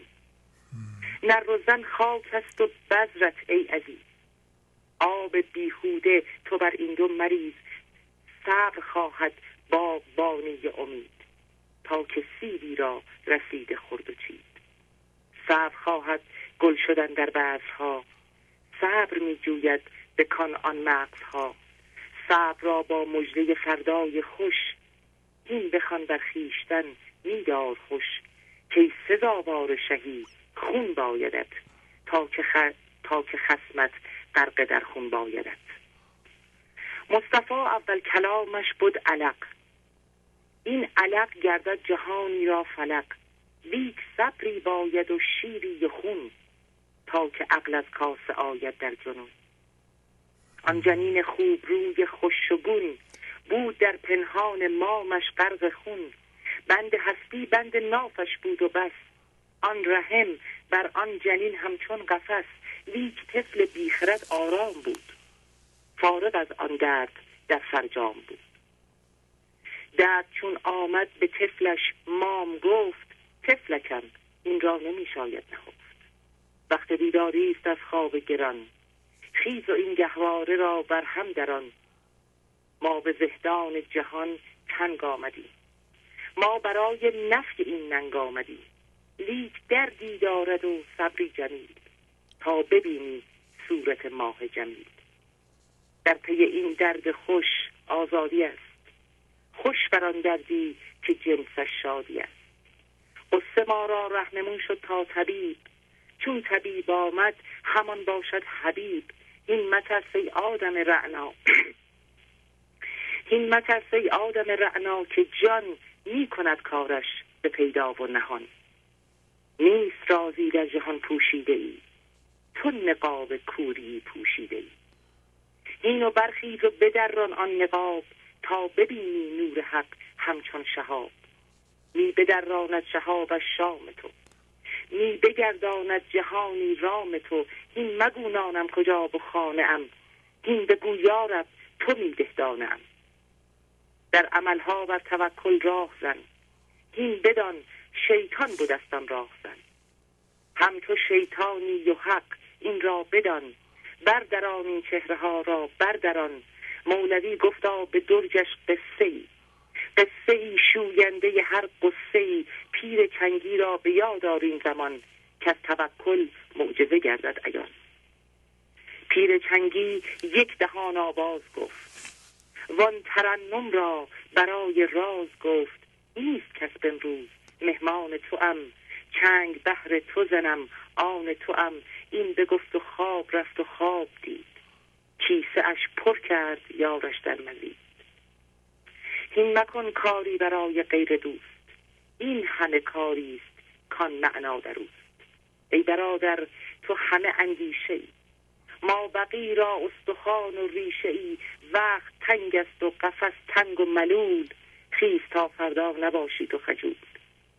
نر و زن خاک است و بذرت ای عزیز، آب بیهوده تو بر این دو مریز. صبر خواهد با بانی امید، تا که سیبی را رسید خورد و چید. صبر خواهد گل شدن در بذرها، صبر می جوید به کان آن مغزها. صبر را با مژده فردای خوش، این بخوان بر خویشتن می دار خوش. که سزاوار شهی خون بایدت، تا که خ... تا که خصمت غرق در خون بایدت. مصطفی اول کلامش بود علق، این علق گردد جهانی را فلق. لیک صبری باید و شیری و خون، تا که عقل از کاسه آید در جنون. آن جنین خوب روی خوشگون، بود در پنهان مامش غرق خون. بند هستی بند نافش بود و بس، آن رحم بر آن جنین همچون قفس. لیک طفل بیخرد آرام بود، فارغ از آن درد در فرجام بود. درد چون آمد به طفلش مام گفت، طفلکم این را نمی شاید نهفت. وقت بیداری است از خواب گران، خیز و این گهواره را بر هم دران. ما به زهدان جهان تنگ آمدیم، ما برای نفی این ننگ آمدیم. لیک دردی دارد و صبری جمیل، تا ببینی صورت ماه جمیل. در پی این درد خوش آزادی است، خوش بر آن دردی که جنسش شادی است. قصه ما را رهنمون شد تا طبیب، چون طبیب آمد همان باشد حبیب. این مترس ای آدم رعنا این مترس ای آدم رعنا، که جان می کند کارش به پیدا و نهان. نیست رازی در جهان پوشیده ای، تو نقاب کوری پوشیده ای. اینو برخیز و بدران آن نقاب، تا ببینی نور حق همچون شهاب. می بدراند شهابش شام تو، می بگرداند جهانی رام تو. این مگو نانم کجا و خانه ام، این بگو یارب تو می دهدانم. در عملها بر توکل راه زن، این بدان شیطان بودستم راه زن. هم تو شیطانی و حق این را بدان، بردران این چهره ها را بردران. مولوی گفتا به درجش قصه ای، قصه ای شوینده هر قصه ای. پیر چنگی را به یاد آر این زمان، که از توکل معجزه گردد عیان. پیر چنگی یک دهان آواز گفت، وان ترنم را برای راز گفت. نیست کس امروز مهمان تو ام، چنگ بهر تو زنم آن تو ام. این بگفت و خواب رفت و خواب دید، کیسه اش پر کرد یارش در مزید. این مکن کاری برای غیر دوست، این همه کاری است کان معنا در اوست. ای برادر تو همه اندیشه ای، ما بقی را استخوان و ریشه ای. وقت تنگ است و قفس تنگ و ملول، خیز تا فردا نباشی تو خجول.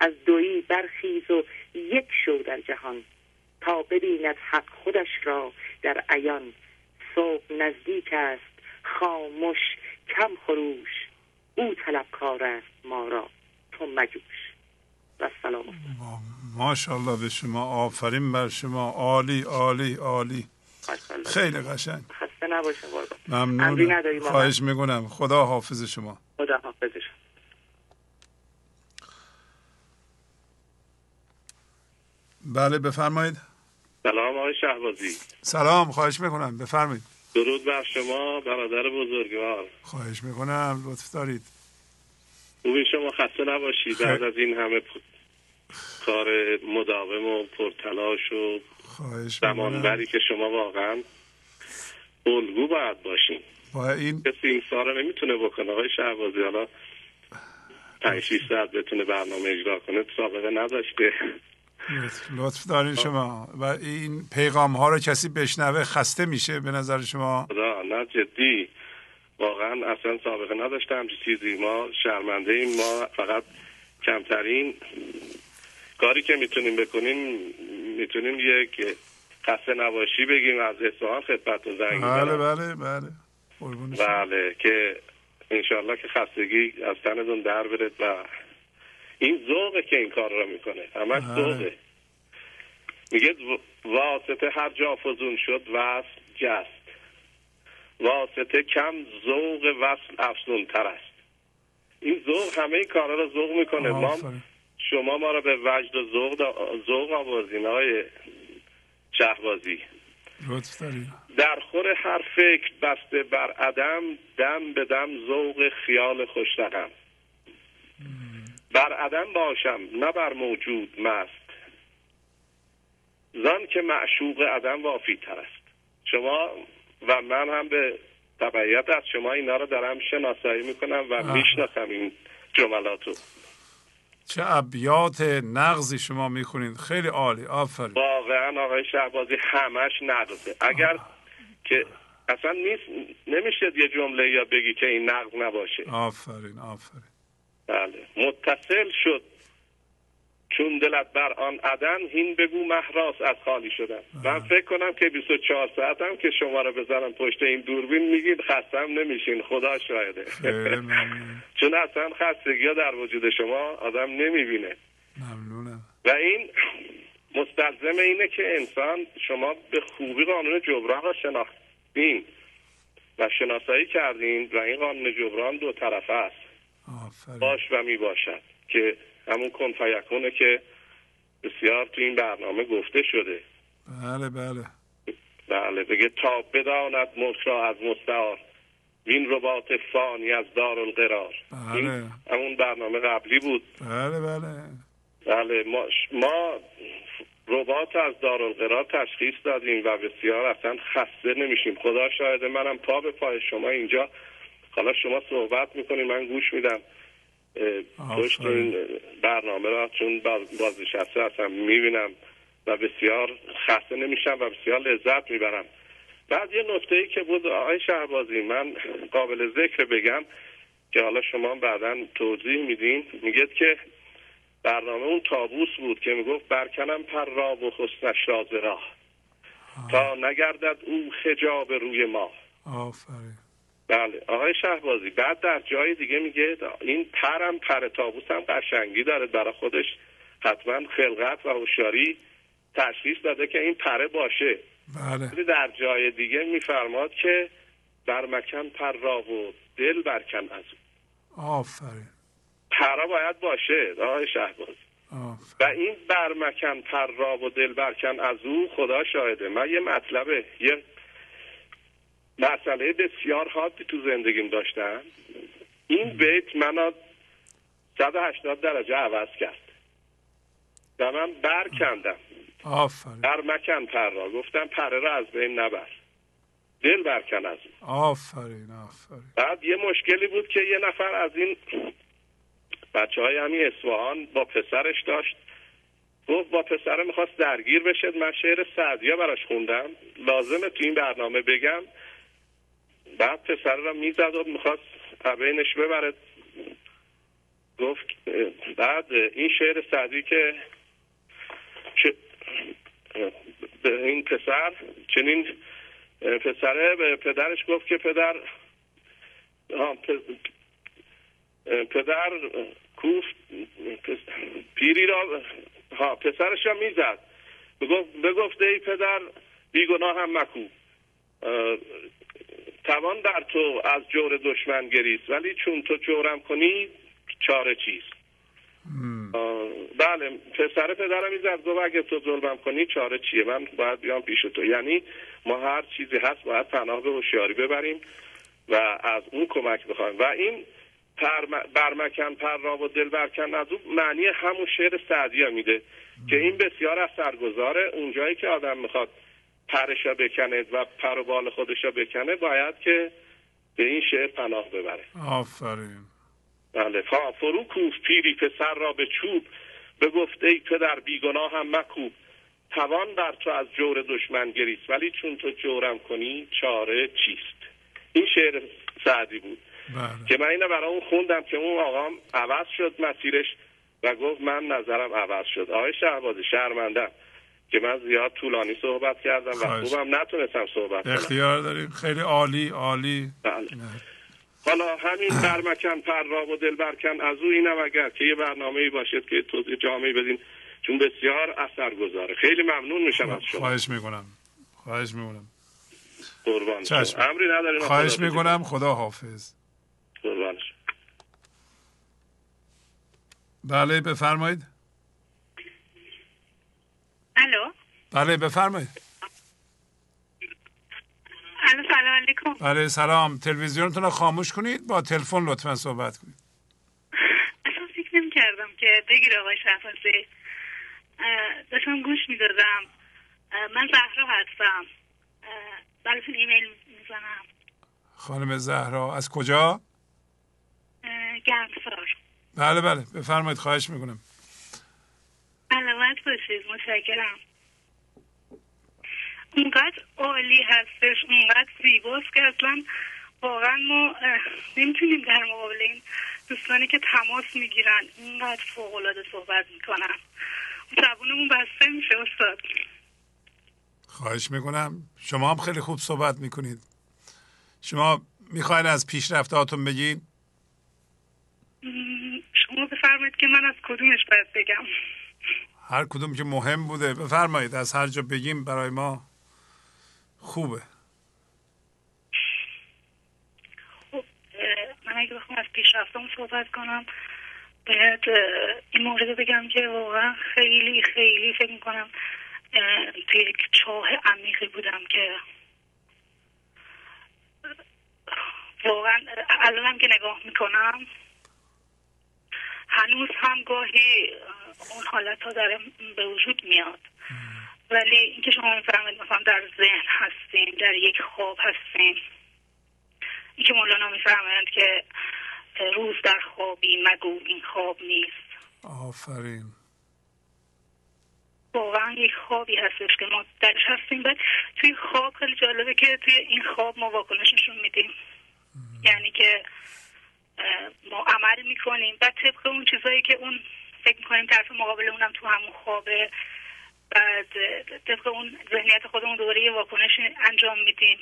از دویی برخیز و یک شو در جهان، تا ببیند حق خودش را در عیان. صبح نزدیک است خاموش کم خروش، او طلبکار است ما را تو مجوش. و سلام. ماشاءالله به شما، آفرین بر شما، عالی عالی عالی، خیلی قشنگ. خسته نباشه. ممنون، خواهش میکنم. خدا حافظ شما. خدا حافظ شما. بله بفرمایید. سلام آقای شهبازی. سلام، خواهش میکنم بفرمایید. درود بر شما برادر بزرگوار. خواهش میکنم، لطف دارید. خوبی شما؟ خسته نباشید خیلی. بعد از این همه پ... کار مداوم و پرتلاش و زمانبری که شما واقعا الگو باید باشین. با این کسی این کارو نمیتونه بکنه آقای شهبازی. حالا پنج شش ساعت بتونه برنامه اجرا کنه، سابقه نداشته. لطف دارین شما. و این پیغام ها رو کسی بشنوه خسته میشه به نظر شما؟ خدا نه، جدی واقعا اصلا سابقه نداشته همچین چیزی. ما شرمنده ایم. ما فقط کمترین کاری که میتونیم بکنیم میتونیم یک خسته نباشی بگیم از اصفهان خدمتتون زنگ بله بله بله بله که انشالله که خستگی از تنتون در برد. و این ذوقه که این کار رو میکنه، همش ذوقه. میگه واسطه هر جا فزون شد وصل جست، واسطه کم ذوق وصل افزون تر است. این ذوق همه این کارا رو ذوق میکنه. ما شما ما رو به وجد و ذوق ذوق آوردین آقای شهبازی. لطف دارید. در خور هر فکر بسته بر عدم، دم به دم ذوق خیال خوش رقم. بر عدم باشم نه بر موجود مست، زان که معشوق عدم وافی تر است. شما و من هم به تبعیت از شما اینا رو دارم شناسایی میکنم و میشناسم این جملاتو. چه ابیات نغزی شما میخونید، خیلی عالی، آفرین. واقعا آقای شهبازی همش نغزه. اگر آه. که اصلا نیست نمیشه یه جمله یا بگی که این نغز نباشه. آفرین آفرین. بله. متصل شد چون دلت بر آن عدن، هین بگو محراس از خالی شدن. من فکر کنم که بیست و چهار ساعت هم که شما رو بزنم پشت این دوربین میگید خستم نمیشین. خدا شاهده. چون اصلا خستگی ها در وجود شما آدم نمیبینه. ممنونم. و این مستلزم اینه که انسان شما به خوبی قانون جبران را شناختین و شناسایی کردین و این قانون جبران دو طرفه است. آفرین. باش و می باشد که همون کن فیکونه که بسیار تو این برنامه گفته شده. بله بله بله. بگه تا بداند ملک را از مستعار، وین رباط فانی از دارالقرار. بله. این همون برنامه قبلی بود. بله بله بله. ما, ما رباط از دارالقرار تشخیص دادیم و بسیار اصلا خسته نمیشیم. خدا شاهده منم پا به پای شما اینجا. حالا شما صحبت میکنید من گوش میدم پشت این برنامه را، چون بازنشسته هستم میبینم و بسیار خسته نمیشم و بسیار لذت میبرم. بعد یه نکته ای که بود آقای شهبازی من قابل ذکر بگم که حالا شما بعداً توضیح میدین. میگید که برنامه اون طاووس بود که میگفت برکنم پر را و حسنش را ز راه، تا نگردد او حجاب روی ما. آفرین. بله آقای شهبازی. بعد در جای دیگه میگه این پرم پر طاووس هم قشنگی داره برای خودش، حتما خلقت و هوشیاری تشخیص داده که این پره باشه. بله. در جای دیگه میفرماد که برمکن پر را و دل برکن از او. آفرین. پرا باید باشه آقای شهبازی. آفرین. و این برمکن پر را و دل برکن از او، خدا شاهده من یه مطلبه یه مسئله بسیار حادی تو زندگیم داشتم. این بیت منو صد و هشتاد درجه عوض کرد و من برکندم. آفرین. برمکن پر را، گفتم پره را از بین نبر، دل برکن از او. آفرین آفرین. بعد یه مشکلی بود که یه نفر از این بچه های همین اصفهان با پسرش داشت، گفت با پسره میخواست درگیر بشه. من شعر سعدیه براش خوندم، لازمه تو این برنامه بگم. بعد پسره را میزد و میخواست بینش ببره گفت بعد این شعر سعدی که به این پسر چنین پسره به پدرش گفت که پدر پدر کوف پیری را ها پسرش را میزد، بگفت بگفت ای پدر بیگناه هم مکو، توان در تو از جور دشمن گریست ولی چون تو جورم کنی چاره چیست؟ بله پسر پدرم میزد گفت اگه تو ظلمم کنی چاره چیه؟ من باید بیام پیش تو. یعنی ما هر چیزی هست باید پناه به هوشیاری ببریم و از اون کمک بخوایم. و این پر برمکن پر را و دل برکن از اون معنی همون شعر سعدی میده که این بسیار اثرگذاره. اونجایی که آدم میخواد پرشا بکنه و پر و بال خودشا بکنه باید که به این شعر پناه ببره. آفرین. بله. فرو کوف پیری پسر را به چوب، بگفت ای پدر بیگناه هم مکوب، توان بر تو از جور دشمن گریست ولی چون تو جورم کنی چاره چیست؟ این شعر سعدی بود. بله. که من اینو برای اون خوندم که اون آقام عوض شد مسیرش و گفت من نظرم عوض شد. آقای شهبازی شرمندم که من زیاد طولانی صحبت کردم و خوبم نتونستم صحبت کنم. اختیار داریم. خیلی عالی عالی. بله. حالا همین برمکن پر را و دل برکن از او اینم اگر که یه برنامه‌ای باشد که توضیح جامعی بدین چون بسیار اثرگذاره. خیلی ممنون میشم از شما. خواهش میکنم. خواهش میکنم. قربان شما. امری ندارین. خواهش میکنم. خدا حافظ. قربان. بله بفرمایید. الو. بله بفرمایید. الو سلام علیکم. بله سلام. تلویزیونتون رو خاموش کنید، با تلفن لطفا صحبت کنید. اصلا فکر نمی کردم که بگیر آقای شهبازی. داشتم گوش میدادم. من زهرا هستم. براتون ایمیل میزنم. خانم زهرا از کجا؟ گرمسار. بله بله بفرمایید. خواهش میکنم. علامت باشید. متشکرم. اونقدر عالی هستش، اونقدر زیباست که اصلا واقعا ما نمیتونیم در مقابل این دوستانی که تماس میگیرن اینقدر فوق‌العاده صحبت میکنن. زبونمون بسته میشه استاد. خواهش میکنم. شما هم خیلی خوب صحبت میکنید. شما میخواین از پیشرفتهاتون بگین؟ شما بفرمایید که من از کدومش باید بگم. هر کدوم که مهم بوده بفرمایید. از هر جا بگیم برای ما خوبه. خب من اگه بخوام از پیشرفتم صحبت کنم باید این مورد بگم که واقعا خیلی خیلی فکر میکنم توی یک چاه عمیقی بودم که واقعا الانم که نگاه میکنم هنوز هم گاهی اون حالت ها داره به وجود میاد. ولی اینکه شما میفرمایید مثلا در ذهن هستیم، در یک خواب هستیم، اینکه مولانا میفرمایند که روز در خوابی مگو این خواب نیست. آفرین. واقعا یک خوابی هستش که ما درش هستیم. بعد توی خواب خیلی جالبه که توی این خواب ما واکنش نشون میدیم. یعنی که ما عمل میکنیم بعد طبق اون چیزایی که اون فکر میکنیم طرف مقابل اونم تو همون خوابه، بعد طبق اون ذهنیت خودمون دوباره یه واکنش انجام میدیم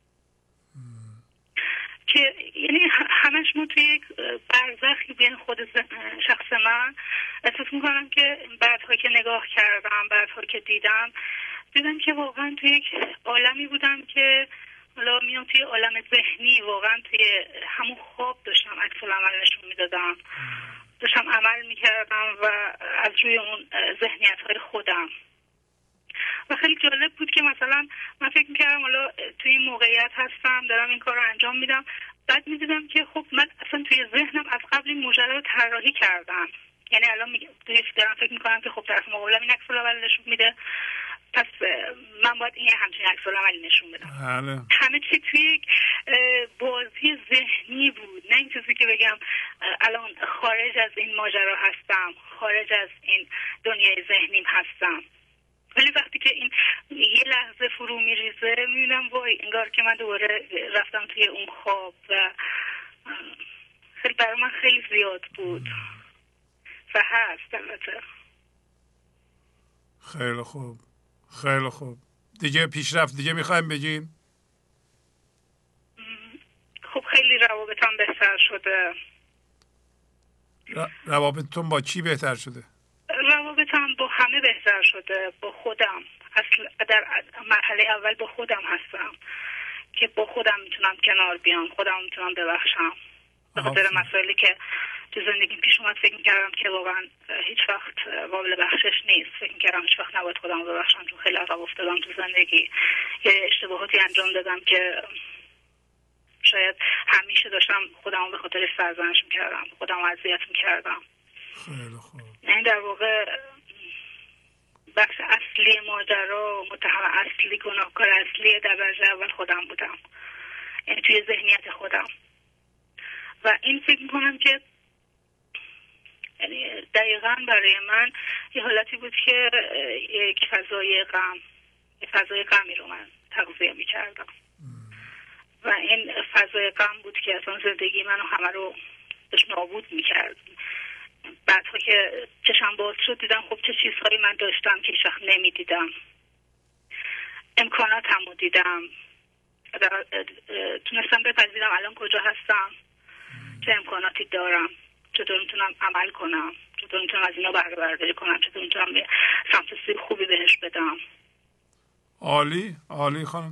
که یعنی همش ما توی یک برزخی بین خود شخص من احساس میکنم که بعدها که نگاه کردم، بعدها که دیدم دیدم که واقعا توی یک عالمی بودم که حالا میام توی عالم ذهنی، واقعا توی همون خواب داشتم عکس العمل نشون میدادم، داشتم عمل میکردم و از روی اون ذهنیت های خودم. و خیلی جالب بود که مثلا من فکر میکردم حالا توی این موقعیت هستم دارم این کار رو انجام میدم، بعد میدیدم که خب من اصلا توی ذهنم از قبل این ماجرا رو طراحی کردم. یعنی الان میگم دارم فکر میکنم که خب طرف مقابلم این عکس العمل نشون میده، پس من باید این همچین عکس العملی نشون بدم. بله. همه چی توی یک بازی ذهنی بود، نه این چیزی که بگم الان خارج از این ماجرا هستم، خارج از این دنیای ذهنیم هستم. ولی وقتی که این یه لحظه فرو میریزه میبینم وای انگار که من دوباره رفتم توی اون خواب و خیلی برای من خیلی زیاد بود. و هست البته. خیلی خوب خیلی خوب. دیگه پیشرفت دیگه میخوایم بگیم؟ خب خیلی روابطم بهتر شده. ر... روابطتون با کی بهتر شده؟ روابطم با همه بهتر شده. با خودم اصل در مرحله اول با خودم هستم که با خودم میتونم کنار بیام، خودم میتونم ببخشم. به خاطر مسائلی که تو زندگیم پیش اومد فکر میکردم که واقعا هیچ وقت قابل بخشش نیست. فکر میکردم هیچ وقت نباید خودم ببخشم چون خیلی عقب افتادم تو زندگی، یه اشتباهاتی انجام دادم که شاید همیشه داشتم خودم به خاطر سرزنش میکردم، خودم اذیت میکردم. خیلی خوب. یعنی در واقع بخش اصلی ماجرا، متهم اصلی، گناهکار اصلی در درجه اول خودم بودم، یعنی توی ذهنیت خودم. و این فکر میکنم که یعنی دقیقا برای من یه حالتی بود که یک فضای غم یک فضای غمی رو من تغذیه میکردم و این فضای غم بود که اصلا زندگی منو همه رو داشت نابود میکرد. بعدها که چشم باز شد دیدم خب چه چیزهایی من داشتم که هیچ وقت نمیدیدم. امکاناتم رو دیدم، تونستم بپذیرم الان کجا هستم، چه امکاناتی دارم، چطور میتونم عمل کنم، چطور میتونم از اینا بهره برداری کنم، چطور میتونم سمت سوی خوبی بهش بدم. عالی عالی خانم.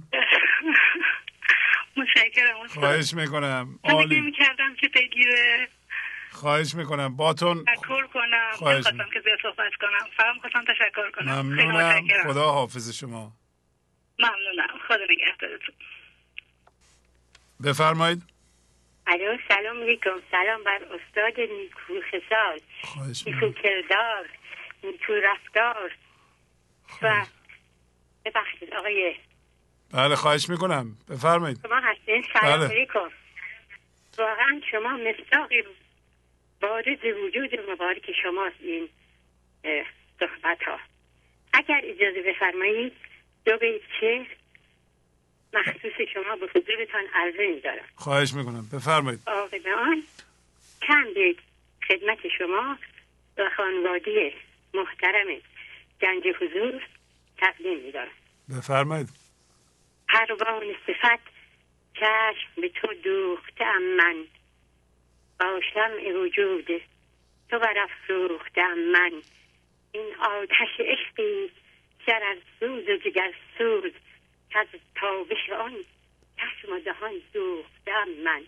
متشکرم. خواهش میکنم. عالی میکردم که بگیره. خواهش میکنم باتون تشکر کنم. نمیخواستم که زیاد صحبت کنم، فقط میخواستم تشکر کنم. ممنونم. خدا حافظ شما. ممنونم. خدا نگهدارتون. بفرمایید. الو سلام علیکم. سلام بر استاد نیکو خصال، نیکو کردار، نیکو رفتار و ببخشید آقای. بله خواهش میکنم بفرمایید. شما هستین؟ سلام بله. علیکم. واقعا شما مصداقی بارز وجود مبارک شماست این صحبت ها. اگر اجازه بفرمایید دو بیت شعر مخصوص شما به حضورتان عرضه می‌دارم. خواهش میکنم بفرمایید. عاقب آن چند بیت خدمت شما و خانواده محترم گنج حضور تقدیم می‌دارم. بفرمایید. پروانه صفت چشم به تو دوختم من، با شمع وجود تو برافروختم من. این آتش عشقی سر از سوز و جگر سوز، که از تابش آن چشم و دهان دوختم من.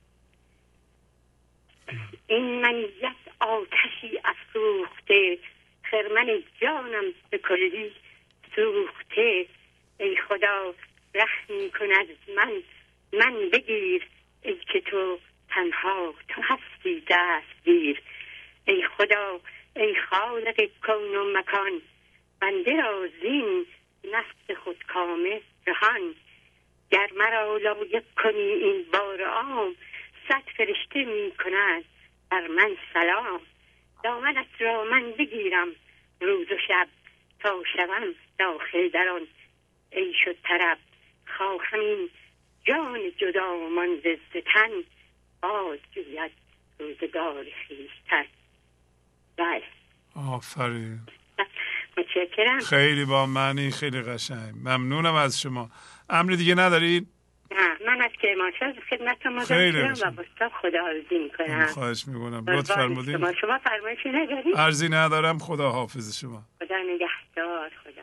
این منیت آتشی افروخته، خرمن جانم به کلی سوخته. ای خدا رحمی کن از من، من بگیر ای که تو تنها تو هستی دستگیر. ای خدا ای خالق کون و مکان، بنده را زین نفس خود کامه رهان. گر مرا لایق کنی این بار عام، صد فرشته می کند بر من سلام. دامنت را من بگیرم روز و شب، تا شوم داخل در آن عیش و طرب. خواهم این جان جدا مانده ز تن، باز جوید روزگار خویشتن. بله آفرین. متشکرم. خیلی با معنی، خیلی قشنگ. ممنونم از شما. امری دیگه ندارید؟ نه من از کرمانشاه خدمت ما دارم و بستم خداحافظی میکنم. خواهش میکنم لطف فرمودین. شما شما فرمایشی ندارید؟ عرضی ندارم. خدا حافظ شما. خدا نگهدار. خدا.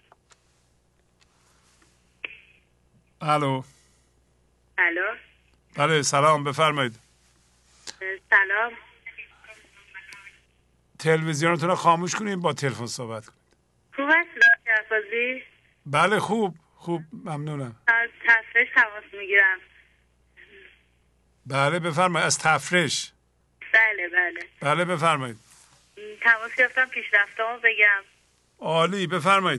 الو. الو. بله سلام بفرمایید. سلام. تلویزیونتون رو خاموش کنید با تلفن صحبت کنید. خوب است لطفاً؟ بله خوب خوب ممنونم. از تفرش تماس میگیرم. بله بفرمایید. از تفرش. بله بله. بله بفرمایید. تماس گرفتم پیشرفتامو بگم. عالی بفرمایید.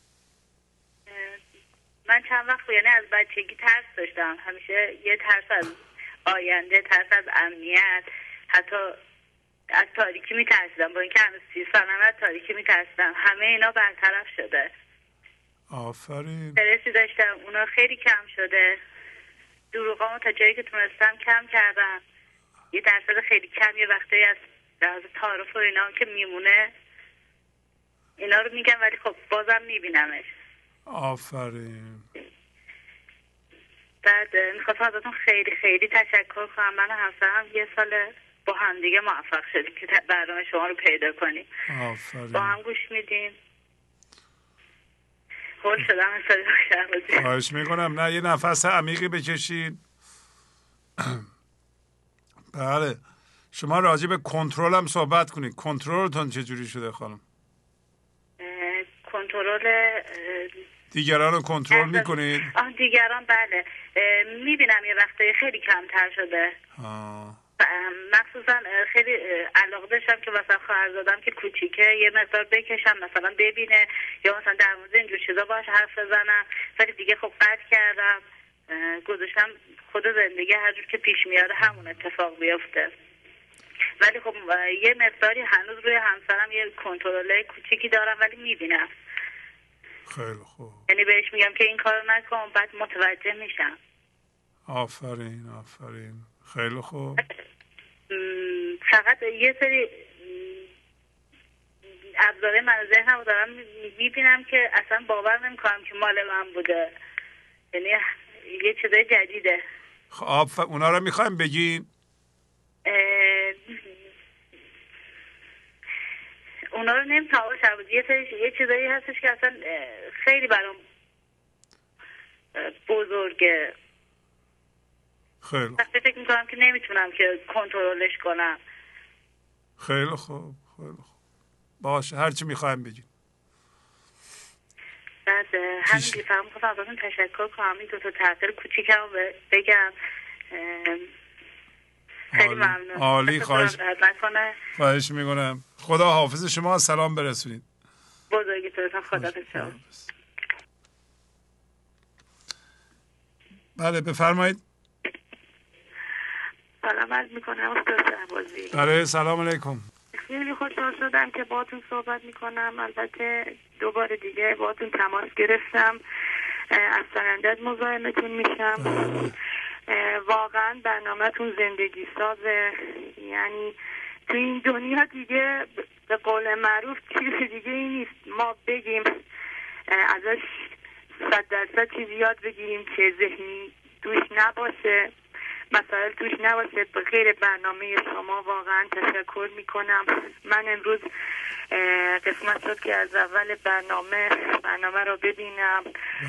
من چند وقت یعنی از بچگی ترس داشتم، همیشه یه ترس از آینده، ترس از امنیت، حتی از تاریکی میترسیدم. با اینکه هنوز سی سالم از تاریکی میترسیدم. همه اینا برطرف شده. آفرین. استرسی داشتم، اونا خیلی کم شده. دروغامو تا جایی که تونستم کم کردم. یه درصد خیلی کم یه وقتی از از تعارف و اینا که میمونه اینا رو میگم، ولی خب بازم میبینمش. آفرین. بعد میخواستم ازتون خیلی خیلی تشکر کنم. من و همسرم یه سال با هم دیگه موفق شدیم که برنامه شما رو پیدا کنیم. آفرین. با هم گوش میدیم. حال شدم اصلا شهبازی. خواهش میکنم. نه یه نفس عمیقی بکشید. بله. شما راجع به کنترل هم صحبت کنید. کنترلتون چجوری شده خانم؟ کنترل دیگران رو کنترل میکنید؟ آه دیگران بله. میبینم یه وقتی خیلی کمتر شده. آه. مخصوصا خیلی علاقه داشتم که مثلا خواهرزادم که کوچیکه یه مقدار بکشم مثلا ببینه یا مثلا در مورد اینجور چیزا باهاش حرف بزنم، ولی دیگه خب قطع کردم، گذاشتم خود زندگی هر جور که پیش میاد همون اتفاق بیفته. ولی خب یه مقداری هنوز روی همسرم یه کنترل کوچیکی دارم، ولی میبینم. خیلی خوب. یعنی بهش میگم که این کارو نکن، بعد متوجه میشم. آفرین آفرین. خیلی خوب. فقط یه سری ابزاره من ذهنم دارم میبینم که اصلا باور نمیکنم که مال من بوده، یعنی یه چیزای جدیده. خب اونا رو میخوایم بگین؟ اونا رو نمیتونم باشم. یه سری یه چیزایی هستش که اصلا خیلی برام بزرگه. خیلی وقتی فکر میکنم که نمیتونم که کنترلش کنم. خیلی خوب خیلی خوب. باشه هرچی میخوایم بگیم. بعد همین که فهم میخواستم ازتون تشکر کنم. این دو تا تغییر کوچیکم بگم. خیلی ممنون. عالی. خواهش خواهش میکنم. خدا حافظ شما. سلام برسونید. بزرگیتونتون. خدا بسیار. بله بفرمایید. سلام عرض میکنم استاد شهبازی. بله سلام علیکم. خیلی خوشحال شدم که باهاتون صحبت میکنم. البته دوباره دیگه باهاتون تماس گرفتم، از سرندت مزاحمتون میشم. واقعا برنامه‌تون زندگی سازه. یعنی تو این دنیا دیگه به قول معروف چیز دیگه ای نیست ما بگیم ازش صد درصد چیزی یاد بگیریم که ذهنی توش نباشه، مسائل توش نباشه. به غیر برنامه شما واقعا تشکر میکنم. من امروز قسمت شد که از اول برنامه برنامه رو ببینم.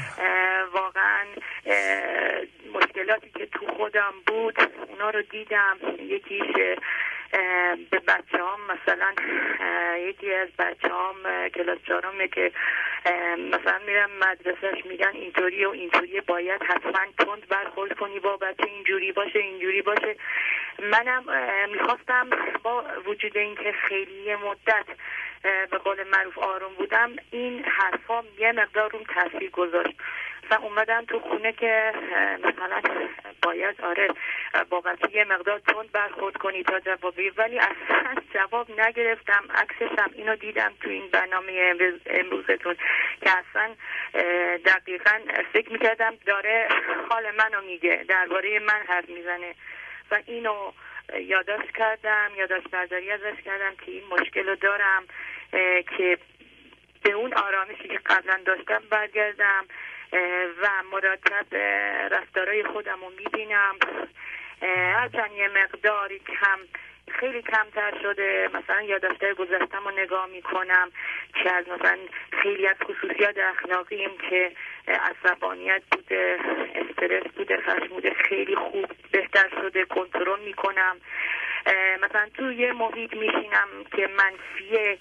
واقعا مشکلاتی که تو خودم بود اونا رو دیدم. یکیش به بچه هم مثلا یکی از بچه هم کلاس چهارمه که مثلا میرم مدرسهش میگن اینطوری و اینطوری باید حتما تند برخورد کنی با بچه، اینجوری باشه اینجوری باشه. منم میخواستم با وجود اینکه خیلی مدت به قول معروف آروم بودم این حرفا یه مقدار روم تاثیر گذاشت. مثلا اومدم تو خونه که مثلا باید آره با بچه یه مقدار تند برخورد کنی تا جوابی، ولی اصلا جواب نگرفتم. عکسش هم اینو دیدم تو این برنامه امروزتون که اصلا دقیقا فکر میکردم داره حال منو میگه، درباره من حرف میزنه و اینو یادداشت کردم، یادداشت برداری ازش کردم که این مشکل رو دارم که به اون آرامشی که قبلا داشتم برگردم و مرتب رفتارهای خودم رو میبینم. هرچند یه مقداری کم خیلی کمتر شده، مثلا یادداشت‌های گذشتم رو نگاه میکنم که از مثلا خیلی از خصوصیات اخلاقیم که عصبانیت بوده، استرس بوده، خشم بوده، خیلی خوب بهتر شده، کنترل میکنم. مثلا توی یه محیط میشینم که منفی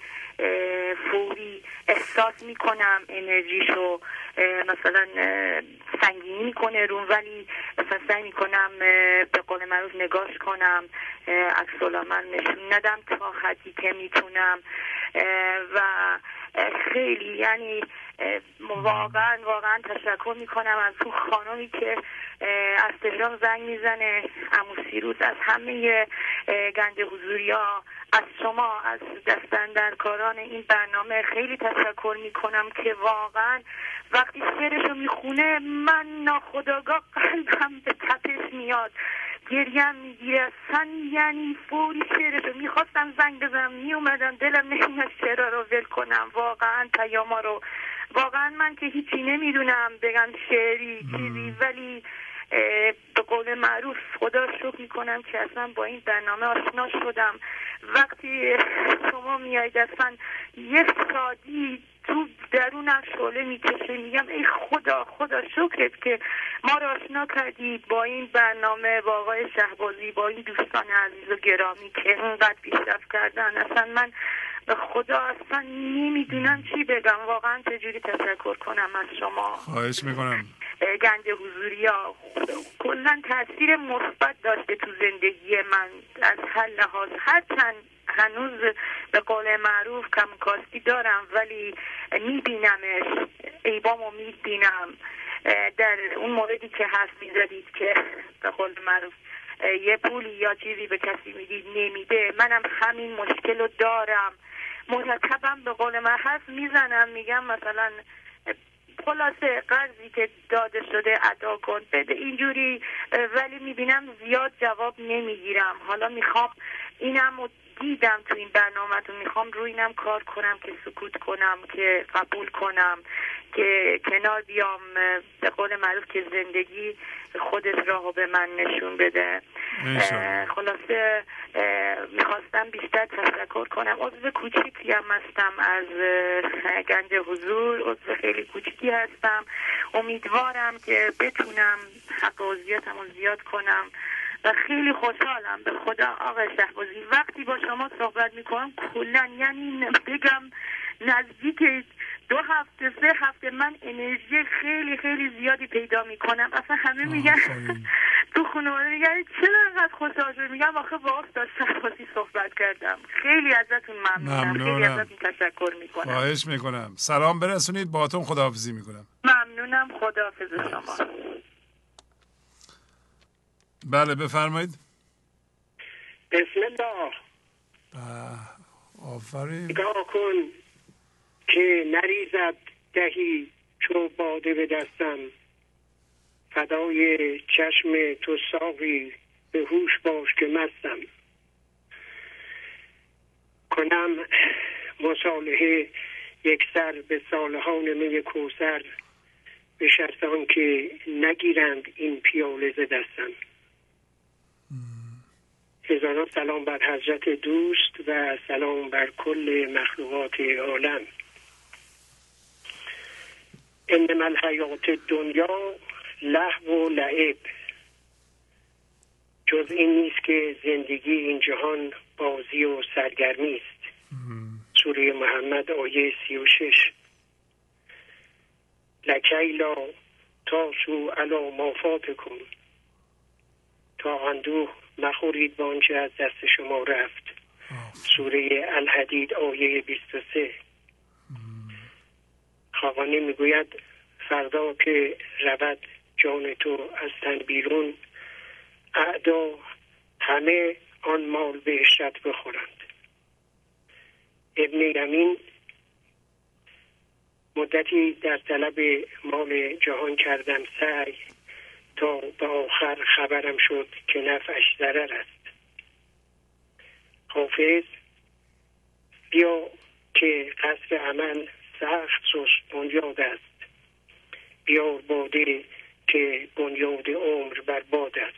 فوری احساس میکنم انرژیشو مثلا سنگینی میکنه روم، ولی مثلا سعی میکنم به قول معروف نگاش کنم، عکس العمل نشون ندم تا حدی که میتونم و خیلی یعنی واقعا واقعا تشکر میکنم از اون خانمی که از تهران زنگ میزنه، عمو سیروس، از همه گنج حضوریا، از شما، از دستاندرکاران این برنامه خیلی تشکر میکنم که واقعا وقتی شعرشو میخونه من ناخودآگاه قلبم به تپش میاد گریم میگیره اصلا، یعنی فوری شعرشو میخواستم زنگ بزنم میومدم دلم نمیاد شعرها رو ول کنم، واقعا پیاما رو. واقعا من که هیچی نمیدونم بگم شعری چیزی، ولی به قول معروف خدا شکر میکنم که اصلا با این برنامه آشنا شدم. وقتی شما میایید اصلا یک شادی تو درونم شعله میکشه، میگم ای خدا خدا شکرت که ما رو آشنا کردید با این برنامه، با آقای شهبازی، با این دوستان عزیز و گرامی که اینقدر پیشرفت کردن. اصلا من به خدا اصلا نمیدونم چی بگم، واقعا چجوری تشکر کنم از شما. خواهش میکنم. گنج حضوری ها کلا تاثیر مثبت داشته تو زندگی من از هر لحاظ، هرچند هنوز به قول معروف کمکاستی دارم ولی میبینمش، عیبامو میبینم. در اون موردی که حرف میزدید که به قول معروف یه پولی یا چیزی به کسی میدید نمیده، منم همین مشکل رو دارم. مرتبم به قول من حرف میزنم، میگم مثلا خلاصه قرضی که داده شده ادا کن بده اینجوری، ولی میبینم زیاد جواب نمیگیرم. حالا میخوام اینم دیدم تو این برنامه‌تون، میخوام روی اینم کار کنم که سکوت کنم، که قبول کنم، که کنار بیام، به قول معروف که زندگی خودش راهو به من نشون بده. خلاصه میخواستم بیشتر تشکر کنم. عضو کوچیکی هم هستم از گنج حضور، عضو خیلی کوچیکی هستم. امیدوارم که بتونم حق و عضویتم رو زیاد کنم و خیلی خوشحالم به خدا آقای شهبازی وقتی با شما صحبت میکنم کلا، یعنی بگم نزدیک دو هفته سه هفته من انرژی خیلی خیلی زیادی پیدا میکنم. اصلا همه میگن تو خانواده میگن چرا انقدر خوشحال شدی؟ میگم آخه با استاد شهبازی صحبت کردم. خیلی ازتون ممنونم. ممنونم. خیلی ازتون تشکر میکنم. خواهش میکنم. سلام برسونید، باهاتون خداحافظی میکنم. ممنونم. خداحافظ شما. بله بفرمایید. بسم الله. آفرین. نگاه کن که نریزد دهی چو باده به دستم، فدای چشم تو ساقی به هوش باش که مستم. کنم مصالحه یک سر به صالحان می کوثر، به شرط آن که نگیرند این پیاله ز دستم. هزاران سلام بر حضرت دوست و سلام بر کل مخلوقات عالم. انما الحیات دنیا لهو و لعب، جز این نیست که زندگی این جهان بازی و سرگرمی است. سوره محمد آیه سی و شش. لکیلا تاسو علی ما فاتکم، تا اندوه مخورید با آنچه از دست شما رفت. سوره الحدید آیه بیست و سه. خاقانی میگوید فردا که رود جان تو از تن بیرون، اعدا همه آن مال به اشرت بخورند. ابن یمین مدتی در طلب مال جهان کردم سعی، تا به آخر خبرم شد که نفعش ضرر است. حافظ بیا که قصر عمل سخت سست بنیاد است، بیار باده که بنیاد عمر برباد است.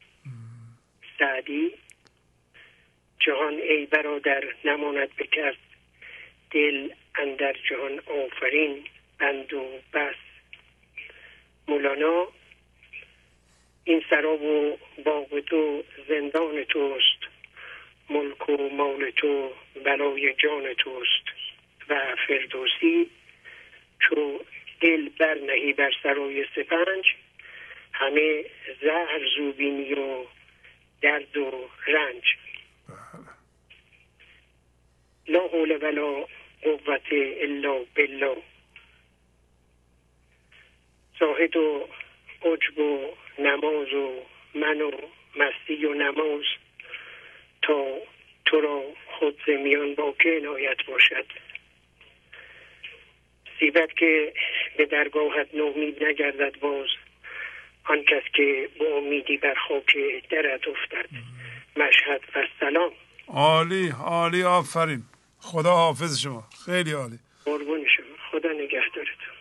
سعدی جهان ای برادر نماند بکرد، دل اندر جهان آفرین بند و بس. مولانا این سراب و باغ تو زندان توست، ملک و مال تو بلای جان توست. و فردوسی چو دل برنهی بر سرای سپنج، همه زهر زوبینی و درد و رنج. لا حول ولا قوت الا بالله. زاهد و عجب و نماز و من و مستی و نماز، تا تو را خود زمیان با که عنایت باشد. سیبت که به درگاهت نومید نگردد باز، آن کس که با امیدی بر خاک درت افتد. مشهد و سلام. عالی عالی، آفرین، خدا حافظ شما، خیلی عالی. قربون شما، خدا نگهدارتون.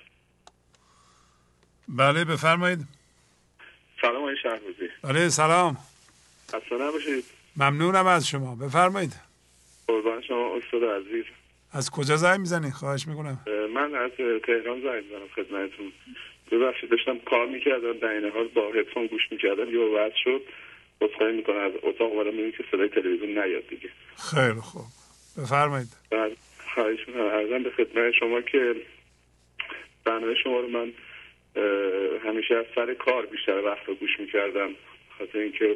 بله بفرمایید. سلام آقای شهروزی. بله سلام. خسته نباشید. ممنونم از شما، بفرمایید. قربان شما استاد عزیز. از کجا زنگ میزنی؟ خواهش میکنم. من از تهران زنگ میزنم خدمتتون. ببخشید داشتم کار میکردم، در این حال با هدفون گوش میکردم، یه وقت شد عذرخواهی میکنم از اتاق اومدم ببینم که صدای تلویزیون نیاد دیگه. خیلی خوب بفرمایید. بعد خواهش میکنم عرضم به خدمت شما که برنامه شما رو من همیشه از سر کار بیشتر وقت رو گوش میکردم، خاطر اینکه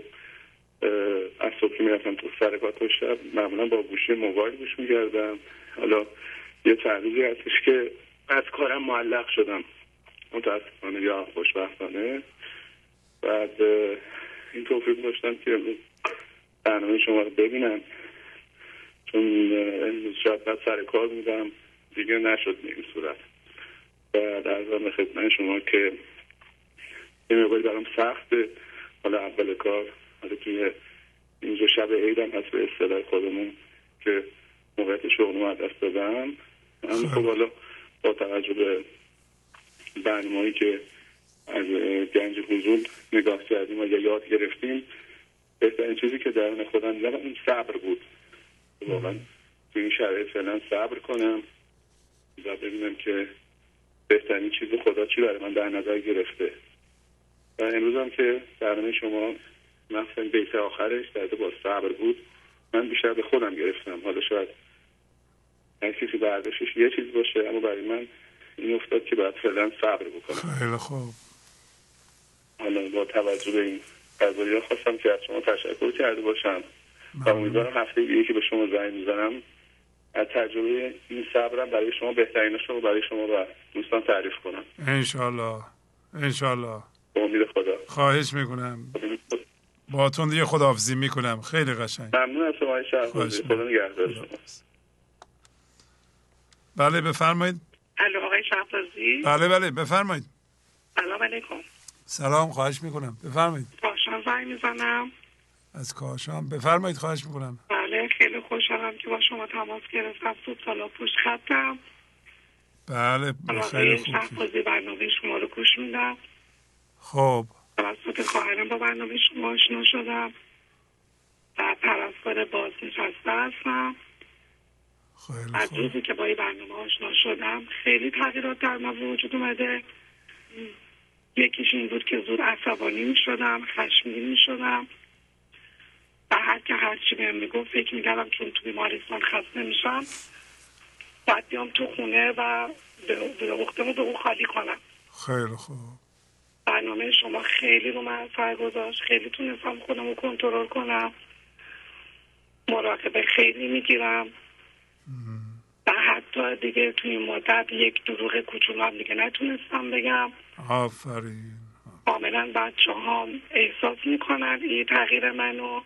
از صبح میرفتم تو سر کار تا شب معمولا با گوشی موبایل گوش میکردم. حالا یه تعریضی هستش که از کارم معلق شدم متاسفانه یا خوشبختانه. بعد این توفیق داشتم که برنامه شما رو ببینم، چون امروز شاید بعد سر کار بودم دیگه نشد به این صورت. بعد عرضم به خدمت شما که این مقداری برام سخته. حالا اول کار، حالا توی اینجا شب عیدم هست به اصطلاح خودمون که موقعیت شغل از دست دادم. اما خب حالا با توجه به برنامه‌ای که از گنج حضور نگاه کردیم و یا یاد گرفتیم، بهترین چیزی که درون خودم دیدم این صبر بود. واقعا توی این شرایط فعلا صبر کنم و ببینم که بهترین چیز خدا چی برای من در نظر گرفته. و امروز هم که برنامه شما مثلا بیت آخرش در با صبر بود، من بیشتر به خودم گرفتم. حالا شاید هر کسی برداشتش یه چیز باشه، اما برای من این افتاد که باید فعلا صبر بکنم. خیلی خوب. حالا با توجه به این قضایی خواستم که از شما تشکر کرده باشم و امیدوارم هفته دیگه که به شما زنگ میزنم از تجربه این صبرم برای شما بهترینش رو برای شما و دوستان تعریف کنم. انشالله انشالله. با امید خدا. خواهش میکنم. با تون دیگه خداحافظی میکنم. خیلی قشنگ. ممنون از شما شهروزی. خدا نگهدار شما. بله بفرمایید. الو آقای شهبازی. بله بله بفرمایید. سلام علیکم. سلام، خواهش میکنم بفرمایید. کاشان زنگ میزنم. از کاشان بفرمایید، خواهش میکنم. بله خیلی خوشحالم که با شما تماس گرفتم. صبح سالا پشت خطم. بله خیلی خوب. شهبازی برنامه شما رو گوش میدم. خب توسط خواهرم با برنامه شما آشنا شدم و پرستار بازنشسته هستم. از روزی که با این برنامه آشنا شدم خیلی تغییرات در من وجود اومده. یکیش این بود که زود عصبانی می شدم، خشمگین می شدم و هر که هرچی بهم میگفت فکر میکردم چون تو بیمارستان خسته میشم باید بیام تو خونه و به وقتمو به اون خالی کنم. خیلی خوب. برنامه شما خیلی رو من اثر گذاشت، خیلی تونستم خودم رو کنترل کنم، مراقبه خیلی میگیرم و حتی دیگه توی این مدت یک دروغ کوچولو هم دیگه نتونستم بگم. آفرین. کاملا بچه ها احساس میکنن این تغییر منو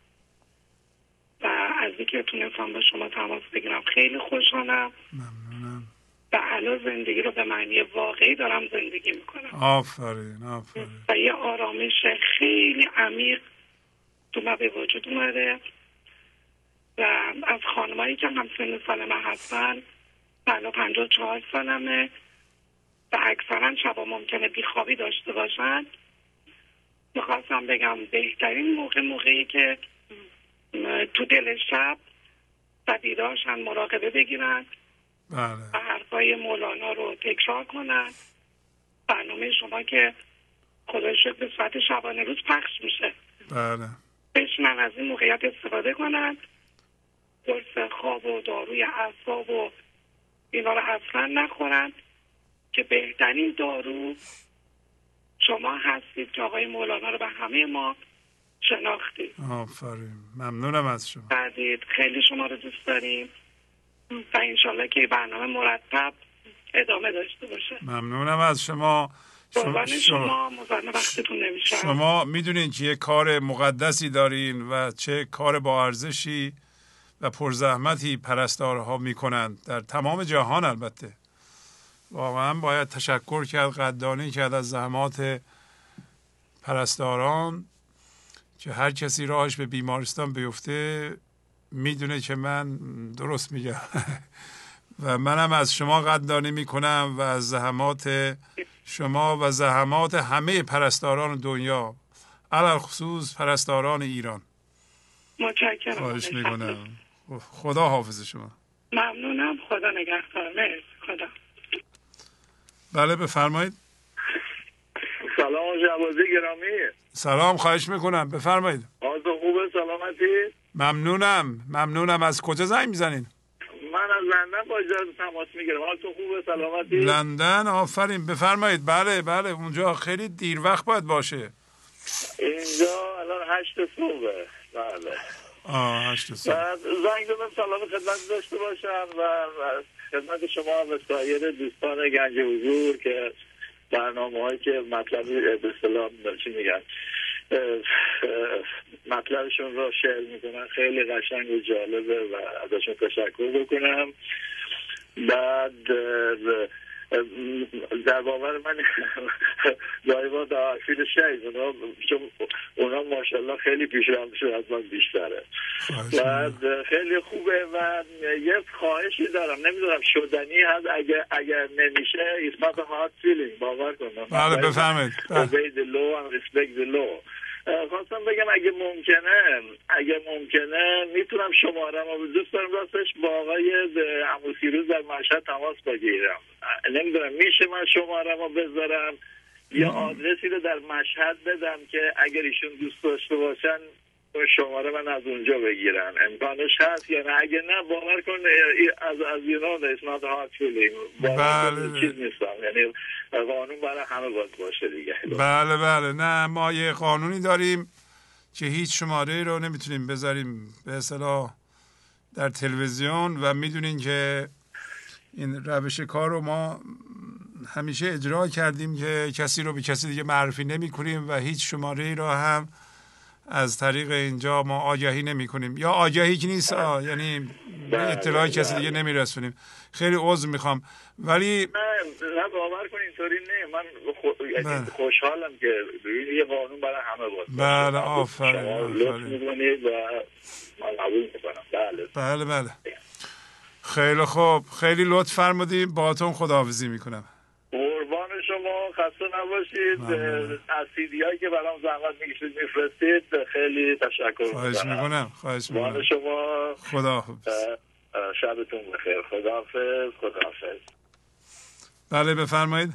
و از اینکه تونستم با شما تماس بگیرم خیلی خوشحالم. ممنونم. و الان زندگی رو به معنی واقعی دارم زندگی میکنم. آفرین آفرین. و یه آرامش خیلی عمیق تو من به وجود اومده و از خانمایی که هم سن سال من هستن من پنجاه و چهار سالمه و اکثرا شبا ممکنه بیخوابی داشته باشن. میخواستم بگم بهترین موقع موقعی که تو دل شب و بیدارشن مراقبه بگیرن بله. و حرفای مولانا رو تکرار کنن. برنامه شما که خدا شکر به صورت شبانه روز پخش میشه، بله، بشنن، از این موقعیت استفاده کنن. قرص خواب و داروی اعصاب و اینا رو اصلا نخورن که بهترین دارو شما هستید که آقای مولانا رو به همه ما شناختید. آفرین، ممنونم از شما. بعدید خیلی شما رو دوست داریم و انشالله که برنامه مرتب ادامه داشته باشه. ممنونم از شما. شما شما مزاحم وقتتون نمیشم. شما میدونین که یه کار مقدسی دارین و چه کار با ارزشی و پرزحمتی پرستارها میکنند در تمام جهان. البته واقعا باید تشکر کرد، قدردانی کرد از زحمات پرستاران که هر کسی راهش به بیمارستان بیفته میدونه که من درست میگم و منم از شما قدردانی میکنم و از زحمات شما و زحمات همه پرستاران دنیا، علل خصوص پرستاران ایران. متشکرم. خواهش میکنم. خدا حافظ شما. ممنونم. خدا نگهدار. مرسی. خدا. بله بفرمایید. سلام جوازی گرامی. سلام، خواهش میکنم بفرمایید. حالتون خوبه؟ سلامتی؟ ممنونم. ممنونم. از کجا زنگ میزنین؟ من از لندن با اجازه تماس میگیرم. حالتون خوبه؟ سلامتی؟ لندن. آفرین. بفرمایید. بله بله اونجا خیلی دیر وقت باید باشه. اینجا الان هشت صبحه. بله. آه هشت صبح. زنگ دادم سلام خدمت داشته باشم و خدمت شما و سایر دوستان گنج حضور که برنامه هایی که مطلبی به اصطلاح چی میگن مطلبشون رو شیر میکنن خیلی قشنگ و جالبه و ازشون تشکر بکنم. بعد در باور من دایما در فیل شهید اونا چون اونا ماشاءالله خیلی پیشرفت شده از من بیشتره. بعد خیلی خوبه و یه خواهشی دارم نمیدونم شدنی هست اگر اگر نمیشه it's not a hard feeling باور کنم. بله بفهمید. obey the law and respect the law. خواستم بگم اگه ممکنه اگه ممکنه میتونم شمارم و دوست دارم راستش با آقای عمو سیروز در مشهد تماس بگیرم. نمیدونم میشه من شمارم رو بذارم یا آدرسی رو در مشهد بدم که اگر ایشون دوست داشته باشن شماره من از اونجا بگیرن. امکانش هست یا نه؟ اگه نه باور کن از از ایران it's not hard feeling. بله. چیز نیستم یعنی قانون برای همه باید باشه دیگه. بله بله نه ما یه قانونی داریم که هیچ شماره رو نمیتونیم بذاریم به اصطلاح در تلویزیون و میدونین که این روش کار رو ما همیشه اجرا کردیم که کسی رو به کسی دیگه معرفی نمی کنیم و هیچ شماره را هم از طریق اینجا ما آگهی نمی کنیم یا آگهی که نیست آه. یعنی اطلاع کسی دیگه نمی رسونیم. خیلی عذر میخوام ولی نه نه باور کن اینطوری نه من خو... یعنی خوشحالم که یه قانون برای همه باشه. بله آفرین. شما لطف میکنید و من قبول میکنم. بله بله بله خیلی خوب خیلی لطف فرمودید. باهاتون خداحافظی میکنم. قربان شما خسته نباشید. از سیدی هایی که برام زحمت میکشید میفرستید خیلی تشکر. خواهش میکنم. خواهش میکنم. قربان شما. خداحافظ. شبتون بخیر. خداحافظ. خداحافظ. بله بفرمایید.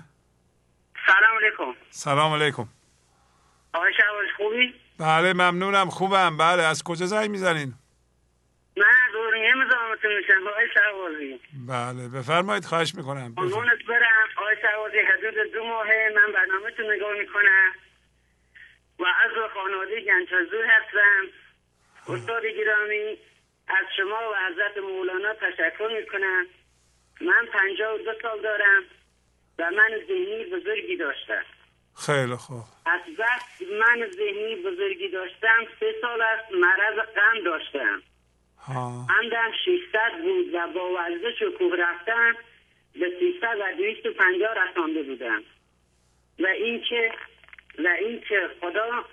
سلام علیکم. سلام علیکم. آقای شهباز خوبی؟ بله ممنونم خوبم. بله از کجا زنگ میزنین؟ من از اورنگه مزاحمتون میشم آقای شهبازی. بله بفرمایید. خواهش میکنم. قربونت برم آقای شهبازی. حدود دو ماهه من برنامه‌تون نگاه میکنم و از خانواده گنج حضور هستم. استاد گرامی از شما و حضرت مولانا تشکر میکنم. من پنجاه و دو سال دارم و من ذهنی بزرگی داشتم. خیلی خوب. از وقت من ذهنی بزرگی داشتم سه سال است مرض قند داشتم. قندم ششصد بود و با ورزش و کوه رفتن به سیصد و دویست و پنجاه رسانده بودم و این که و این که خدا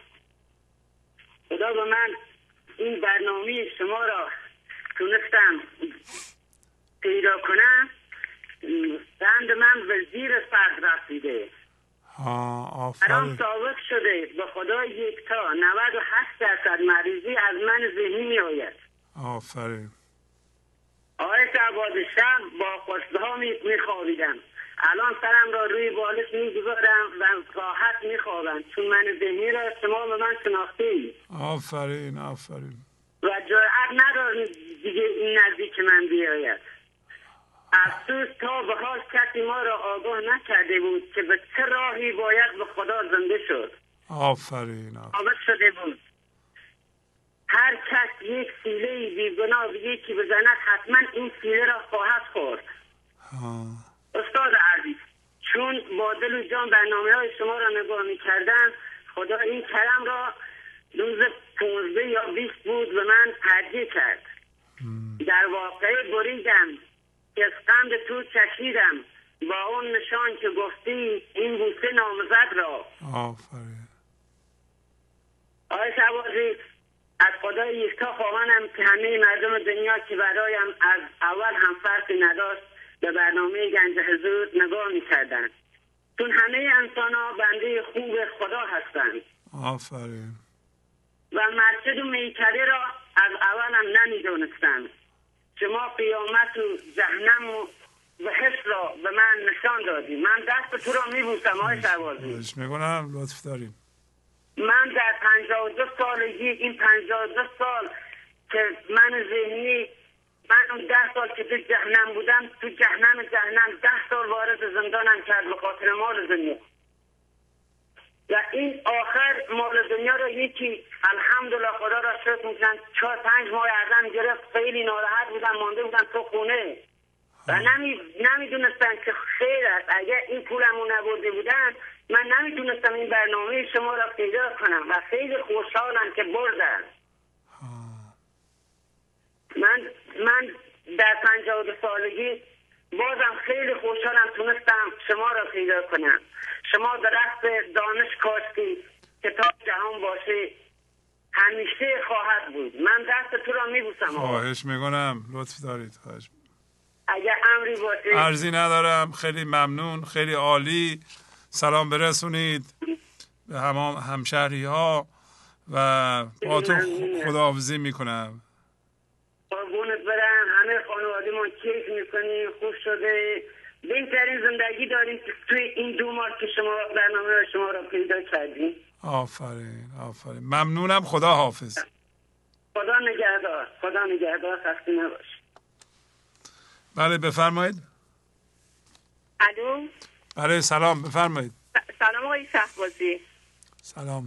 خدا به من این برنامه شما را تونستم پیدا کنم. قند من به زیر صد رسیده. الان ثابت شده به خدا یکتا نود و هشت درصد مریضی از من ذهنی می آید. آفرین. آقای شهباز شب با خواسته ها می خوابیدم. الان سرم را روی بالش می گذارم و راحت می خوابم چون من ذهنی را شما به من شناخته اید. آفرین آفرین. و جرأت ندارم دیگه این نزدیک من بیاید. افسوس تا به حال کسی ما را آگاه نکرده بود که به چه راهی باید به خدا زنده شد. آفرین آفرین. ثابت شده بود هر کس یک سیله بیگناه به یکی بزند حتما این سیله را خواهد خورد. استاد عزیز چون با دل و جان برنامه های شما را نگاه می کردم خدا این کرم را روز پونزده یا بیست بود به من هدیه کرد. در واقع بریدم که از قند تو چشیدم با اون نشان که گفتی این بوسه نامزد را. آفرین. شعبازی از خدای یکتا خواهانم که همه مردم دنیا که برایم از اول هم فرقی نداشت به برنامه گنج حضور نگاه میکردن، چون همه انسان ها بنده خوب خدا هستند. آفرین. و مسجد و میکده را از اول هم نمیدونستند. شما قیامت و جهنم و و حس را به من نشان دادی. من دست تو را میبوسم آقای شعبازی. خوش میکنم، لطف داریم. من در پنجاه و دو سالگی، این پنجاه و دو سال که من ذهنی، من اون ده سال که تو جهنم بودم، تو جهنم جهنم ده سال وارد زندانم کرد به خاطر مال دنیا. و این آخر مال دنیا را یکی الحمدلله خدا را شکر میکنم چهار پنج ماه ازم گرفت. خیلی ناراحت بودم، مانده بودم تو خونه و نمی نمیدونستم که خیر است. اگر این پولمو نبرده بودن من نمیتونستم این برنامه شما را پیدا کنم و خیلی خوشحالم که بردن. من من در پنجاه و دو سالگی بازم خیلی خوشحالم تونستم شما را پیدا کنم. شما درخت دانش کاشتی که تا جهان باشه همیشه خواهد بود. من دست تو را میبوسم. خواهش میکنم، لطف دارید. خواهش اگر امری باشه. عرضی ندارم، خیلی ممنون، خیلی عالی. سلام برسونید به همه همشهری ها و با تو خداحافظی میکنم. قربونت برم. همه خانواده ما کیف میکنیم، خوب شده، بهترین زندگی داریم توی این دو ماه که شما برنامه شما را پیدا کردیم. آفرین آفرین، ممنونم. خدا حافظ. خدا نگهدار. خدا نگهدار. خسته نباش. بله بفرمایید. الو. بله سلام، بفرمایید. سلام آقای شهبازی. سلام.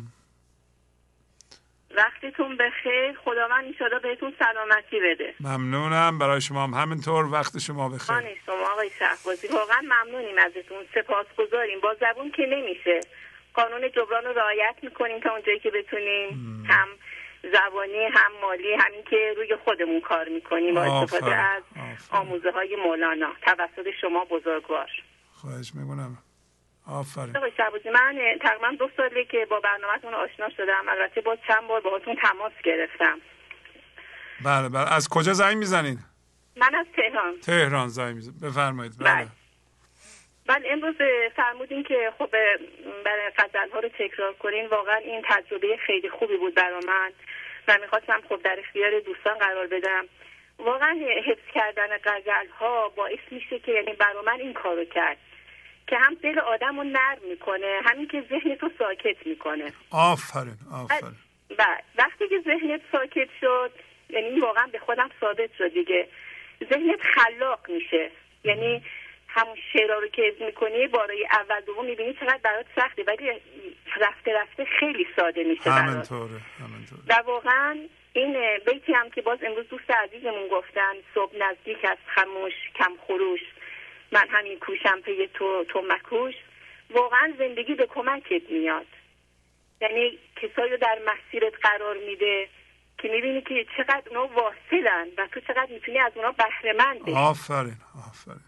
وقتتون بخیر. خداوند انشالله بهتون سلامتی بده. ممنونم، برای شما هم همینطور. وقت شما بخیر. من شما آقای شهبازی واقعا ممنونیم ازتون، سپاسگزاریم. با زبون که نمیشه، قانون جبران رو رعایت میکنیم تا اونجایی که بتونیم. م. هم زبانی هم مالی، همین که روی خودمون کار میکنیم با استفاده از آموزه های مولانا توسط شما بزرگوار. خواهش میکنم. آفرین. آقای شهبازی من تقریبا دو ساله که با برنامه‌تون آشنا شدم. البته با چند بار باهاتون تماس گرفتم. بله بله. از کجا زنگ میزنین؟ من از تهران. تهران زنگ میزنین. بفرمایید. بله. بله. بله امروز فرمودین که خب برای غزل‌ها رو تکرار کنین. واقعا این تجربه خیلی خوبی بود برای من و می‌خواستم خب در اختیار دوستان قرار بدم. واقعا حفظ کردن غزل‌ها باعث میشه که یعنی برای من این کارو کرد که هم دل آدم رو نرم میکنه، همین که ذهنت رو ساکت میکنه. آفرین آفرین. بعد وقتی که ذهنت ساکت شد، یعنی واقعا به خودم ثابت شد دیگه، ذهنت خلاق میشه. یعنی همون شعرها رو که میکنی بارای اول دوم میبینی چقدر برات سخته، ولی رفته رفته خیلی ساده میشه برات. همینطوره همینطوره. و واقعا این بیتی هم که باز امروز دوست عزیزمون گفتن، صبح نزدیک از خموش کم خروش، من همین کوشم پی تو تو مکوش، واقعا زندگی به کمکت میاد. یعنی کسایی رو در مسیرت قرار میده که میبینی که چقدر اونا واصلن و تو چقدر میتونی از اونا بهره مند بشی. آفرین آفرین.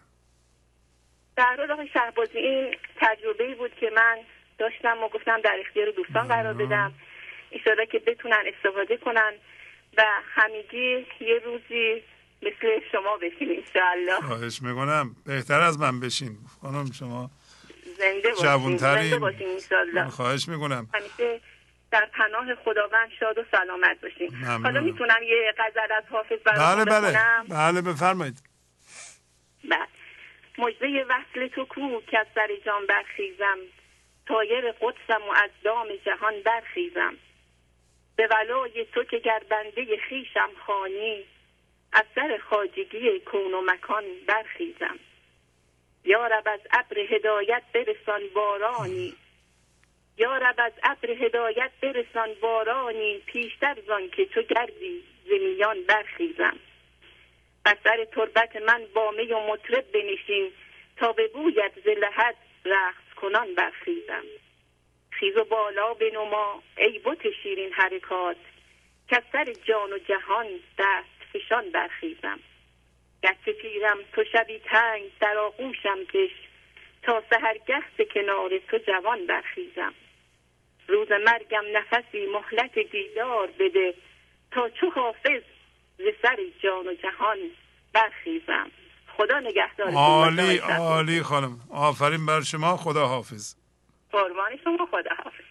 در حال آقای شهبازی این تجربه‌ای بود که من داشتم و گفتم در اختیار دوستان قرار بدم، ایشالا که بتونن استفاده کنن و همیگی یه روزی مثل شما بشین انشاءالله. خواهش میکنم، بهتر از من بشین خانم. شما زنده باشین. جوانترین. زنده باشین انشاءالله. خواهش میکنم. همیشه در پناه خداوند شاد و سلامت باشین. حالا میتونم یه غزل از حافظ براتون بله بخونم؟ بله بله بفرمایید. بله. مژده وصل تو کو که از سر جان برخیزم، طایر قدسم و از دام جهان برخیزم. به ولای تو که گر بنده خویشم خوانی، از سر خواجگی کون و مکان برخیزم. یا رب از ابر هدایت برسان بارانی، یا رب از ابر هدایت برسان بارانی، پیشتر زان که تو گردی ز میان برخیزم. بر سر تربت من با می و مطرب بنشین، تا به بویت ز لحد رقص کنان برخیزم. خیز و بالا بنما ای بت شیرین حرکات، که سر جان و جهان دست فشان برخیزم. گرچه پیرم تو شبی تنگ در آغوشم کش، تا سحرگه ز کنار تو جوان برخیزم. روز مرگم نفسی مهلت دیدار بده، تا چو حافظ ز سر جان و جهان برخیزم. خدا نگهدار. عالی عالی خانم، آفرین بر شما. خدا حافظ. قربان شما. خدا حافظ.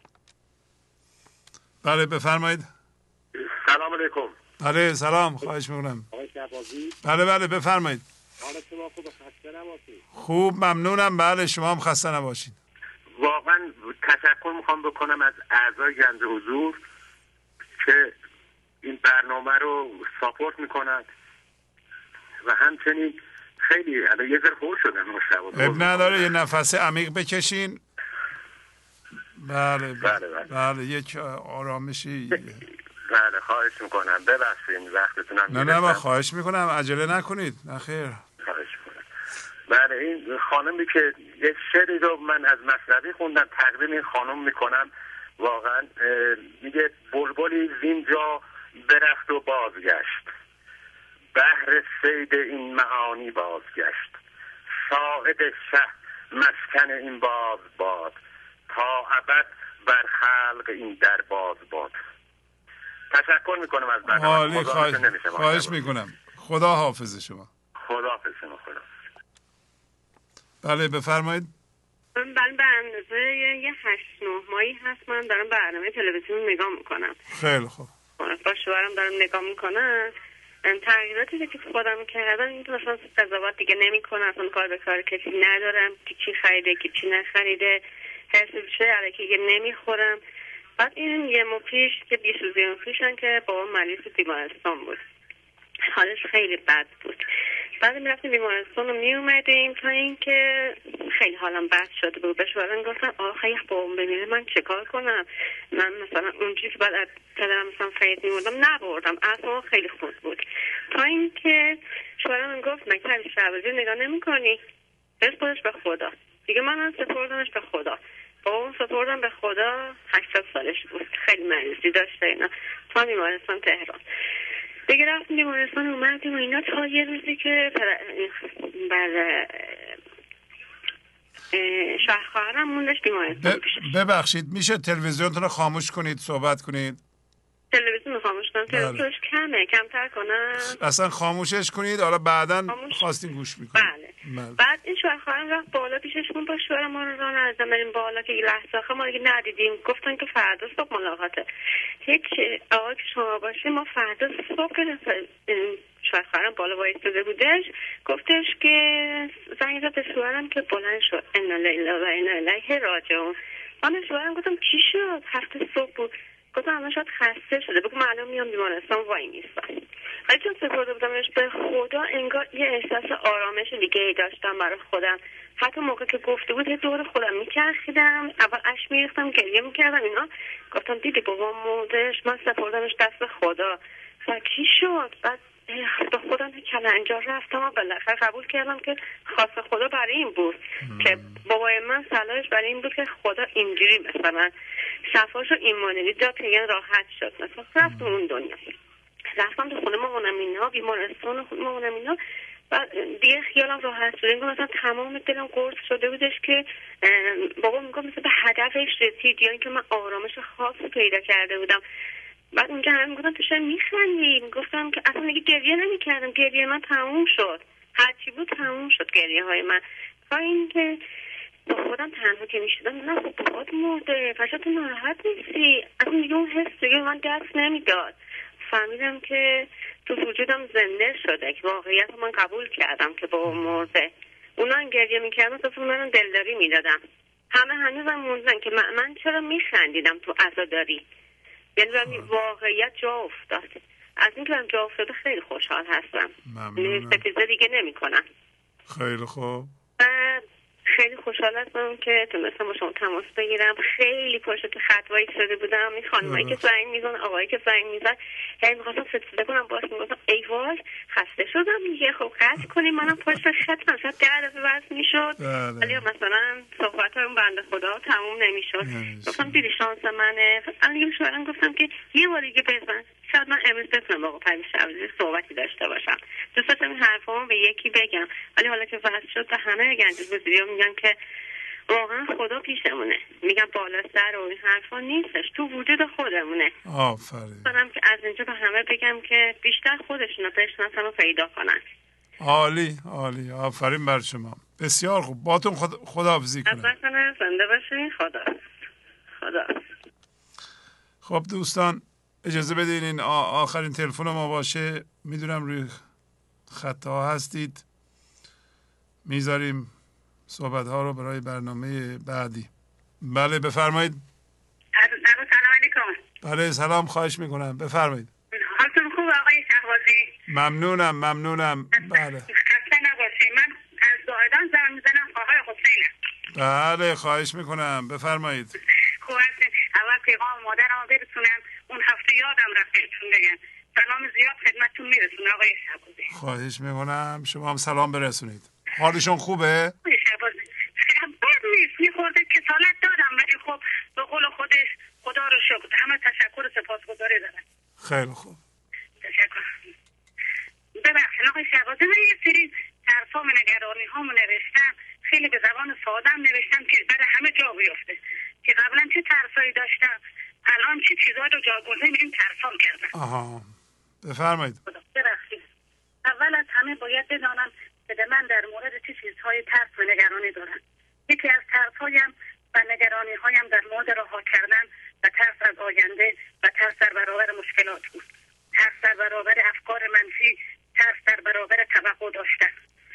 بله بفرمایید. سلام علیکم. بله سلام، خواهش میکنم. بله بله بفرمایید. حالت شما خوب؟ خسته نباشید؟ خوب ممنونم. بله شما هم خسته نباشید. واقعا تشکر میخوام بکنم از اعضای گنج حضور که این برنامه رو ساپورت میکنن و همچنین خیلی الان یه ذره خور شدن مشتبه. اب نداره، یه نفس عمیق بکشین. بله بله بله, بله. یک آرامشی. بله خواهش میکنم، ببخشید وقتتونم نه نه ما خواهش میکنم، عجله نکنید. نه خیر. خواهش میکنم. بله این خانمی که یه شعری رو من از مثنوی خوندم تقدیم این خانم میکنم. واقعا میگه بلبلی زینجا برفت و بازگشت، بهر صید این معانی بازگشت، ساعد شه مسکن این باز باد، تا ابد بر خلق این در باز باد. تشکر میکنم از برنامه. عالی، خواهش, خواهش میکنم. خدا حافظ شما. خدا حافظ شما. خدا. بله بفرمایید. من بله به اندازه یه هشت نه ماهی هست من دارم برنامه تلویزیون نگاه میکنم. خیلی خوب. با شوهرم دارم نگاه میکنم. تغییراتی که خودم کردم این که مثلا قضاوت دیگه نمیکنم، اصلا کار به کار کسی ندارم که چی خریده که چی نخریده، هرچی بشه الکی نمیخورم. بعد این یه ماه پیش که بیست روز پیشن که بابا مریض بیمارستان بود، حالش خیلی بد بود. بعد میرفتیم بیمارستان و میومدیم تا اینکه خیلی حالم بد شده بود. بهش برن گفتم آخه یه بابام بمیره من چه کار کنم؟ من مثلا اونجوری که بعد از پدرم مثلا فید میموردم نبردم، اصلا خیلی خوب بود. تا اینکه شوهرم گفت مگه شعبازی نگاه نمی کنی؟ بسپرش به خدا. دیگه من سپردمش به خدا. بابام سپردم به خدا. هشتاد سالش بود، خیلی مریضی داشته اینا. تا بیمارستان تهران دیگه رفتیم بیمارستان اومدیم و اینا تا یه روزی که بر شوهر خواهرم موندش بیمارستان. ببخشید میشه تلویزیونتون رو خاموش کنید صحبت کنید؟ تلویزیون رو خاموش کنم؟ تلویزیونش کمه، کمتر کنم؟ اصلا خاموشش کنید، حالا بعدا خواستیم گوش میکنید. بله. بله بعد این شوهر خواهرم رفت بالا پیششون با شوهر ما رو راه نرزن بریم بالا که یه لحظه آخه ما دیگه ندیدیم. گفتن که فردا صبح ملاقاته. هیچ آقا که شما باشه ما فردا صبح که شوهر خواهرم بالا وایستاده بودش گفتش که زنگ زد به شوهرم که بلند شد انا لیلا و انا الیه راجعون. من شوهرم گفتم چی شد؟ هفته صبح بود. گفتم همه شاید خسته شده، بگو من الان میام بیمارستان وای میستم. ولی چون سپرده بودمش به خدا انگار یه احساس آرامش دیگه ای داشتم برای خودم. حتی موقع که گفته بود دور خودم میچرخیدم، اول اشک میریختم گریه میکردم اینا. گفتم دیدی بابام موردش، من سپردمش دست خدا و کی شد؟ بعد به خودم کلنجا رفتم و بالاخره قبول کردم که خواست خدا برای این بود مم. که بابای من صلاحش برای این بود که خدا اینجوری مثلا شفاشو ایمانوی داد که یه راحت شد. مثلا رفت اون دنیا، رفتم تو خونه مامانم اینا، بیمارستان خونه مامانم اینا و دیگه خیالم راحت شد. اینگاه مثلا تمام دلم قرص شده بودش که بابا میگم مثلا به هدفش رسید یا اینکه من آرامش خاصی پیدا کرده بودم. بعد اونجا هم میگفتم تو شاید میخندی، میگفتم که اصلا دیگه گریه نمیکردم، گریه من تموم شد، هرچی بود تموم شد گریه های من. تا اینکه با خودم تنها که میشدم نه خب بابات مرده پس تو ناراحت نیستی، اصلا دیگه اون حس دیگه من دست نمیداد. فهمیدم که تو وجودم زنده شده که واقعیت من قبول کردم که بابا مرده. اونا هم گریه میکردن تو منم دلداری میدادم، همه هنوزم موندن که من, من چرا میخندیدم تو عزاداری. یعنی واقعیت جا افتاد. از اینکه من جا افتاده خیلی خوشحال هستم. ستیزه دیگه نمی کنم. خیلی خوب. خیلی خوشحال هستم که تونستم با شما تماس بگیرم. خیلی پشت خط وایساده بودم. این خانمایی که زنگ میزن، آقایی که زنگ میزن، هی میخواستم ستیزه کنم باش میگفتم ای وای خسته شدم دیگه، خب قطع کنیم منم پشت خطم شاید ده دفعه بس میشد ولی مثلا صحبت های اون بنده خدا تموم نمیشد. گفتم دیدی شانس منه. الان شوهرم گفتم که یه بار دیگه بزن، شاید من امروز بتونم با پری شعبازی صحبتی داشته باشم. دوست داشتم این حرفامو به یکی بگم ولی حالا که واسه شد به همه گنج گزیدی‌ها میگن که واقعا خدا پیشمونه. میگم بالا سر و این حرفا نیستش، تو وجود خودمونه. آفرین. کنم که از اینجا به همه بگم که بیشتر خودشونو بشناسن و پیدا کنن. عالی عالی، آفرین بر شما. بسیار خوب. باتون خدا خداحافظی کنم. از وقت زنده باشین. خدا خدا. خب دوستان اجازه بدین این آخرین تلفن ما باشه. میدونم روی خط ها هستید، میذاریم صحبت ها رو برای برنامه بعدی. بله بفرمایید. سلام علیکم. بله سلام، خواهش میکنم بفرمایید. حالتون خوب آقای شهبازی؟ ممنونم ممنونم. بله خسته نباشید. من از زاهدان زنگ میزنم. آقای حسینم. بله خواهش میکنم بفرمایید. خوب هستین؟ اول پیغام مادرم برسونم. اون هفته یادم رفت بهتون بگم. سلام زیاد خدمتتون میرسونه آقای شهبازی. خواهش میکنم شما هم سلام برسونید. حالشون خوبه؟ آقای شهبازی بد نیست، میخورده کسالت دارم ولی خب به قول خودش خدا رو شکر، همه تشکر و سپاسگزاری دارم. خیلی خوب. تشکر. ببخشید آقای شهبازی، من یه سری طرفا و نگرانی هامو نوشتم، خیلی به زبان ساده‌ام نوشتم که برای همه جا بیفته که قبلا چه طرفایی داشتم، الان چه چیزایی رو جاگزین این طرفام کردم. آها بفرمایید. ببخشید. اول از همه باید بدانم که من در مورد چه چیزهای ترس و نگرانی دارم. یکی از ترس‌هایم و نگرانی‌هایم در مورد رها کردن و ترس از آینده و ترس در برابر مشکلات بود. ترس در برابر افکار منفی، ترس در برابر توقع داشتن.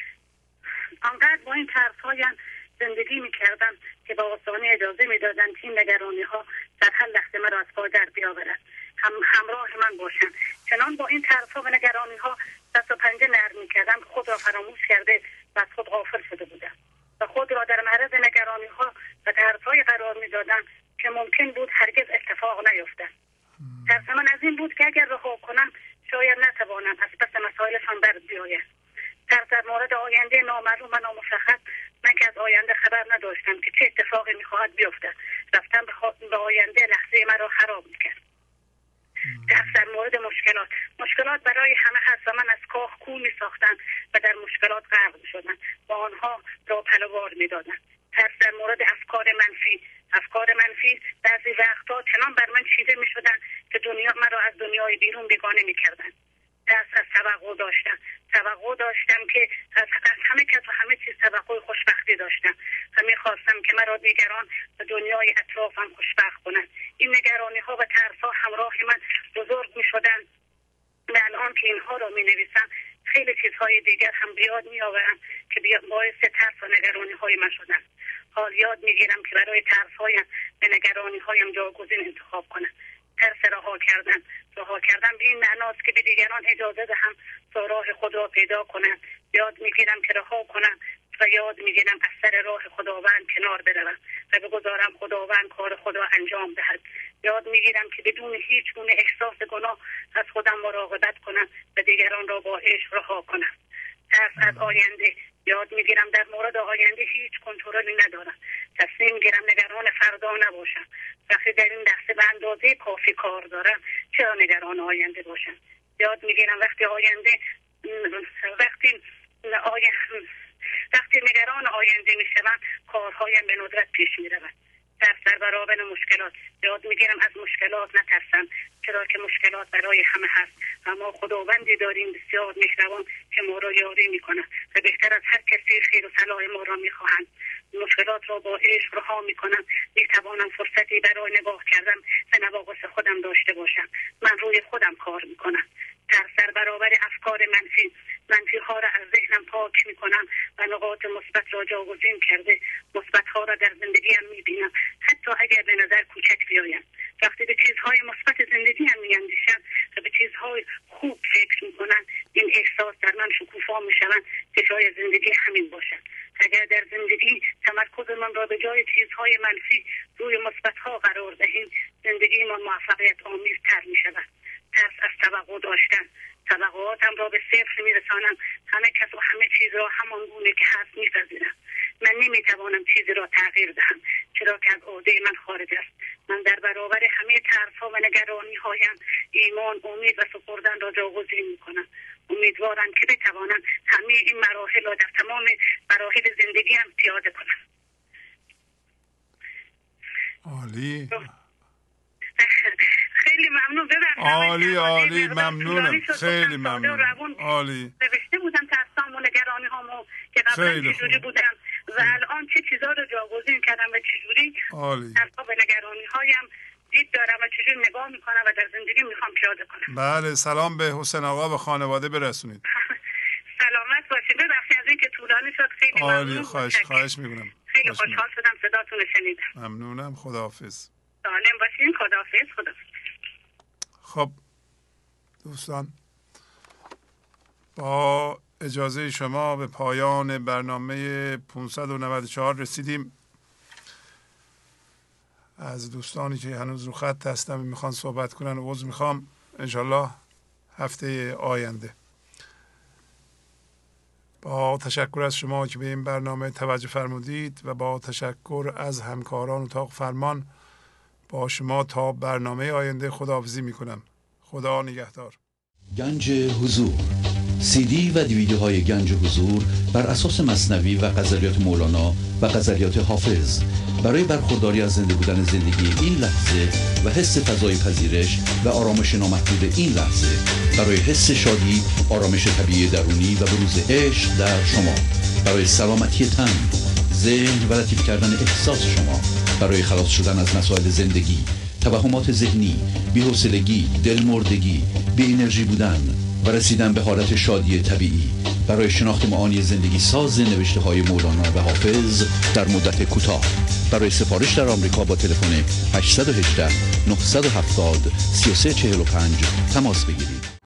آنقدر با این ترس‌هایم زندگی می‌کردم که با آسانی اجازه می‌دادند این نگرانی‌ها در هر لحظه مرا از پا در بیاورد. هم همراه من باشند. چنان با این ترس‌ها و نگرانی‌ها دست و پنجه نرم می‌کردم، خود را فراموش کرده و از خود غافل شده بودم و خود را در معرض نگرانی‌ها و ترس‌های قرار می‌دادم که ممکن بود هرگز اتفاق نیفتد. ترس من از این بود که اگر رها کنم شاید نتوانم از پس مسائلشان بر بیایم. ترس در مورد آینده نامعلوم و نامشخص، من که از آینده خبر نداشتم که چه اتفاقی می‌خواهد بیفتد. رفتن به آینده لحظه مرا خراب می‌کرد. ترس در مورد مشکلات. مشکلات برای همه هست و من از کاخ کوه می‌ساختم و در مشکلات غرق شدم و آنها را پلوار می‌دادند. ترس در مورد افکار منفی. افکار منفی بعضی وقتها چنان بر من چیده می‌شدند که دنیا مرا از دنیای بیرون بیگانه می‌کردند. ترس از توقع داشتم. توقع داشتم که از, از همه کس و همه چیز توقع خوشبختی داشتم و می‌خواستم که مرا دیگران و دنیای اطرافم خوشبخت کنند. این نگرانی‌ها و ترس‌ها همراه من بزرگ می‌شدند و الان که اینها را می‌نویسم خیلی چیزهای دیگر هم بیاد می‌آورم که باعث ترس و نگرانی‌های من شدند. حال یاد می‌گیرم که برای ترس‌هایم و نگرانی‌هایم جاگزین انتخاب کنم. ترس رها کردن. رها کردن به این معناست که به دیگران اجازه دهم تا راه خود را پیدا کنم. یاد می‌گیرم که رها کنم و یاد می‌گیرم از سر راه خداوند کنار بروم و بگذارم خداوند کار خود را انجام دهد. یاد می‌گیرم که بدون هیچ گونه احساس گناه از خودم مراقبت کنم و دیگران را با عشق رها کنم. ترس از آینده. یاد می‌گیرم در مورد آینده هیچ کنترلی ندارم. تصمیم می‌گیرم نگران فردا نباشم. وقتی در این لحظه به اندازه کافی کار دارم چرا نگران آینده باشم؟ یاد می‌گیرم وقتی آینده وقتی آینده وقتی نگران آینده میشوم کارهایم به ندرت پیش میرود. ترس در برابر مشکلات. یاد میگیرم از مشکلات نترسم، چرا که مشکلات برای همه هست و ما خداوندی داریم بسیار مهربان که ما را یاری میکنه و بهتر از هر کسی خیر و صلاح ما را میخواهند. مشکلات را با عشق رها میکنم. میتوانم فرصتی برای نگاه کردن به نواقص خودم داشته باشم. من روی خودم کار میکنم. ترس در برابر افکار منفی. منفی ها را از ذهنم پاک میکنم و نقاط مثبت را جاگزین کرده مثبت ها را در زندگیم میبینم، حتی اگر به نظر کوچک بیایم. وقتی به چیزهای مثبت زندگیم میاندیشم و به چیزهای خوب فکر میکنم این احساس در من شکوفا میشوند که شاید زندگی همین باشد. اگر در زندگی تمرکز من را به جای چیزهای منفی روی مثبت ها قرار دهیم زندگی من موفقیت آمیز تر میشود. ترس از توقع داشتن. توقعاتم را به صفر میرسانم. همه کس و همه چیز را همان گونه که هست میپذیرم. من نمیتوانم چیزی را تغییر دهم چرا که از عهده من خارج است. من در برابر همه ترس‌ها و نگرانی‌هایم ایمان، امید و سپردن را جاگزین میکنم. امیدوارم که بتوانم همه این مراحل را در تمام مراحل زندگیم پیاده کنم. عالی. خیلی ممنون. ببخشید عالی عالی ممنونم. خیلی ممنون. عالی. نوشته بودم ترسام و نگرانی هامو که قبلا چجوری بودم و الان چه چیزا رو جاگزین کردم و چجوری عالی. ترسام و نگرانی هایم دید دارم و چجوری نگاه میکنم و در زندگی میخوام پیاده کنم. بله سلام به حسین آقا و خانواده برسونید. سلامت باشید. ببخشید از اینکه طولانی شد. خیلی عالی. ممنون. خواهش خواهش میکنم. خیلی خوشحال شدم صداتون رو شنیدم. ممنونم. خداحافظ. سالم باشین. خداحافظ. خداحافظ. خب دوستان با اجازه شما به پایان برنامه پانصد و نود و چهار رسیدیم. از دوستانی که هنوز رو خط هستن میخوان صحبت کنن عذر میخوام. انشالله هفته آینده. با تشکر از شما که به این برنامه توجه فرمودید و با تشکر از همکاران اتاق فرمان با شما تا برنامه آینده خداحافظی میکنم. خدا نگهدار. گنج حضور، سی دی و دیویدیوهای گنج حضور بر اساس مثنوی و غزلیات مولانا و غزلیات حافظ برای برخورداری از زنده بودن زندگی این لحظه و حس فضای پذیرش و آرامش نامحدود این لحظه، برای حس شادی، آرامش طبیعی درونی و بروز عشق در شما، برای سلامتی تن، ذهن و لطیف کردن احساس شما، برای خلاص شدن از مسائل زندگی، توهمات ذهنی، بی‌حوصلگی، دلمردگی، بی انرژی بودن و رسیدن به حالت شادی طبیعی، برای شناخت معانی زندگی ساز نوشته های مولانا و حافظ در مدت کوتاه. برای سفارش در آمریکا با تلفن هشت یک هشت نه هفت صفر سه سه چهار پنج تماس بگیرید.